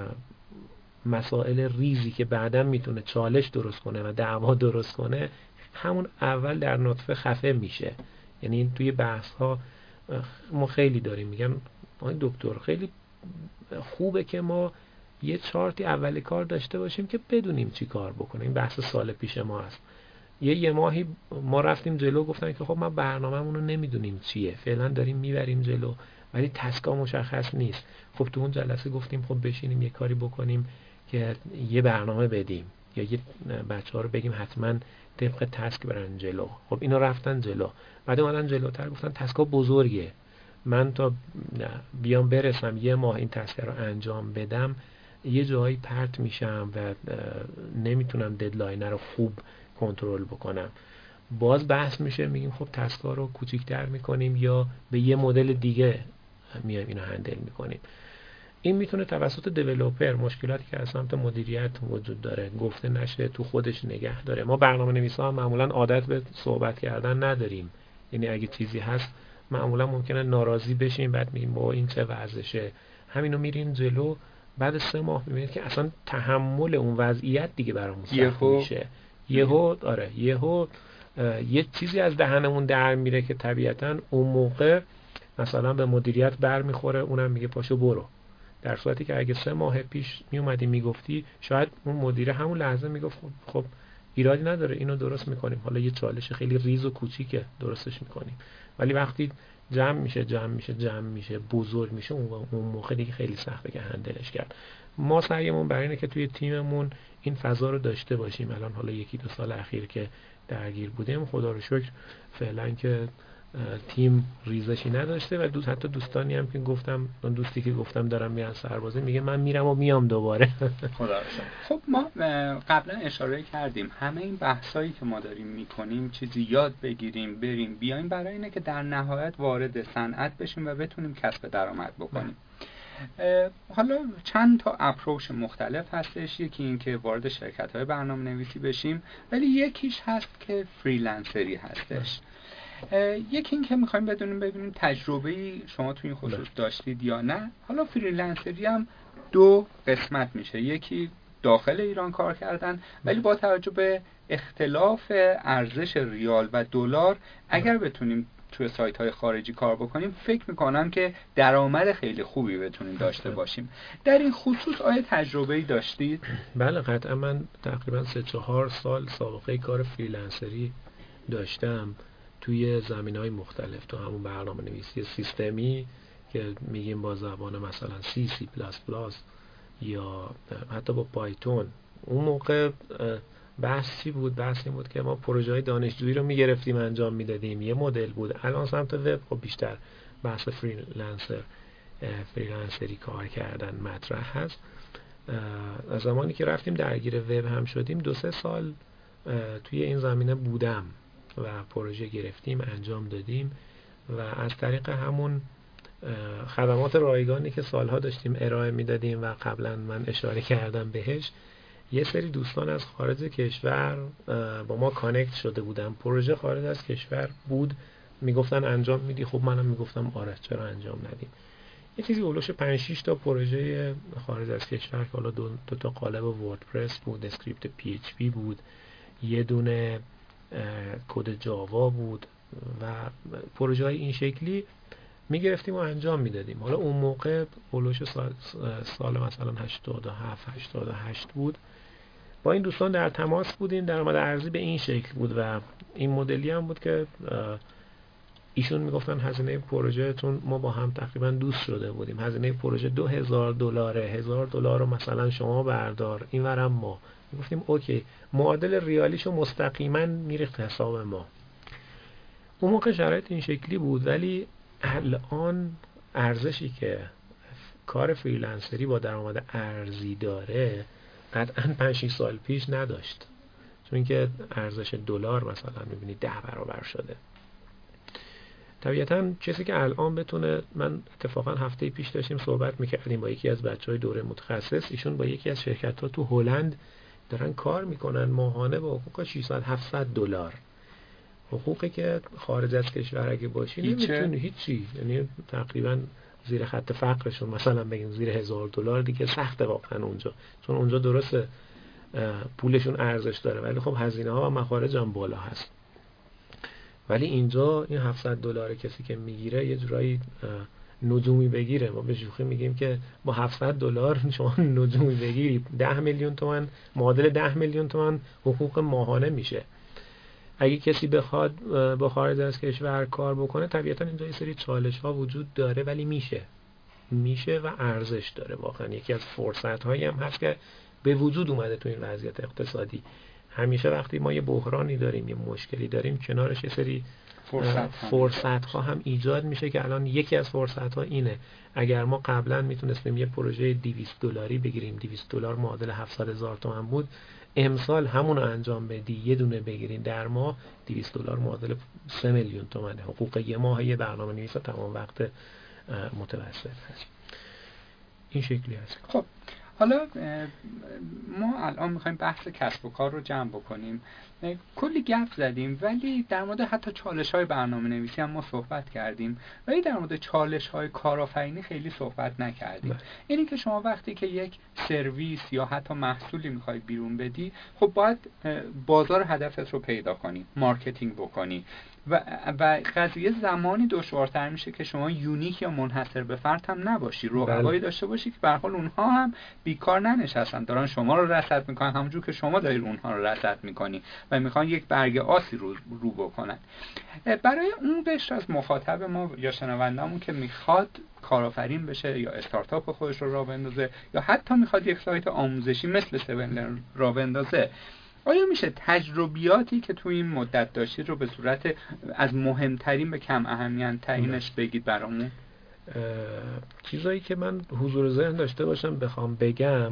مسائل ریزی که بعداً میتونه چالش درست کنه و دعوا درست کنه همون اول در نطفه خفه میشه. یعنی توی بحث ها ما خیلی داریم میگن آقای دکتر خیلی خوبه که ما یه چارتی اول کار داشته باشیم که بدونیم چی کار بکنیم. این بحث سال پیش ما هست. یه ماهی ما رفتیم جلو، گفتن که خب ما برنامه‌مون رو نمیدونیم چیه، فعلا داریم میبریم جلو ولی تسکا مشخص نیست. خب تو اون جلسه گفتیم خب بشینیم یه کاری بکنیم که یه برنامه بدیم یا یه بچه‌ها رو بگیم حتما طبق تسک برن جلو. خب اینا رفتن جلو، بعد اومدن جلوتر گفتن تسکا بزرگه، من تا بیام برسم یه ماه این تسک رو انجام بدم یه جایی پرت میشم و نمیتونم ددلاین رو خوب کنترل بکنم. باز بحث میشه، میگیم خب تسکا رو کوچیک‌تر میکنیم یا به یه مدل دیگه میایم اینو هندل میکنیم. این میتونه توسط دیولپر مشکلاتی که از سمت مدیریت وجود داره گفته نشه تو خودش نگه داره. ما برنامه‌نویسا هم معمولا عادت به صحبت کردن نداریم، یعنی اگه چیزی هست معمولا ممکنه ناراضی بشیم، بعد میگیم بابا این چه وضعشه، همینو میریم جلو، بعد 3 ماه میبینید که اصلا تحمل اون وضعیت دیگه برامون سخت میشه. یهو یه چیزی از دهنمون در میره که طبیعتاً اون موقع مثلا به مدیریت بر میخوره، اونم میگه پاشو برو. در صورتی که اگه 3 ماه پیش میومدی میگفتی شاید اون مدیره همون لحظه میگفت خب ایرادی نداره اینو درست میکنیم، حالا یه چالش خیلی ریز و کوچیکه درستش میکنیم. ولی وقتی جمع میشه بزرگ میشه اون موقع دیگه خیلی سخته که هندلش کرد. ما سعیمون برای اینه که توی تیممون این فضا رو داشته باشیم. الان حالا 1-2 سال اخیر که درگیر بودیم خدا رو شکر فعلا که تیم ریزشی نداشته و حتی دوستانی هم که گفتم، دوستی که گفتم دارم میرن سربازی میگه من میرم و میام دوباره. خدا رو شکر. خب ما قبلا اشاره کردیم همه این بحثایی که ما داریم میکنیم چیزی یاد بگیریم بریم بیایم برای اینه که در نهایت وارد صنعت بشیم و بتونیم کسب درآمد بکنیم. حالا چند تا اپروچ مختلف هستش. یکی این که وارد شرکت‌های برنامه‌نویسی بشیم، ولی یکیش هست که فریلنسری هستش. یکی این که میخوایم ببینیم تجربه‌ای شما تو این خصوص داشتید یا نه. حالا فریلنسری هم 2 قسمت میشه، یکی داخل ایران کار کردن ولی با توجه به اختلاف ارزش ریال و دلار اگر بتونیم توی سایت‌های خارجی کار بکنیم فکر میکنم که درآمد خیلی خوبی بتونیم داشته باشیم. در این خصوص آیا تجربه‌ای داشتید؟ بله قطعا. من تقریبا 3-4 سال سابقه کار فریلنسری داشتم توی زمینه‌های مختلف، تو همون برنامه‌نویسی سیستمی که میگیم با زبان مثلا C++ یا حتی با پایتون. اون موقع بحث چی بود؟ بحث این بود که ما پروژه‌های دانشجویی رو میگرفتیم انجام میدادیم، یه مدل بود. الان سمت وب خب بیشتر بحث فریلنسری کار کردن مطرح هست. از زمانی که رفتیم درگیر وب هم شدیم 2-3 سال توی این زمینه بودم و پروژه گرفتیم انجام دادیم و از طریق همون خدمات رایگانی که سالها داشتیم ارائه میدادیم و قبلا من اشاره کردم بهش، یه سری دوستان از خارج کشور با ما کانکت شده بودن. پروژه خارج از کشور بود، میگفتن انجام میدی؟ خب منم میگفتم آره چرا انجام ندیم. یه چیزی اولش 5-6 تا پروژه خارج از کشور که حالا 2 تا قالب وردپرس بود، اسکریپت PHP بود، یه دونه کد جاوا بود و پروژه های این شکلی میگرفتیم و انجام میدادیم. حالا اون موقع اولش سال مثلا 87-88 بود. با این دوستان در تماس بودیم، درآمد ارزی به این شکل بود و این مدلی هم بود که ایشون میگفتن هزینه پروژهتون، ما با هم تقریبا دوست شده بودیم، هزینه پروژه $2000 $1000 رو مثلا شما بردار، این ورم ما میگفتیم اوکی، معادل ریالیشو مستقیما میریخت حساب ما. اون موقع شرایط این شکلی بود، ولی الان ارزشی که کار فریلنسری با درآمد ارزی داره قطعا 5-6 سال پیش نداشت، چون که ارزش دلار مثلا میبینی 10 برابر شده. طبیعتا کسی که الان بتونه، من اتفاقا هفته پیش داشتیم صحبت میکردیم با یکی از بچهای دوره متخصص، ایشون با یکی از شرکت‌ها تو هلند دارن کار میکنن ماهانه با حقوق 600 700 دلار. حقوقی که خارج از کشور اگه باشی نمیتونی هیچی، یعنی تقریبا زیر خط فقرشون، مثلا بگیم زیر 1000 دلار دیگه سخته واقعا اونجا، چون اونجا درسته پولشون ارزش داره ولی خب هزینه ها و مخارج هم بالا هست. ولی اینجا این 700 دلار کسی که میگیره یه جورایی نجومی بگیره. ما به شوخی میگیم که با 700 دلار شما نجومی بگیری 10 میلیون تومان، معادل 10 میلیون تومان حقوق ماهانه میشه. اگه کسی بخواد با خارج از کشور کار بکنه طبیعتا اینجا یه سری چالش ها وجود داره ولی میشه و ارزش داره. واقعا یکی از فرصت هایی هم هست که به وجود اومده تو این وضعیت اقتصادی. همیشه وقتی ما یه بحرانی داریم، یه مشکلی داریم، کنارش یه سری فرصت ها هم ایجاد میشه که الان یکی از فرصت ها اینه. اگر ما قبلا میتونستیم یه پروژه 200 دلاری بگیریم، 200 دلار معادل 700,000 تومان بود، امسال همون رو انجام بدی یه دونه بگیرین در ماه 200 دلار معادل 3 میلیون تومانه. حقوق یه ماه یه برنامه‌نویس تمام وقت متوسط هست. این شکلی هست. خب حالا ما الان میخوایم بحث کسب و کار رو جمع بکنیم. کلی گپ زدیم ولی در مورد حتی چالش‌های برنامه‌نویسی هم ما صحبت کردیم ولی در مورد چالش‌های کارآفرینی خیلی صحبت نکردیم. اینی که شما وقتی که یک سرویس یا حتی محصولی میخوای بیرون بدی، خب باید بازار هدفت رو پیدا کنی، مارکتینگ بکنی و قضیه زمانی دشوارتر میشه که شما یونیک یا منحصر به فرد هم نباشی، رقبایی داشته باشی که به هر حال اونها هم بیکار ننشستن، دارن شما رو رصد میکنن همونجور که شما دارید اونها رو رصد میکنی و میخوان یک برگ آسی رو بکنن. برای اون قشر از مخاطب ما یا شنونده‌مون که میخواد کارآفرین بشه یا استارتاپ خودش رو راه بندازه یا حتی میخواد یک سایت آموزشی مثل 7 لرن راه بندازه، آیا میشه تجربیاتی که تو این مدت داشتید رو به صورت از مهمترین به کم اهمیت تعیینش بگید برامون؟ چیزایی که من حضور ذهن داشته باشم بخوام بگم،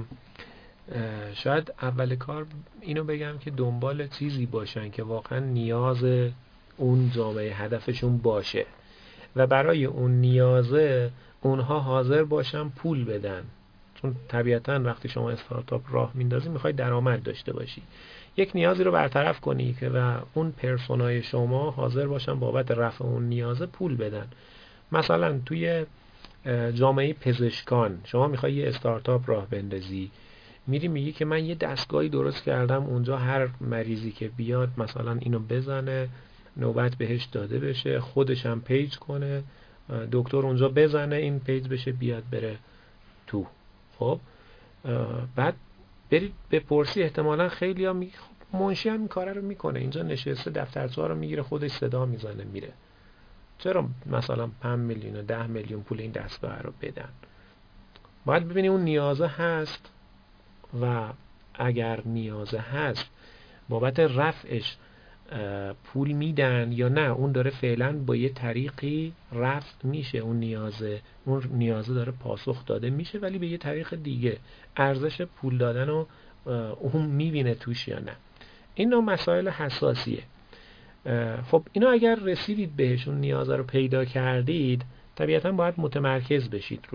شاید اول کار اینو بگم که دنبال چیزی باشن که واقعا نیاز اون جامعه هدفشون باشه و برای اون نیازه اونها حاضر باشن پول بدن. چون طبیعتا وقتی شما استارتاپ راه میندازی میخوای درآمد داشته باشی، یک نیازی رو برطرف کنی که و اون پرسونای شما حاضر باشن بابت رفع اون نیازه پول بدن. مثلا توی جامعه پزشکان شما میخوای یه استارتاپ راه بندازی، میری میگی که من یه دستگاهی درست کردم اونجا هر مریضی که بیاد مثلا اینو بزنه نوبت بهش داده بشه، خودش هم پیج کنه، دکتر اونجا بزنه این پیج بشه بیاد بره تو. خب بعد برید بپرسی احتمالا خیلی ها منشی هم این کاره رو میکنه، اینجا نشسته دفترچه ها رو میگیره خودش صدا میزنه میره. چرا مثلا 5 میلیون و 10 میلیون پول این دستگاه رو بدن؟ باید ببینی اون نیازه هست و اگر نیازه هست بابت رفعش پول میدن یا نه اون داره فعلا با یه طریقی رفع میشه، اون نیازه داره پاسخ داده میشه ولی به یه طریق دیگه ارزش پول دادن رو اون میبینه توش یا نه. این نوع مسائل حساسیه. خب اینا اگر رسیدید بهشون نیازه رو پیدا کردید طبیعتا باید متمرکز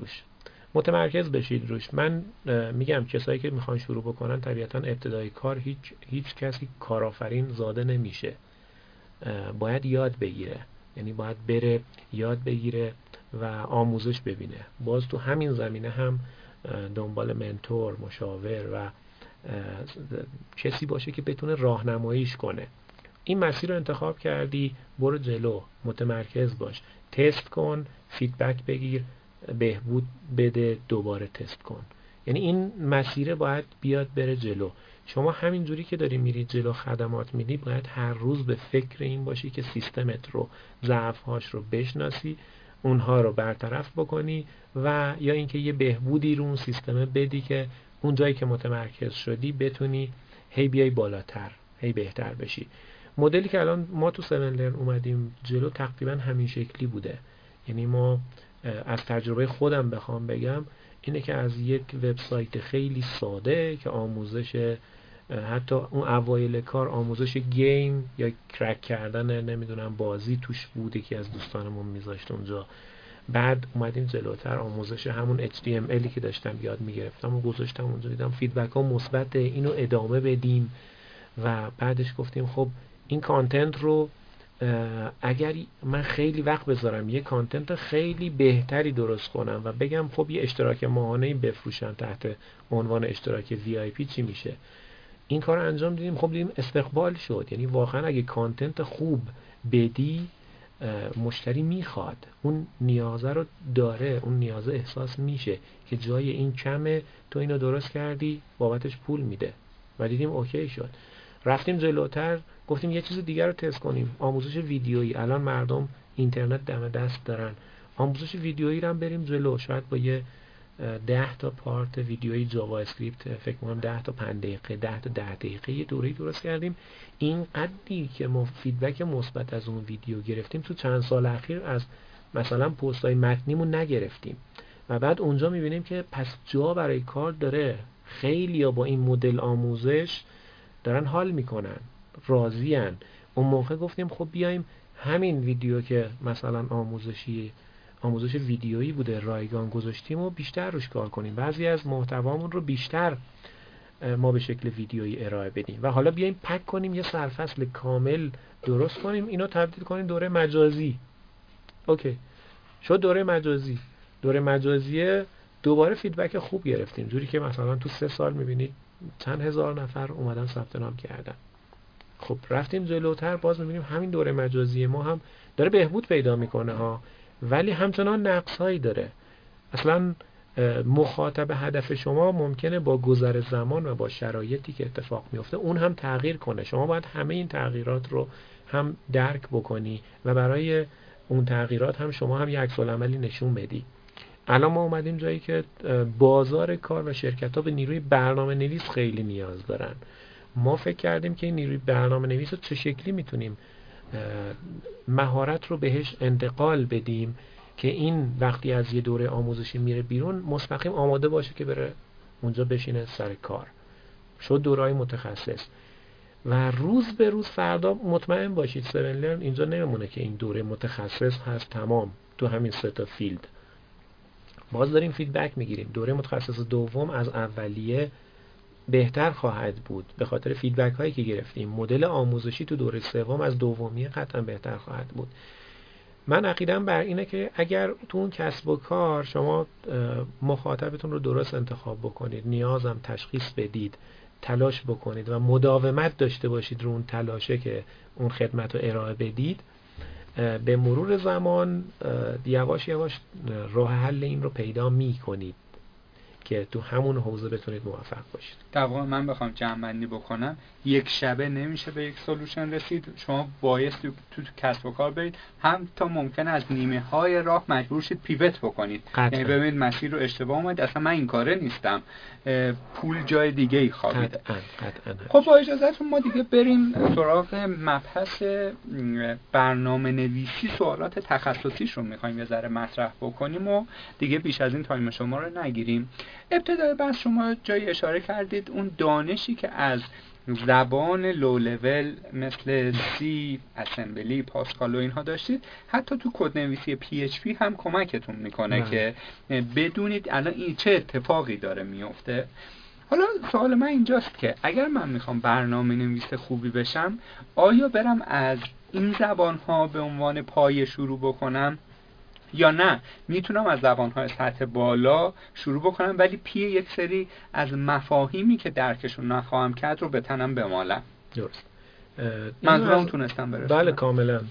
بشید روش. من میگم کسایی که میخوان شروع بکنن طبیعتا ابتدای کار هیچ کسی کارآفرین زاده نمیشه، باید یاد بگیره، یعنی باید بره یاد بگیره و آموزش ببینه. باز تو همین زمینه هم دنبال منتور، مشاور و کسی باشه که بتونه راهنماییش کنه. این مسیر رو انتخاب کردی برو جلو، متمرکز باش، تست کن، فیدبک بگیر، بهبود بده، دوباره تست کن. یعنی این مسیر باید بیاد بره جلو. شما همین جوری که داری میری جلو خدمات میدی باید هر روز به فکر این باشی که سیستمت رو، ضعف‌هاش رو بشناسی، اونها رو برطرف بکنی و یا اینکه یه بهبودی رو اون سیستم بدی که اون جایی که متمرکز شدی بتونی هی بیای بالاتر، هی بهتر بشی. مدلی که الان ما تو 7 لرن اومدیم جلو تقریبا همین شکلی بوده. یعنی ما از تجربه خودم بخوام بگم اینه که از یک وبسایت خیلی ساده که آموزش حتی اون اوایل کار آموزش گیم یا کرک کردن نمیدونم بازی توش بوده که از دوستانمون میذاشت اونجا بعد اومدیم جلوتر آموزش همون HTMLی که داشتم یاد میگرفتم و گذاشتم اونجا، دیدم فیدبک ها مثبته، اینو ادامه بدیم. و بعدش گفتیم خب این کانتنت رو اگر من خیلی وقت بذارم یه کانتنت خیلی بهتری درست کنم و بگم خب یه اشتراک ماهانه‌ای بفروشم تحت عنوان اشتراک VIP چی میشه، این کار انجام دیدیم. خب دیدیم استقبال شد. یعنی واقعا اگه کانتنت خوب بدی مشتری میخواد، اون نیازه رو داره، اون نیازه احساس میشه که جای این کمه، تو اینو درست کردی بابتش پول میده و دیدیم اوکی شد. رفتیم جلوتر گفتیم یه چیز دیگر رو تست کنیم، آموزش ویدیویی. الان مردم اینترنت دم دست دارن، آموزش ویدیویی رو هم بریم جلو. شاید با یه 10 تا پارت ویدیویی جاوا اسکریپت، فکر کنم 10 تا 5 دقیقه، 10 تا 10 دقیقه یه دوره‌ای درست کردیم. این قدری که ما فیدبک مثبت از اون ویدیو گرفتیم تو چند سال اخیر از مثلا پست‌های متنیمون نگرفتیم. و بعد اونجا می‌بینیم که پس جا برای کار داره. خیلی‌ها با این مدل آموزش دارن حال میکنن، راضین. اون موقع گفتیم خب بیایم همین ویدیو که مثلا آموزش ویدیویی بوده رایگان گذاشتیم و بیشتر روش کار کنیم، بعضی از محتوامون رو بیشتر ما به شکل ویدیویی ارائه بدیم و حالا بیایم پک کنیم، یه سرفصل کامل درست کنیم، اینو تبدیل کنیم دوره مجازی. اوکی شد دوره مجازی دوباره فیدبک خوب گرفتیم، جوری که مثلا تو 3 سال میبینید چند هزار نفر اومدن ثبت نام کردن. خب رفتیم جلوتر باز میبینیم همین دوره مجازی ما هم داره بهبود پیدا میکنه ها، ولی همچنان نقص هایی داره. اصلا مخاطب هدف شما ممکنه با گذر زمان و با شرایطی که اتفاق میفته اون هم تغییر کنه. شما باید همه این تغییرات رو هم درک بکنی و برای اون تغییرات هم شما هم یک عکس‌العملی نشون بدی. الان ما اومدیم جایی که بازار کار و شرکت‌ها به نیروی برنامه نویس خیلی نیاز دارن. ما فکر کردیم که این نیروی برنامه نویس رو چه شکلی میتونیم مهارت رو بهش انتقال بدیم که این وقتی از یه دوره آموزشی میره بیرون مستقیم آماده باشه که بره اونجا بشینه سر کار. شد دوره‌های متخصص و روز به روز فردا مطمئن باشید 7 لرن اینجا نمیمونه که این دوره متخصص هست تمام تو همین 3 تا فیلد. باز داریم فیدبک میگیریم. دوره متخصص دوم از اولیه بهتر خواهد بود به خاطر فیدبک هایی که گرفتیم. مدل آموزشی تو دوره سوم از دومیه قطعا بهتر خواهد بود. من عقیدم بر اینه که اگر تو اون کسب و کار شما مخاطبتون رو درست انتخاب بکنید، نیازم تشخیص بدید، تلاش بکنید و مداومت داشته باشید رو اون تلاشه که اون خدمت رو ارائه بدید، به مرور زمان یواش یواش راه حل این رو پیدا می کنید که تو همون حوزه بتونید موفق باشید. در واقع من بخوام جمع‌بندی بکنم، یک شبه نمیشه به یک سولوشن رسید. شما بایستی تو کسب و کار برید، هم تا ممکنه از نیمه های راه مجبور شید پیوت بکنید. یعنی ببینید مسیر رو اشتباه اومد، اصلا من این کاره نیستم، پول جای دیگه ای خوابیده. خب با اجازهتون ما دیگه بریم سراغ مبحث برنامه نویسی. سوالات تخصصیش رو میخوایم یه ذره مطرح بکنیم و دیگه بیش از این تایم شما رو نگیریم. ابتدای بحث شما جایی اشاره کردید اون دانشی که از زبان لو لول مثل سی، اسمبلی، پاسکال و اینها داشتید، حتی تو کدنویسی PHP هم کمکتون میکنه که بدونید الان این چه اتفاقی داره میفته. حالا سوال من اینجاست که اگر من میخوام برنامه نویس خوبی بشم، آیا برم از این زبانها به عنوان پایه شروع بکنم یا نه میتونم از زبانهای سطح بالا شروع بکنم ولی پی یک سری از مفاهیمی که درکشون نخواهم کرد رو به تنم بمالم؟ درست. منظورم تونستم برسونم؟ بله کاملا.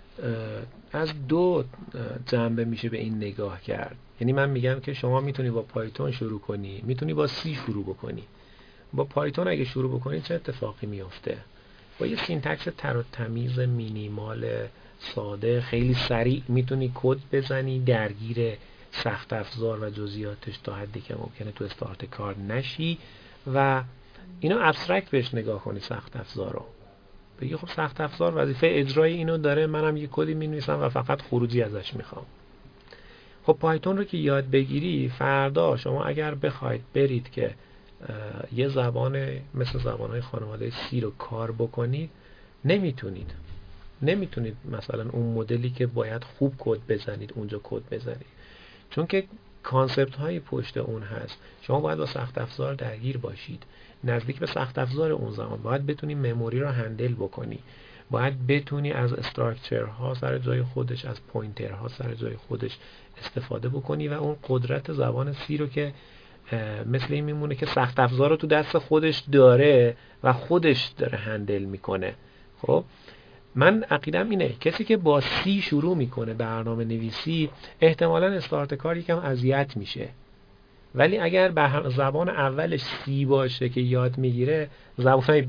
از دو جنبه میشه به این نگاه کرد. یعنی من میگم که شما میتونی با پایتون شروع کنی، میتونی با سی شروع بکنی. با پایتون اگه شروع بکنی چه اتفاقی میفته؟ با یه سینتکس تر و تمیز مینیمال ساده خیلی سریع میتونی کد بزنی، درگیر سخت افزار و جزئیاتش تا حدی که ممکنه تو استارت کار نشی و اینو ابسترکت بهش نگاه کنی. سخت افزار رو بگی خب سخت افزار وظیفه اجرای اینو داره، منم یه کدی مینویسم و فقط خروجی ازش میخوام. خب پایتون رو که یاد بگیری، فردا شما اگر بخواید برید که یه زبان مثل زبانهای خانواده سی رو کار بکنید، نمیتونید. نمیتونید مثلا اون مدلی که باید خوب کد بزنید اونجا کد بزنید، چون که کانسپت هایی پشت اون هست. شما باید با سخت افزار درگیر باشید، نزدیک به سخت افزار اون زمان باید بتونی مموری رو هندل بکنی، باید بتونی از استراکچر ها سر جای خودش، از پوینتر ها سر جای خودش استفاده بکنی و اون قدرت زبان سی رو که مثل این میمونه که سخت افزار رو تو دست خودش داره و خودش داره هندل میکنه. خب من عقیدم اینه کسی که با سی شروع میکنه برنامه نویسی احتمالاً استارت کار یکم اذیت میشه، ولی اگر زبان اولش سی باشه که یاد میگیره، زبانهای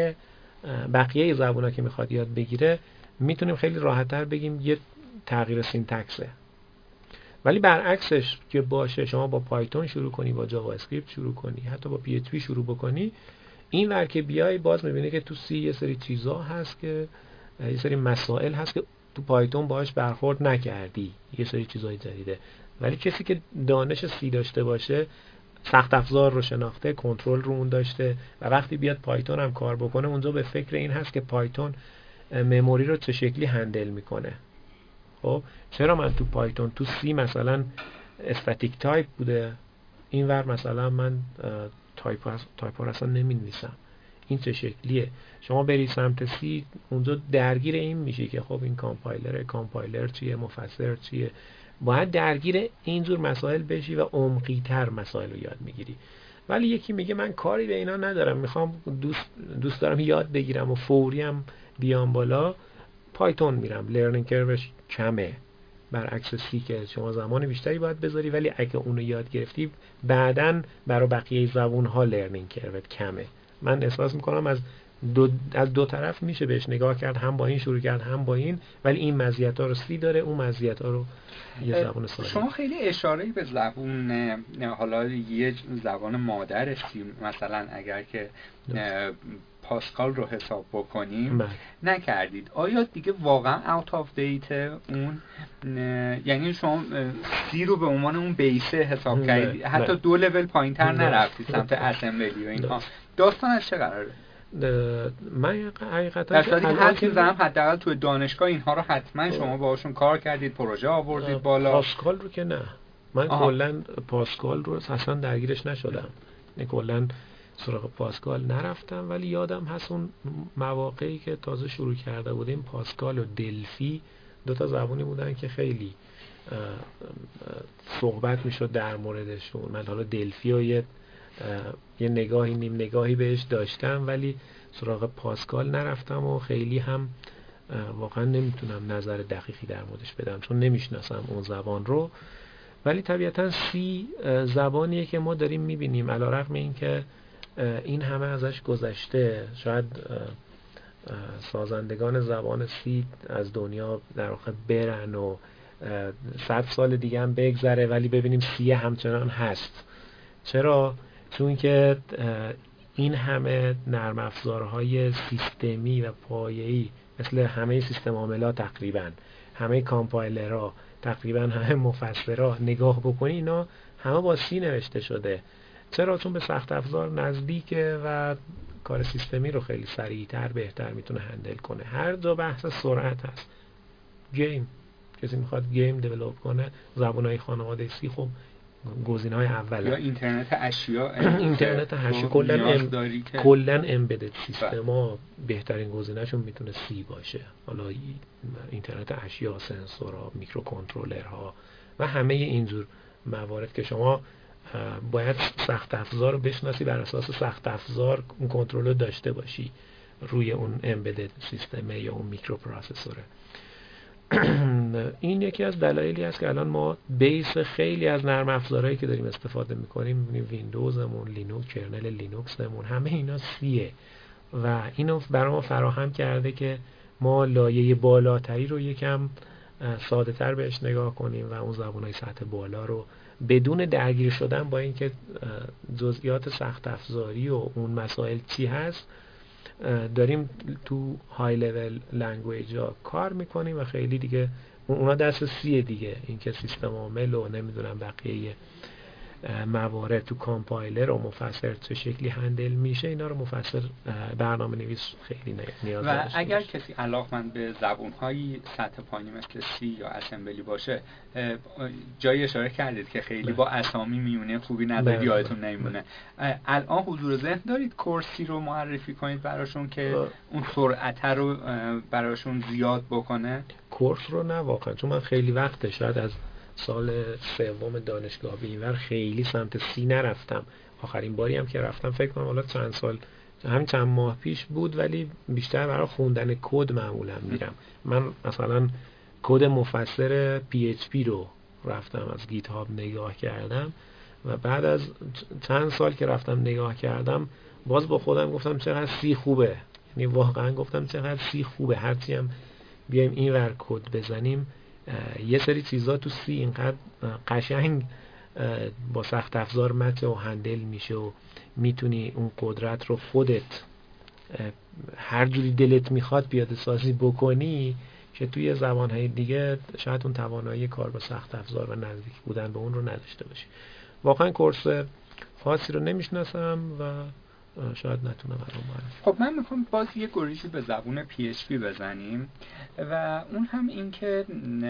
بقیه زبانها که میخواد یاد بگیره میتونیم خیلی راحت‌تر بگیم یه تغییر سینتکسه. ولی برعکسش که باشه شما با پایتون شروع کنی، با جاوا اسکریپت شروع کنی، حتی با پی اچ پی شروع بکنی، این ور که بیای باز میبینی که تو سی یه سری چیزا هست که یه سری مسائل هست که تو پایتون باهاش برخورد نکردی، یه سری چیزای جدیده. ولی کسی که دانش سی داشته باشه، سخت افزار رو شناخته، کنترل رو اون داشته و وقتی بیاد پایتون هم کار بکنه اونجا به فکر این هست که پایتون مموری رو چه شکلی هندل میکنه. خب چرا من تو پایتون تو سی مثلا استاتیک تایپ بوده، اینور مثلا من تایپ ها اصلا نمی‌نویسم، این چه شکلیه؟ شما بری سمت سی اونجا درگیر این میشی که خب این کامپایلر چیه، مفسر چیه، باید درگیر اینجور مسائل بشی و عمقی تر مسائل رو یاد میگیری. ولی یکی میگه من کاری به اینا ندارم، میخوام دوست دارم یاد بگیرم و فوری هم بیام بالا، پایتون میرم، لرنینگ کروش کمه، برعکس سی که شما زمان بیشتری باید بذاری، ولی اگه اونو یاد گرفتی بعداً برای بقیه زبونها لرنینگ کروت کمه. من احساس میکنم از دو طرف میشه بهش نگاه کرد، هم با این شروع کرد هم با این، ولی این مزیت‌ها رو سی داره، اون مزیت‌ها رو یه زبان ساده. شما خیلی اشاره‌ای به زبون، حالا یه زبان مادر سی مثلا اگر که پاسکال رو حساب بکنیم نکردید. آیا دیگه واقعا اوت آف دیت اون، یعنی شما سی رو به عنوان اون بیسه حساب کردید، حتی 2 لول پایینتر نرفتید سمت اسمبلی و اینها؟ داستان از چه قراره؟ من حقیقتا در حد می‌زنم حداقل توی دانشگاه اینها رو حتما شما باهاشون کار کردید، پروژه آوردید بالا. پاسکال رو که نه، من کلا پاسکال رو اصلا درگیرش نشدم، کلا سراغ پاسکال نرفتم. ولی یادم هست اون مواقعی که تازه شروع کرده بودیم پاسکال و دلفی 2 تا زبانی بودن که خیلی صحبت میشد در موردشون. من حالا دلفی و یه نگاهی نیم نگاهی بهش داشتم، ولی سراغ پاسکال نرفتم و خیلی هم واقعا نمیتونم نظر دقیقی در موردش بدم چون نمیشناسم اون زبان رو. ولی طبیعتا سی زبانیه که ما داریم میبینیم علیرغم این که این همه ازش گذشته، شاید سازندگان زبان سی از دنیا در واقع برن و 100 سال دیگه هم بگذره ولی ببینیم سی همچنان هست. چرا؟ چون که این همه نرم افزارهای سیستمی و پایه‌ای مثل همه سیستم عامل‌ها، تقریبا همه کامپایلرها، تقریبا همه مفسرها نگاه بکنی اینا همه با سی نوشته شده. چرا؟ چون به سخت افزار نزدیکه و کار سیستمی رو خیلی سریعتر بهتر میتونه هندل کنه. هر جا بحث سرعت هست. گیم، کسی میخواد گیم دیولپ کنه، زبانهای خانواده سی خب گزینه‌های اوله. یا اینترنت اشیا، اینترنت اشیا کلا امبدد سیستما بهترین گزینه‌شون میتونه سی باشه. حالا اینترنت اشیا، سنسورها، میکروکنترلرها و همه اینجور موارد که شما باید سخت افزار رو بشناسی، بر اساس سخت افزار اون کنترل رو داشته باشی روی اون امبدد سیستمه یا اون میکروپروسسوره. این یکی از دلایلی است که الان ما بیس خیلی از نرم افزارهایی که داریم استفاده می‌کنیم، می‌بینیم ویندوزمون، لینوکس، کرنل لینوکسمون، همه اینا سیه و اینو برای ما فراهم کرده که ما لایه بالاتری رو یکم ساده‌تر بهش نگاه کنیم و اون زبان‌های سطح بالا رو بدون درگیر شدن با اینکه جزئیات سخت افزاری و اون مسائل چی هست داریم تو های لول لنگویج ها کار میکنیم و خیلی دیگه اونا دست سیه دیگه، این که سیستم عامل و نمیدونم بقیه موارد تو کامپایلر و مفسر چه شکلی هندل میشه، اینا رو مفسر برنامه نویس خیلی نیاز داره. و اگر کسی علاقمند به زبون‌های سطح پایینی مثل سی یا اسمبلی باشه، جایی اشاره کردید که خیلی با اسامی میونه خوبی ندارید، یادتون نمیمونه. الان حضور ذهن دارید کورسی رو معرفی کنید براشون که اون سرعت رو براشون زیاد بکنه؟ کورس رو نه واقعا، چون من خیلی وقته، شاید از سال سوم دانشگاه به اینور خیلی سمت سی نرفتم. آخرین باری هم که رفتم فکر کنم حالا چند ماه پیش بود، ولی بیشتر برای خوندن کد معمولا میرم. من مثلا کد مفسر PHP رو رفتم از گیت هاب نگاه کردم و بعد از چند سال که رفتم نگاه کردم باز با خودم گفتم چقدر سی خوبه. یعنی واقعا گفتم چقدر سی خوبه، هرچی هم بیایم این ور کد بزنیم یه سری چیزا تو سی اینقدر قشنگ با سخت افزار مچ و هندل میشه و میتونی اون قدرت رو خودت هر جوری دلت میخواد پیاده سازی بکنی که توی زبانهای دیگه شاید اون توانایی کار با سخت افزار و نزدیک بودن به اون رو نداشته باشی. واقعا کورس خاصی رو نمیشناسم و شاید نتونم الان معرفی. خب من میخوام باز یه گریزی به زبون PHP بزنیم و اون هم این که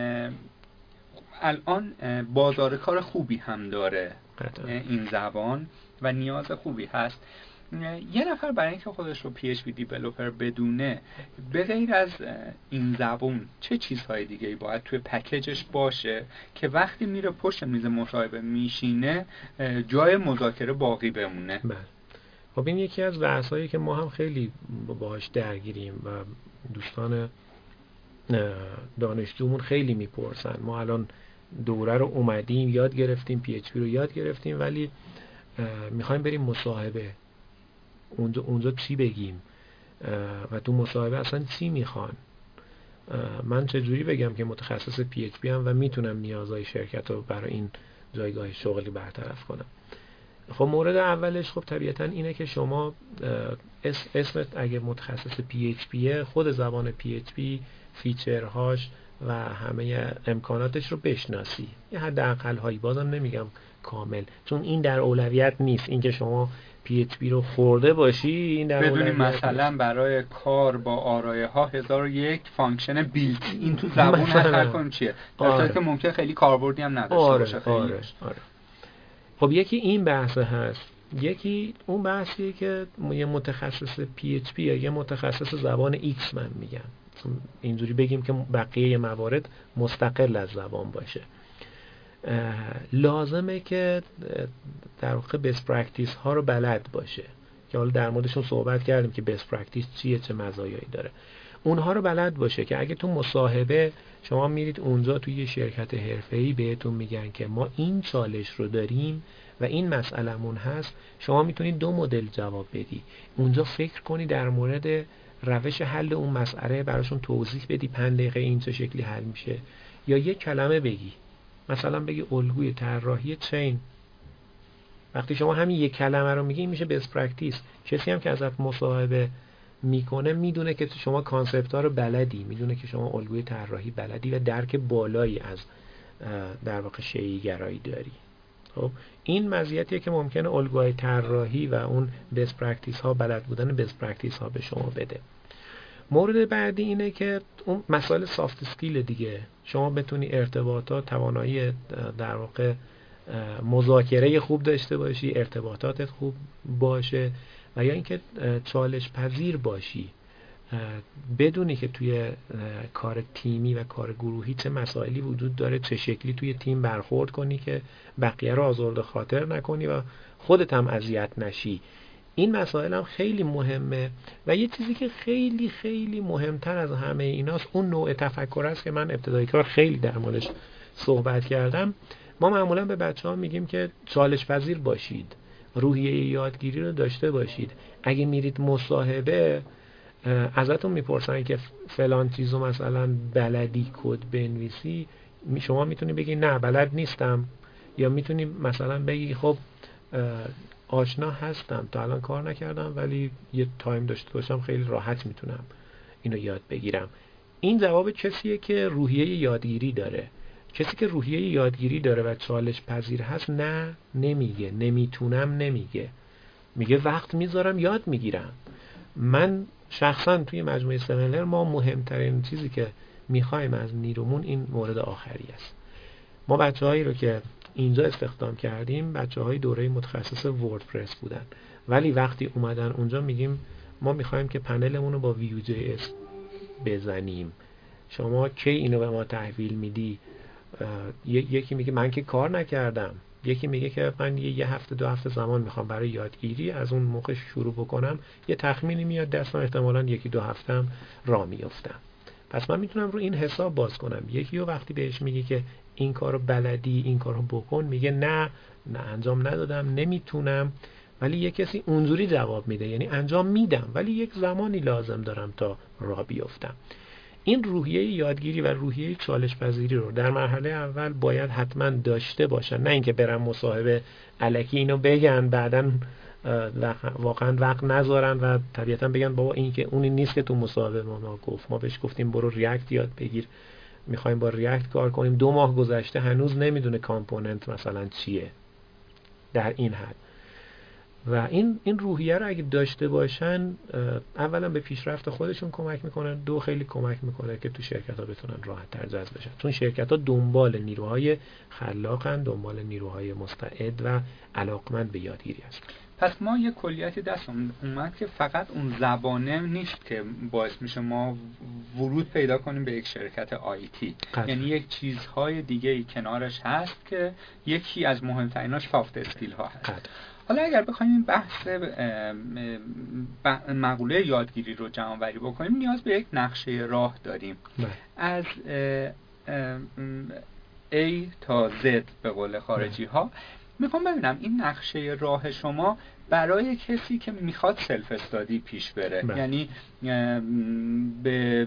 الان بازار کار خوبی هم داره این زبان و نیاز خوبی هست. یه نفر برای اینکه خودش رو PHP دیولپر بدونه، به غیر از این زبون چه چیزهای دیگه‌ای باید توی پکیجش باشه که وقتی میره پشت میز مصاحبه میشینه جای مذاکره باقی بمونه؟ بله. خب این یکی از بحثایی که ما هم خیلی باهاش درگیریم و دوستان دانشجومون خیلی میپرسن. ما الان دوره رو اومدیم یاد گرفتیم، PHP رو یاد گرفتیم، ولی میخوایم بریم مصاحبه. اونجا چی بگیم و تو مصاحبه اصلا چی میخوان؟ من چجوری بگم که متخصص PHP هم و میتونم نیازهای شرکت رو برای این جایگاه شغلی برطرف کنم؟ خب مورد اولش خب طبیعتا اینه که شما اسمت اگه متخصص PHP خود زبان PHP فیچرهاش و همه امکاناتش رو بشناسی، یه حداقل هایی، بازم نمیگم کامل، چون این در اولویت نیست. این که شما PHP رو خورده باشی این در بدونی مثلا برای کار با آرایه ها 1001 فانکشن بیلت این تو زبون هر کن چیه، در صورتی که ممکن خیلی کاربردی هم نداشته باشه. آره. خب یکی این بحث هست، یکی اون بحثیه که یه متخصص PHP یا یه متخصص زبان X من میگم، اینجوری بگیم که بقیه موارد مستقل از زبان باشه. لازمه که در واقع best practice ها رو بلد باشه که حالا در موردشون صحبت کردیم که best practice چیه، چه مزایایی داره. اونها رو بلد باشه که اگه تو مصاحبه شما میرید اونجا توی یه شرکت حرفه‌ای بهتون میگن که ما این چالش رو داریم و این مسئله‌مون هست، شما میتونید دو مدل جواب بدی. اونجا فکر کنی در مورد روش حل اون مسئله براشون توضیح بدی 5 دقیقه این چه شکلی حل میشه، یا یک کلمه بگی، مثلا بگی الگوی طراحی چین. وقتی شما همین یک کلمه رو میگی میشه بیس پرکتیس. کسی هم که ازت مصاحبه میکنه میدونه که شما کانسپت ها رو بلدی، میدونه که شما الگوی طراحی بلدی و درک بالایی از در واقع شیء-گرایی داری. خب این مزیتیه که ممکنه الگوهای طراحی و اون بیس پرکتیس ها، بلد بودن بیس پرکتیس ها به شما بده. مورد بعدی اینه که اون مسائل سافت اسکیل دیگه، شما بتونی ارتباطات، توانایی در واقع مذاکره خوب داشته باشی، ارتباطاتت خوب باشه و یا اینکه چالش پذیر باشی، بدونی که توی کار تیمی و کار گروهی چه مسائلی وجود داره، چه شکلی توی تیم برخورد کنی که بقیه رو آزرده خاطر نکنی و خودت هم اذیت نشی. این مسائل هم خیلی مهمه. و یه چیزی که خیلی خیلی مهمتر از همه ایناست اون نوع تفکر است که من ابتدای کار خیلی در موردش صحبت کردم. ما معمولا به بچه‌ها میگیم که چالش پذیر باشید، روحیه یادگیری رو داشته باشید. اگه میرید مصاحبه ازتون میپرسن که فلان چیزو مثلا بلدی کد بنویسی، شما میتونی بگی نه بلد نیستم، یا میتونی مثلا بگی خب آشنا هستم، تا الان کار نکردم ولی یه تایم داشته باشم خیلی راحت میتونم اینو یاد بگیرم. این جواب کسیه که روحیه یادگیری داره. کسی که روحیه یادگیری داره و چالش پذیر هست نه نمیگه، نمیتونم نمیگه، میگه وقت میذارم یاد میگیرم. من شخصا توی مجموعه 7 لرن ما مهمترین چیزی که میخوایم از نیرومون این مورد آخری است. ما بچه‌هایی رو که اینجا استخدام کردیم بچه‌های دوره متخصص وردپرس بودن، ولی وقتی اومدن اونجا میگیم ما میخوایم که پنلمون رو با Vue.js بزنیم، شما کی اینو به ما تحویل میدی؟ یکی میگه من که کار نکردم، یکی میگه که من یه هفته 2 هفته زمان میخوام برای یادگیری، از اون موقع شروع بکنم یه تخمینی میاد دستم، احتمالاً 1-2 هفتم راه میافتم. پس من میتونم رو این حساب باز کنم. یکی رو وقتی بهش میگه که این کارو بلدی، این کارو بکن، میگه نه انجام ندادم، نمیتونم. ولی یه کسی اونجوری جواب میده، یعنی انجام میدم ولی یک زمانی لازم دارم تا راه بیافتم. این روحیه یادگیری و روحیه چالش پذیری رو در مرحله اول باید حتما داشته باشن، نه اینکه برن مصاحبه الکی اینو بگن بعداً واقعا وقت نذارن و طبیعتا بگن بابا این که اونی نیست که تو مصاحبه ما گفت، ما بهش گفتیم برو ریاکت یاد بگیر، میخوایم با ریاکت کار کنیم، 2 ماه گذشته هنوز نمیدونه کامپوننت مثلا چیه در این حد. و این روحیه رو اگه داشته باشن اولا به پیشرفت خودشون کمک میکنن، 2 خیلی کمک میکنه که تو شرکت ها بتونن راحت تر جذب بشن، چون شرکت ها دنبال نیروهای خلاقن، دنبال نیروهای مستعد و علاقمند به یادگیری هستن. پس ما یه کلیتی دست اومد که فقط اون زبانه نیست که باعث میشه ما ورود پیدا کنیم به یک شرکت آیتی، یعنی یک چیزهای دیگه ای کنارش هست که یکی از مهمتریناش سافت اسکیل ها هست. حالا اگر بخوایم این بحث مقوله یادگیری رو جمع‌آوری بکنیم، نیاز به یک نقشه راه داریم از A تا Z به قول خارجی ها. میخوام ببینم این نقشه راه شما برای کسی که میخواد سلف استادی پیش بره، یعنی به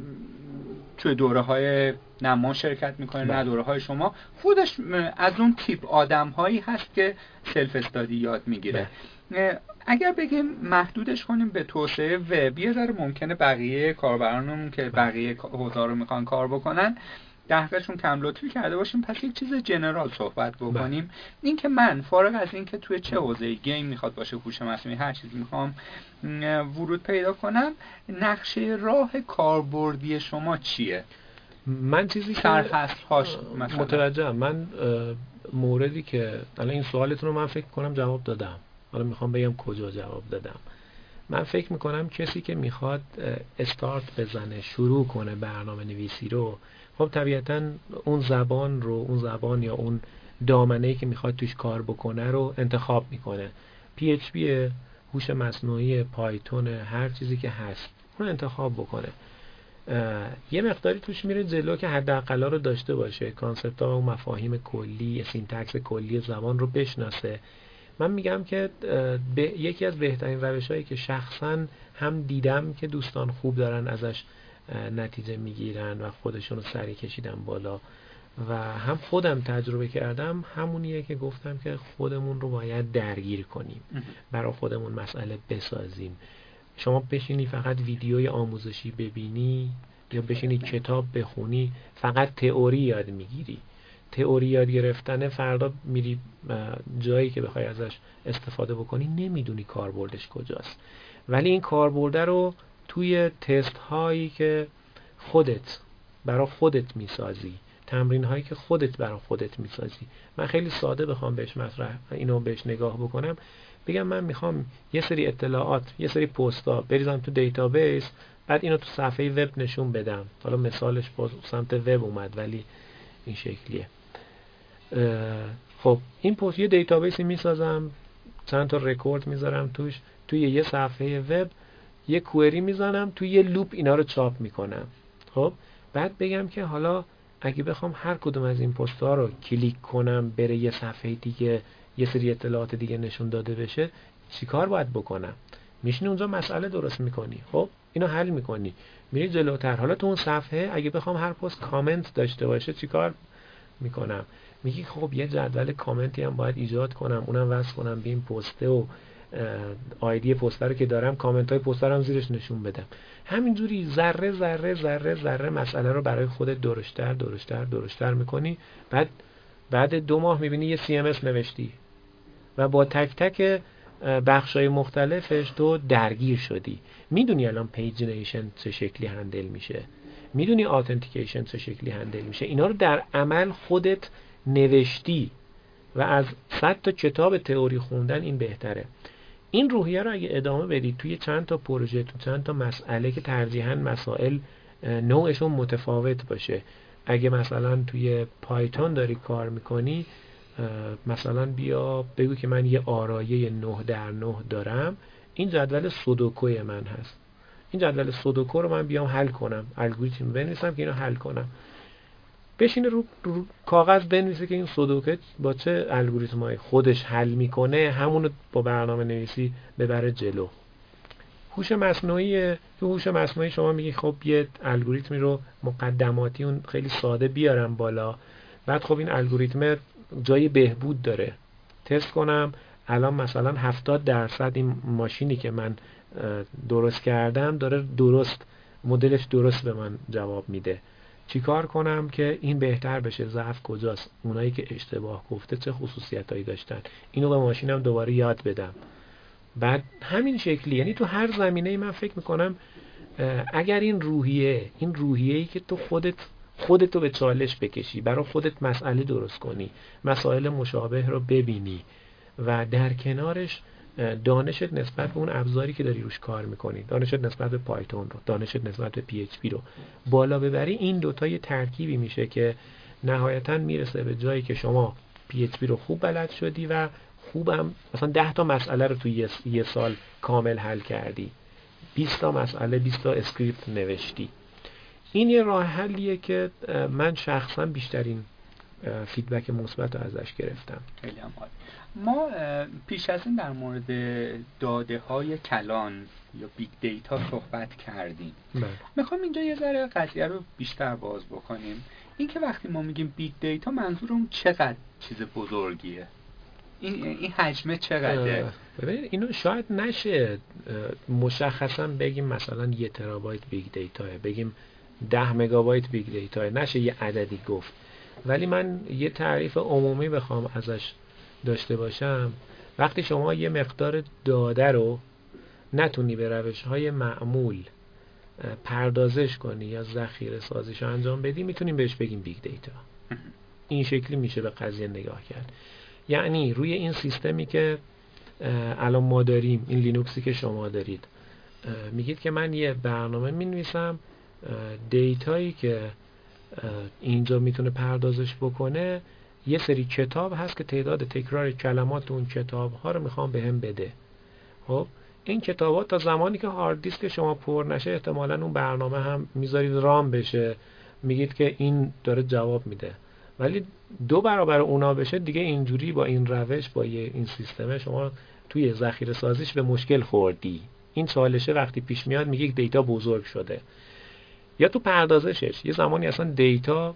توی دوره های نما شرکت میکنه نه دوره های شما، خودش از اون تیپ آدم هایی هست که سلف استادی یاد میگیره. اگر بگیم محدودش کنیم به توسعه وب، یه ذره ممکنه بقیه کاربرانمون که بقیه حوزه رو میخوان کار بکنن دقیقشون کم لطفی کرده باشیم، پس یک چیز جنرال صحبت بکنیم. این که من فارغ از این که توی چه حوزه‌ای، گیم میخواد باشه، هوش مصنوعی، هر چیزی میخوام ورود پیدا کنم، نقشه راه کاربردی شما چیه؟ من چیزی که سرفصل‌هاش مثلا متوجهم. من موردی که الان این سوالتون رو من فکر کنم جواب دادم، حالا میخوام بگم کجا جواب دادم. من فکر میکنم کسی که میخواد استارت بزنه، شروع کنه برنامه نویسی رو، خب طبیعتاً اون زبان یا اون دامنه‌ای که میخواد توش کار بکنه رو انتخاب میکنه. PHP، هوش مصنوعی، پایتون، هر چیزی که هست اون انتخاب بکنه. یه مقداری توش میره جلو که حداقل رو داشته باشه، کانسپت ها و مفاهیم کلی، سینتکس کلی زبان رو بشناسه. من میگم که یکی از بهترین روش‌هایی که شخصاً هم دیدم که دوستان خوب دارن ازش نتیجه میگیرن و خودشون رو سری کشیدن بالا و هم خودم تجربه کردم، همونیه که گفتم که خودمون رو باید درگیر کنیم، برای خودمون مسئله بسازیم. شما بشینی فقط ویدیوی آموزشی ببینی یا بشینی کتاب بخونی، فقط تئوری یاد میگیری. تئوری یاد گرفتن، فردا میری جایی که بخوای ازش استفاده بکنی نمیدونی کاربردش کجاست. ولی این کاربرده رو توی تست هایی که خودت برای خودت میسازی، تمرین هایی که خودت برای خودت میسازی. من خیلی ساده بخوام بهش اینو بهش نگاه بکنم، بگم من میخوام یه سری اطلاعات، یه سری پست‌ها بریزم تو دیتابیس، بعد اینو تو صفحه وب نشون بدم. حالا مثالش با سمت وب اومد ولی این شکلیه. خب این پست، یه دیتابیسی میسازم، چند تا رکورد میذارم توش، توی یه صفحه وب یه کوئری میزنم، توی یه لوپ اینا رو چاپ میکنم. خب بعد بگم که حالا اگه بخوام هر کدوم از این پست ها رو کلیک کنم بره یه صفحه دیگه، یه سری اطلاعات دیگه نشون داده بشه، چیکار باید بکنم؟ میشینی اونجا مسئله درست میکنی، خب اینو حل میکنی، میری جلوتر. حالا تو اون صفحه اگه بخوام هر پست کامنت داشته باشه چیکار میکنم؟ میگی خب یه جدول کامنتی هم باید ایجاد کنم، اونم وصل کنم به این پسته و آیدی پستر رو که دارم کامنت های پستر هم زیرش نشون بدم. همینجوری ذره ذره ذره ذره مسئله رو برای خودت درشتر میکنی. بعد 2 ماه میبینی یه CMS نوشتی و با تک تک بخشای مختلفش تو درگیر شدی. میدونی الان پیجینیشن چه شکلی هندل میشه، میدونی آتنتیکیشن چه شکلی هندل میشه، اینا رو در عمل خودت نوشتی و از 100 تا کتاب تئوری خوندن این بهتره. این روحیه رو اگه ادامه بدید توی چند تا پروژه، تو چند تا مسئله که ترجیحاً مسائل نوعشون متفاوت باشه، اگه مثلا توی پایتون داری کار میکنی، مثلا بیا بگو که من یه آرایه 9 در 9 دارم، این جدول سودوکوی من هست، این جدول سودوکو رو من بیام حل کنم، الگوریتم بنویسم که اینو حل کنم. بشینه رو کاغذ بنویسه که این سودوکو با چه الگوریتمایی خودش حل میکنه، همونو با برنامه نویسی ببره جلو. هوش مصنوعی، تو هوش مصنوعی شما میگی خب یه الگوریتمی رو مقدماتی اون خیلی ساده بیارم بالا، بعد خب این الگوریتم جای بهبود داره، تست کنم الان مثلا 70% این ماشینی که من درست کردم داره درست مدلش درست به من جواب میده، چیکار کنم که این بهتر بشه، ضعف کجاست، اونایی که اشتباه گفته چه خصوصیتایی داشتن، اینو به ماشینم دوباره یاد بدم. بعد همین شکلی، یعنی تو هر زمینه‌ای من فکر میکنم اگر این روحیه‌ای که تو خودتو به چالش بکشی، برای خودت مسئله درست کنی، مسائل مشابه رو ببینی و در کنارش دانشت نسبت به اون ابزاری که داری روش کار میکنی، دانشت نسبت به پایتون رو، دانشت نسبت به PHP رو بالا ببری، این دوتا یه ترکیبی میشه که نهایتاً میرسه به جایی که شما PHP رو خوب بلد شدی و خوبم مثلا 10 تا مسئله رو توی یه سال کامل حل کردی، 20 تا مسئله، 20 تا اسکریپت نوشتی. این یه راه حلیه که من شخصا بیشترین فیدبک مثبت رو ازش گرفتم. خیلی هم عالی. ما پیش از این در مورد داده های کلان یا بیگ دیتا صحبت کردیم. میخوام اینجا یه ذره قضیه رو بیشتر باز بکنیم. این که وقتی ما میگیم بیگ دیتا منظورمون چقدر چیز بزرگیه؟ این حجمه چقدره؟ ببین اینو شاید نشه مشخصا بگیم مثلا 1 ترابایت بیگ دیتاه، بگیم 10 مگابایت بیگ دیتاه، نشه یه عددی گفت. ولی من یه تعریف عمومی بخوام ازش داشته باشم، وقتی شما یه مقدار داده رو نتونی به روش‌های معمول پردازش کنی یا ذخیره سازیش انجام بدی، میتونیم بهش بگیم بیگ دیتا. این شکلی میشه به قضیه نگاه کرد. یعنی روی این سیستمی که الان ما داریم، این لینوکسی که شما دارید، میگید که من یه برنامه مینویسم، دیتایی که اینجا میتونه پردازش بکنه یه سری کتاب هست که تعداد تکرار کلمات اون کتاب ها رو میخوام بهم بده. خب این کتابات تا زمانی که هارد دیسک شما پر نشه احتمالاً اون برنامه هم میذارید رام بشه، میگید که این داره جواب میده، ولی 2 برابر اونا بشه دیگه اینجوری با این روش، با این سیستم شما توی ذخیره سازیش به مشکل خوردی. این چالشه وقتی پیش میاد میگه دیتا بزرگ شده. یا تو پردازشش یه زمانی اصلا دیتا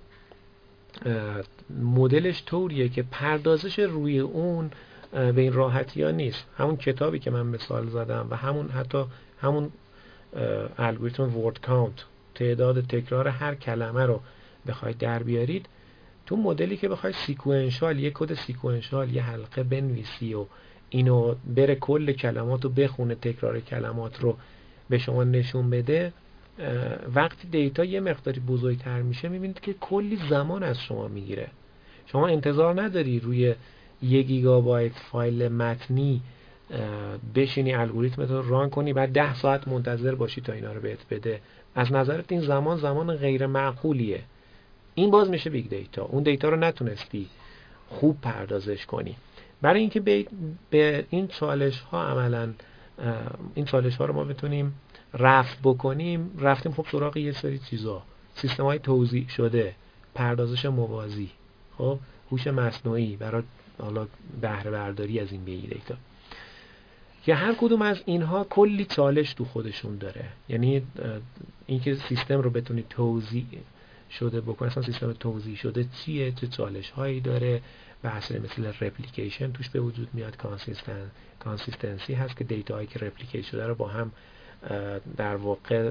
مدلش طوریه که پردازش روی اون به این راحتی ها نیست. همون کتابی که من مثال زدم و حتی همون الگوریتم ورد کاونت، تعداد تکرار هر کلمه رو بخواید در بیارید، تو مدلی که بخوای سیکوئنشال، یه کد سیکوئنشال، یه حلقه بنویسی و اینو بره کل کلمات رو بخونه، تکرار کلمات رو به شما نشون بده، وقتی دیتا یه مقداری بزرگتر میشه میبینید که کلی زمان از شما میگیره. شما انتظار نداری روی 1 گیگابایت فایل متنی بشینی الگوریتمت رو ران کنی بعد 10 ساعت منتظر باشی تا اینا رو بهت بده. از نظرت این زمان غیر معقولیه. این باز میشه بیگ دیتا. اون دیتا رو نتونستی خوب پردازش کنی. برای اینکه به این چالش ها عملاً این چالش ها رو ما بتونیم رفع بکنیم، رفتیم خب سراغ یه سری چیزا، سیستم های توزیع شده، پردازش موازی، خب هوش مصنوعی برای حالا بهره برداری از این بیگ دیتا، که هر کدوم از اینها کلی چالش تو خودشون داره. یعنی اینکه سیستم رو بتونی توزیع شده بکنه، اصلا سیستم توزیع شده چیه، چه چالش هایی داره، بحث مثل رپلیکیشن توش به وجود میاد، کانسیستنسی هست که دیتا هایی که رپلیکیت شده رو با هم در واقع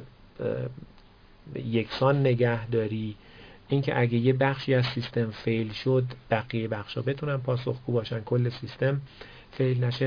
یکسان نگه داری، اینکه اگه یه بخشی از سیستم فیل شد بقیه بخشا بتونن پاسخگو باشن، کل سیستم فیل نشه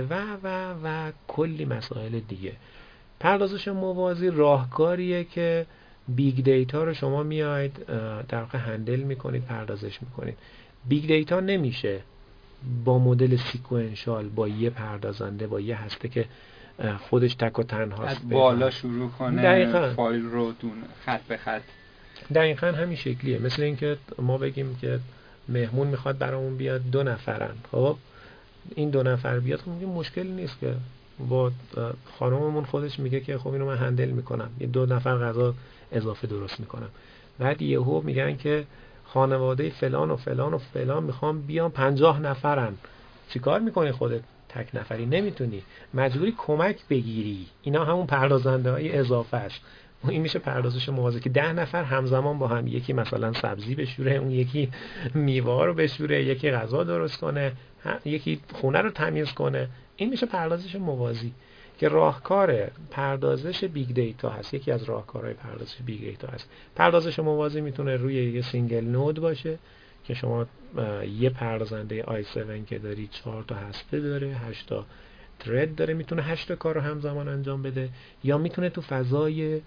و کلی مسائل دیگه. پردازش موازی راهکاریه که بیگ دیتا رو شما میاید در واقع هندل میکنید، پردازش میکنید. بیگ دیتا نمیشه با مدل سیکوئنشال، با یه پردازنده، با یه هسته که خودش تک و تنهاست از بالا شروع کنه دقیقاً فایل رو خط به خط. دقیقاً همین شکلیه. مثل اینکه ما بگیم که مهمون میخواد برامون بیاد 2 نفرن، خب این 2 نفر بیاد، خب میگیم مشکلی نیست که با خانممون خودش میگه که خب اینو من هندل میکنم، یه 2 نفر غذا اضافه درست میکنم. بعد یهو میگن که خانواده فلان و فلان و فلان میخوام بیان 50 نفرن، چیکار میکنی خودت تک نفری؟ نمیتونی، مجبوری کمک بگیری. اینا همون پردازنده های اضافه است. این میشه پردازش موازی که 10 نفر همزمان با هم، یکی مثلا سبزی بشوره، اون یکی میوه رو بشوره، یکی غذا درست کنه، یکی خونه رو تمیز کنه. این میشه پردازش موازی که راهکار پردازش بیگ دیتا هست. یکی از راهکارهای پردازش بیگ دیتا هست. پردازش موازی میتونه روی یه سینگل نود باشه که شما یه پردازنده i7 که داری 4 تا هسته داره، 8 تا ترد داره، میتونه 8 تا کار رو همزمان انجام بده، یا میتونه تو فضای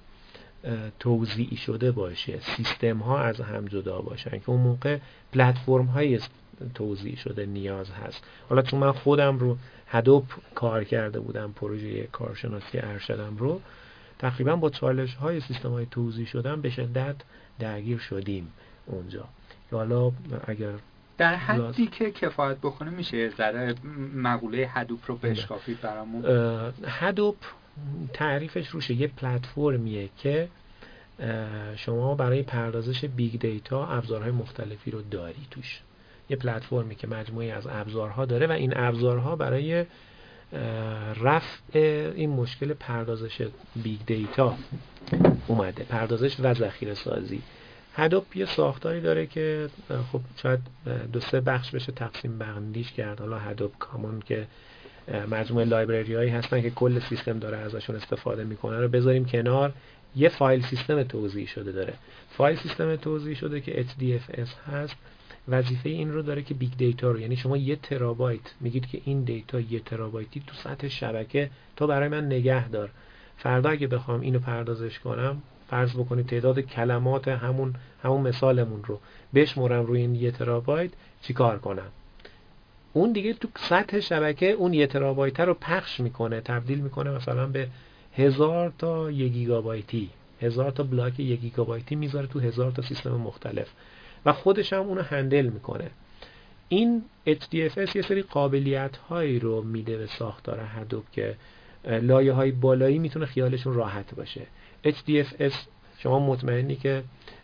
توزیعی شده باشه، سیستم ها از هم جدا باشن که اون موقع پلتفرم های توزیع شده نیاز هست. حالا چون من خودم رو هدوپ کار کرده بودم، پروژه کارشناسی ارشدم رو، تقریبا با چالش های سیستم های توزیع شدن به شدت درگیر شدیم اونجا. حالا اگر در حدی که کفایت بکنه میشه ذره مقوله هدوپ رو بشکافید برامون؟ هدوپ تعریفش روشه یه پلتفرمیه که شما برای پردازش بیگ دیتا ابزارهای مختلفی رو داری توش. یه پلتفرمی که مجموعی از ابزارها داره و این ابزارها برای رفع این مشکل پردازش بیگ دیتا اومده، پردازش و ذخیره سازی. هدوپ یه ساختاری داره که خب شاید 2-3 بخش بشه تقسیم بندیش کرد. حالا هدوپ کامون که مجموعه لایبرری هایی هستن که کل سیستم داره ازشون استفاده میکنه رو بذاریم کنار. یه فایل سیستم توزیع شده داره. فایل سیستم توزیع شده که HDFS هست، وظیفه این رو داره که بیگ دیتا رو، یعنی شما 1 ترابایت میگید که این دیتا 1 ترابایتی تو سطح شبکه تو برای من نگه دار. فردا اگه بخوام اینو پردازش کنم، فرض بکنید تعداد کلمات همون مثالمون رو بشمرم روی این 1 ترابایت، چیکار کنم؟ اون دیگه تو سطح شبکه اون 1 ترابایت رو پخش میکنه، تبدیل میکنه مثلا به 1000 تا 1 گیگابایتی، 1000 تا بلاک 1 گیگابایتی میذاره تو 1000 تا سیستم مختلف و خودش هم اونو هندل میکنه. این HDFS یه سری قابلیت هایی رو میده به ساختار هدوپ که لایه های بالایی میتونه خیالشون راحت باشه. HDFS شما مطمئنی که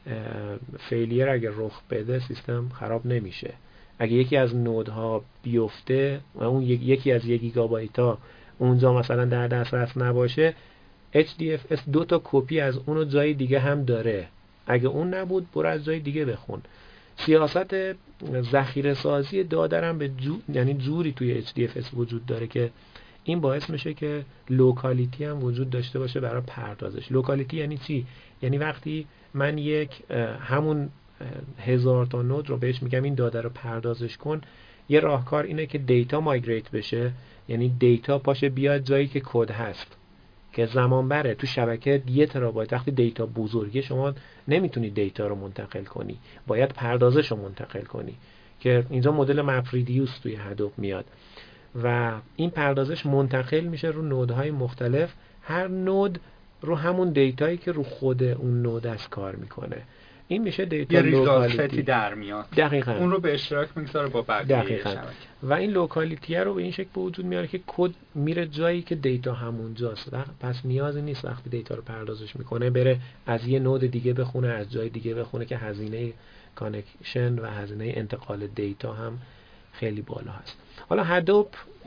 فیلیر اگر رخ بده سیستم خراب نمیشه. اگه یکی از نودها بیفته و اون یکی از 1 گیگابایت ها اونجا مثلا در دسترس نباشه، HDFS 2 تا کپی از اونو جای دیگه هم داره. اگه اون نبود برو از جای دیگه بخون. سیاست ذخیره سازی داده هم یعنی جوری توی HDFS وجود داره که این باعث میشه که لوکالیتی هم وجود داشته باشه برای پردازش. لوکالیتی یعنی چی؟ یعنی وقتی من همون 1000 تا نود رو بهش میگم این داده رو پردازش کن، یه راهکار اینه که دیتا مایگریت بشه، یعنی دیتا پاشه بیاد جایی که کد هست که زمان بره. تو شبکه 1 ترابایت وقتی دیتا بزرگه شما نمیتونی دیتا رو منتقل کنی، باید پردازش رو منتقل کنی که اینجا مدل مپ ریدیوس توی هدوپ میاد و این پردازش منتقل میشه رو نودهای مختلف، هر نود رو همون دیتایی که رو خود اون نود است کار میکنه. این میشه دیتا لوکالیتی در میاد. دقیقاً اون رو به اشتراک میگذاره با بقیه شبکه و این لوکالیتی رو به این شکل به وجود میاره که کد میره جایی که دیتا همونجاست. پس نیازی نیست وقتی دیتا رو پردازش میکنه بره از یه نود دیگه بخونه، از جای دیگه بخونه که هزینه کانکشن و هزینه انتقال دیتا هم خیلی بالا هست. حالا هدوپ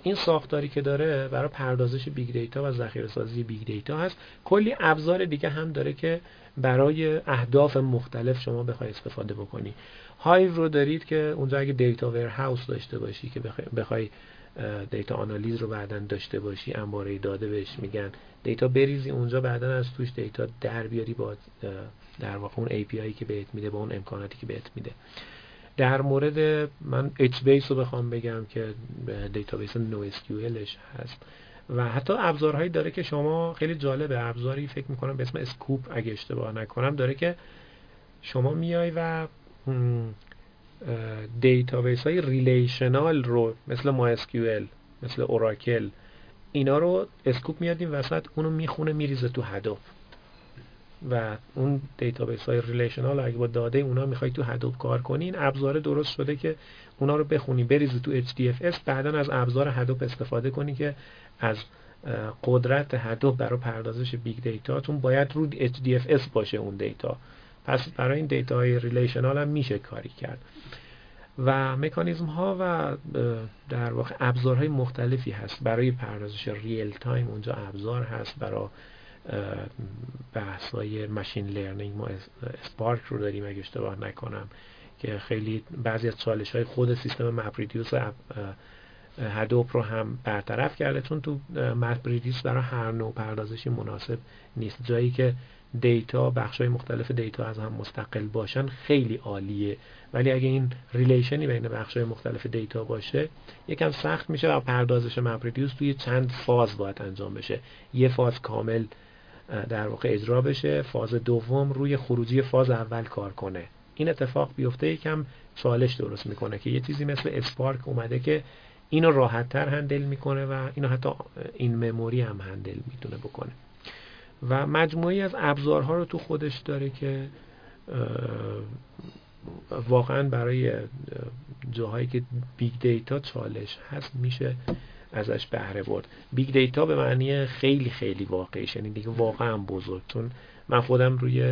این ساختاری که داره برای پردازش بیگ دیتا و ذخیره سازی بیگ دیتا هست. کلی ابزار دیگه هم داره که برای اهداف مختلف شما بخوای استفاده بکنی. هایو رو دارید که اونجا اگه دیتا ویرهاوس داشته باشی که بخوای دیتا آنالیز رو بعداً داشته باشی، انباره داده بهش میگن، دیتا بریزی اونجا، بعداً از توش دیتا در بیاری با در واقع اون API که بهت میده، با اون امکاناتی که بهت میده. در مورد من HBase رو بخوام بگم که دیتابیس NoSQLش هست و حتی ابزارهایی داره که شما خیلی جالبه، ابزاری فکر میکنم به اسم اسکوپ اگه اشتباه نکنم داره که شما میای و دیتابیس های ریلیشنال رو مثل MySQL، مثل اوراکل، اینا رو اسکوپ میاد این وسط، اونو میخونه میریزه تو هدوپ و اون دیتابیس های ریلیشنال اگه با داده اونا میخوای تو هدوپ کار کنی، این ابزار درست شده که اونا رو بخونی بریزی تو HDFS، بعداً از ابزار هدوپ استفاده کنی که از قدرت هدوپ برای پردازش بیگ دیتاتون باید رو HDFS باشه اون دیتا. پس برای این دیتا های ریلیشنال هم میشه کاری کرد و مکانیزم ها و در واقع ابزارهای مختلفی هست برای پردازش ریل تایم. اونجا ابزار هست برای بحث‌های ماشین لرنینگ، ما اسپارک رو داریم اگه اشتباه نکنم که خیلی بعضی از چالش‌های خود سیستم مپریدیوس هدوپ رو هم برطرف کرده، چون تو مپریدیوس برای هر نوع پردازشی مناسب نیست. جایی که دیتا، بخش‌های مختلف دیتا از هم مستقل باشن خیلی عالیه، ولی اگه این ریلیشنی بین بخش‌های مختلف دیتا باشه یکم سخت میشه و پردازش مپریدیوس توی چند فاز باید انجام بشه. یه فاز کامل در واقع اجرا بشه، فاز دوم روی خروجی فاز اول کار کنه. این اتفاق بیفته یکم چالش درست میکنه که یه چیزی مثل اسپارک اومده که اینو راحت تر هندل میکنه و اینو حتی این مموری هم هندل میتونه بکنه و مجموعی از ابزارها رو تو خودش داره که واقعا برای جاهایی که بیگ دیتا چالش هست میشه ازش بهره برد. بیگ دیتا به معنی خیلی خیلی واقعی، یعنی دیگه واقعا بزرگ. چون من خودم روی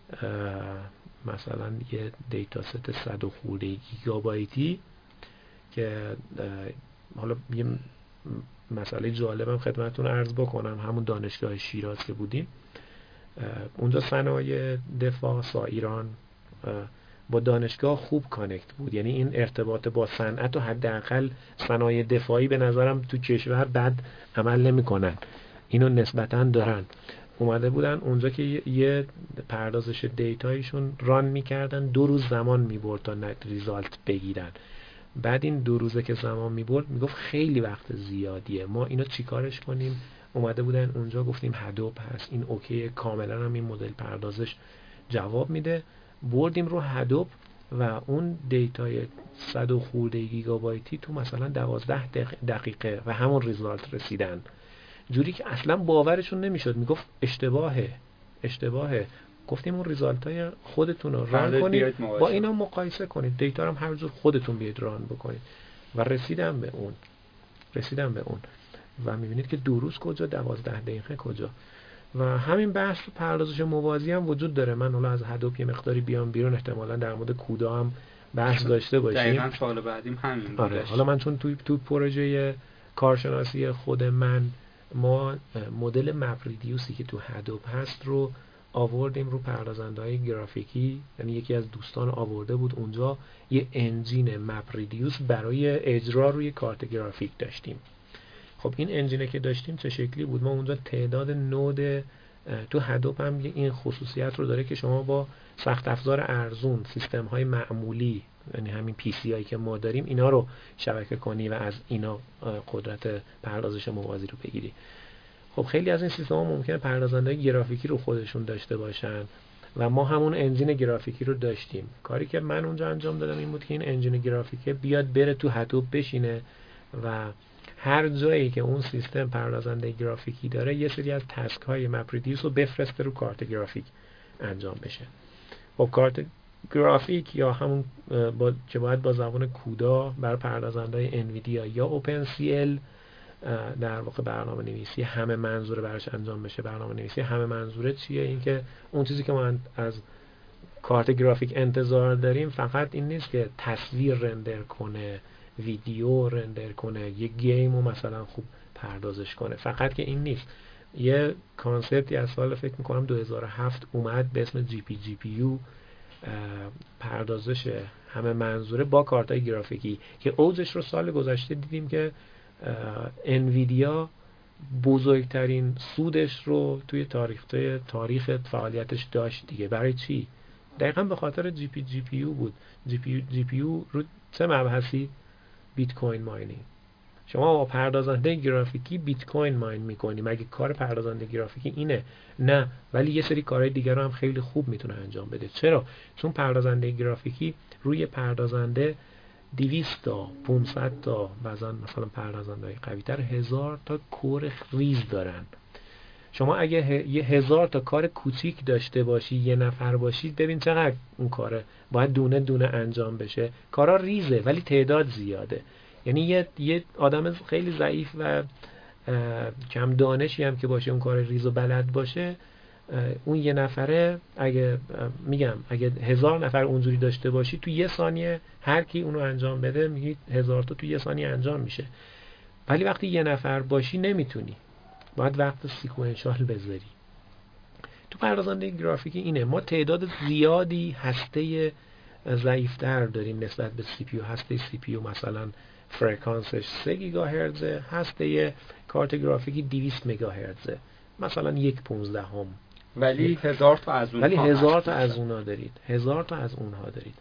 مثلا یه دیتا ست 100 خورده گیگابایتی که حالا یه مسئله جالبم خدمتتون عرض بکنم، همون دانشگاه شیراز که بودیم اونجا صنایع دفاع ایران با دانشگاه خوب کانکت بود، یعنی این ارتباط با صنعت و حداقل صنایع دفاعی به نظرم تو کشور بد عمل نمی‌کنن، اینو نسبتاً دارن. اومده بودن اونجا که یه پردازش دیتایشون ران میکردن، 2 روز زمان میبرد تا ریزالت بگیرن. بعد این 2 روزه که زمان میبرد میگفت خیلی وقت زیادیه، ما اینو چیکارش کنیم؟ اومده بودن اونجا گفتیم هدوپ هست، این اوکی، کاملا هم این مدل پردازش جواب میده. بردیم رو هدوپ و اون دیتای 100 خورده گیگابایتی تو مثلا 12 دقیقه و همون ریزالت رسیدن، جوری که اصلا باورشون نمیشد. میگفت اشتباهه. گفتیم اون ریزالت های خودتون رو ران کنید، با اینا مقایسه کنید، دیتا رو هم هر جور خودتون بیاید ران بکنید و رسیدم به اون و میبینید که 2 روز کجا، 12 دقیقه کجا. و همین بحث تو پردازش موازی هم وجود داره. من حالا از هدوپ یه مقداری بیام بیرون، احتمالاً در مورد کودا هم بحث داشته باشیم. دقیقاً سوال بعدیم همین بود. حالا من چون تو پروژه کارشناسی خود من ما مدل مپریدیوسی که تو هدوپ هست رو آوردیم رو پردازنده‌های گرافیکی، یعنی یکی از دوستان آورده بود اونجا یه انجین مپریدیوس برای اجرا روی کارت گرافیک داشتیم. خب این انجینه که داشتیم چه شکلی بود؟ ما اونجا تعداد نود تو هدوپ هم این خصوصیت رو داره که شما با سخت افزار ارزون، سیستم های معمولی، یعنی همین پی سی هایی که ما داریم، اینا رو شبکه کنی و از اینا قدرت پردازش موازی رو بگیری. خب خیلی از این سیستم ها ممکنه پردازنده گرافیکی رو خودشون داشته باشن و ما همون انجین گرافیکی رو داشتیم. کاری که من اونجا انجام دادم این بود که این انجین گرافیکی بیاد بره تو هدوپ بشینه و هر جایی که اون سیستم پردازنده گرافیکی داره یه سری از تسک های مپریدیوس رو بفرسته رو کارت گرافیک انجام بشه. خب کارت گرافیک یا همون که باید با زبان کودا برای پردازنده های انویدیا یا اوپن سی ال در واقع برنامه نویسی همه منظوره براش انجام بشه. برنامه نویسی همه منظوره چیه؟ این که اون چیزی که ما از کارت گرافیک انتظار داریم فقط این نیست که تصویر رندر کنه، ویدیو رندر کنه، یه گیم رو مثلا خوب پردازش کنه. فقط که این نیست، یه کانسپتی از سال فکر میکنم 2007 اومد به اسم جی پی یو، پردازش همه منظوره با کارتای گرافیکی، که اوجش رو سال گذشته دیدیم که انویدیا بزرگترین سودش رو توی تاریخ فعالیتش داشت دیگه. برای چی؟ دقیقا به خاطر جی پی یو بود. جی پی یو رو چه مبحثی؟ بیت کوین ماینینگ. شما با پردازنده گرافیکی بیت کوین ماین میکنی، مگه کار پردازنده گرافیکی اینه؟ نه، ولی یه سری کارهای دیگر رو هم خیلی خوب میتونه انجام بده. چرا؟ چون پردازنده گرافیکی روی پردازنده 200 تا 500 تا مثلا پردازنده‌های قوی‌تر 1000 تا کور ریز دارن. شما اگه یه 1000 تا کار کوچیک داشته باشی، یه نفر باشی، ببین چقدر اون کاره باید دونه دونه انجام بشه. کارا ریزه ولی تعداد زیاده. یعنی یه آدم خیلی ضعیف و کم دانشی هم که باشه، اون کار ریز و بلد باشه، اون یه نفره اگه 1000 نفر اونجوری داشته باشی، تو یه ثانیه هر کی اونو انجام بده، میگی 1000 تا تو یه ثانیه انجام میشه. ولی وقتی یه نفر باشی نمیتونی، باید وقت سیکوئنشال بذاری. تو پردازنده گرافیکی اینه، ما تعداد زیادی هسته ضعیف‌تر داریم نسبت به سی پی یو. هسته سی پی یو مثلا فرکانسش 3 گیگاهرتز، هسته کارت گرافیکی 200 مگاهرتز، مثلا 1/15. ولی 1000 تا از اونها، ولی 1000 تا از اونها دارید، 1000 تا از اونها دارید.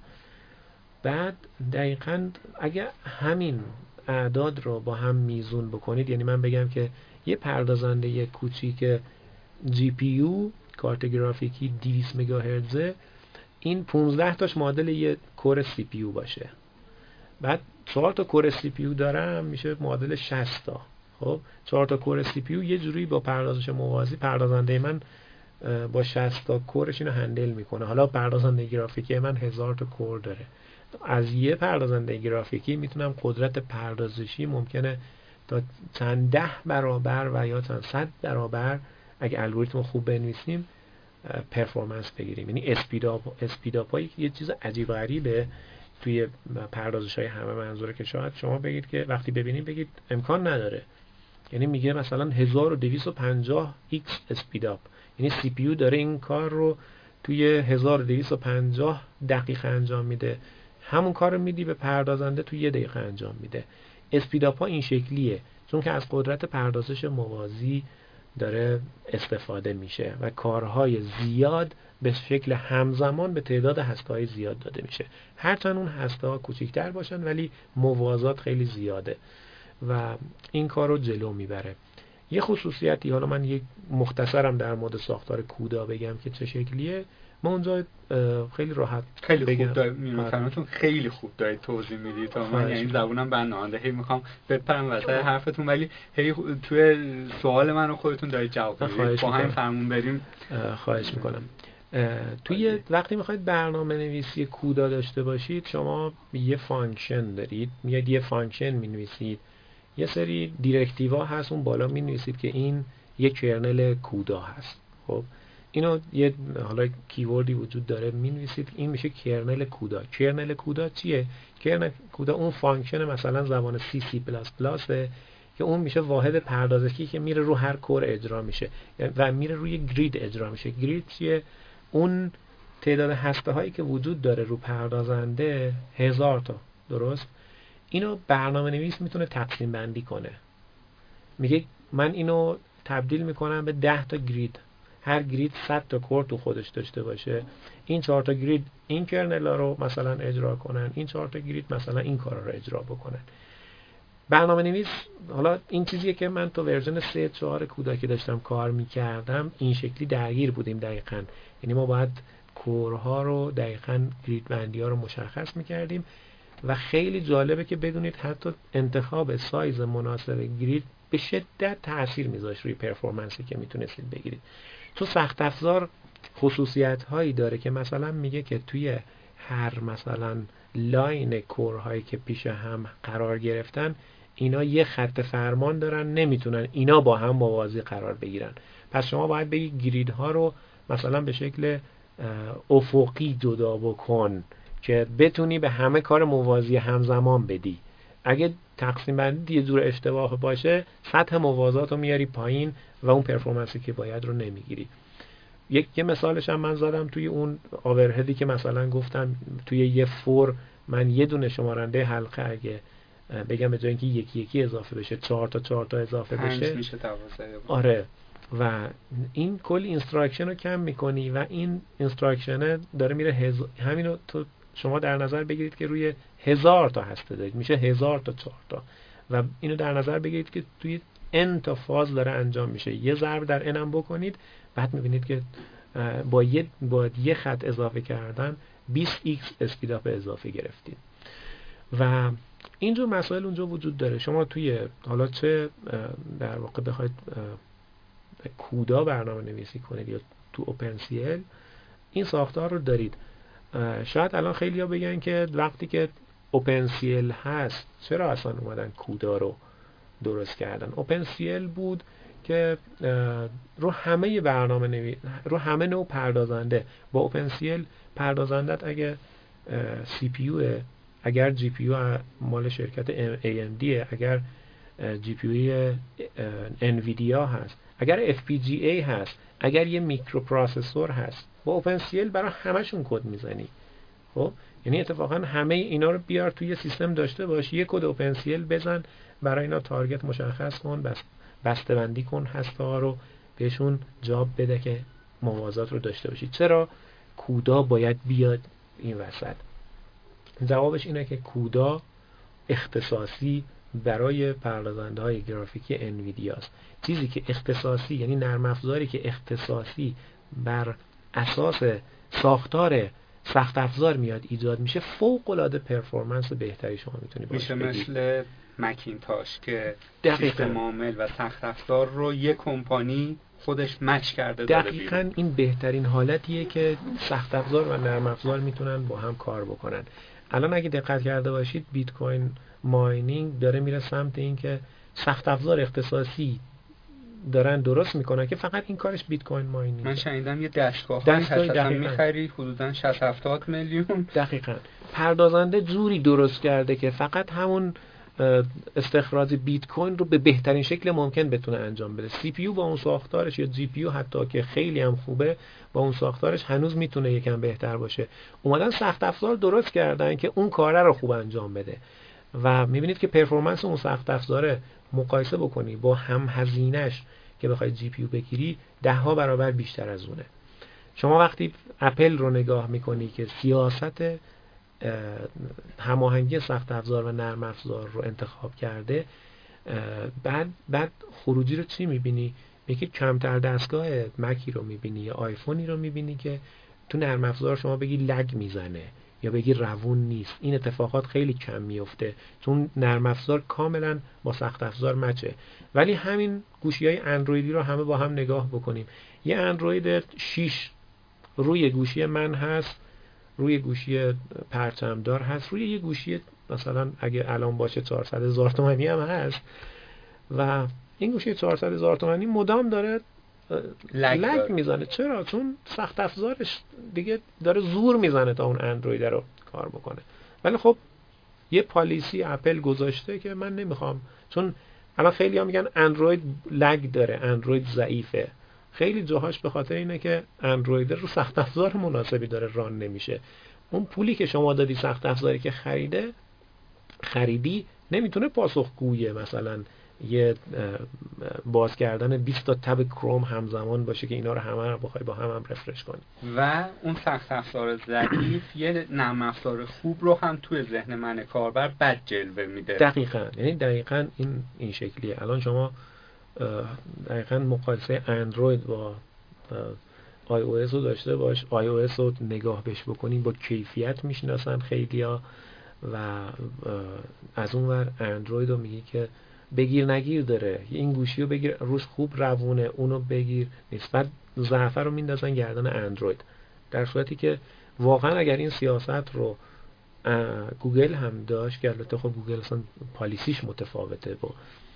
بعد دقیقاً اگه همین اعداد رو با هم میزون بکنید، یعنی من بگم که یه پردازنده کوچیک جی پی یو کارت گرافیکی 200 مگاهرتز، این 15 تاش معادل یه کور سی پی یو باشه. بعد 4 تا کور سی پی یو دارم، میشه معادل 60 تا. خب 4 تا کور سی پی یو یه جوری با پردازش موازی پردازنده من با 60 تا کورش اینو هندل میکنه. حالا پردازنده گرافیکی من 1000 تا کور داره. از یه پردازنده گرافیکی میتونم قدرت پردازشی ممکنه تا چند 10 برابر و یا چند 100 برابر اگه الگوریتم خوب بنویسیم پرفورمنس بگیریم. یعنی اسپیداپ های یه چیز عجیب غریبه توی پردازش های همه منظوره که شاید شما بگید که وقتی ببینید بگید امکان نداره. یعنی میگه مثلا 1250 x اسپیداپ، یعنی سی پی یو داره این کار رو توی 1250 دقیقه انجام میده، همون کار رو میدی به پردازنده توی 1 دقیقه انجام میده. اسپیداپ ها این شکلیه چون که از قدرت پردازش موازی داره استفاده میشه و کارهای زیاد به شکل همزمان به تعداد هسته‌های زیاد داده میشه. هرچند اون هسته‌ها کوچیک‌تر باشن ولی موازات خیلی زیاده و این کار رو جلو میبره. یه خصوصیتی، حالا من یک مختصرم در مورد ساختار کودا بگم که چه شکلیه. ما اونجا خیلی راحت خیلی خوب دارید خیلی خوب دارید توضیح میدید تا من یعنی زبونم بند نمونده، هی میخوام بپرم وسط حرفتون ولی هی توی سوال منو خودتون دارید جواب میدید. با همین فرمون بریم. خواهش میکنم. توی وقتی میخواید برنامه نویسی کودا داشته باشید، شما یه فانکشن دارید، میاد یه فانکشن مینویسید، یه سری دیرکتیوا هست اون بالا مینویسید که این یه کرنل کودا هست. خب اینو یه حالا کیوردی وجود داره مینویسید، این میشه کرنل کودا. کرنل کودا چیه؟ کرنل کودا اون فانکشن مثلا زبان سی پلاس پلاسه که اون میشه واحد پردازشی که میره رو هر کور اجرا میشه و میره روی گرید اجرا میشه. گرید چیه؟ اون تعداد هسته هایی که وجود داره رو پردازنده 1000 تا، درست؟ اینو برنامه نویس میتونه تقسیم بندی کنه. میگه من اینو تبدیل میکنم به 10 تا گرید، هر گرید 100 تا کور تو خودش داشته باشه. این 4 تا گرید این کرنل رو مثلا اجرا کنن، این 4 تا گرید مثلا این کارا رو اجرا بکنن. برنامه نویس، حالا این چیزیه که من تو ورژن 3.4 کودا که داشتم کار میکردم این شکلی درگیر بودیم دقیقاً. یعنی ما باید کورها رو دقیقاً گرید بندی ها رو مشخص میکردیم و خیلی جالبه که بدونید حتی انتخاب سایز مناسب گرید به شدت تأثیر میذاشت روی پرفورمنسی که میتونستید بگیرید. تو سخت افزار خصوصیت هایی داره که مثلا میگه که توی هر مثلا لاین کورهایی که پیش هم قرار گرفتن اینا یه خط فرمان دارن، نمیتونن اینا با هم موازی قرار بگیرن. پس شما باید بگی گریدها رو مثلا به شکل افقی جدا بکن که بتونی به همه کار موازی همزمان بدی. اگه تقسیم بندی یه جور اشتباه باشه سطح موازات رو میاری پایین و اون پرفورمنسی که باید رو نمیگیری. یه مثالش هم من زدم توی اون آورهدی که مثلا گفتم توی یه فور من یه دونه شمارنده حلقه اگه بگم به جای اینکه یکی یکی اضافه بشه 4 تا اضافه بشه میشه 12. آره، و این کل اینستراکشن رو کم میکنی و این اینستراکشن داره میره همینو تو شما در نظر بگیرید که روی 1000 تا هسته دارید، میشه 1000 تا 4 تا و اینو در نظر بگیرید که توی n تا فاز داره انجام میشه. یه ضرب در n هم بکنید بعد میبینید که با یه خط اضافه کردن 20x اسپید اپ اضافه گرفتید. و اینجور مسائل اونجا وجود داره. شما توی حالا چه در واقع بخواید کودا برنامه نویسی کنید یا تو اوپن-سی-ال این ساختار رو دارید. شاید الان خیلی ها بگن که وقتی که اوپن-سی-ال هست چرا اصلا اومدن کودا رو درست کردن؟ اوپن-سی-ال بود که رو همه برنامه رو همه نوع پردازنده با اوپن-سی-ال پردازندت اگه سی پی یو، اگر جی پی یو مال شرکت ای ام دی، اگر جی پی یو انویدیا هست، اگر اف پی جی ای هست، اگر یه میکروپروسسور هست، با اوپن-سی-ال برای همشون کد میزنی. خب یعنی اتفاقا همه اینا رو بیار توی سیستم داشته باش، یه کد اوپن-سی-ال بزن، برای اینا تارگت مشخص کن، بسته بندی کن هسته ها رو بهشون جاب بده که موازات رو داشته باشی. چرا کودا باید بیاد این وسط؟ جوابش اینه که کودا اختصاصی برای پردازنده های گرافیکی انویدیا است. چیزی که اختصاصی یعنی نرم افزاری که اختصاصی بر اساس ساختار سخت افزار میاد ایجاد میشه، فوق العاده پرفورمنس بهتری شما میتونی باشه. میشه مثل مکینتاش که دقیقاً سیستم عامل و سخت افزار رو یک کمپانی خودش مچ کرده داره بیرون. دقیقاً این بهترین حالتیه که سخت افزار و نرم افزار میتونن با هم کار بکنن. الان اگه دقت کرده باشید بیت کوین ماینینگ داره میره سمت این که سخت افزار اختصاصی دارن درست میکنن که فقط این کارش بیت کوین ماینینگ. من شنیدم یه دستگاهی هست میخری حدوداً 60-70 میلیون. دقیقاً پردازنده جوری درست کرده که فقط همون استخراج بیت کوین رو به بهترین شکل ممکن بتونه انجام بده. سی پی یو با اون ساختارش یا جی پی یو حتی که خیلی هم خوبه با اون ساختارش هنوز میتونه یکم بهتر باشه. اومدن سخت افزار درست کردن که اون کاره رو خوب انجام بده و میبینید که پرفورمنس اون سخت افزاره مقایسه بکنی با هم هزینه‌اش که بخوای جی پی یو بگیری 10 برابر بیشتر از اونه. شما وقتی اپل رو نگاه میکنی که سیاست هماهنگی سخت افزار و نرم افزار رو انتخاب کرده، بعد خروجی رو چی میبینی؟ میگه کمتر دستگاه مکی رو میبینی یا آیفونی رو میبینی که تو نرم افزار شما بگی لگ میزنه یا بگی روون نیست. این اتفاقات خیلی کم میفته چون نرم افزار کاملا با سخت افزار مچه. ولی همین گوشی‌های اندرویدی رو همه با هم نگاه بکنیم، یه اندروید 6 روی گوشی من هست، روی گوشی پرچمدار هست، روی یه گوشی مثلا اگه الان باشه 400,000 تومانی هم هست و این گوشی 400,000 تومانی مدام داره لگ میزنه. چرا؟ چون سخت افزارش دیگه داره زور میزنه تا اون اندروید رو کار بکنه. ولی خب یه پالیسی اپل گذاشته که من نمیخوام، چون الان خیلی ها میگن اندروید لگ داره، اندروید ضعیفه. خیلی جاهاش به خاطر اینه که اندروید رو سخت افزار مناسبی داره ران نمیشه. اون پولی که شما دادی سخت افزاری که خریدی نمیتونه پاسخگوی مثلا یه باز کردن 20 تا تب کروم همزمان باشه که اینا رو همه رو بخوای با هم رفرش کنی. و اون سخت افزار ضعیف یه نرم افزار خوب رو هم توی ذهن من کاربر بد جلوه میده. دقیقاً، یعنی دقیقاً این شکلیه. الان شما دقیقاً مقایسه اندروید با آی او اس رو داشته باش، آی او اس رو نگاه بهش بکنی با کیفیت میشناسن خیلیا و از اون ور اندروید رو میگی که بگیر نگیر داره، این گوشی رو بگیر روش خوب روونه، اونو بگیر نسبت ضعف رو میندازن گردن اندروید. در صورتی که واقعا اگر این سیاست رو گوگل هم داشت که البته خب گوگل اصلا پالیسیش متفاوته با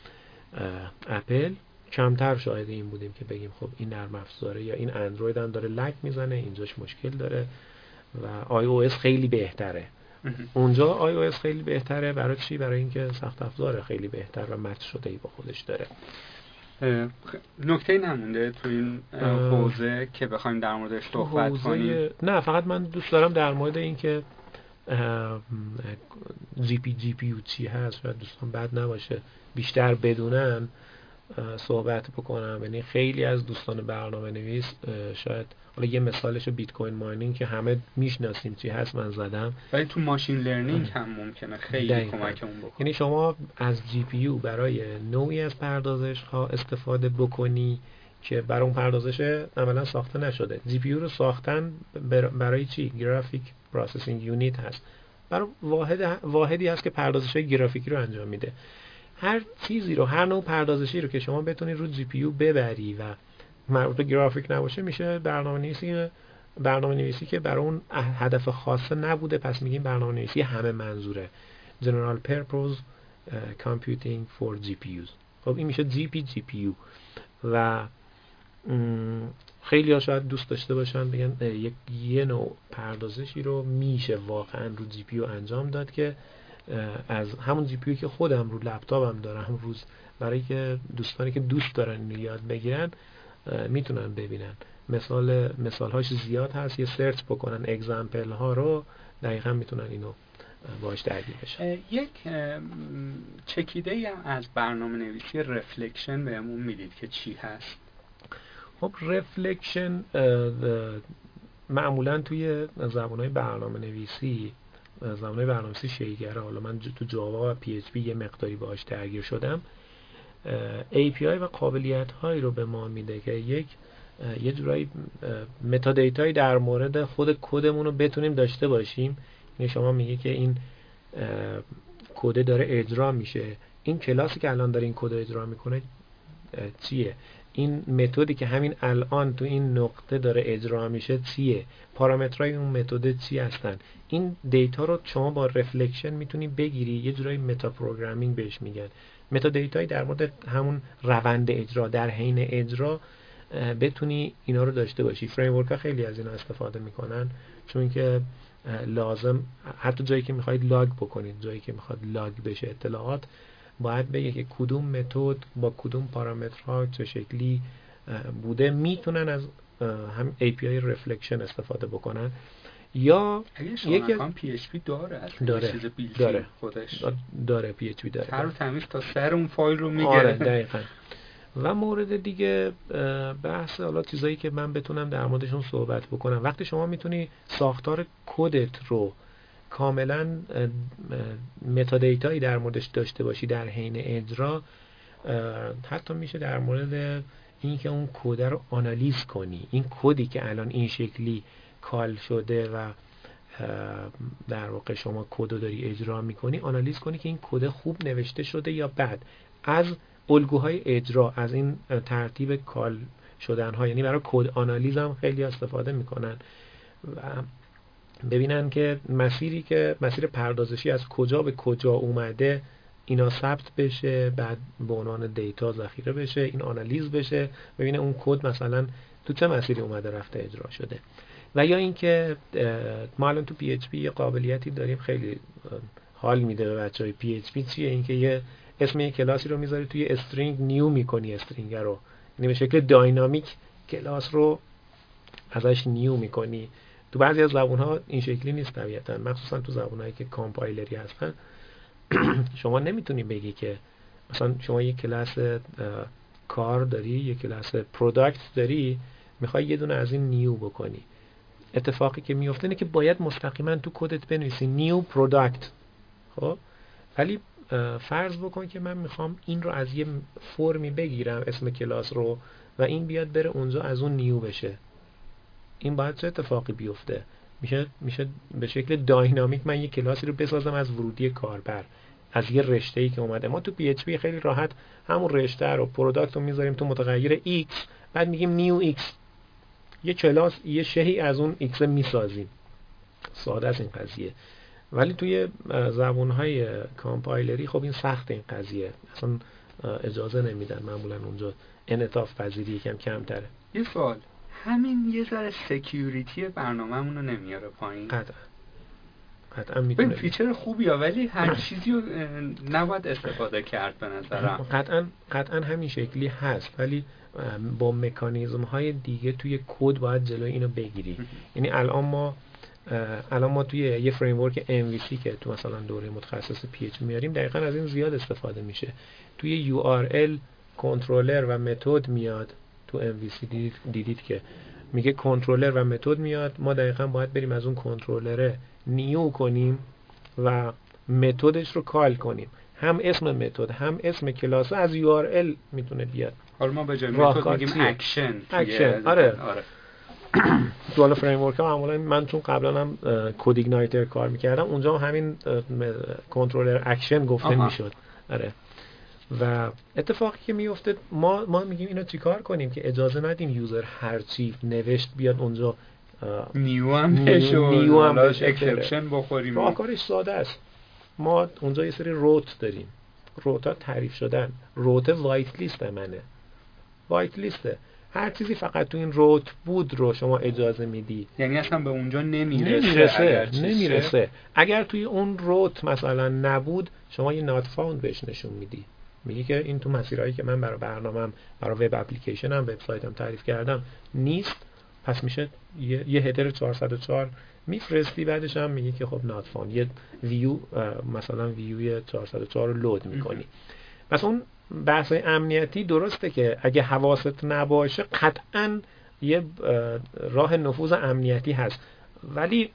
اپل، کمتر شاهد این بودیم که بگیم خب این نرم افزاره یا این اندروید هم داره لگ میزنه، اینجاش مشکل داره و آی او اس خیلی بهتره. اونجا iOS خیلی بهتره. برای چی؟ برای اینکه سخت افزار خیلی بهتر و مچ شده ای با خودش داره. نکته نمونده تو این حوزه که بخوایم در موردش صحبت کنیم؟ نه، فقط من دوست دارم در مورد اینکه جی پی یو چی هست و دوستان بد نباشه بیشتر بدونن صحبت بکنم. یعنی خیلی از دوستان برنامه نویس شاید، حالا یه مثالش بیت کوین ماینینگ که همه میشناسیم چی هست من زدم، ولی تو ماشین لرنینگ هم ممکنه خیلی کمکمون بکنه. یعنی شما از جی پی یو برای نوعی از پردازش ها استفاده بکنی که برای اون پردازش عملا ساخته نشده. جی پی یو رو ساختن برای چی؟ گرافیک پروسسینگ یونیت هست، برای واحدی هست که پردازش های گرافیکی رو انجام میده. هر چیزی رو، هر نوع پردازشی رو که شما بتونی رو جی پی یو ببری و مربوط به گرافیک نباشه میشه برنامه نویسی که برای اون هدف خاصه نبوده، پس میگیم برنامه نویسی همه منظوره، General Purpose Computing for GPUs. خب این میشه جی پی یو. و خیلی ها شاید دوست داشته باشن بگن یه نوع پردازشی رو میشه واقعا رو جی پی یو انجام داد که از همون جی پی یو که خودم رو لپتاپم دارم روز، برای که دوستانی که دوست دارن اینو یاد بگیرن میتونن ببینن. مثال هاش زیاد هست، یه سرچ بکنن اگزمپل ها رو، دقیقا میتونن اینو باش درگیر بشن. یک چکیده ای هم از برنامه نویسی رفلکشن بهمون میدید که چی هست؟ خب رفلکشن معمولا توی زبانهای برنامه نویسی شیگره، حالا من تو جاوا و پی اچ پی یه مقداری باهاش درگیر شدم، API و قابلیت هایی رو به ما میده که یه جورایی متادیتایی در مورد خود کدمون رو بتونیم داشته باشیم. یعنی شما میگه که این کد داره اجرا میشه، این کلاسی که الان داره این کد اجرا میکنه چیه، این متدی که همین الان تو این نقطه داره اجرا میشه چیه، پارامترهای اون متد چی هستن. این دیتا رو شما با رفلکشن میتونی بگیری، یه جورایی متا پروگرامینگ بهش میگن. متا دیتایی در مورد همون روند اجرا در حین اجرا بتونی اینا رو داشته باشی. فریم ورک ها خیلی از اینا استفاده میکنن، چون که لازم حتی جایی که میخواید لاگ بکنید، جایی که میخواد لاگ بشه اطلاعات، باید بگه که کدوم متد با کدوم پارامترها چه شکلی بوده. میتونن از هم API رفلکشن استفاده بکنن. یا یکی از پی اچ پی داره خودش داره پی اچ پی داره هر رو تمیز تا سر اون فایل رو میگیره. آره دقیقاً. و مورد دیگه بحث حالا چیزایی که من بتونم در موردشون صحبت بکنم، وقتی شما میتونی ساختار کدت رو کاملا متادیتایی در موردش داشته باشی در حین اجرا، حتی میشه در مورد اینکه اون کد رو آنالیز کنی، این کدی که الان این شکلی کال شده و در واقع شما کد رو داری اجرا میکنی، آنالیز کنی که این کد خوب نوشته شده یا بد، از الگوهای اجرا، از این ترتیب کال شدن ها. یعنی برای کد آنالیز هم خیلی استفاده میکنن و ببینن که مسیر پردازشی از کجا به کجا اومده، اینا ثبت بشه، بعد به عنوان دیتا ذخیره بشه، این آنالیز بشه، ببینه اون کد مثلا تو چه مسیری اومده رفته اجرا شده. و یا اینکه ما الان تو پی اچ پی یه قابلیتی داریم خیلی حال میده به بچهای پی اچ پی. چیه؟ اینکه یه اسم یه کلاسی رو میذاری توی استرینگ نیو میکنی استرینگ رو، یعنی به شکل داینامیک کلاس رو ازش نیو میکنی. تو بعضی از زبان‌ها این شکلی نیست طبیعتاً، مخصوصا تو زبان‌هایی که کامپایلری هستن. شما نمیتونی بگی که مثلا شما یک کلاس کار داری، یک کلاس پروداکت داری، میخوای یه دونه از این نیو بکنی. اتفاقی که میفته اینه که باید مستقیما تو کدت بنویسی نیو پروداکت. خب ولی فرض بکن که من میخوام این رو از یه فرمی بگیرم اسم کلاس رو و این بیاد بره اونجا از اون نیو بشه، این باید چه اتفاقی بیفته؟ میشه به شکل داینامیک من یه کلاسی رو بسازم از ورودی کاربر، از یه رشته‌ای که اومده. ما تو پی اچ پی خیلی راحت همون رشته رو پروداکت رو میذاریم تو متغیر x، بعد میگیم نیو x، یه کلاس یه شهی از اون x میسازیم. ساده است این قضیه. ولی توی زبان‌های کامپایلری خب این سخت، این قضیه اصلا اجازه نمیدن، معمولا اونجا انعطاف پذیری یکم کمتره. یه سوال، همین یه ذره سکیوریتی برنامه‌مون رو نمیاره پایین؟ قطعا قطعا میتونه. فیچر خوبیه ولی هر چیزی رو نباید استفاده کرد به نظرم. قطعا همین شکلی هست، ولی با مکانیزم های دیگه توی کد باید جلوی اینو بگیری. یعنی الان ما توی یه فریم ورک MVC که تو مثلا دوره متخصص PHP میاریم دقیقاً از این زیاد استفاده میشه. توی URL کنترلر و متد میاد. تو MVC دیدید که میگه کنترلر و متد میاد، ما دقیقاً باید بریم از اون کنترلره نیو کنیم و متدش رو کال کنیم. هم اسم متد هم اسم کلاس از URL میتونه بیاد. حالا ما به جای متد میگیم اکشن. آره. تو حالا فریم ورک ها معمولا من چون قبلا هم کد ایگنایتر کار میکردم اونجا همین کنترلر اکشن گفته میشد. آره. و اتفاقی که میفته ما میگیم اینو چیکار کنیم که اجازه ندیم یوزر هر چی نوشت بیاد اونجا نیو هم بشه اکسپشن بخوریم. راهکارش ساده است. ما اونجا یه سری روت داریم. روتا تعریف شدن. روت وایت لیست منه. وایت لیسته. هر چیزی فقط تو این روت بود رو شما اجازه میدی. یعنی اصلا به اونجا نمیرسه. اگر توی اون روت مثلا نبود شما یه نات فاوند بهش نشون میدی. میگی که این تو مسیرهایی که من برای برنامه‌ام، برای وب اپلیکیشنم، وبسایتم تعریف کردم نیست، پس میشه یه هدر 404 میفرستی، بعدش هم میگی که خب نات فاوند، یه ویو مثلا ویو 404 رو لود میکنی. پس اون بحث امنیتی درسته که اگه حواست نباشه قطعاً یه راه نفوذ امنیتی هست، ولی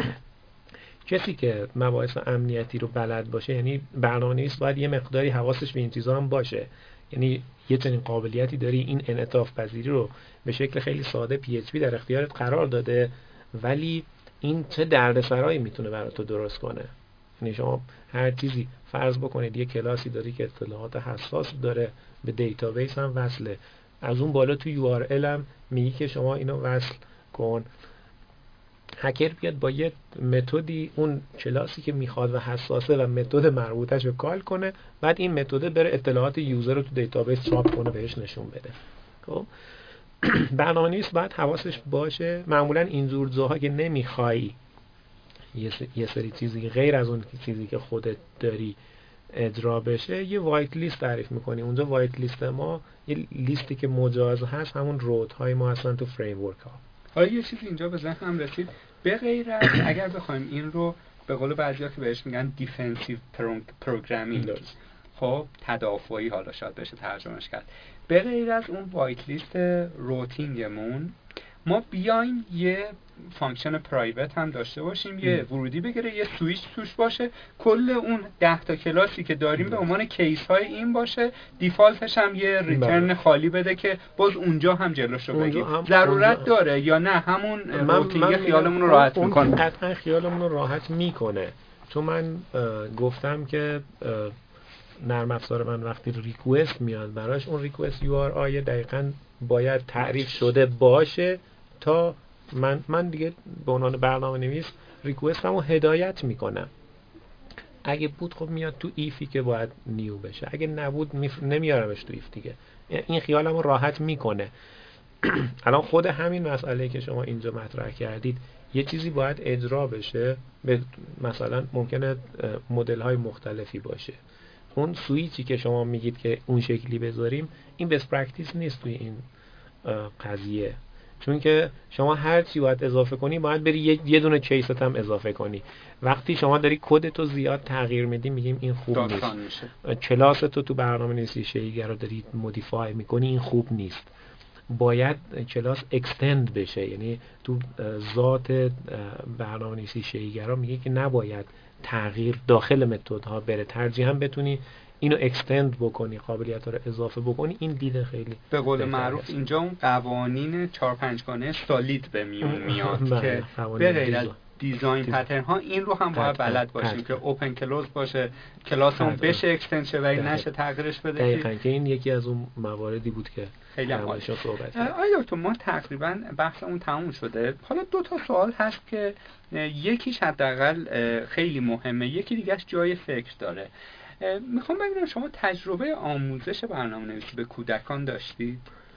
کسی که مباحث امنیتی رو بلد باشه، یعنی برنامه‌نویس، باید یه مقداری حواسش به این چیزا هم باشه. یعنی یه چنین قابلیتی داری، این انعطاف پذیری رو به شکل خیلی ساده PHP در اختیارت قرار داده، ولی این چه دردسرایی میتونه برای تو درست کنه. یعنی شما هر چیزی فرض بکنید یه کلاسی داری که اطلاعات حساس داره، به دیتابیس هم وصله، از اون بالا تو URL هم میگی که شما اینو وصل کن، هکر بیاد با یه متدی اون کلاسی که میخواد و حساسه و متد مربوطش رو کال کنه، بعد این متد بره اطلاعات یوزر رو تو دیتابیس چاپ کنه بهش نشون بده. خب برنامه‌نویس باید حواسش باشه معمولا اینجور جاها که نمیخوای یه سری چیزی غیر از اون چیزی که خودت داری اجرا بشه، یه وایت لیست تعریف میکنی. اونجا وایت لیست ما یه لیستی که مجاز هست، همون رود های ما هستن تو فریم ورک ها. حالا یه چیز اینجا به ذهنم رسید، به غیر از اگر بخوایم این رو به قول بعضیا که بهش میگن دیفنسیو پروگرامینگ، خب تدافعی حالا شاید بشه ترجمهش کرد، به غیر از اون وایت لیست روتینگمون ما بیایم یه فانکشن پرایوت هم داشته باشیم، یه ورودی بگیره، یه سویچ توش باشه، کل اون 10 تا کلاسی که داریم به عنوان کیس های این باشه، دیفالتش هم یه ریترن خالی بده که باز اونجا هم جلوش رو بگیم. ضرورت داره یا نه همون روتینگ خیالمون رو راحت میکنه؟ قطعا خیالمون رو راحت میکنه، چون من گفتم که نرم افزار من وقتی ریکوست میاد براش، اون ریکوست URI دقیقاً باید تعریف شده باشه تا من دیگه به عنوان برنامه‌نویس ریکوستمو هدایت میکنم. اگه بود خب میاد تو ایفی که باید نیو بشه، اگه نبود نمیارمش تو ایف دیگه. این خیالمو راحت میکنه. الان خود همین مسئله که شما اینجا مطرح کردید، یه چیزی باید اجرا بشه، مثلا ممکنه مدل های مختلفی باشه. اون سویچی که شما میگید که اون شکلی بذاریم، این بست پرکتیس نیست توی این قضیه، چون که شما هر چی باید اضافه کنی باید بری یه دونه کیست هم اضافه کنی. وقتی شما داری کدتو زیاد تغییر میدی میگیم این خوب نیست. کلاستو تو برنامه‌نویسی شیگر رو داری مودیفای میکنی، این خوب نیست. باید کلاس اکستند بشه، یعنی تو ذات برنامه‌نویسی شیگرا میگه که نباید تغییر داخل متدها بره، ترجیحاً بتونی اینو اکستند بکنی، قابلیت‌ها رو اضافه بکنی. این دید خیلی به قول معروف اینجا اون قوانین 4-5 گانه سالید به میون میاد که به غیر از دیزاین پترن ها این رو هم باید بلد باشیم که اوپن کلوز باشه، کلاسمون بشه اکستند شه ولی نشه تغییرش بده. دقیقاً که این یکی از اون مواردی بود که خیلی عالی صحبت کردیم. آیا دکتر ما تقریبا بحثمون تموم شده. حالا 2 تا سوال هست که یکیش حداقل خیلی مهمه، یکی دیگهش جای فکر داره. میخوام ببینم شما تجربه آموزش برنامه‌نویسی به کودکان داشتید؟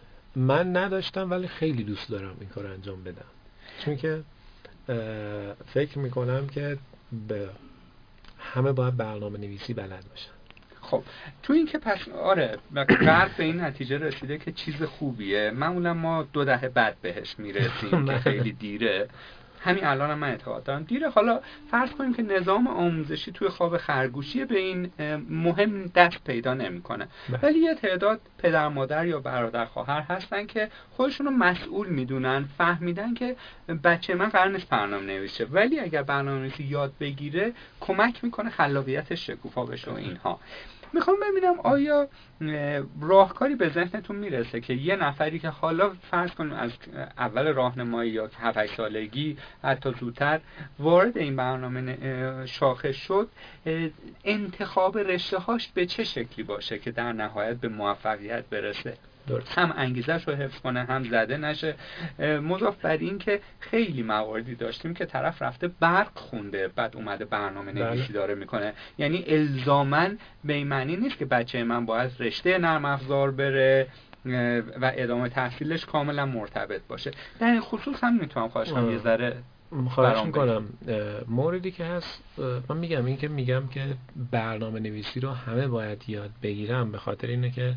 من نداشتم ولی خیلی دوست دارم این کار انجام بدم، چون که فکر میکنم که همه باید برنامه نویسی بلد باشن. خب تو این که پس آره غرب به این نتیجه رسیده که چیز خوبیه، معمولا ما 2 دهه بعد بهش میرسیم که خیلی دیره. همین الان هم من اعتقاد دارم دیره. حالا فرض کنیم که نظام آموزشی توی خواب خرگوشی به این مهم دست پیدا نمیکنه، ولی یه تعداد پدر مادر یا برادر خواهر هستن که خودشونو مسئول میدونن، فهمیدن که بچه من قرار نیست برنامه نویسه، ولی اگر برنامه نویسی یاد بگیره کمک میکنه خلاقیتش شکوفا بشه و اینها. میخوام ببینم آیا راهکاری به ذهنتون میرسه که یه نفری که حالا فرض کنیم از اول راهنمایی یا 7-8 سالگی حتی زودتر وارد این برنامه شاخص شد، انتخاب رشته هاش به چه شکلی باشه که در نهایت به موفقیت برسه؟ درست. هم انگیزش رو حفظ کنه، هم زده نشه. مضاف بر این که خیلی مواردی داشتیم که طرف رفته برق خونده بعد اومده برنامه نویسی داره میکنه. یعنی الزاماً به این معنی نیست که بچه من باید رشته نرم افزار بره و ادامه تحصیلش کاملا مرتبط باشه. در این خصوص هم میتونم خواهشم یه ذره خواهش میکنم. موردی که هست، من میگم که برنامه نویسی رو همه باید یاد بگیرم به خاطر اینه که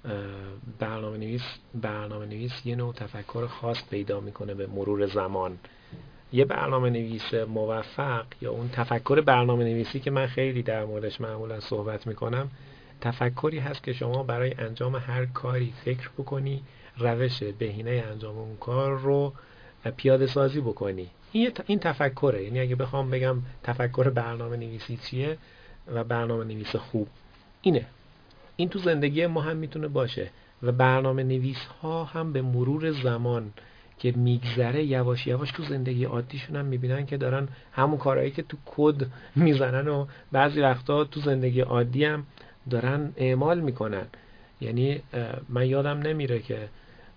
برنامه نویس یه نوع تفکر خاص پیدا میکنه به مرور زمان. یه برنامه نویس موفق یا اون تفکر برنامه نویسی که من خیلی در موردش معمولا صحبت میکنم، تفکری هست که شما برای انجام هر کاری فکر بکنی، روش بهینه انجام اون کار رو پیاده سازی بکنی. این تفکره. یعنی اگه بخوام بگم تفکر برنامه نویسی چیه و برنامه نویس خوب اینه. این تو زندگی ما هم میتونه باشه و برنامه نویس ها هم به مرور زمان که میگذره یواش یواش تو زندگی عادیشون هم میبینن که دارن همون کارهایی که تو کد میزنن و بعضی وقتا تو زندگی عادی هم دارن اعمال میکنن. یعنی من یادم نمیره که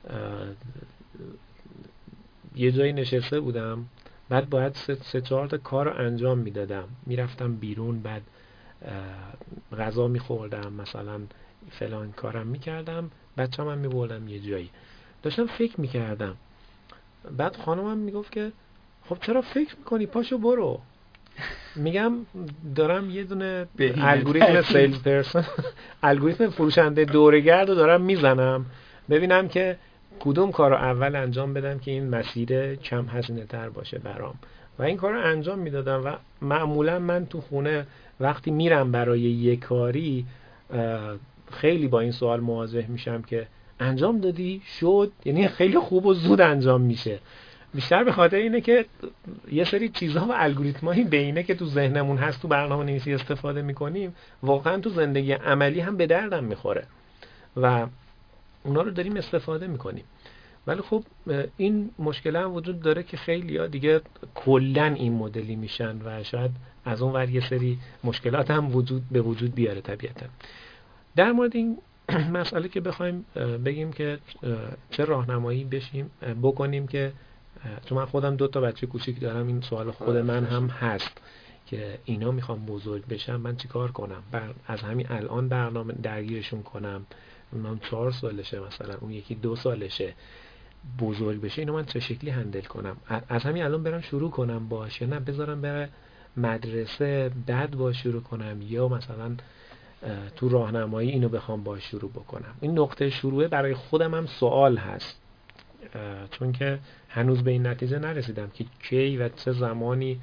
یه جایی نشسته بودم، بعد باید 3-4 تا کار رو انجام میدادم، میرفتم بیرون، بعد غذا میخوردم، مثلا فلان کارم میکردم، بچه‌م هم میبردم یه جایی، داشتم فکر میکردم. بعد خانمم میگفت که خب چرا فکر میکنی، پاشو برو. میگم دارم یه دونه الگوریتم سیلز پرسون، الگوریتم فروشنده دوره‌گرد رو دارم میزنم ببینم که کدوم کارو اول انجام بدم که این مسیر کم هزینه تر باشه برام، و این کارو انجام میدادم. و معمولا من تو خونه وقتی میرم برای یه کاری خیلی با این سوال مواجه میشم که انجام دادی؟ شد؟ یعنی خیلی خوب و زود انجام میشه. بیشتر به خاطر اینه که یه سری چیزها و الگوریتمایی بینه که تو ذهنمون هست تو برنامه نویسی استفاده میکنیم، واقعا تو زندگی عملی هم به دردم میخوره و اونا رو داریم استفاده میکنیم. ولی خب این مشکل هم وجود داره که خیلی ها دیگه کلن این مدلی میشن و شاید از اون ور یه سری مشکلات هم به وجود بیاره طبیعتا. در مورد این مسئله که بخوایم بگیم که چه راهنمایی بکنیم که چون من خودم 2 تا بچه کوچیک دارم، این سوال خود من هم هست که اینا میخوام بزرگ بشن، من چیکار کنم؟ از همین الان برنامه درگیرشون کنم، من 4 سالشه مثلا، اون یکی 2 سالشه، بزرگ بشه اینو من چه شکلی هندل کنم؟ از همین الان برم شروع کنم باشه، نه بذارم بره مدرسه بعد با شروع کنم، یا مثلا تو راهنمایی اینو بخوام با شروع بکنم؟ این نقطه شروعه برای خودم هم سوال هست، چون که هنوز به این نتیجه نرسیدم که کی و چه زمانی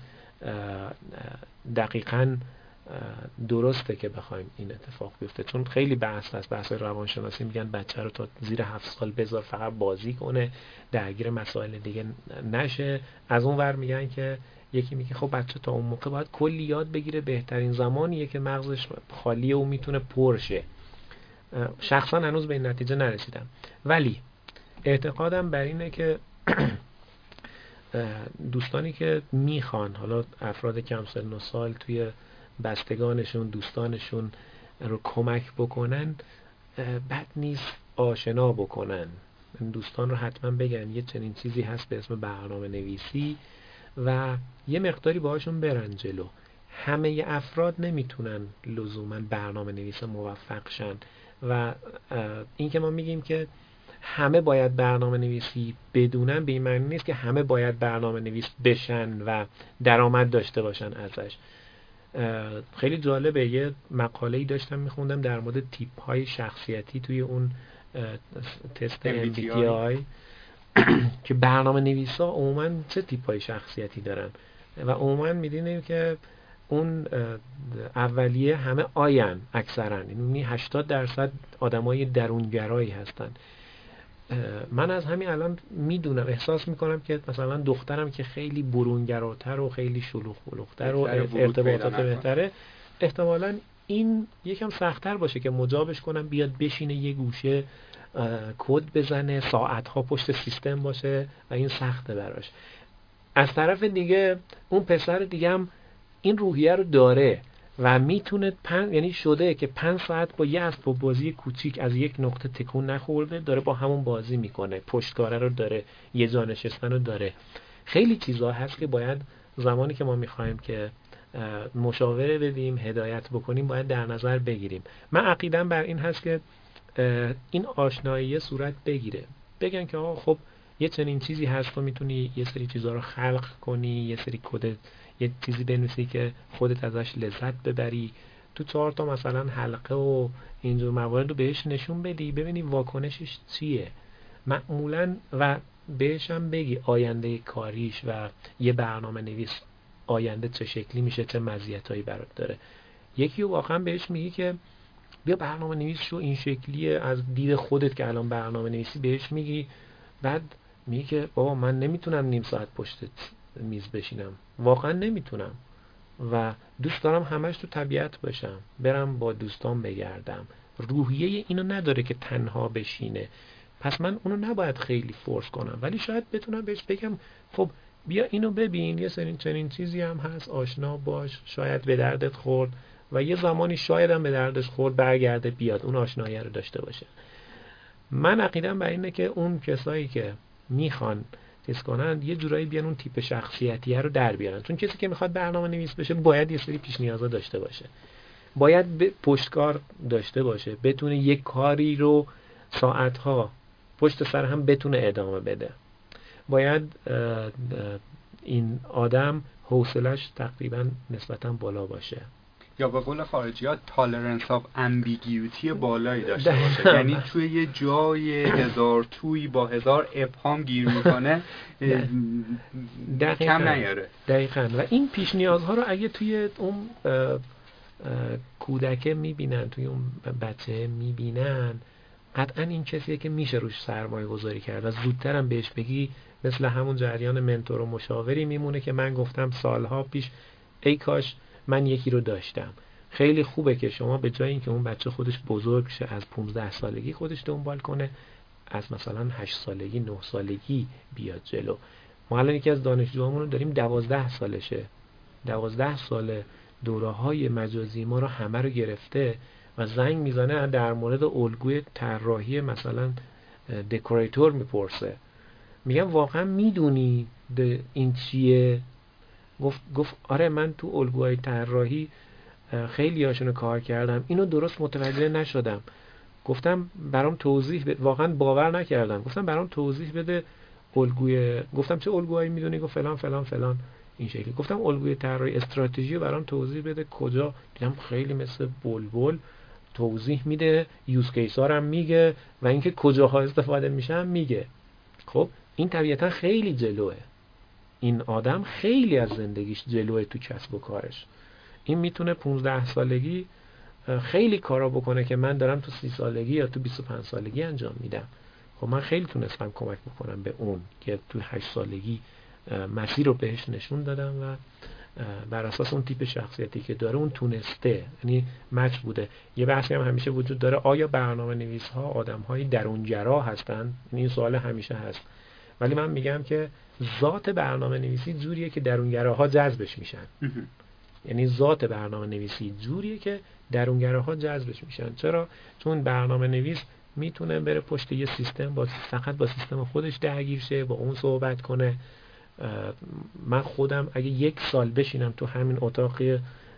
دقیقاً درسته که بخوایم این اتفاق بیفته. چون خیلی بحث هست، بحث روانشناسی میگن بچه رو تا زیر 7 سال بذار فقط بازی کنه، درگیر مسائل دیگه نشه. از اون ور میگن که یکی میگه خب بچه تا اون موقع باید کلی یاد بگیره، بهترین زمانیه که مغزش خالیه و میتونه پر شه. شخصا هنوز به این نتیجه نرسیدم، ولی اعتقادم بر اینه که دوستانی که میخوان حالا افراد کم سن و سال توی بستگانشون، دوستانشون رو کمک بکنن، بد نیست آشنا بکنن. دوستان رو حتما بگن یه چنین چیزی هست به اسم برنامه نویسی و یه مقداری باهاشون برن جلو. همه افراد نمیتونن لزوما برنامه نویس موفق شن و این که ما میگیم که همه باید برنامه نویسی بدونن به این معنی نیست که همه باید برنامه نویس بشن و درآمد داشته باشن ازش. خیلی جالبه، یه مقاله‌ای داشتم میخوندم در مورد تیپ های شخصیتی توی اون تست MBTI که برنامه نویسا عموما چه تیپ های شخصیتی دارن و عموما میدونیم که اون اولیه همه آین اکثرا، یعنی 80% آدمای درونگرایی هستن. من از همین الان میدونم، احساس میکنم که مثلا دخترم که خیلی برونگراتر و خیلی شلوغ بلوغتر و ارتباطات بهتره، احتمالاً این یکم سخت‌تر باشه که مجابش کنم بیاد بشینه یه گوشه کد بزنه، ساعت‌ها پشت سیستم باشه و این سخته براش. از طرف دیگه اون پسر دیگه هم این روحیه رو داره و میتونه یعنی شده که 5 ساعت با یه اسباب بازی کوچیک از یک نقطه تکون نخورده داره با همون بازی میکنه، پشتکاره رو داره، یه جا نشستن رو داره. خیلی چیزا هست که باید زمانی که ما میخوایم که مشاوره بدیم، هدایت بکنیم، باید در نظر بگیریم. من عقیدم بر این هست که این آشنایی صورت بگیره، بگن که خب یه چنین چیزی هست، تو میتونی یه سری چیزا رو خلق کنی، یه سری کد، یه چیزی بنویسی که خودت ازش لذت ببری، تو 4 تا مثلا حلقه و اینجور موارد رو بهش نشون بدی، ببینی واکنشش چیه معمولا و بهش هم بگی آینده کاریش و یه برنامه نویس آینده چه شکلی میشه، چه مزیتایی برات داره. یکی رو واقعا بهش میگی که بیا برنامه نویس شو، این شکلیه از دید خودت که الان برنامه نویسی، بهش میگی، بعد میگی که بابا من نمیتونم نیم ساعت پشت میز بشینم، واقعا نمیتونم و دوست دارم همش تو طبیعت باشم، برم با دوستان بگردم. روحیه اینو نداره که تنها بشینه، پس من اونو نباید خیلی فورس کنم، ولی شاید بتونم بهش بگم خب بیا اینو ببین، یه سری چنین چیزی هم هست، آشنا باش، شاید به دردت خورد و یه زمانی شاید هم به دردش خورد، برگرده بیاد اون آشنایی رو داشته باشه. من عقیدم بر اینه که اون کسایی که میخوان چیز کنن یه جورایی بیان اون تیپ شخصیتیه رو در بیارن، چون کسی که میخواد برنامه نویس بشه باید یه سری پیش نیازا داشته باشه، باید پشتکار داشته باشه، بتونه یک کاری رو ساعتها پشت سر هم بتونه ادامه بده. باید این آدم حوصلش تقریبا نسبتا بالا باشه، یا به قول خارجی‌ها tolerance of ambiguity بالایی داشته باشه، یعنی توی یه جای هزار تویی با هزار ابهام گیر میکنه کم نیاره. دقیقاً. و این پیش نیازها رو اگه توی اون کودک میبینن، توی اون بچه میبینن، قطعا این کسیه که میشه روش سرمایه گذاری کرد و زودتر هم بهش بگی، مثل همون جریان منتور و مشاوری میمونه که من گفتم سالها پیش ای کاش من یکی رو داشتم. خیلی خوبه که شما به جای اینکه اون بچه خودش بزرگ شه، از 15 سالگی خودش دنبال کنه، از مثلا 8 سالگی 9 سالگی بیاد جلو. ما الان یکی از دانشجوامون رو داریم 12 سالشه، 12 ساله، دوره‌های مجازی ما رو همه رو گرفته و زنگ میزنه در مورد الگوی طراحی مثلا دکوراتور میپرسه. میگم واقعا میدونی این چیه؟ گفت آره من تو الگوهای طراحی خیلی هاشونو کار کردم، اینو درست متوجه نشدم. گفتم برام توضیح بده، واقعا باور نکردم. گفتم برام توضیح بده الگوی، گفتم چه الگوهایی میدونی؟ گفت فلان فلان فلان این شکلی. گفتم الگوی طراحی استراتژی رو برام توضیح بده. کجا؟ دیدم خیلی مثل بلبل توضیح میده، یوز کیس ها هم میگه و اینکه کجاها استفاده میشه هم میگه. خب این طبیعتا خیلی جلوه، این آدم خیلی از زندگیش جلوه تو کسب و کارش. این میتونه 15 سالگی خیلی کارا بکنه که من دارم تو 30 سالگی یا تو 25 سالگی انجام میدم. خب من خیلی تونستم کمک بکنم به اون که تو 8 سالگی مسیر رو بهش نشون دادم و بر اساس اون تیپ شخصیتی که داره اون تونسته، یعنی مچ بوده. یه بحثی هم همیشه وجود داره، آیا برنامه نویس ها آدم های درونگرا هستن؟ این سوال همیشه هست، ولی من میگم که ذات برنامه نویسی جوریه که درونگراها جذبش میشن. یعنی ذات برنامه نویسی جوریه که درونگراها جذبش میشن. چرا؟ چون برنامه نویس میتونه بره پشت یه سیستم، فقط با سیستم خودش درگیر شه، با اون صحبت کنه. من خودم اگه 1 سال بشینم تو همین اتاق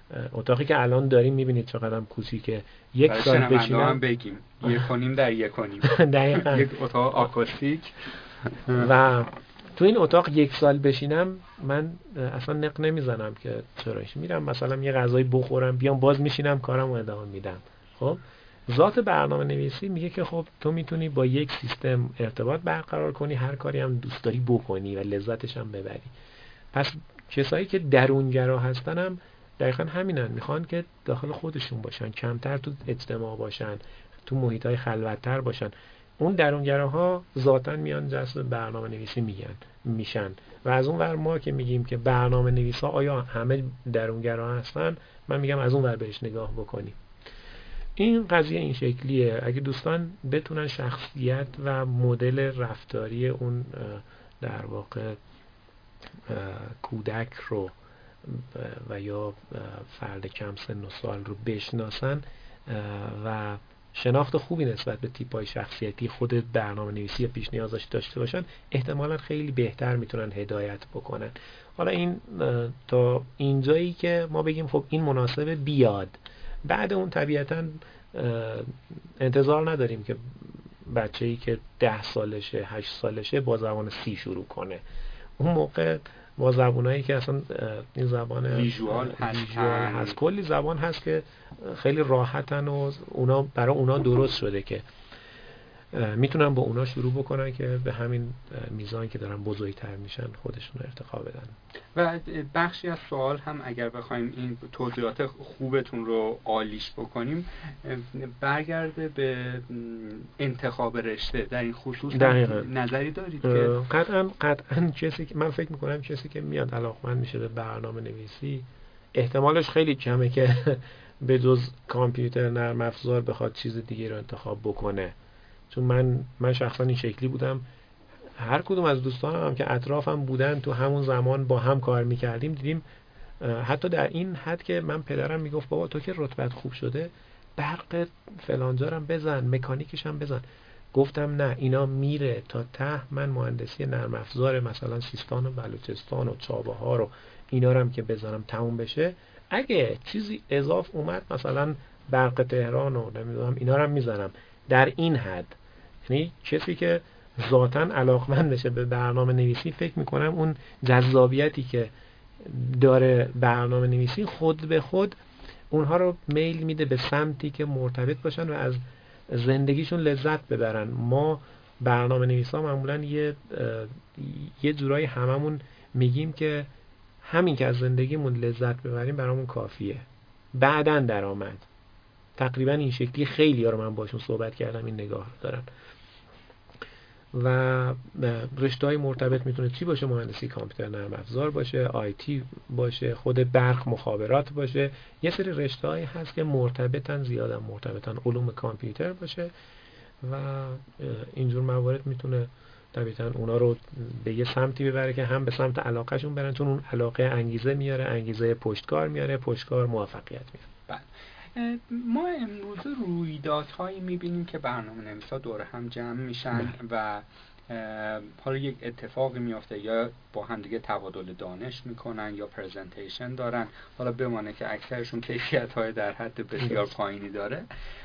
اتاقی که الان داریم میبینید چقدر کوچیکه. یک سال بشینم بگیم 1.5 در 1.5 دقیقاً یک اتاق آکوستیک و تو این اتاق یک سال بشینم من اصلا نق نمیزنم که چراش میرم مثلا یه غذایی بخورم بیام باز میشینم کارمو ادامه میدم. خب ذات برنامه نویسی میگه که خب تو میتونی با یک سیستم ارتباط برقرار کنی، هر کاری هم دوست داری بکنی و لذتش هم ببری. پس کسایی که درونگرا هستن هم دقیقا همینن، میخوان که داخل خودشون باشن، کمتر تو اجتماع باشن، تو محیطای خلوت‌تر باشن. اون درونگراها ذاتاً میان جذب برنامه نویسی میشن و از اون ور ما که میگیم که برنامه نویسا آیا همه درونگرا هستن، من میگم از اون ور بهش نگاه بکنیم. این قضیه این شکلیه. اگه دوستان بتونن شخصیت و مدل رفتاری اون در واقع کودک رو و یا فرد کم سن و سال رو بشناسن و شناخت خوبی نسبت به تیپ‌های شخصیتی خود برنامه نویسی یا پیش نیازش داشته باشن، احتمالاً خیلی بهتر میتونن هدایت بکنن. حالا این تا اینجایی که ما بگیم خب این مناسبه بیاد، بعد اون طبیعتاً انتظار نداریم که بچه‌ای که 10 سالشه 8 سالشه با زبان سی شروع کنه. اون موقع با زبانایی که اصلا این زبان ویژوال هست، کلی زبان هست که خیلی راحتن و اونا برای اونا درست شده که میتونن با اونا شروع بکنن که به همین میزان که دارن بزرگتر میشن خودشون ارتقا بدن. و بخشی از سوال هم اگر بخوایم این توضیحات خوبتون رو عالیش بکنیم برگرده به انتخاب رشته. در این خصوص نظری دارید که قطعاً کسی که من فکر میکنم کسی که میاد علاقمند میشه به برنامه نویسی احتمالش خیلی کمه که به جز کامپیوتر نرم افزار بخواد چیز دیگه رو انتخاب بکنه. چون من شخصا این شکلی بودم. هر کدوم از دوستانم هم که اطرافم بودن تو همون زمان با هم کار میکردیم دیدیم حتی در این حد که من پدرم میگفت بابا تو که رتبت خوب شده برق فلانجارم بزن، مکانیکش هم بزن. گفتم نه، اینا میره تا ته. من مهندسی نرم افزار مثلا سیستان و بلوچستان و چابهار و اینا رو هم که بزنم تموم بشه، اگه چیزی اضاف اومد مثلا برق تهران و نمیدونم اینا رو هم میزنم. در این حد یعنی کسی که ذاتاً علاقمند بشه به برنامه نویسی، فکر میکنم اون جذابیتی که داره برنامه نویسی خود به خود اونها رو میل میده به سمتی که مرتبط باشن و از زندگیشون لذت ببرن. ما برنامه نویسا معمولاً یه جورایی هممون میگیم که همین که از زندگیمون لذت ببریم برامون کافیه، بعداً درآمد. تقریبا این شکلی خیلی ها رو من باشون صحبت کردم این نگاه دارن. و رشته‌های مرتبط میتونه چی باشه؟ مهندسی کامپیوتر نرم افزار باشه، آیتی باشه، خود برق مخابرات باشه. یه سری رشته‌هایی هست که مرتبطن، زیادن مرتبطن، علوم کامپیوتر باشه و اینجور موارد میتونه طبیعتاً اونا رو به یه سمتی ببره که هم به سمت علاقهشون برن، چون اون علاقه انگیزه میاره، انگیزه پشتکار میاره، پشتکار موفقیت میاره. ما امروز رویدادهایی میبینیم که برنامه‌نویسا دور هم جمع میشن و حالا یک اتفاقی میافته، یا با هم دیگه تبادل دانش میکنن یا پرزنتیشن دارن. حالا بمانه که اکثرشون کیفیت‌های در حد بسیار پایینی داره.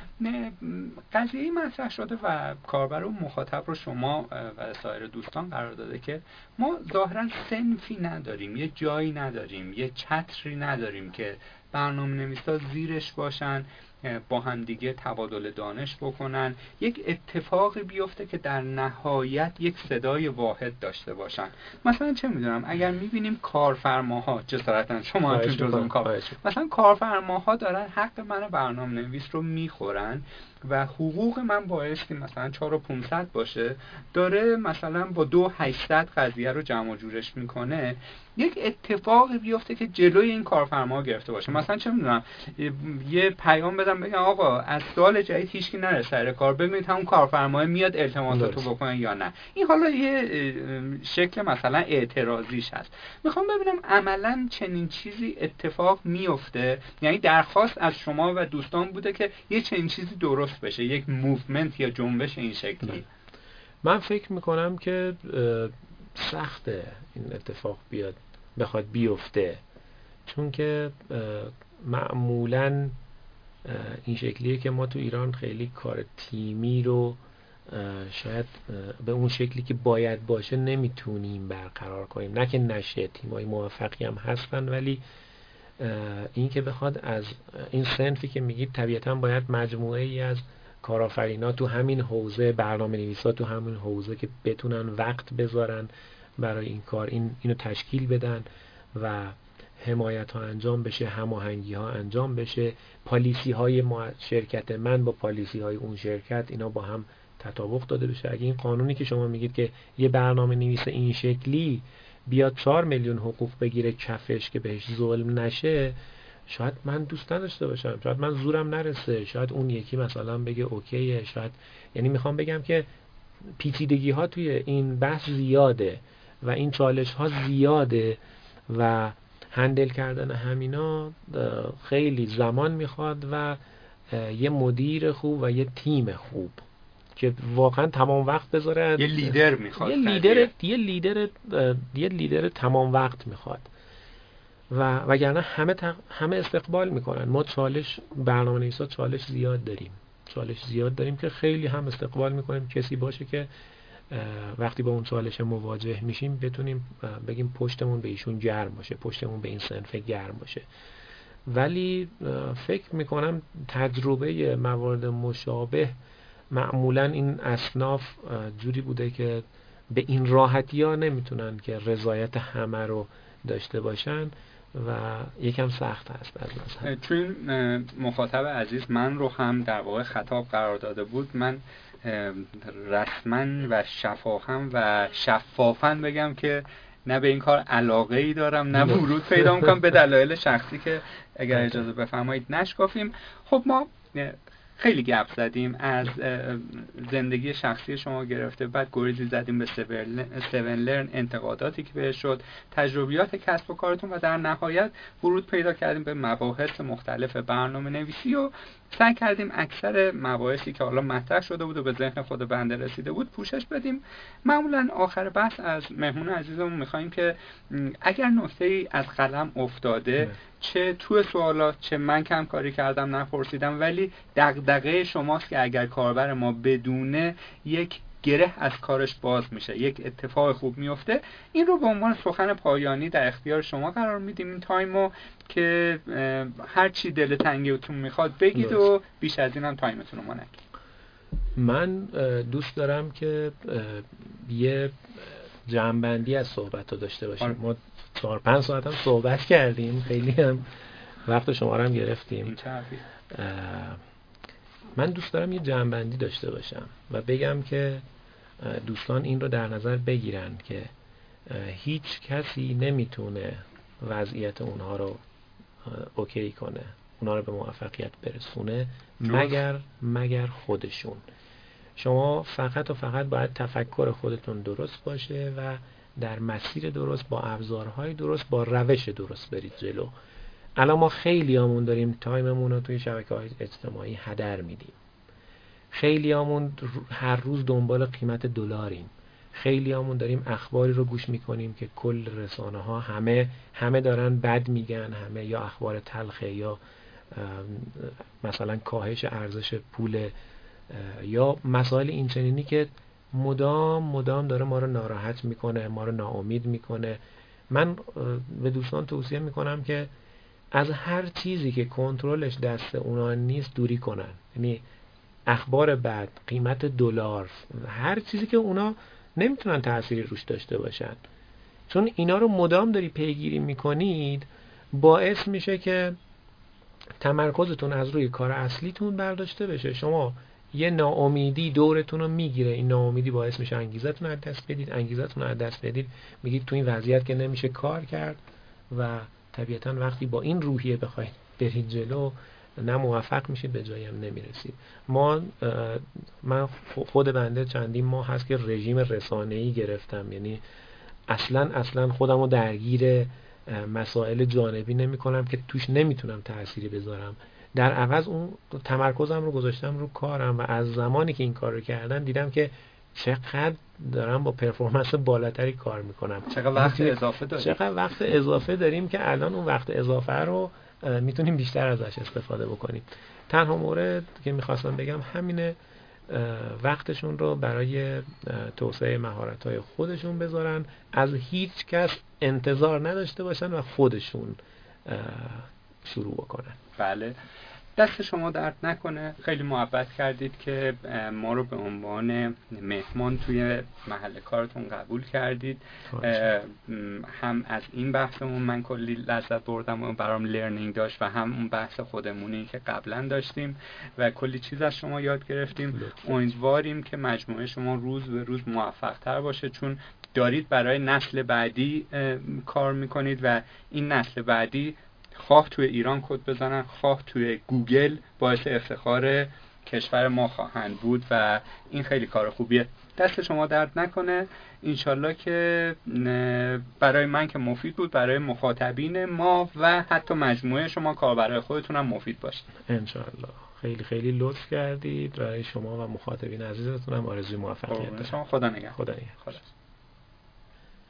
قضیه مطرح شده و کاربر و مخاطب رو شما و سایر دوستان قرار داده که ما ظاهرا صنفی نداریم، یه جایی نداریم، یه چتری نداریم که برنامه‌نویسا زیرش باشن، با هم دیگه تبادل دانش بکنن، یک اتفاقی بیفته که در نهایت یک صدای واحد داشته باشن. مثلا چه میدونم، اگر میبینیم کارفرماها، جسارتا شما تو جزء کار، مثلا کارفرماها دارن حق من برنامه‌نویس رو میخورن و حقوق من بایستی مثلا 4500 باشه، داره مثلا با 2800 قضیه رو جمع جورش میکنه، یک اتفاقی بیفته که جلوی این کارفرما گرفته باشه. مثلا چه میدونم یه پیام بدم بگم آقا از سال جدید هیچکی نره سر کار، ببینید همون کارفرما میاد التماساتو بکنه یا نه. این حالا یه شکل مثلا اعتراضیش هست. میخوام ببینم عملاً چنین چیزی اتفاق میفته؟ یعنی درخواست از شما و دوستان بوده که یه چنین چیزی درست بشه، یک موومنت یا جنبش این شکلی. من فکر میکنم که سخته این اتفاق بخواد بیفته، چون که معمولاً این شکلیه که ما تو ایران خیلی کار تیمی رو شاید به اون شکلی که باید باشه نمیتونیم برقرار کنیم. نه که نشه، تیمای موفقی هم هستن، ولی این که بخواد از این صنفی که میگید طبیعتاً باید مجموعه ای از کارآفرینا تو همین حوزه، برنامه‌نویسا تو همین حوزه که بتونن وقت بذارن برای این کار، اینو تشکیل بدن و حمایت ها انجام بشه، هماهنگی ها انجام بشه، پالیسی های شرکت من با پالیسی های اون شرکت اینا با هم تطابق داده بشه. اگه این قانونی که شما میگید که یه برنامه نویس این شکلی بیاد 4 میلیون حقوق بگیره کفش که بهش ظلم نشه، شاید من دوست نداشته باشم، شاید من زورم نرسه، شاید اون یکی مثلا بگه اوکیه، شاید، یعنی میخوام بگم که پیچیدگی ها توی این بحث زیاده و این چالش ها زیاده و هندل کردن همینا خیلی زمان میخواد و یه مدیر خوب و یه تیم خوب که واقعا تمام وقت بذاره. یه لیدر میخواد، یه لیدر تمام وقت میخواد و وگرنه همه استقبال میکنن. ما برنامه‌نویسا چالش زیاد داریم که خیلی هم استقبال میکنیم کسی باشه که وقتی با اون چالش مواجه میشیم بتونیم بگیم پشتمون به ایشون گرم باشه، پشتمون به این صنف گرم باشه. ولی فکر میکنم تجربه موارد مشابه معمولا این اصناف جوری بوده که به این راحتی ها نمیتونن که رضایت همه رو داشته باشن و یکم سخت هست از مثلا. چون مخاطب عزیز من رو هم در واقع خطاب قرار داده بود، من رسما و شفافا بگم که نه به این کار علاقه ای دارم، نه ورود پیدا میکنم به دلایل شخصی که اگر اجازه بفرمایید نشکافیم. خب ما خیلی گپ زدیم، از زندگی شخصی شما گرفته، بعد گریزی زدیم به 7 لرن، انتقاداتی که بهش شد، تجربیات کسب و کارتون و در نهایت ورود پیدا کردیم به مباحث مختلف برنامه نویسی و سعی کردیم اکثر مباحثی که حالا مطرح شده بود و به ذهن خود بنده رسیده بود پوشش بدیم. معمولا آخر بحث از مهمون عزیزمون میخوایم که اگر نکته‌ای از قلم افتاده، چه تو سوالات چه من کم کاری کردم نپرسیدم، ولی دغدغه شماست که اگر کاربر ما بدونه یک گره از کارش باز میشه، یک اتفاق خوب میفته، این رو به عنوان سخن پایانی در اختیار شما قرار میدیم. این تایمو که هر چی دل تنگیتون میخواد بگید و بیش از این هم تایمتون رو ما نگید. من دوست دارم که یه جمع‌بندی از صحبت رو داشته باشیم. ما 4-5 ساعت هم صحبت کردیم، خیلی هم وقت شما رو هم گرفتیم. من دوست دارم یه جمع‌بندی داشته باشم و بگم که دوستان این رو در نظر بگیرن که هیچ کسی نمیتونه وضعیت اونها رو اوکی کنه، اونها رو به موفقیت برسونه مگر خودشون. شما فقط و فقط باید تفکر خودتون درست باشه و در مسیر درست، با ابزارهای درست، با روش درست برید جلو. الان ما خیلی همون داریم تایممون رو توی شبکه‌های اجتماعی هدر میدیم. خیلی همون هر روز دنبال قیمت دلاریم. خیلی همون داریم اخباری رو گوش میکنیم که کل رسانه ها همه دارن بد میگن، همه یا اخبار تلخه یا مثلا کاهش ارزش پول یا مسائل اینچنینی که مدام داره ما رو ناراحت میکنه، ما رو ناامید میکنه. من به دوستان توصیه میکنم که از هر چیزی که کنترلش دست اونا نیست دوری کنن. یعنی اخبار بد، قیمت دلار، هر چیزی که اونا نمیتونن تأثیری روش داشته باشن، چون اینا رو مدام داری پیگیری میکنید، باعث میشه که تمرکزتون از روی کار اصلیتون برداشته بشه. شما یه ناامیدی دورتون رو میگیره، این ناامیدی باعث میشه انگیزتون رو از دست بدید، میگید تو این وضعیت که نمیشه کار کرد و طبیعتا وقتی با این روحیه بخواید برید جلو نه موفق میشید، به جایی هم نمیرسید. من خود بنده چندین ماه هست که رژیم رسانه‌ای گرفتم، یعنی اصلا خودم رو درگیر مسائل جانبی نمی کنم که توش نمیتونم تأثیری بذارم. در عوض اون تمرکزم رو گذاشتم رو کارم و از زمانی که این کار رو کردم دیدم که چقدر دارم با پرفورمنس بالاتری کار میکنم. چقدر وقت اضافه داریم که الان اون وقت اضافه رو میتونیم بیشتر ازش استفاده بکنیم. تنها مورد که میخواستم بگم همینه، وقتشون رو برای توسعه مهارت‌های خودشون بذارن، از هیچ کس انتظار نداشته باشن و خودشون شروع بکنن. بله، دست شما درد نکنه، خیلی محبت کردید که ما رو به عنوان مهمان توی محل کارتون قبول کردید. هم از این بحثمون من کلی لذت بردم و برام لرنینگ داشت و هم اون بحث خودمونی که قبلا داشتیم و کلی چیز از شما یاد گرفتیم. امیدواریم که مجموعه شما روز به روز موفق تر باشه، چون دارید برای نسل بعدی کار میکنید و این نسل بعدی خواه توی ایران کد بزنن خواه توی گوگل باعث افتخار کشور ما خواهند بود و این خیلی کار خوبیه. دست شما درد نکنه. انشالله که برای من که مفید بود، برای مخاطبین ما و حتی مجموعه شما کاربرای خودتون هم مفید باشه انشالله. خیلی خیلی لطف کردید. برای شما و مخاطبین عزیزتون هم آرزوی موفقیت دارم. خدا نگهدار. خدا نگهدار.